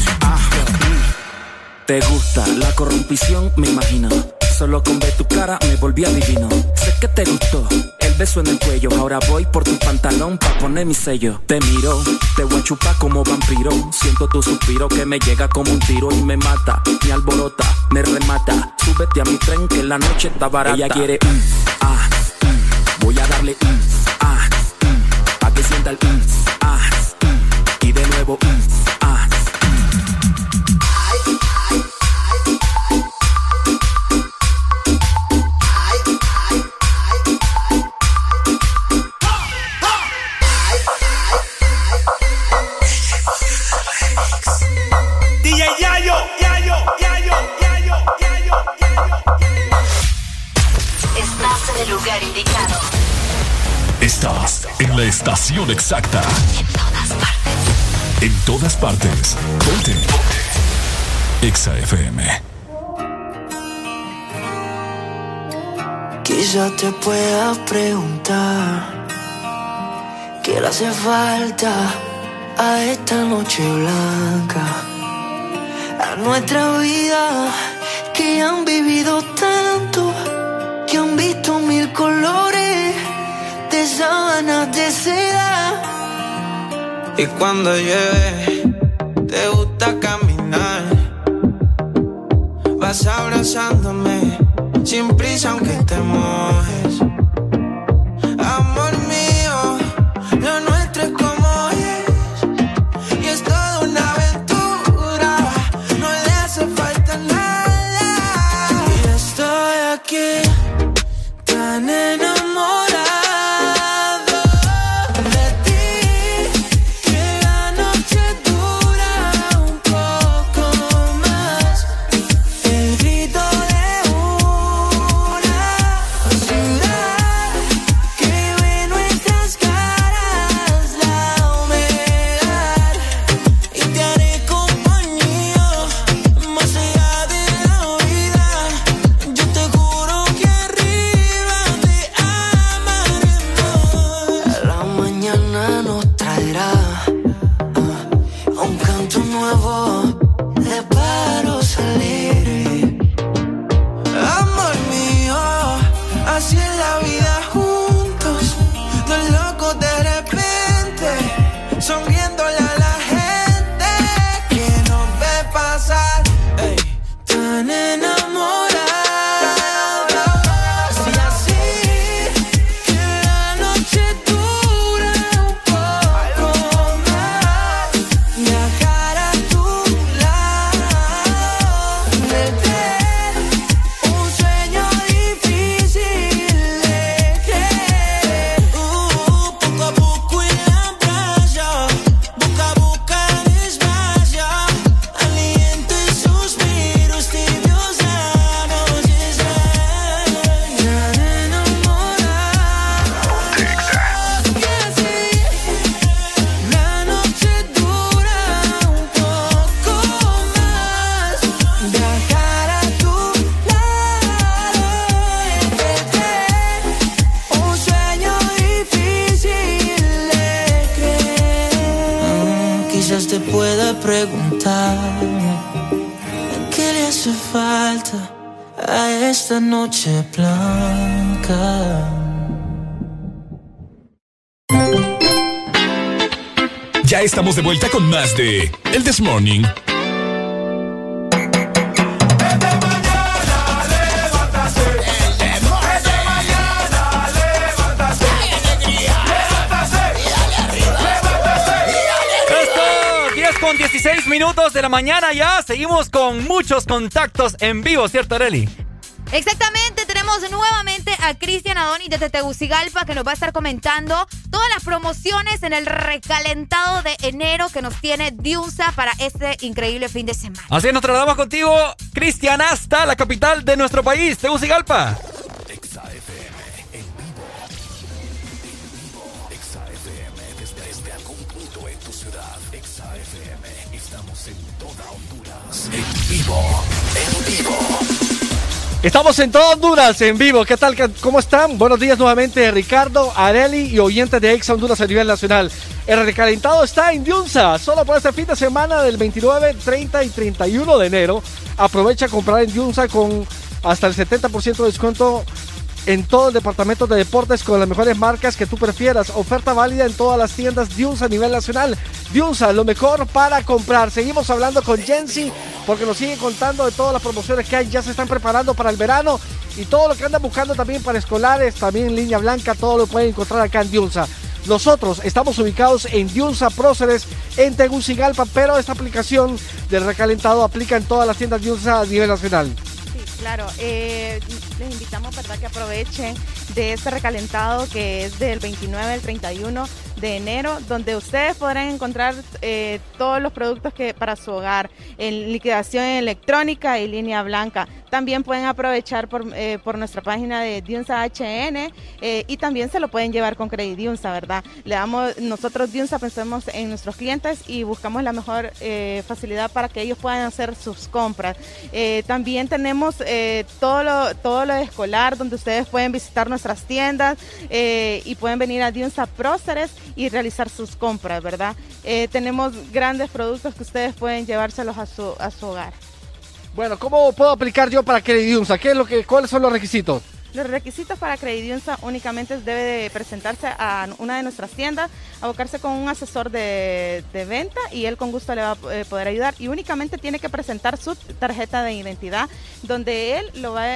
Te gusta la corrupción, me imagino. Solo con ver tu cara me volví adivino. Sé que te gustó el beso en el cuello. Ahora voy por tu pantalón pa' poner mi sello. Te miro, te voy a chupar como vampiro. Siento tu suspiro que me llega como un tiro y me mata, me alborota, me remata. Súbete a mi tren que la noche está barata. Ella quiere voy a darle pa' que sienta el y de nuevo Estás en el lugar indicado. Estás en la estación exacta. En todas partes. En todas partes. Ponte. Exa FM. Quizá te pueda preguntar qué le hace falta a esta noche blanca, a nuestra vida, que han vivido tanto, que han visto mil colores de sábanas de seda. Y cuando llueve te gusta caminar, vas abrazándome sin prisa aunque te mojes. Amor mío, lo nuestro es como es, y es toda una aventura, no le hace falta nada. Y estoy aquí tan enamorado de ti, que la noche dura un poco más. El grito de una ciudad que ve nuestras caras, la humedad, y te haré compañía más allá de la vida. Yo te juro que arriba te amaré más. La mañana nos traerá un canto nuevo de paros alegres. Amor mío, así es la vida juntos, dos locos de repente, sonriéndole a la gente que nos ve pasar, ey, tan enamorados. Y así que la noche dura un poco más, viajar a tu lado, perder un sueño difícil de creer. Poco a poco en la playa, boca a boca despacio, aliento y suspiros tibios a nos extrañan enamorados. Y así la noche dura un poco más, viajar a tu lado y perder un sueño difícil de creer. Quizás te pueda preguntar qué le hace falta a esta noche blanca. Ya estamos de vuelta con más de El This Morning. Esto, 10 con 16 minutos de la mañana ya. Seguimos con muchos contactos en vivo, ¿cierto, Arely? Exactamente, tenemos nuevamente a Cristian Adoni desde Tegucigalpa, que nos va a estar comentando todas las promociones en el recalentado de enero que nos tiene Diunsa para este increíble fin de semana. Así es, nos trasladamos contigo, Cristian, hasta la capital de nuestro país, Tegucigalpa. Exa FM en vivo. Exa FM desde algún punto en tu ciudad. Exa FM, estamos en toda Honduras. En vivo. Estamos en todo Honduras, en vivo. ¿Qué tal? ¿Cómo están? Buenos días nuevamente, Ricardo, Areli y oyentes de Exa Honduras a nivel nacional. El recalentado está en Diunsa, solo por este fin de semana del 29, 30 y 31 de enero. Aprovecha a comprar en Diunsa con hasta el 70% de descuento en todo el departamento de deportes con las mejores marcas que tú prefieras. Oferta válida en todas las tiendas Diunsa a nivel nacional. Diunsa, lo mejor para comprar. Seguimos hablando con Jensi porque nos sigue contando de todas las promociones que hay. Ya se están preparando para el verano y todo lo que andan buscando también para escolares, también en línea blanca, todo lo pueden encontrar acá en Diunsa. Nosotros estamos ubicados en Diunsa Próceres, en Tegucigalpa, pero esta aplicación del recalentado aplica en todas las tiendas Diunsa a nivel nacional. Claro, les invitamos, ¿verdad?, que aprovechen de este recalentado que es del 29 al 31 de enero, donde ustedes podrán encontrar todos los productos que para su hogar, en liquidación electrónica y línea blanca. También pueden aprovechar por nuestra página de Diunsa HN y también se lo pueden llevar con Credit Diunsa, ¿verdad? Nosotros Diunsa pensamos en nuestros clientes y buscamos la mejor facilidad para que ellos puedan hacer sus compras. También tenemos todo lo de escolar, donde ustedes pueden visitar nuestras tiendas y pueden venir a Diunsa Próceres y realizar sus compras, ¿verdad? Tenemos grandes productos que ustedes pueden llevárselos a su hogar. Bueno, ¿cómo puedo aplicar yo para Credit Diunsa? ¿Cuáles son los requisitos? Los requisitos para Credit Diunsa únicamente debe de presentarse a una de nuestras tiendas, abocarse con un asesor de venta y él con gusto le va a poder ayudar, y únicamente tiene que presentar su tarjeta de identidad donde él lo va a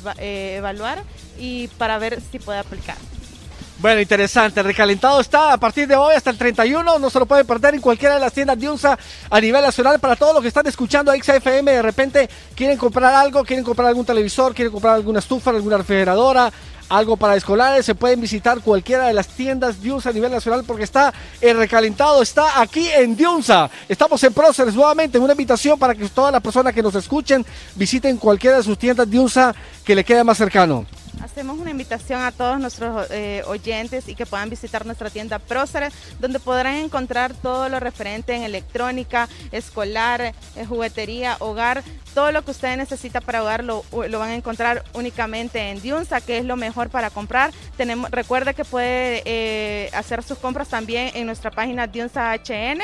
evaluar y para ver si puede aplicar. Bueno, interesante. El recalentado está a partir de hoy hasta el 31. No se lo pueden perder en cualquiera de las tiendas Diunsa a nivel nacional. Para todos los que están escuchando a XFM, de repente quieren comprar algo, quieren comprar algún televisor, quieren comprar alguna estufa, alguna refrigeradora, algo para escolares, se pueden visitar cualquiera de las tiendas Diunsa a nivel nacional porque el recalentado está aquí en Diunsa. Estamos en Próceres nuevamente, una invitación para que todas las personas que nos escuchen visiten cualquiera de sus tiendas Diunsa que le quede más cercano. Hacemos una invitación a todos nuestros oyentes y que puedan visitar nuestra tienda Próceres, donde podrán encontrar todo lo referente en electrónica, escolar, juguetería, hogar. Todo lo que ustedes necesitan para hogar lo van a encontrar únicamente en Diunsa, que es lo mejor para comprar. Recuerde que puede hacer sus compras también en nuestra página Diunsa HN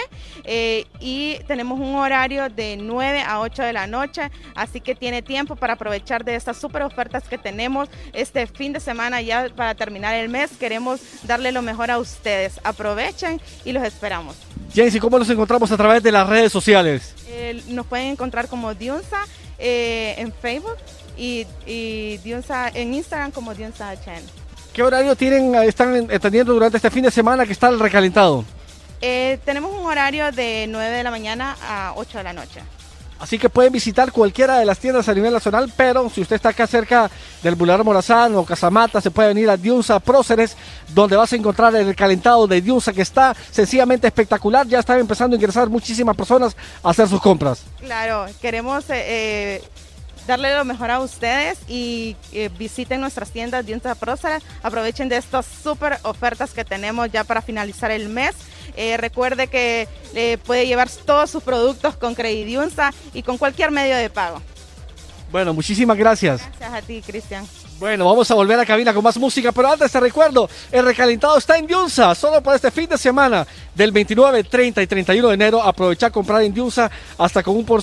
y tenemos un horario de 9 a 8 de la noche, así que tiene tiempo para aprovechar de estas súper ofertas que tenemos este fin de semana. Ya para terminar el mes queremos darle lo mejor a ustedes. Aprovechen y los esperamos. Jensi, ¿cómo nos encontramos a través de las redes sociales? Nos pueden encontrar como Diunsa en Facebook y Diunsa en Instagram como Diunsa HN. ¿Qué horario están teniendo durante este fin de semana que está el recalentado? Tenemos un horario de 9 de la mañana a 8 de la noche. Así que pueden visitar cualquiera de las tiendas a nivel nacional, pero si usted está acá cerca del Boulevard Morazán o Casamata, se puede venir a Diunsa Próceres, donde vas a encontrar el recalentado de Diunsa, que está sencillamente espectacular. Ya están empezando a ingresar muchísimas personas a hacer sus compras. Claro, queremos darle lo mejor a ustedes y visiten nuestras tiendas Diunsa Próceres. Aprovechen de estas súper ofertas que tenemos ya para finalizar el mes. Recuerde que puede llevar todos sus productos con Credit Diunsa y con cualquier medio de pago. Bueno, muchísimas gracias. Gracias a ti, Cristian. Bueno, vamos a volver a cabina con más música, pero antes te recuerdo, el recalentado está en Diunsa, solo para este fin de semana del 29, 30 y 31 de enero. Aprovecha a comprar en Diunsa hasta con un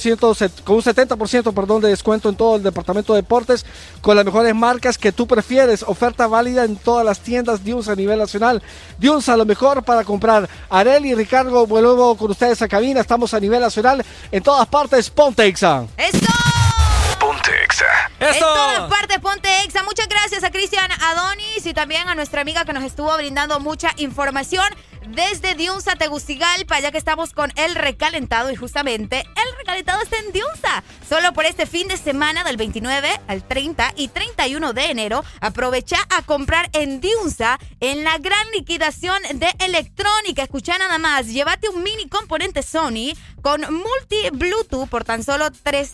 70% de descuento en todo el departamento de deportes con las mejores marcas que tú prefieres. Oferta válida en todas las tiendas Diunsa a nivel nacional. Diunsa, lo mejor para comprar. Areli y Ricardo, vuelvo con ustedes a cabina. Estamos a nivel nacional en todas partes. Ponte Exa. ¡Eso! Ponte Exa. En todas partes, ponte Exa. Muchas gracias a Cristian Adonis y también a nuestra amiga que nos estuvo brindando mucha información desde Diunsa, Tegucigalpa, ya que estamos con el recalentado y justamente el recalentado está en Diunsa. Solo por este fin de semana del 29 al 30 y 31 de enero, aprovecha a comprar en Diunsa en la gran liquidación de electrónica. Escucha nada más, llévate un mini componente Sony con multi Bluetooth por tan solo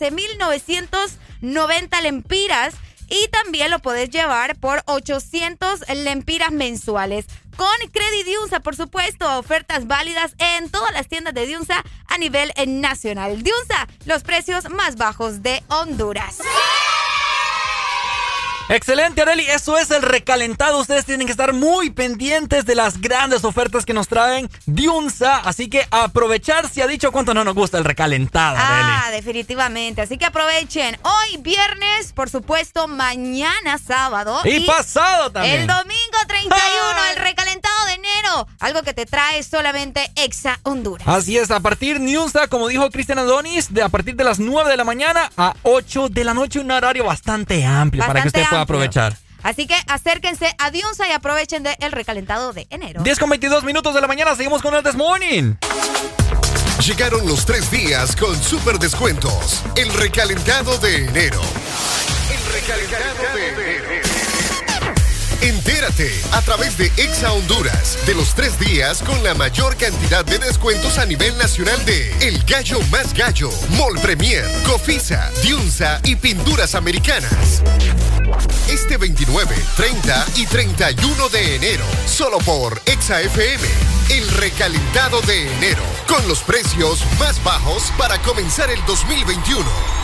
13,990 lempiras. Y también lo podés llevar por 800 lempiras mensuales. Con Credit Diunsa, por supuesto. Ofertas válidas en todas las tiendas de Diunsa a nivel nacional. Diunsa, los precios más bajos de Honduras. Excelente, Arely. Eso es el recalentado. Ustedes tienen que estar muy pendientes de las grandes ofertas que nos traen Diunsa. Así que aprovechar. Si ha dicho cuánto no nos gusta el recalentado, Arely. Definitivamente. Así que aprovechen. Hoy viernes, por supuesto, mañana sábado. Y pasado también. El domingo 31, el recalentado de enero. Algo que te trae solamente Exa Honduras. Así es, a partir Diunsa, como dijo Cristian Adonis, a partir de las 9 de la mañana a 8 de la noche, un horario bastante amplio para que usted pueda aprovechar. Así que acérquense a Diunsa y aprovechen del recalentado de enero. 10:22 de la mañana, seguimos con el This Morning. Llegaron los 3 días con super descuentos. El recalentado de enero. El recalentado de enero. Entérate a través de Exa Honduras de los 3 días con la mayor cantidad de descuentos a nivel nacional de El Gallo Más Gallo, Mall Premier, Cofisa, Diunsa y Pinturas Americanas. Este 29, 30 y 31 de enero, solo por Exa FM. El recalentado de enero, con los precios más bajos para comenzar el 2021.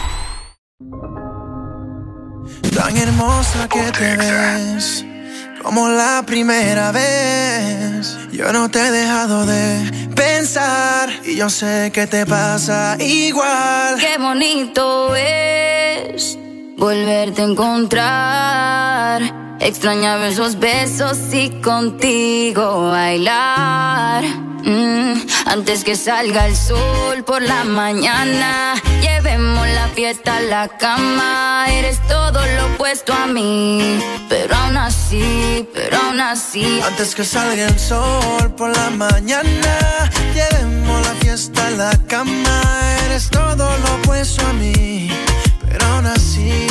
Tan hermosa que te ves, como la primera vez. Yo no te he dejado de pensar y yo sé que te pasa igual. Qué bonito es volverte a encontrar. Extrañaba esos besos y contigo bailar. Antes que salga el sol por la mañana, llevemos la fiesta a la cama. Eres todo lo opuesto a mí, pero aún así. Antes que salga el sol por la mañana, llevemos la fiesta a la cama. Eres todo lo opuesto a mí, pero aún así.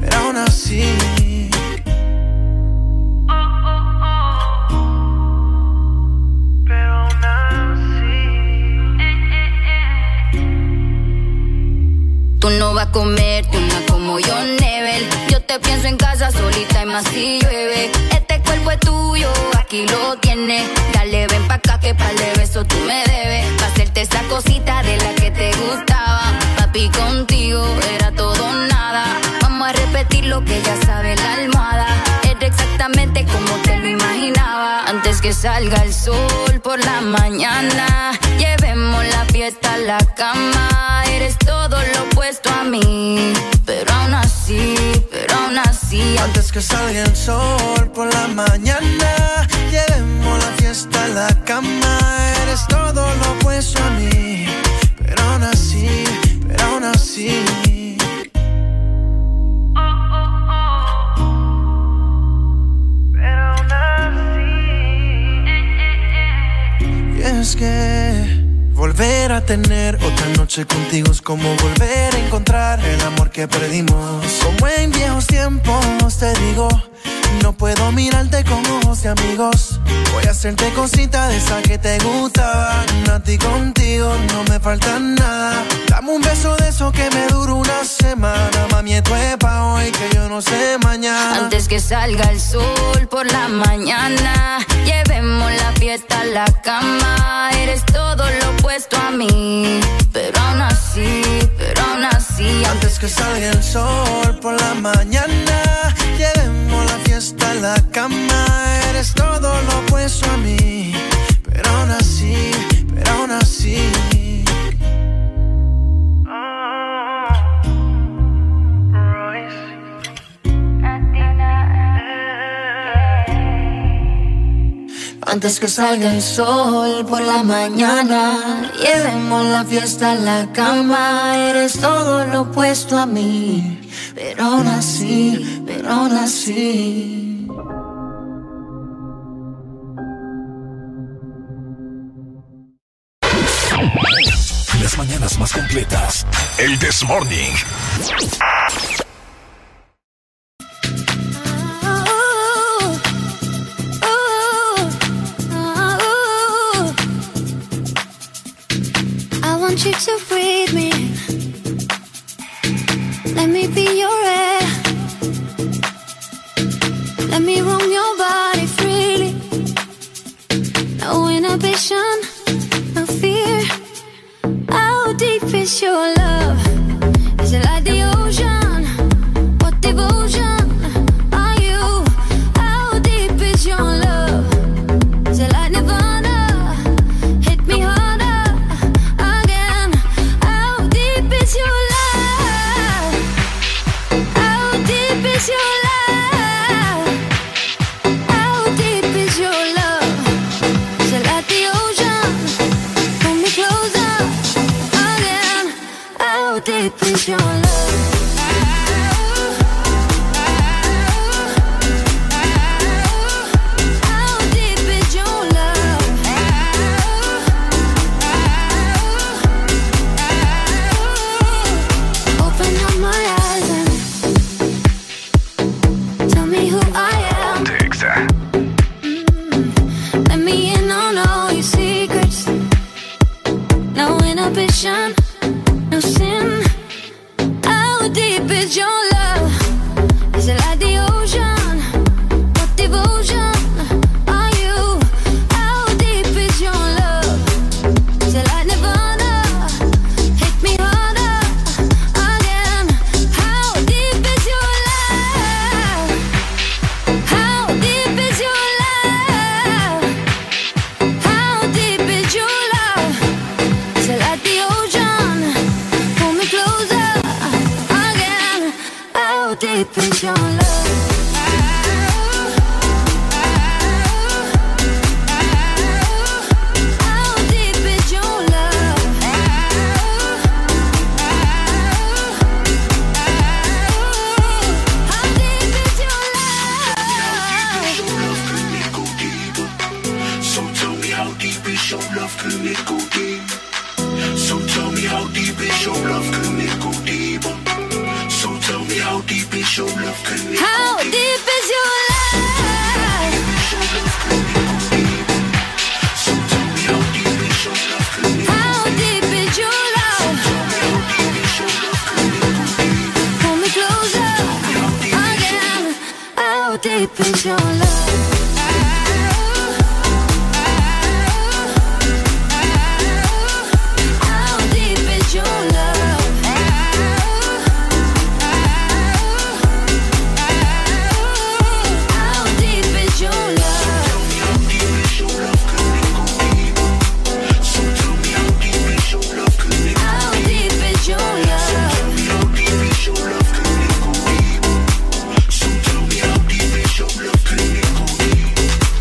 Tú no vas a comerte una como yo, Nebel. Yo te pienso en casa solita y más si llueve. Este cuerpo es tuyo, aquí lo tienes. Dale, ven pa' acá que par de besos tú me debes. Pa' hacerte esa cosita de la que te gustaba. Papi, contigo era todo o nada. Vamos a repetir lo que ya sabe la almohada. Era exactamente como te lo imaginaba. Antes que salga el sol por la mañana, llevemos la fiesta a la cama. Eres todo lo opuesto a mí, pero aún así. Antes que salga el sol por la mañana, llevemos la fiesta a la cama. Eres todo lo opuesto a mí, pero aún así. Y es que volver a tener otra noche contigo es como volver a encontrar el amor que perdimos. Como en viejos tiempos, te digo, no puedo mirarte con ojos de amigos. Voy a hacerte cositas de esas que te gustaban. A ti contigo no me falta nada. Dame un beso de eso que me dura una semana. Mami, esto es pa' hoy que yo no sé mañana. Antes que salga el sol por la mañana, llevemos la fiesta a la cama. Eres todo lo opuesto a mí, pero aún así. Antes que salga el sol por la mañana, llevemos la fiesta a la cama. Eres todo lo opuesto a mí, pero aún así. Antes que salga el sol por la mañana, llevemos la fiesta a la cama. Eres todo lo opuesto a mí, pero aún así. Las mañanas más completas. El This Morning. I want you to breathe me. Let me be your air. Let me roam your body freely. No inhibition, no fear. How deep is your love? Is it like the ocean? What devotion are is your love? No sin. How deep is your love? Is it like the ocean? What devotion are you? How deep is your love? Is it like Nirvana? Hit me harder again. How deep is your love? How deep is your love? How deep is your love? Is it like the ocean? Pull me closer again. How deep is your love? So tell me how deep is your love, can it go deep? So tell me how deep is your love, can it go deeper? So tell me how deep is your love, can it go How deep is your love? So tell me how deep is your love, can it How deep is your love? Pull me closer again. How deep is your love? How deep is your love? How deep is your love? So tell me how deep is your love, can it How deep is your love? Tell me how deep is your love, can it go deep? So tell me how deep is your love, can it go deep?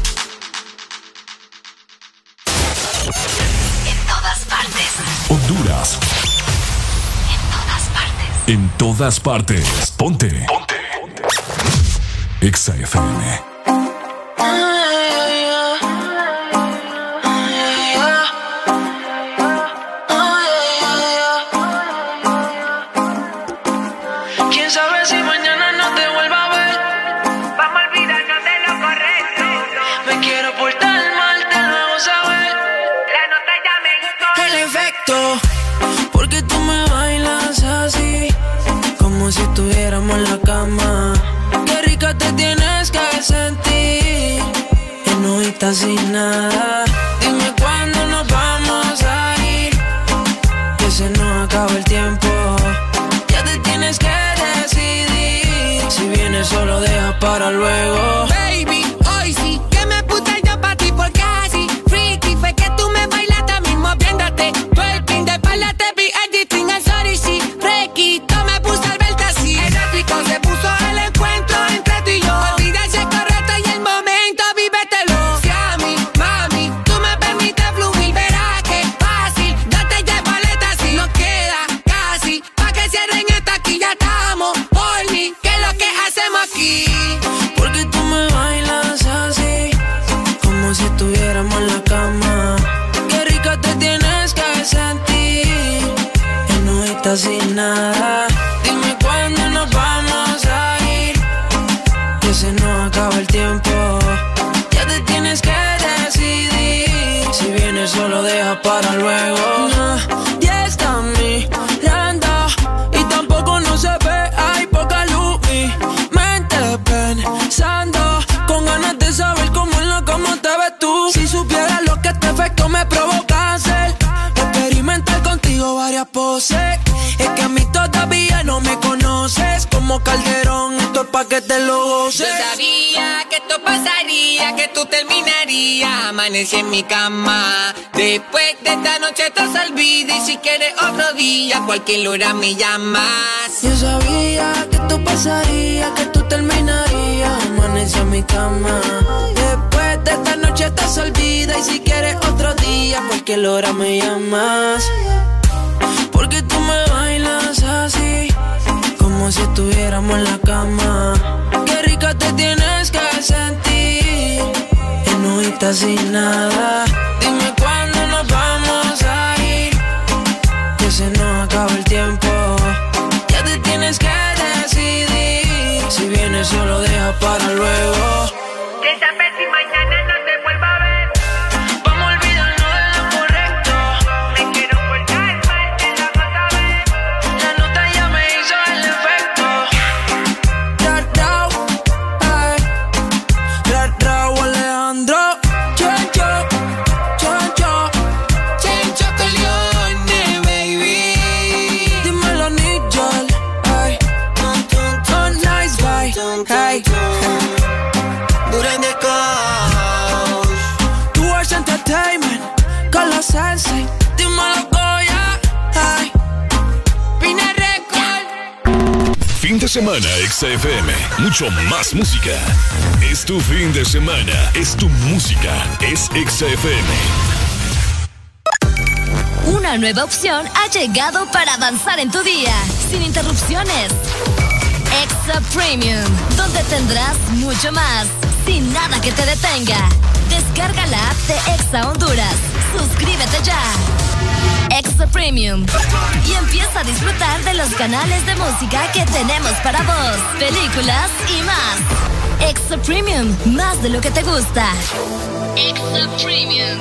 En todas partes. Honduras. En todas partes. En todas partes. Ponte. Ponte. Exa FM. Quién sabe si mañana no te vuelva a ver. Vamos a olvidarnos de lo correcto. Me quiero portar mal, te lo hago saber. La nota ya me gustó. El efecto, porque tú me bailas así, como si estuviéramos en la cama. Qué rica te tienes que sentir, enojita sin nada. Dime cuándo nos vamos a ir, que se nos acaba el tiempo. Ya te tienes que decidir, si vienes solo deja para luego. Baby, hoy sí que me puse yo pa' ti porque así freaky fue que tú me bailaste mismo viéndote. Twerking de espalda te vi editing al sorry sí. Requito me puse al verte así. El rico se puso el encuentro entre tú y yo. Olvida ese correcto y el momento, vívetelo. Si a mí, mami, tú me permites fluir, verás que fácil. Date ya paleta si nos queda casi. Pa' que cierren esta aquí ya estamos. Horny, ¿qué es lo que hacemos aquí? Porque tú me bailas así, como si estuviéramos en la cama. Qué rica te tienes que sentir, enojita sin nada. Dime cuándo nos vamos a ir, que se nos acaba el tiempo. Ya te tienes que decidir, si vienes solo deja para luego. Nadie está mirando y tampoco no se ve, hay poca luz. Mi mente pensando, con ganas de saber cómo en la cama te ves tú. Si supieras lo que este efecto me provoca hacer, experimentar contigo varias poses. Es que a mí todavía no me conoces, como Calderón, esto es pa' que te lo goces. Yo sabía que esto pasaría, que tú terminarías. Amanecí en mi cama, después de esta noche te olvida. Y si quieres otro día, cualquier hora me llamas. Yo sabía que esto pasaría, que tú terminarías. Amanecí en mi cama, después de esta noche te olvida. Y si quieres otro día, cualquier hora me llamas. Porque tú me bailas así, como si estuviéramos en la cama. Qué rica te tienes que sentir, enojita sin nada. Dime cuándo nos vamos a ir, que se nos acaba el tiempo. Ya te tienes que decidir, si vienes solo deja para luego. ¿Qué sabes si mañana no te vuelva a ver? Vamos a olvidarnos de lo correcto. Me quiero portar mal, que la vas a ver. La nota ya me hizo el efecto. Rao, Alejandro. Chencho Corleone, baby. Dímelo, Nigel. Ay, oh, nice guy. Hey. Duran de Coach. Towards Entertainment, con los Sensei. Dímelo, Goya. Ay, Pina Record. Fin de semana, XFM. Mucho más música. Es tu fin de semana. Es tu música. Es XFM. Una nueva opción ha llegado para avanzar en tu día, sin interrupciones. Exa Premium, donde tendrás mucho más, sin nada que te detenga. Descarga la app de Exa Honduras. Suscríbete ya. Exa Premium. Y empieza a disfrutar de los canales de música que tenemos para vos, películas y más. Exa Premium, más de lo que te gusta. Exa Premium.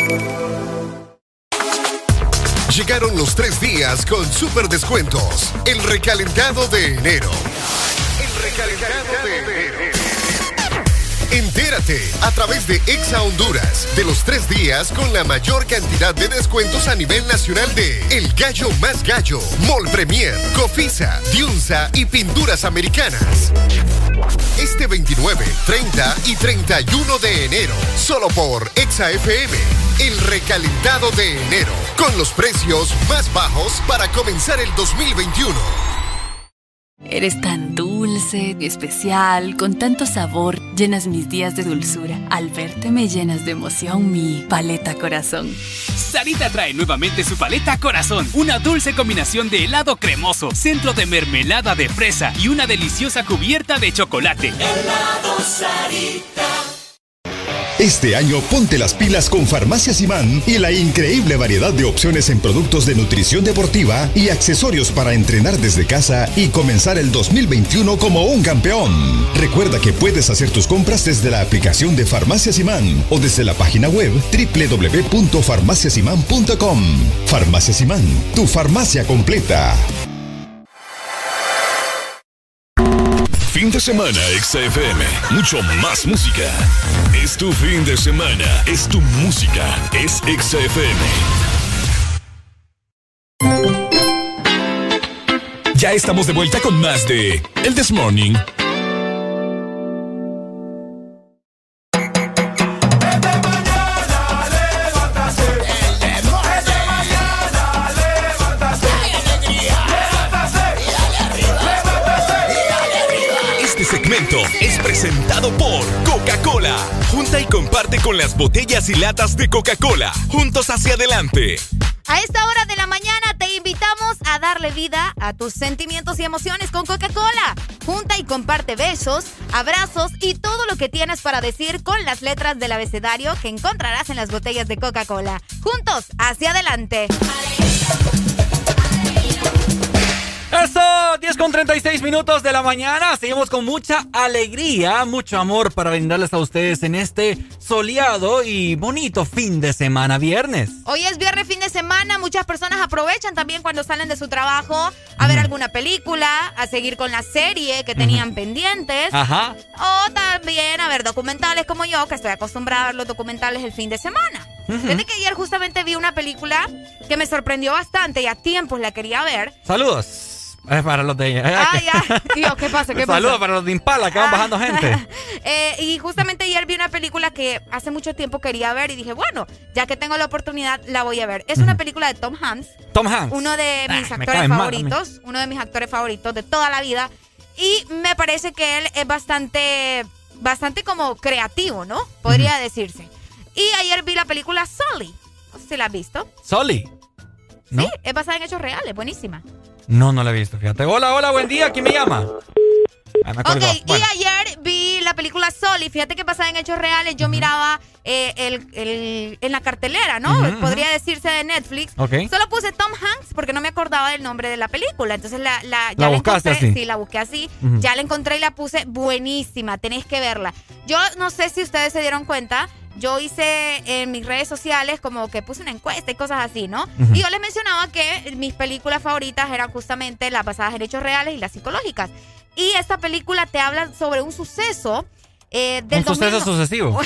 Llegaron los 3 días con super descuentos. El recalentado de enero. El recalentado de enero. Entérate a través de Exa Honduras de los 3 días con la mayor cantidad de descuentos a nivel nacional de El Gallo Más Gallo, Mall Premier, Cofisa, Diunsa y Pinturas Americanas. Este 29, 30 y 31 de enero, solo por Exa FM. El recalentado de enero, con los precios más bajos para comenzar el 2021. Eres tan dulce, especial, con tanto sabor, llenas mis días de dulzura. Al verte me llenas de emoción mi paleta corazón. Sarita trae nuevamente su paleta corazón, una dulce combinación de helado cremoso, centro de mermelada de fresa y una deliciosa cubierta de chocolate. Helado Sarita. Este año ponte las pilas con Farmacias Imán y la increíble variedad de opciones en productos de nutrición deportiva y accesorios para entrenar desde casa y comenzar el 2021 como un campeón. Recuerda que puedes hacer tus compras desde la aplicación de Farmacias Imán o desde la página web www.farmaciasimán.com. Farmacias Imán, tu farmacia completa. Fin de semana, XFM. Mucho más música. Es tu fin de semana. Es tu música. Es XFM. Ya estamos de vuelta con más de El This Morning. Segmento es presentado por Coca-Cola. Junta y comparte con las botellas y latas de Coca-Cola. Juntos hacia adelante. A esta hora de la mañana te invitamos a darle vida a tus sentimientos y emociones con Coca-Cola. Junta y comparte besos, abrazos y todo lo que tienes para decir con las letras del abecedario que encontrarás en las botellas de Coca-Cola. Juntos hacia adelante. Eso, 10:36 de la mañana. Seguimos con mucha alegría, mucho amor para brindarles a ustedes en este soleado y bonito fin de semana viernes. Hoy es viernes, fin de semana. Muchas personas aprovechan también cuando salen de su trabajo a ver alguna película, a seguir con la serie que tenían pendientes. Ajá. O también a ver documentales como yo, que estoy acostumbrada a ver los documentales el fin de semana. Fíjate que ayer justamente vi una película que me sorprendió bastante y a tiempos la quería ver. Saludos. Es para los de ella. Ya. Tío, ¿qué pasa? Saludos para los de Impala que van bajando gente. Y justamente ayer vi una película que hace mucho tiempo quería ver y dije, bueno, ya que tengo la oportunidad, la voy a ver. Es una película de Tom Hanks. Tom Hanks. Uno de mis actores favoritos. Uno de mis actores favoritos de toda la vida. Y me parece que él es bastante como creativo, ¿no? Podría decirse. Y ayer vi la película Sully. No sé si la has visto. ¿Sully? ¿No? Sí, es basada en hechos reales. Buenísima. No la he visto, fíjate. Hola, buen día, ¿quién me llama? Bueno. Y ayer vi la película Sol y fíjate que pasaba en hechos reales. Yo miraba en la cartelera, ¿no? Podría decirse de Netflix. Solo puse Tom Hanks porque no me acordaba del nombre de la película. Entonces ya la buscaste encontré. así. Sí, la busqué así. Ya la encontré y la puse buenísima. Tenéis que verla. Yo no sé si ustedes se dieron cuenta. Yo hice en mis redes sociales como que puse una encuesta y cosas así, ¿no? Y yo les mencionaba que mis películas favoritas eran justamente las basadas en hechos reales y las psicológicas. Y esta película te habla sobre un suceso del suceso sucesivo.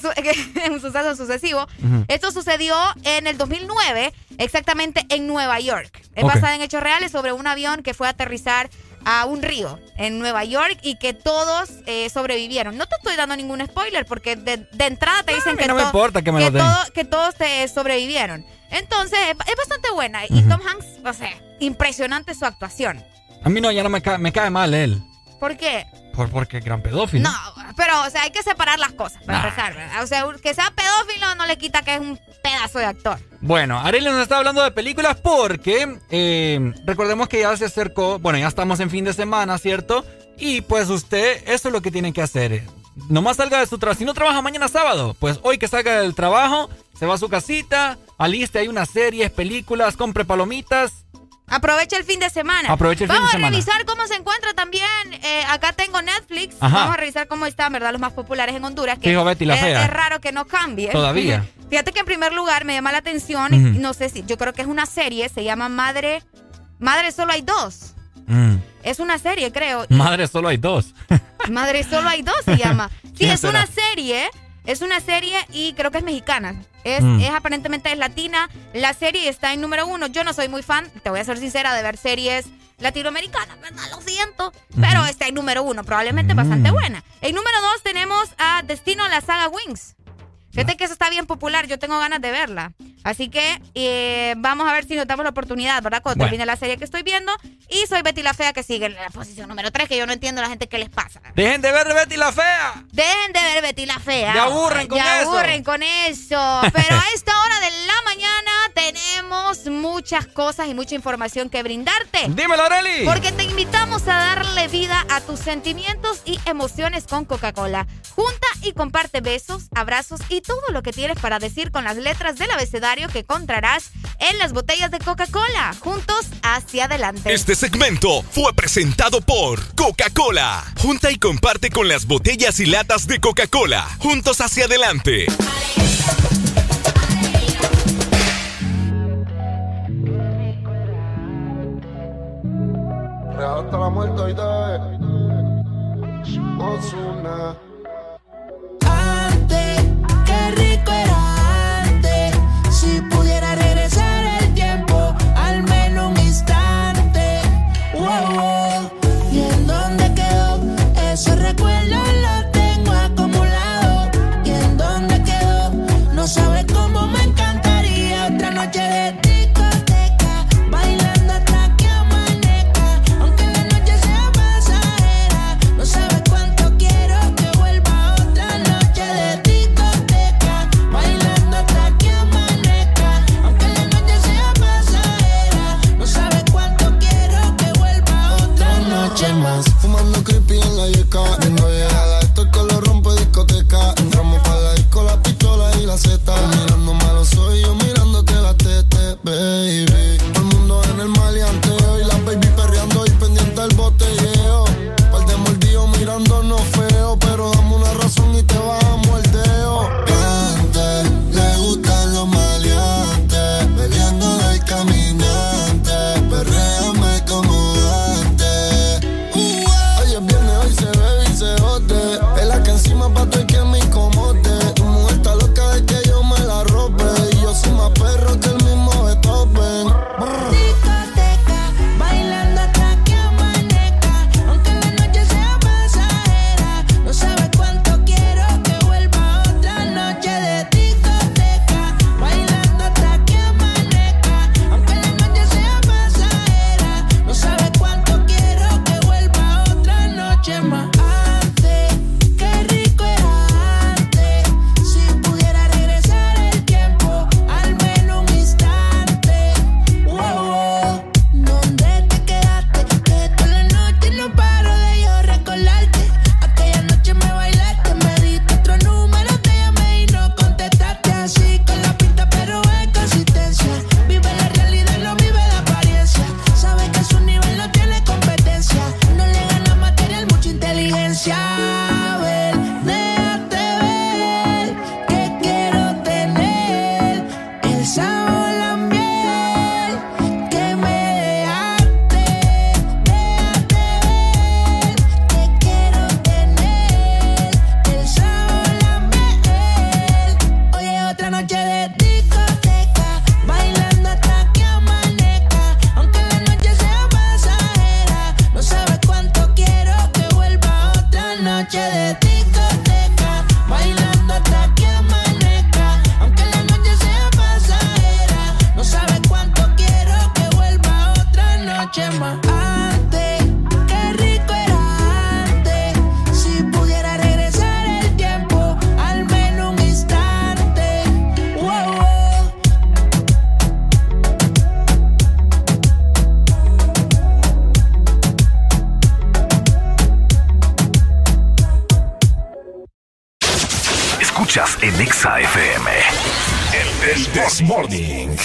Un suceso sucesivo. Esto sucedió en el 2009, exactamente en Nueva York. Es basada en hechos reales sobre un avión que fue a aterrizar a un río en Nueva York y que todos sobrevivieron. No te estoy dando ningún spoiler porque de entrada te dicen que, no me importa que, me lo que todos te sobrevivieron. Entonces es bastante buena. Y Tom Hanks, o sea, impresionante su actuación. A mí ya no me cae mal él. ¿Por qué? Porque es gran pedófilo. No, pero, o sea, hay que separar las cosas para empezar, ¿verdad? O sea, que sea pedófilo no le quita que es un pedazo de actor. Bueno, Arely nos está hablando de películas porque recordemos que ya se acercó, bueno, ya estamos en fin de semana, ¿cierto? Y pues usted, eso es lo que tiene que hacer. Nomás salga de su trabajo. Si no trabaja mañana sábado, pues hoy que salga del trabajo, se va a su casita, aliste ahí unas series, películas, compre palomitas. Aprovecha el fin de semana. Vamos a revisar cómo se encuentra también. Acá tengo Netflix. Ajá. Vamos a revisar cómo están, ¿verdad? Los más populares en Honduras. Que Fijo, Betty la Fea. Es raro que no cambie. Todavía. Fíjate que en primer lugar me llama la atención. No sé si, yo creo que es una serie. Se llama Madre Solo Hay Dos. Es una serie, creo. Madre Solo Hay Dos. Madre Solo Hay Dos se llama. Sí, es una serie. Es una serie y creo que es mexicana. Es aparentemente es latina. La serie está en número 1. Yo no soy muy fan, te voy a ser sincera, de ver series latinoamericanas, ¿verdad? Lo siento. Pero está en número 1, probablemente bastante buena. En número 2 tenemos a Destino a la saga Wings. Fíjate que eso está bien popular, yo tengo ganas de verla. Así que vamos a ver si nos damos la oportunidad, ¿verdad? Cuando termine la serie que estoy viendo. Y soy Betty la Fea, que sigue en la posición número 3, que yo no entiendo a la gente qué les pasa. ¡Dejen de ver Betty la Fea! ¡Dejen de ver Betty la Fea! ¡Ya aburren con eso! ¡Ya aburren con eso! Pero a esta hora de la mañana tenemos muchas cosas y mucha información que brindarte. ¡Dímelo, Arely! Porque te invitamos a darle vida a tus sentimientos y emociones con Coca-Cola. Junta y comparte besos, abrazos y todo lo que tienes para decir con las letras del abecedario que encontrarás en las botellas de Coca-Cola. Juntos hacia adelante. Este segmento fue presentado por Coca-Cola. Junta y comparte con las botellas y latas de Coca-Cola. Juntos hacia adelante. Hasta la muerte hoy Ozuna. Antes, qué rico era antes. Si pudiera regresar el tiempo, al menos un instante. Wow. ¿Y en dónde quedó? Esos recuerdos los tengo acumulados. ¿Y en dónde quedó Exa FM. El This Morning.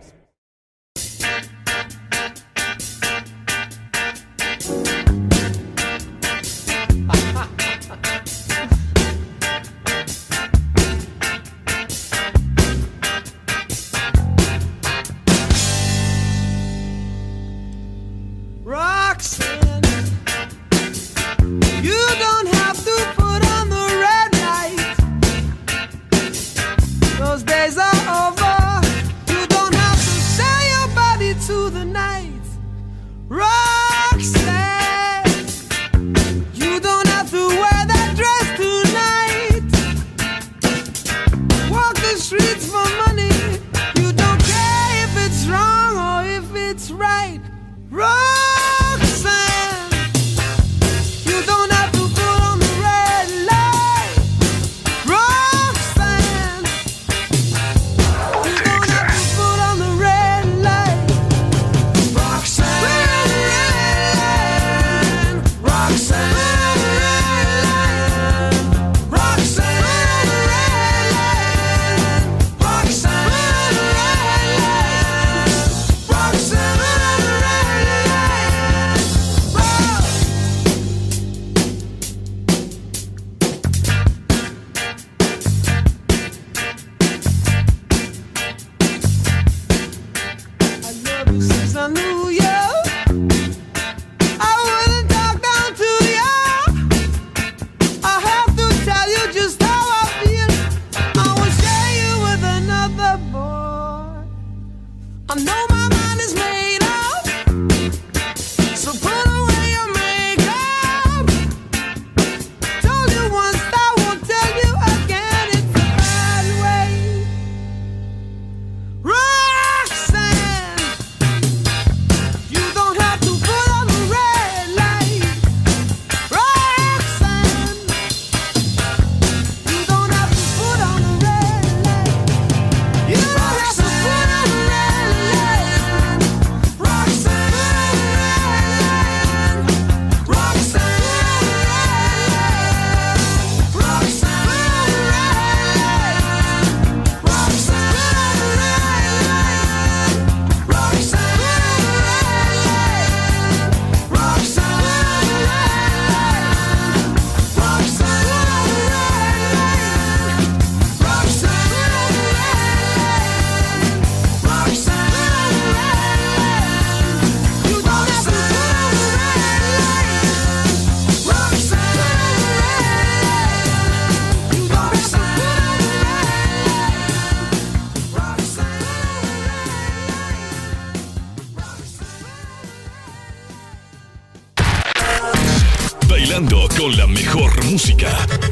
Con la mejor música.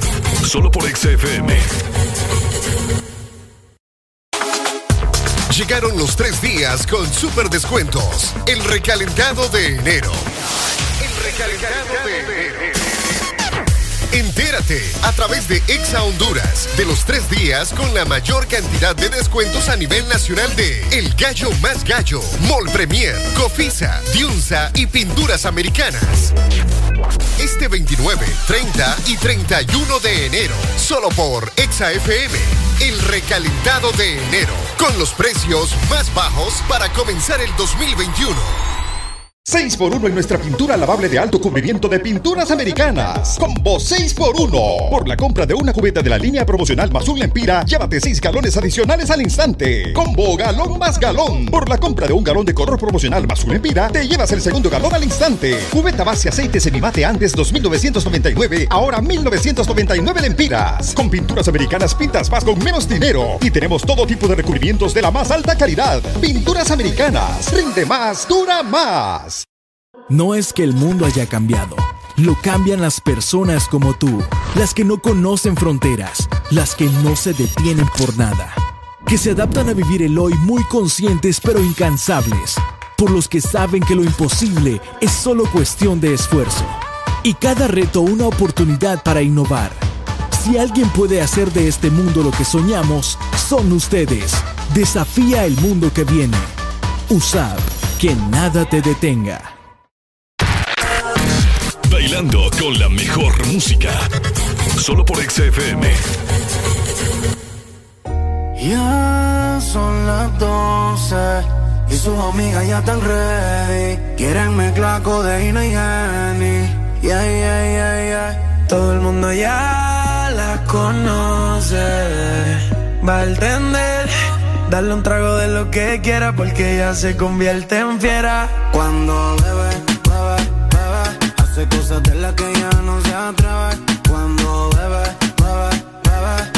Solo por Exa FM. Llegaron los 3 días con super descuentos. El recalentado de enero. El recalentado de enero. Entérate a través de Exa Honduras de los 3 días con la mayor cantidad de descuentos a nivel nacional de El Gallo Más Gallo, Mall Premier, Cofisa, Diunsa y Pinturas Americanas. Este 29, 30 y 31 de enero, solo por Exa FM, el recalentado de enero, con los precios más bajos para comenzar el 2021. 6x1 en nuestra pintura lavable de alto cubrimiento de Pinturas Americanas. Combo 6x1. Por la compra de una cubeta de la línea promocional Mazul Empira, llévate 6 galones adicionales al instante. Combo galón más galón. Por la compra de un galón de color promocional Mazul Empira, te llevas el segundo galón al instante. Cubeta base aceite semimate antes 2.999, ahora 1.999 lempiras. Con Pinturas Americanas pintas más con menos dinero. Y tenemos todo tipo de recubrimientos de la más alta calidad. Pinturas Americanas. Rinde más, dura más. No es que el mundo haya cambiado, lo cambian las personas como tú, las que no conocen fronteras, las que no se detienen por nada, que se adaptan a vivir el hoy muy conscientes pero incansables, por los que saben que lo imposible es solo cuestión de esfuerzo, y cada reto una oportunidad para innovar. Si alguien puede hacer de este mundo lo que soñamos, son ustedes. Desafía el mundo que viene. USAB, que nada te detenga. Bailando con la mejor música. Solo por Exa FM. Ya son las 12 y sus amigas ya están ready. Quieren mezclar codeína y Henny. Yeah, yeah, yeah, yeah. Todo el mundo ya la conoce. Va a entender, darle un trago de lo que quiera porque ella se convierte en fiera. Cuando bebe, bebe, bebe, hace cosas de las que ella no se atreve. Cuando bebe, bebe, bebe,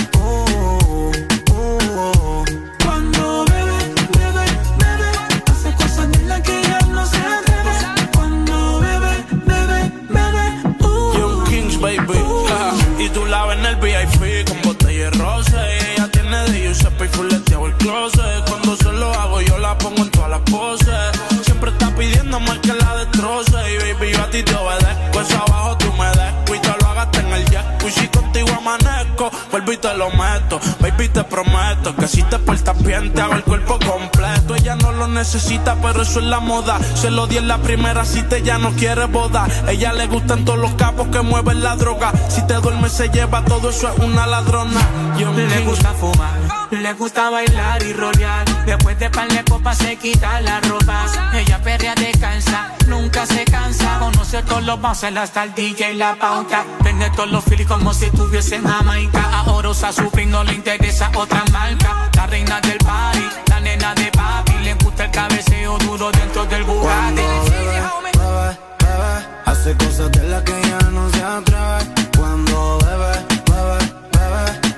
Cuando bebe, bebe, bebe, hace cosas de las que ella no se atreve. Cuando bebe, bebe, bebe, Young Kings, baby. Y tú la ves en el VIP con botella de rosa. Y ella tiene de Giuseppe y fuleteado el closet. Cuando se lo hago yo la pongo en todas las poses. Siempre está pidiendo más que la destroce. Y baby, yo a ti te obedezco. Eso abajo tú me desco y te lo hagaste en el jet. Y si contigo amanezco, vuelvo y te lo meto. Baby, te prometo que si te portas bien te hago el cuerpo completo. Ella no lo necesita, pero eso es la moda. Se lo di en la primera cita, ella no quiere boda. Ella le gustan todos los capos que mueven la droga. Si te duermes se lleva todo, eso es una ladrona. Le gusta fumar, le gusta bailar y rolear. Después de par de copas se quita la ropa. Ella perrea descansa, nunca se cansa. Conoce todos los bouncers hasta el DJ y la pauta. Vende todos los filis como si estuviese en Jamaica. Ahora usa su fin, no le interesa otra marca. La reina del party, la nena de papi. Le gusta el cabeceo duro dentro del Bugatti. bebe, bebe, hace cosas de las que ella no se atreve. Cuando bebe, bebe, bebe,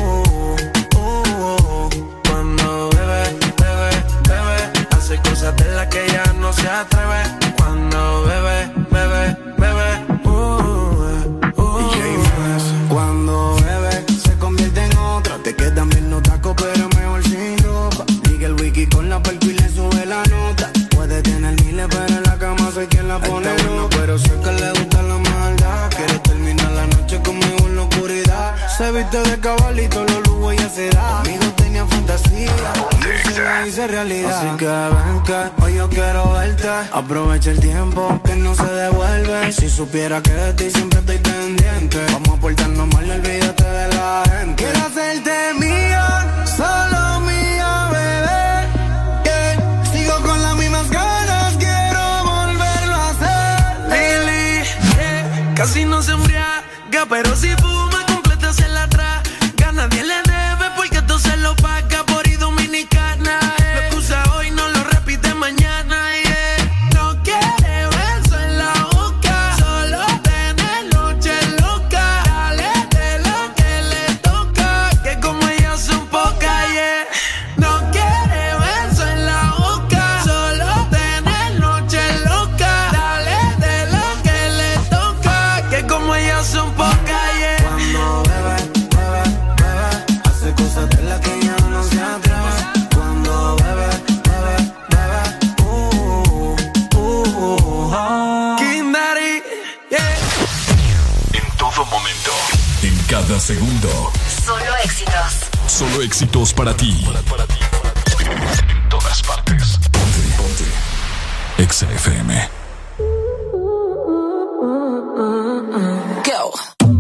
Cuando bebe, bebe, bebe, hace cosas de las que ella no se atreve. Cuando bebe, bebe, bebe, Cuando bebe, se convierte en otra. Te quedan bien los tacos, pero mejor sin ropa. Liga el wiki con la perco y le sube la nota. Puede tener miles, pero en la cama soy quien la pone loca. Pero sé que le gusta la maldad. Quiere terminar la noche conmigo en la oscuridad. Se viste de cabalito, los lujos ella se da. Conmigo tenía fantasía, y se la hice realidad. Así que ven que hoy yo quiero verte. Aprovecha el tiempo que no se devuelve. Si supiera que de ti siempre estoy pendiente. Vamos a portarnos mal, olvídate de la gente. Quiero hacerte mía, solo mía, bebé. Yeah. Sigo con las mismas ganas, quiero volverlo a hacer. Lily, yeah. Casi no se embriaga, pero si fuma completa se la traga. Nadie le debe porque todo se lo paga por ir dominicana. Lo que usa hoy no lo repite mañana. No quiere beso en la boca, solo tener noche loca. Dale de lo que le toca, que como ella son pocas, No quiere beso en la boca, solo tener noche loca. Dale de lo que le toca, que como ella son pocas, Cuando bebe, cosas de las que ella no se atreve. Cuando bebe, bebe, bebe, King Daddy, En todo momento, en cada segundo. Solo éxitos. Solo éxitos para ti. En todas partes. Ponte. Exa FM. Go.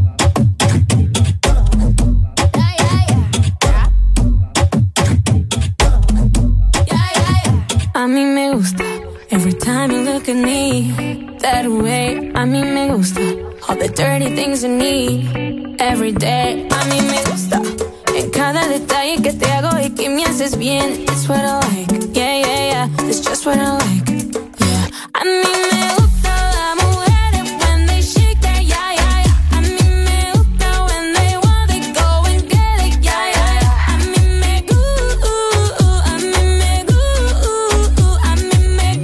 A mí me gusta every time you look at me that way. A mí me gusta all the dirty things you need every day. A mí me gusta en cada detalle que te hago y que me haces bien. It's what I like, yeah, yeah, yeah. It's just what I like, yeah. A mí me gusta las mujeres when they shake that, yeah, yeah, yeah. A mí me gusta when they want they go and get it, yeah, yeah, yeah. A mí me gusta, a mí me gusta, a mí me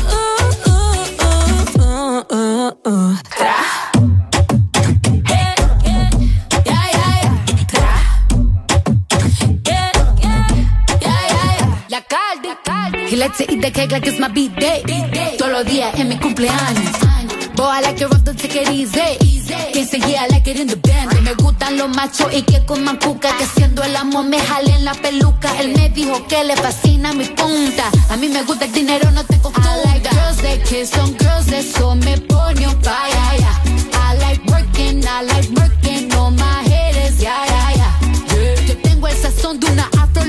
gusta. Tra. Yeah, yeah, yeah, yeah. Tra. Yeah, yeah, yeah, yeah. La Caldi. He likes to eat the cake like it's my B-Day. Todos los días en mi cumpleaños. Boy, I like it rough, don't take it easy. Quien say yeah, I like it in the band. Me gustan los machos y que coman cuca. Que haciendo el amor me jalen la peluca. Él me dijo que le fascina mi punta. A mí me gusta el dinero, no te confunda. I like girls that kiss on girls, eso me pone on fire, yeah. I like working on my haters, yeah, yeah, yeah. Yo tengo el sazón de una afro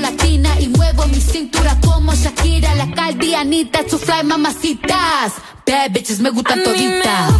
Dianita, to fly, mamacitas. Bad bitches me gustan toditas.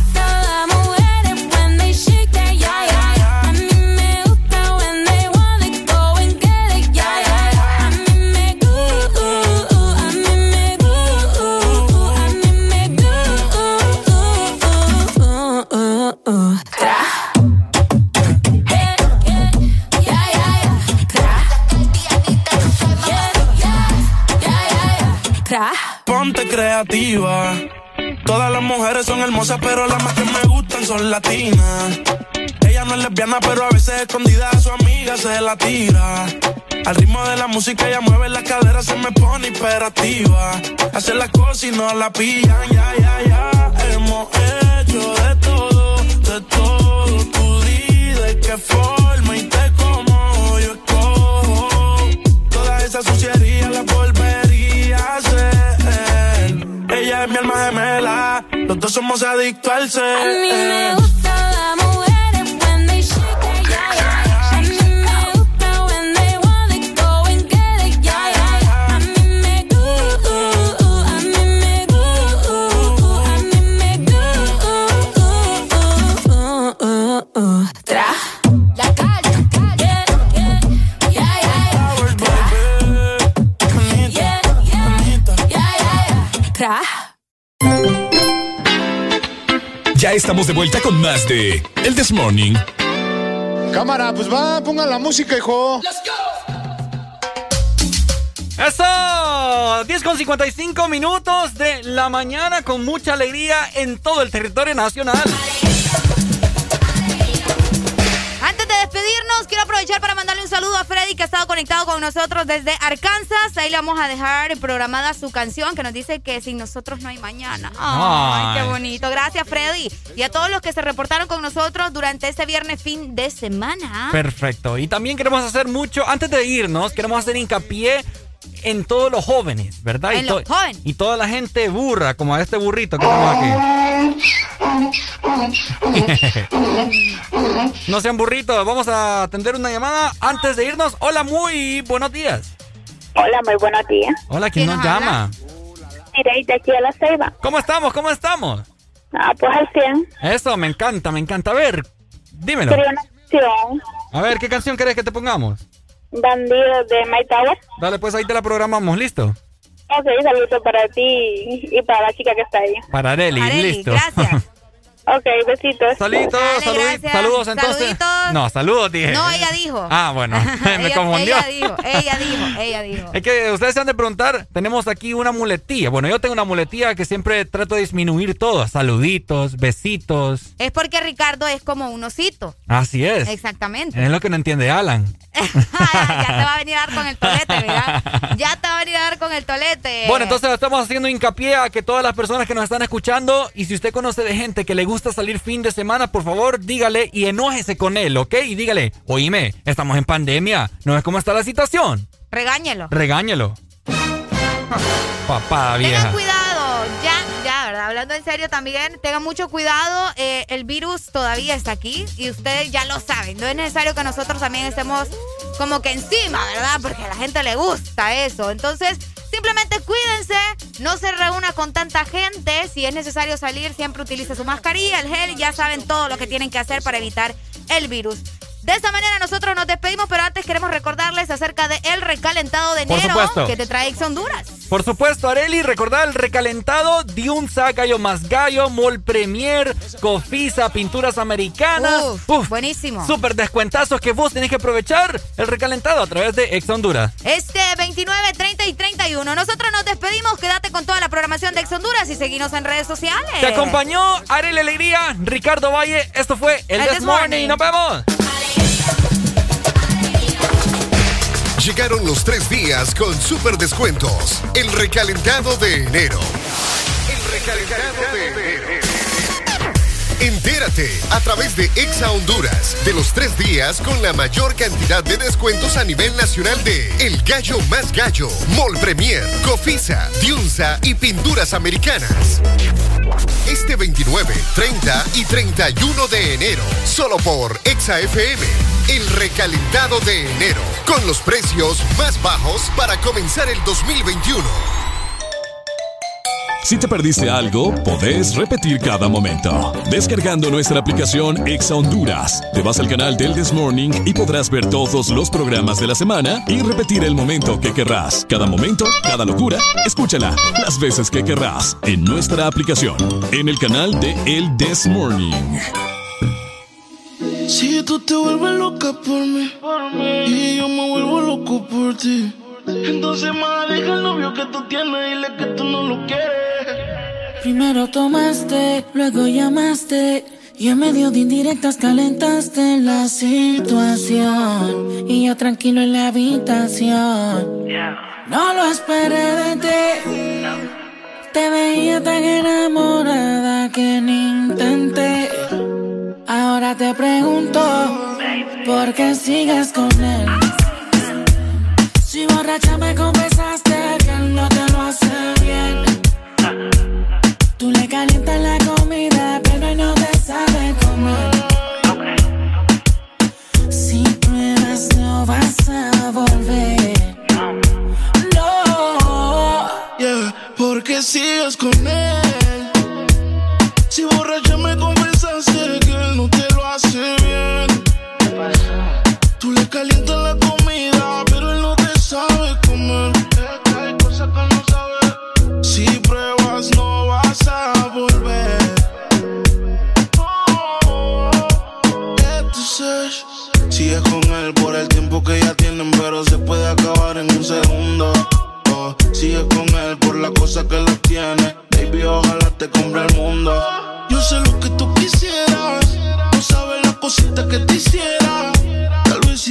Ponte creativa. Todas las mujeres son hermosas, pero las más que me gustan son latinas. Ella no es lesbiana, pero a veces escondida a su amiga se la tira. Al ritmo de la música ella mueve las caderas, se me pone hiperactiva. Hace las cosas y no la pillan, ya. Hemos hecho de todo. Tú di de qué forma y te como yo escojo. Toda esa suciería la volvería a hacer. Ella es mi alma gemela, los dos somos adictos al ser. A mí me gusta la mujeres when they shake it, yeah. A mí me gusta when they want it, go and get it, yeah. A mí me gusta, a mí me gusta, a mí me gusta. Tra. La calle, Tra. Ya estamos de vuelta con más de El This Morning. Cámara, pues va, pongan la música, hijo. ¡Let's go! ¡Eso! 10:55 minutos de la mañana con mucha alegría en todo el territorio nacional. Antes de despedirnos, quiero aprovechar para mandarle un saludo a Freddy, que ha estado conectado con nosotros desde Arkansas. Ahí le vamos a dejar programada su canción, que nos dice que sin nosotros no hay mañana. ¡Ay, qué bonito! Gracias, Freddy. Y a todos los que se reportaron con nosotros durante este viernes fin de semana. Perfecto. Y también queremos hacer mucho, antes de irnos, queremos hacer hincapié en todos los jóvenes, ¿verdad? En los jóvenes. Y toda la gente burra, como a este burrito que tenemos aquí. No sean burritos, vamos a atender una llamada antes de irnos. Hola, muy buenos días. Hola, muy buenos días. Hola, ¿quién nos llama? Mire, de aquí a La Ceiba. ¿Cómo estamos? ¿Cómo estamos? Ah, pues al 100. Eso, me encanta, me encanta. A ver, dímelo. Quería una canción. A ver, ¿qué canción querés que te pongamos? Bandido de My Tower. Dale, pues ahí te la programamos, ¿listo? Ok, saludos para ti y para la chica que está ahí. Para Arely, listo. Gracias. Ok, besitos. Saludos, saludos entonces. Saluditos. No, saludos dije. No, ella dijo. Ah, bueno, me confundió. Ella dijo. Es que ustedes se han de preguntar, tenemos aquí una muletilla. Bueno, yo tengo una muletilla que siempre trato de disminuir todo. Saluditos, besitos. Es porque Ricardo es como un osito. Así es. Exactamente. Es lo que no entiende Alan. Ya te va a venir a dar con el tolete, ¿verdad? Ya te va a venir a dar con el tolete. Bueno, entonces estamos haciendo hincapié a que todas las personas que nos están escuchando, y si usted conoce de gente que le gusta salir fin de semana, por favor, dígale y enójese con él, ¿ok? Y dígale, oíme, estamos en pandemia, ¿no ves cómo está la situación? Regáñelo. Papá vieja. Tengan cuidado, ya, ¿verdad? Hablando en serio también, tengan mucho cuidado, el virus todavía está aquí y ustedes ya lo saben. No es necesario que nosotros también estemos como que encima, ¿verdad? Porque a la gente le gusta eso. Entonces, simplemente cuídense, no se reúna con tanta gente. Si es necesario salir, siempre utilice su mascarilla, el gel, y ya saben todo lo que tienen que hacer para evitar el virus. De esta manera nosotros nos despedimos, pero antes queremos recordarles acerca de el recalentado de enero que te trae Ex Honduras. Por supuesto, Arely, recordar el recalentado de un Gallo Más Gallo, Mall Premier, Cofisa, Pinturas Americanas. Buenísimo. Súper descuentazos que vos tenés que aprovechar el recalentado a través de Ex Honduras. 29, 30 y 31. Nosotros nos despedimos, quédate con toda la programación de Ex Honduras y seguinos en redes sociales. Te acompañó Arely Alegría, Ricardo Valle. Esto fue el This Morning. ¡Nos vemos! Llegaron los 3 días con super descuentos. El recalentado de enero. El recalentado de enero. Entérate a través de Exa Honduras de los 3 días con la mayor cantidad de descuentos a nivel nacional de El Gallo Más Gallo, Mall Premier, Cofisa, Diunsa y Pinturas Americanas. Este 29, 30 y 31 de enero, solo por Exa FM. El recalentado de enero, con los precios más bajos para comenzar el 2021. Si te perdiste algo, podés repetir cada momento. Descargando nuestra aplicación Exa Honduras, te vas al canal del This Morning y podrás ver todos los programas de la semana y repetir el momento que querrás. Cada momento, cada locura, escúchala las veces que querrás en nuestra aplicación, en el canal de El This Morning. Si tú te vuelves loca por mí y yo me vuelvo loco por ti, entonces más deja el novio que tú tienes, dile que tú no lo quieres. Primero tomaste, luego llamaste y en medio de indirectas calentaste la situación y yo tranquilo en la habitación. No lo esperé de ti, te veía tan enamorada que ni intenté. Ahora te pregunto, ¿por qué sigues con él? Si borracha me confesaste que él no te lo hace bien. Tú le calientas la comida, pero él no te sabe comer. Si pruebas no vas a volver. No. Yeah, ¿por qué sigues con él? Si borracha me confesaste que él no te lo hace bien. Tú le calientas la comida, pero él no te sabe comer. Hay cosas que no sabe. Si pruebas no vas a volver. Entonces, sigues con él por el tiempo que ya tienen, pero se puede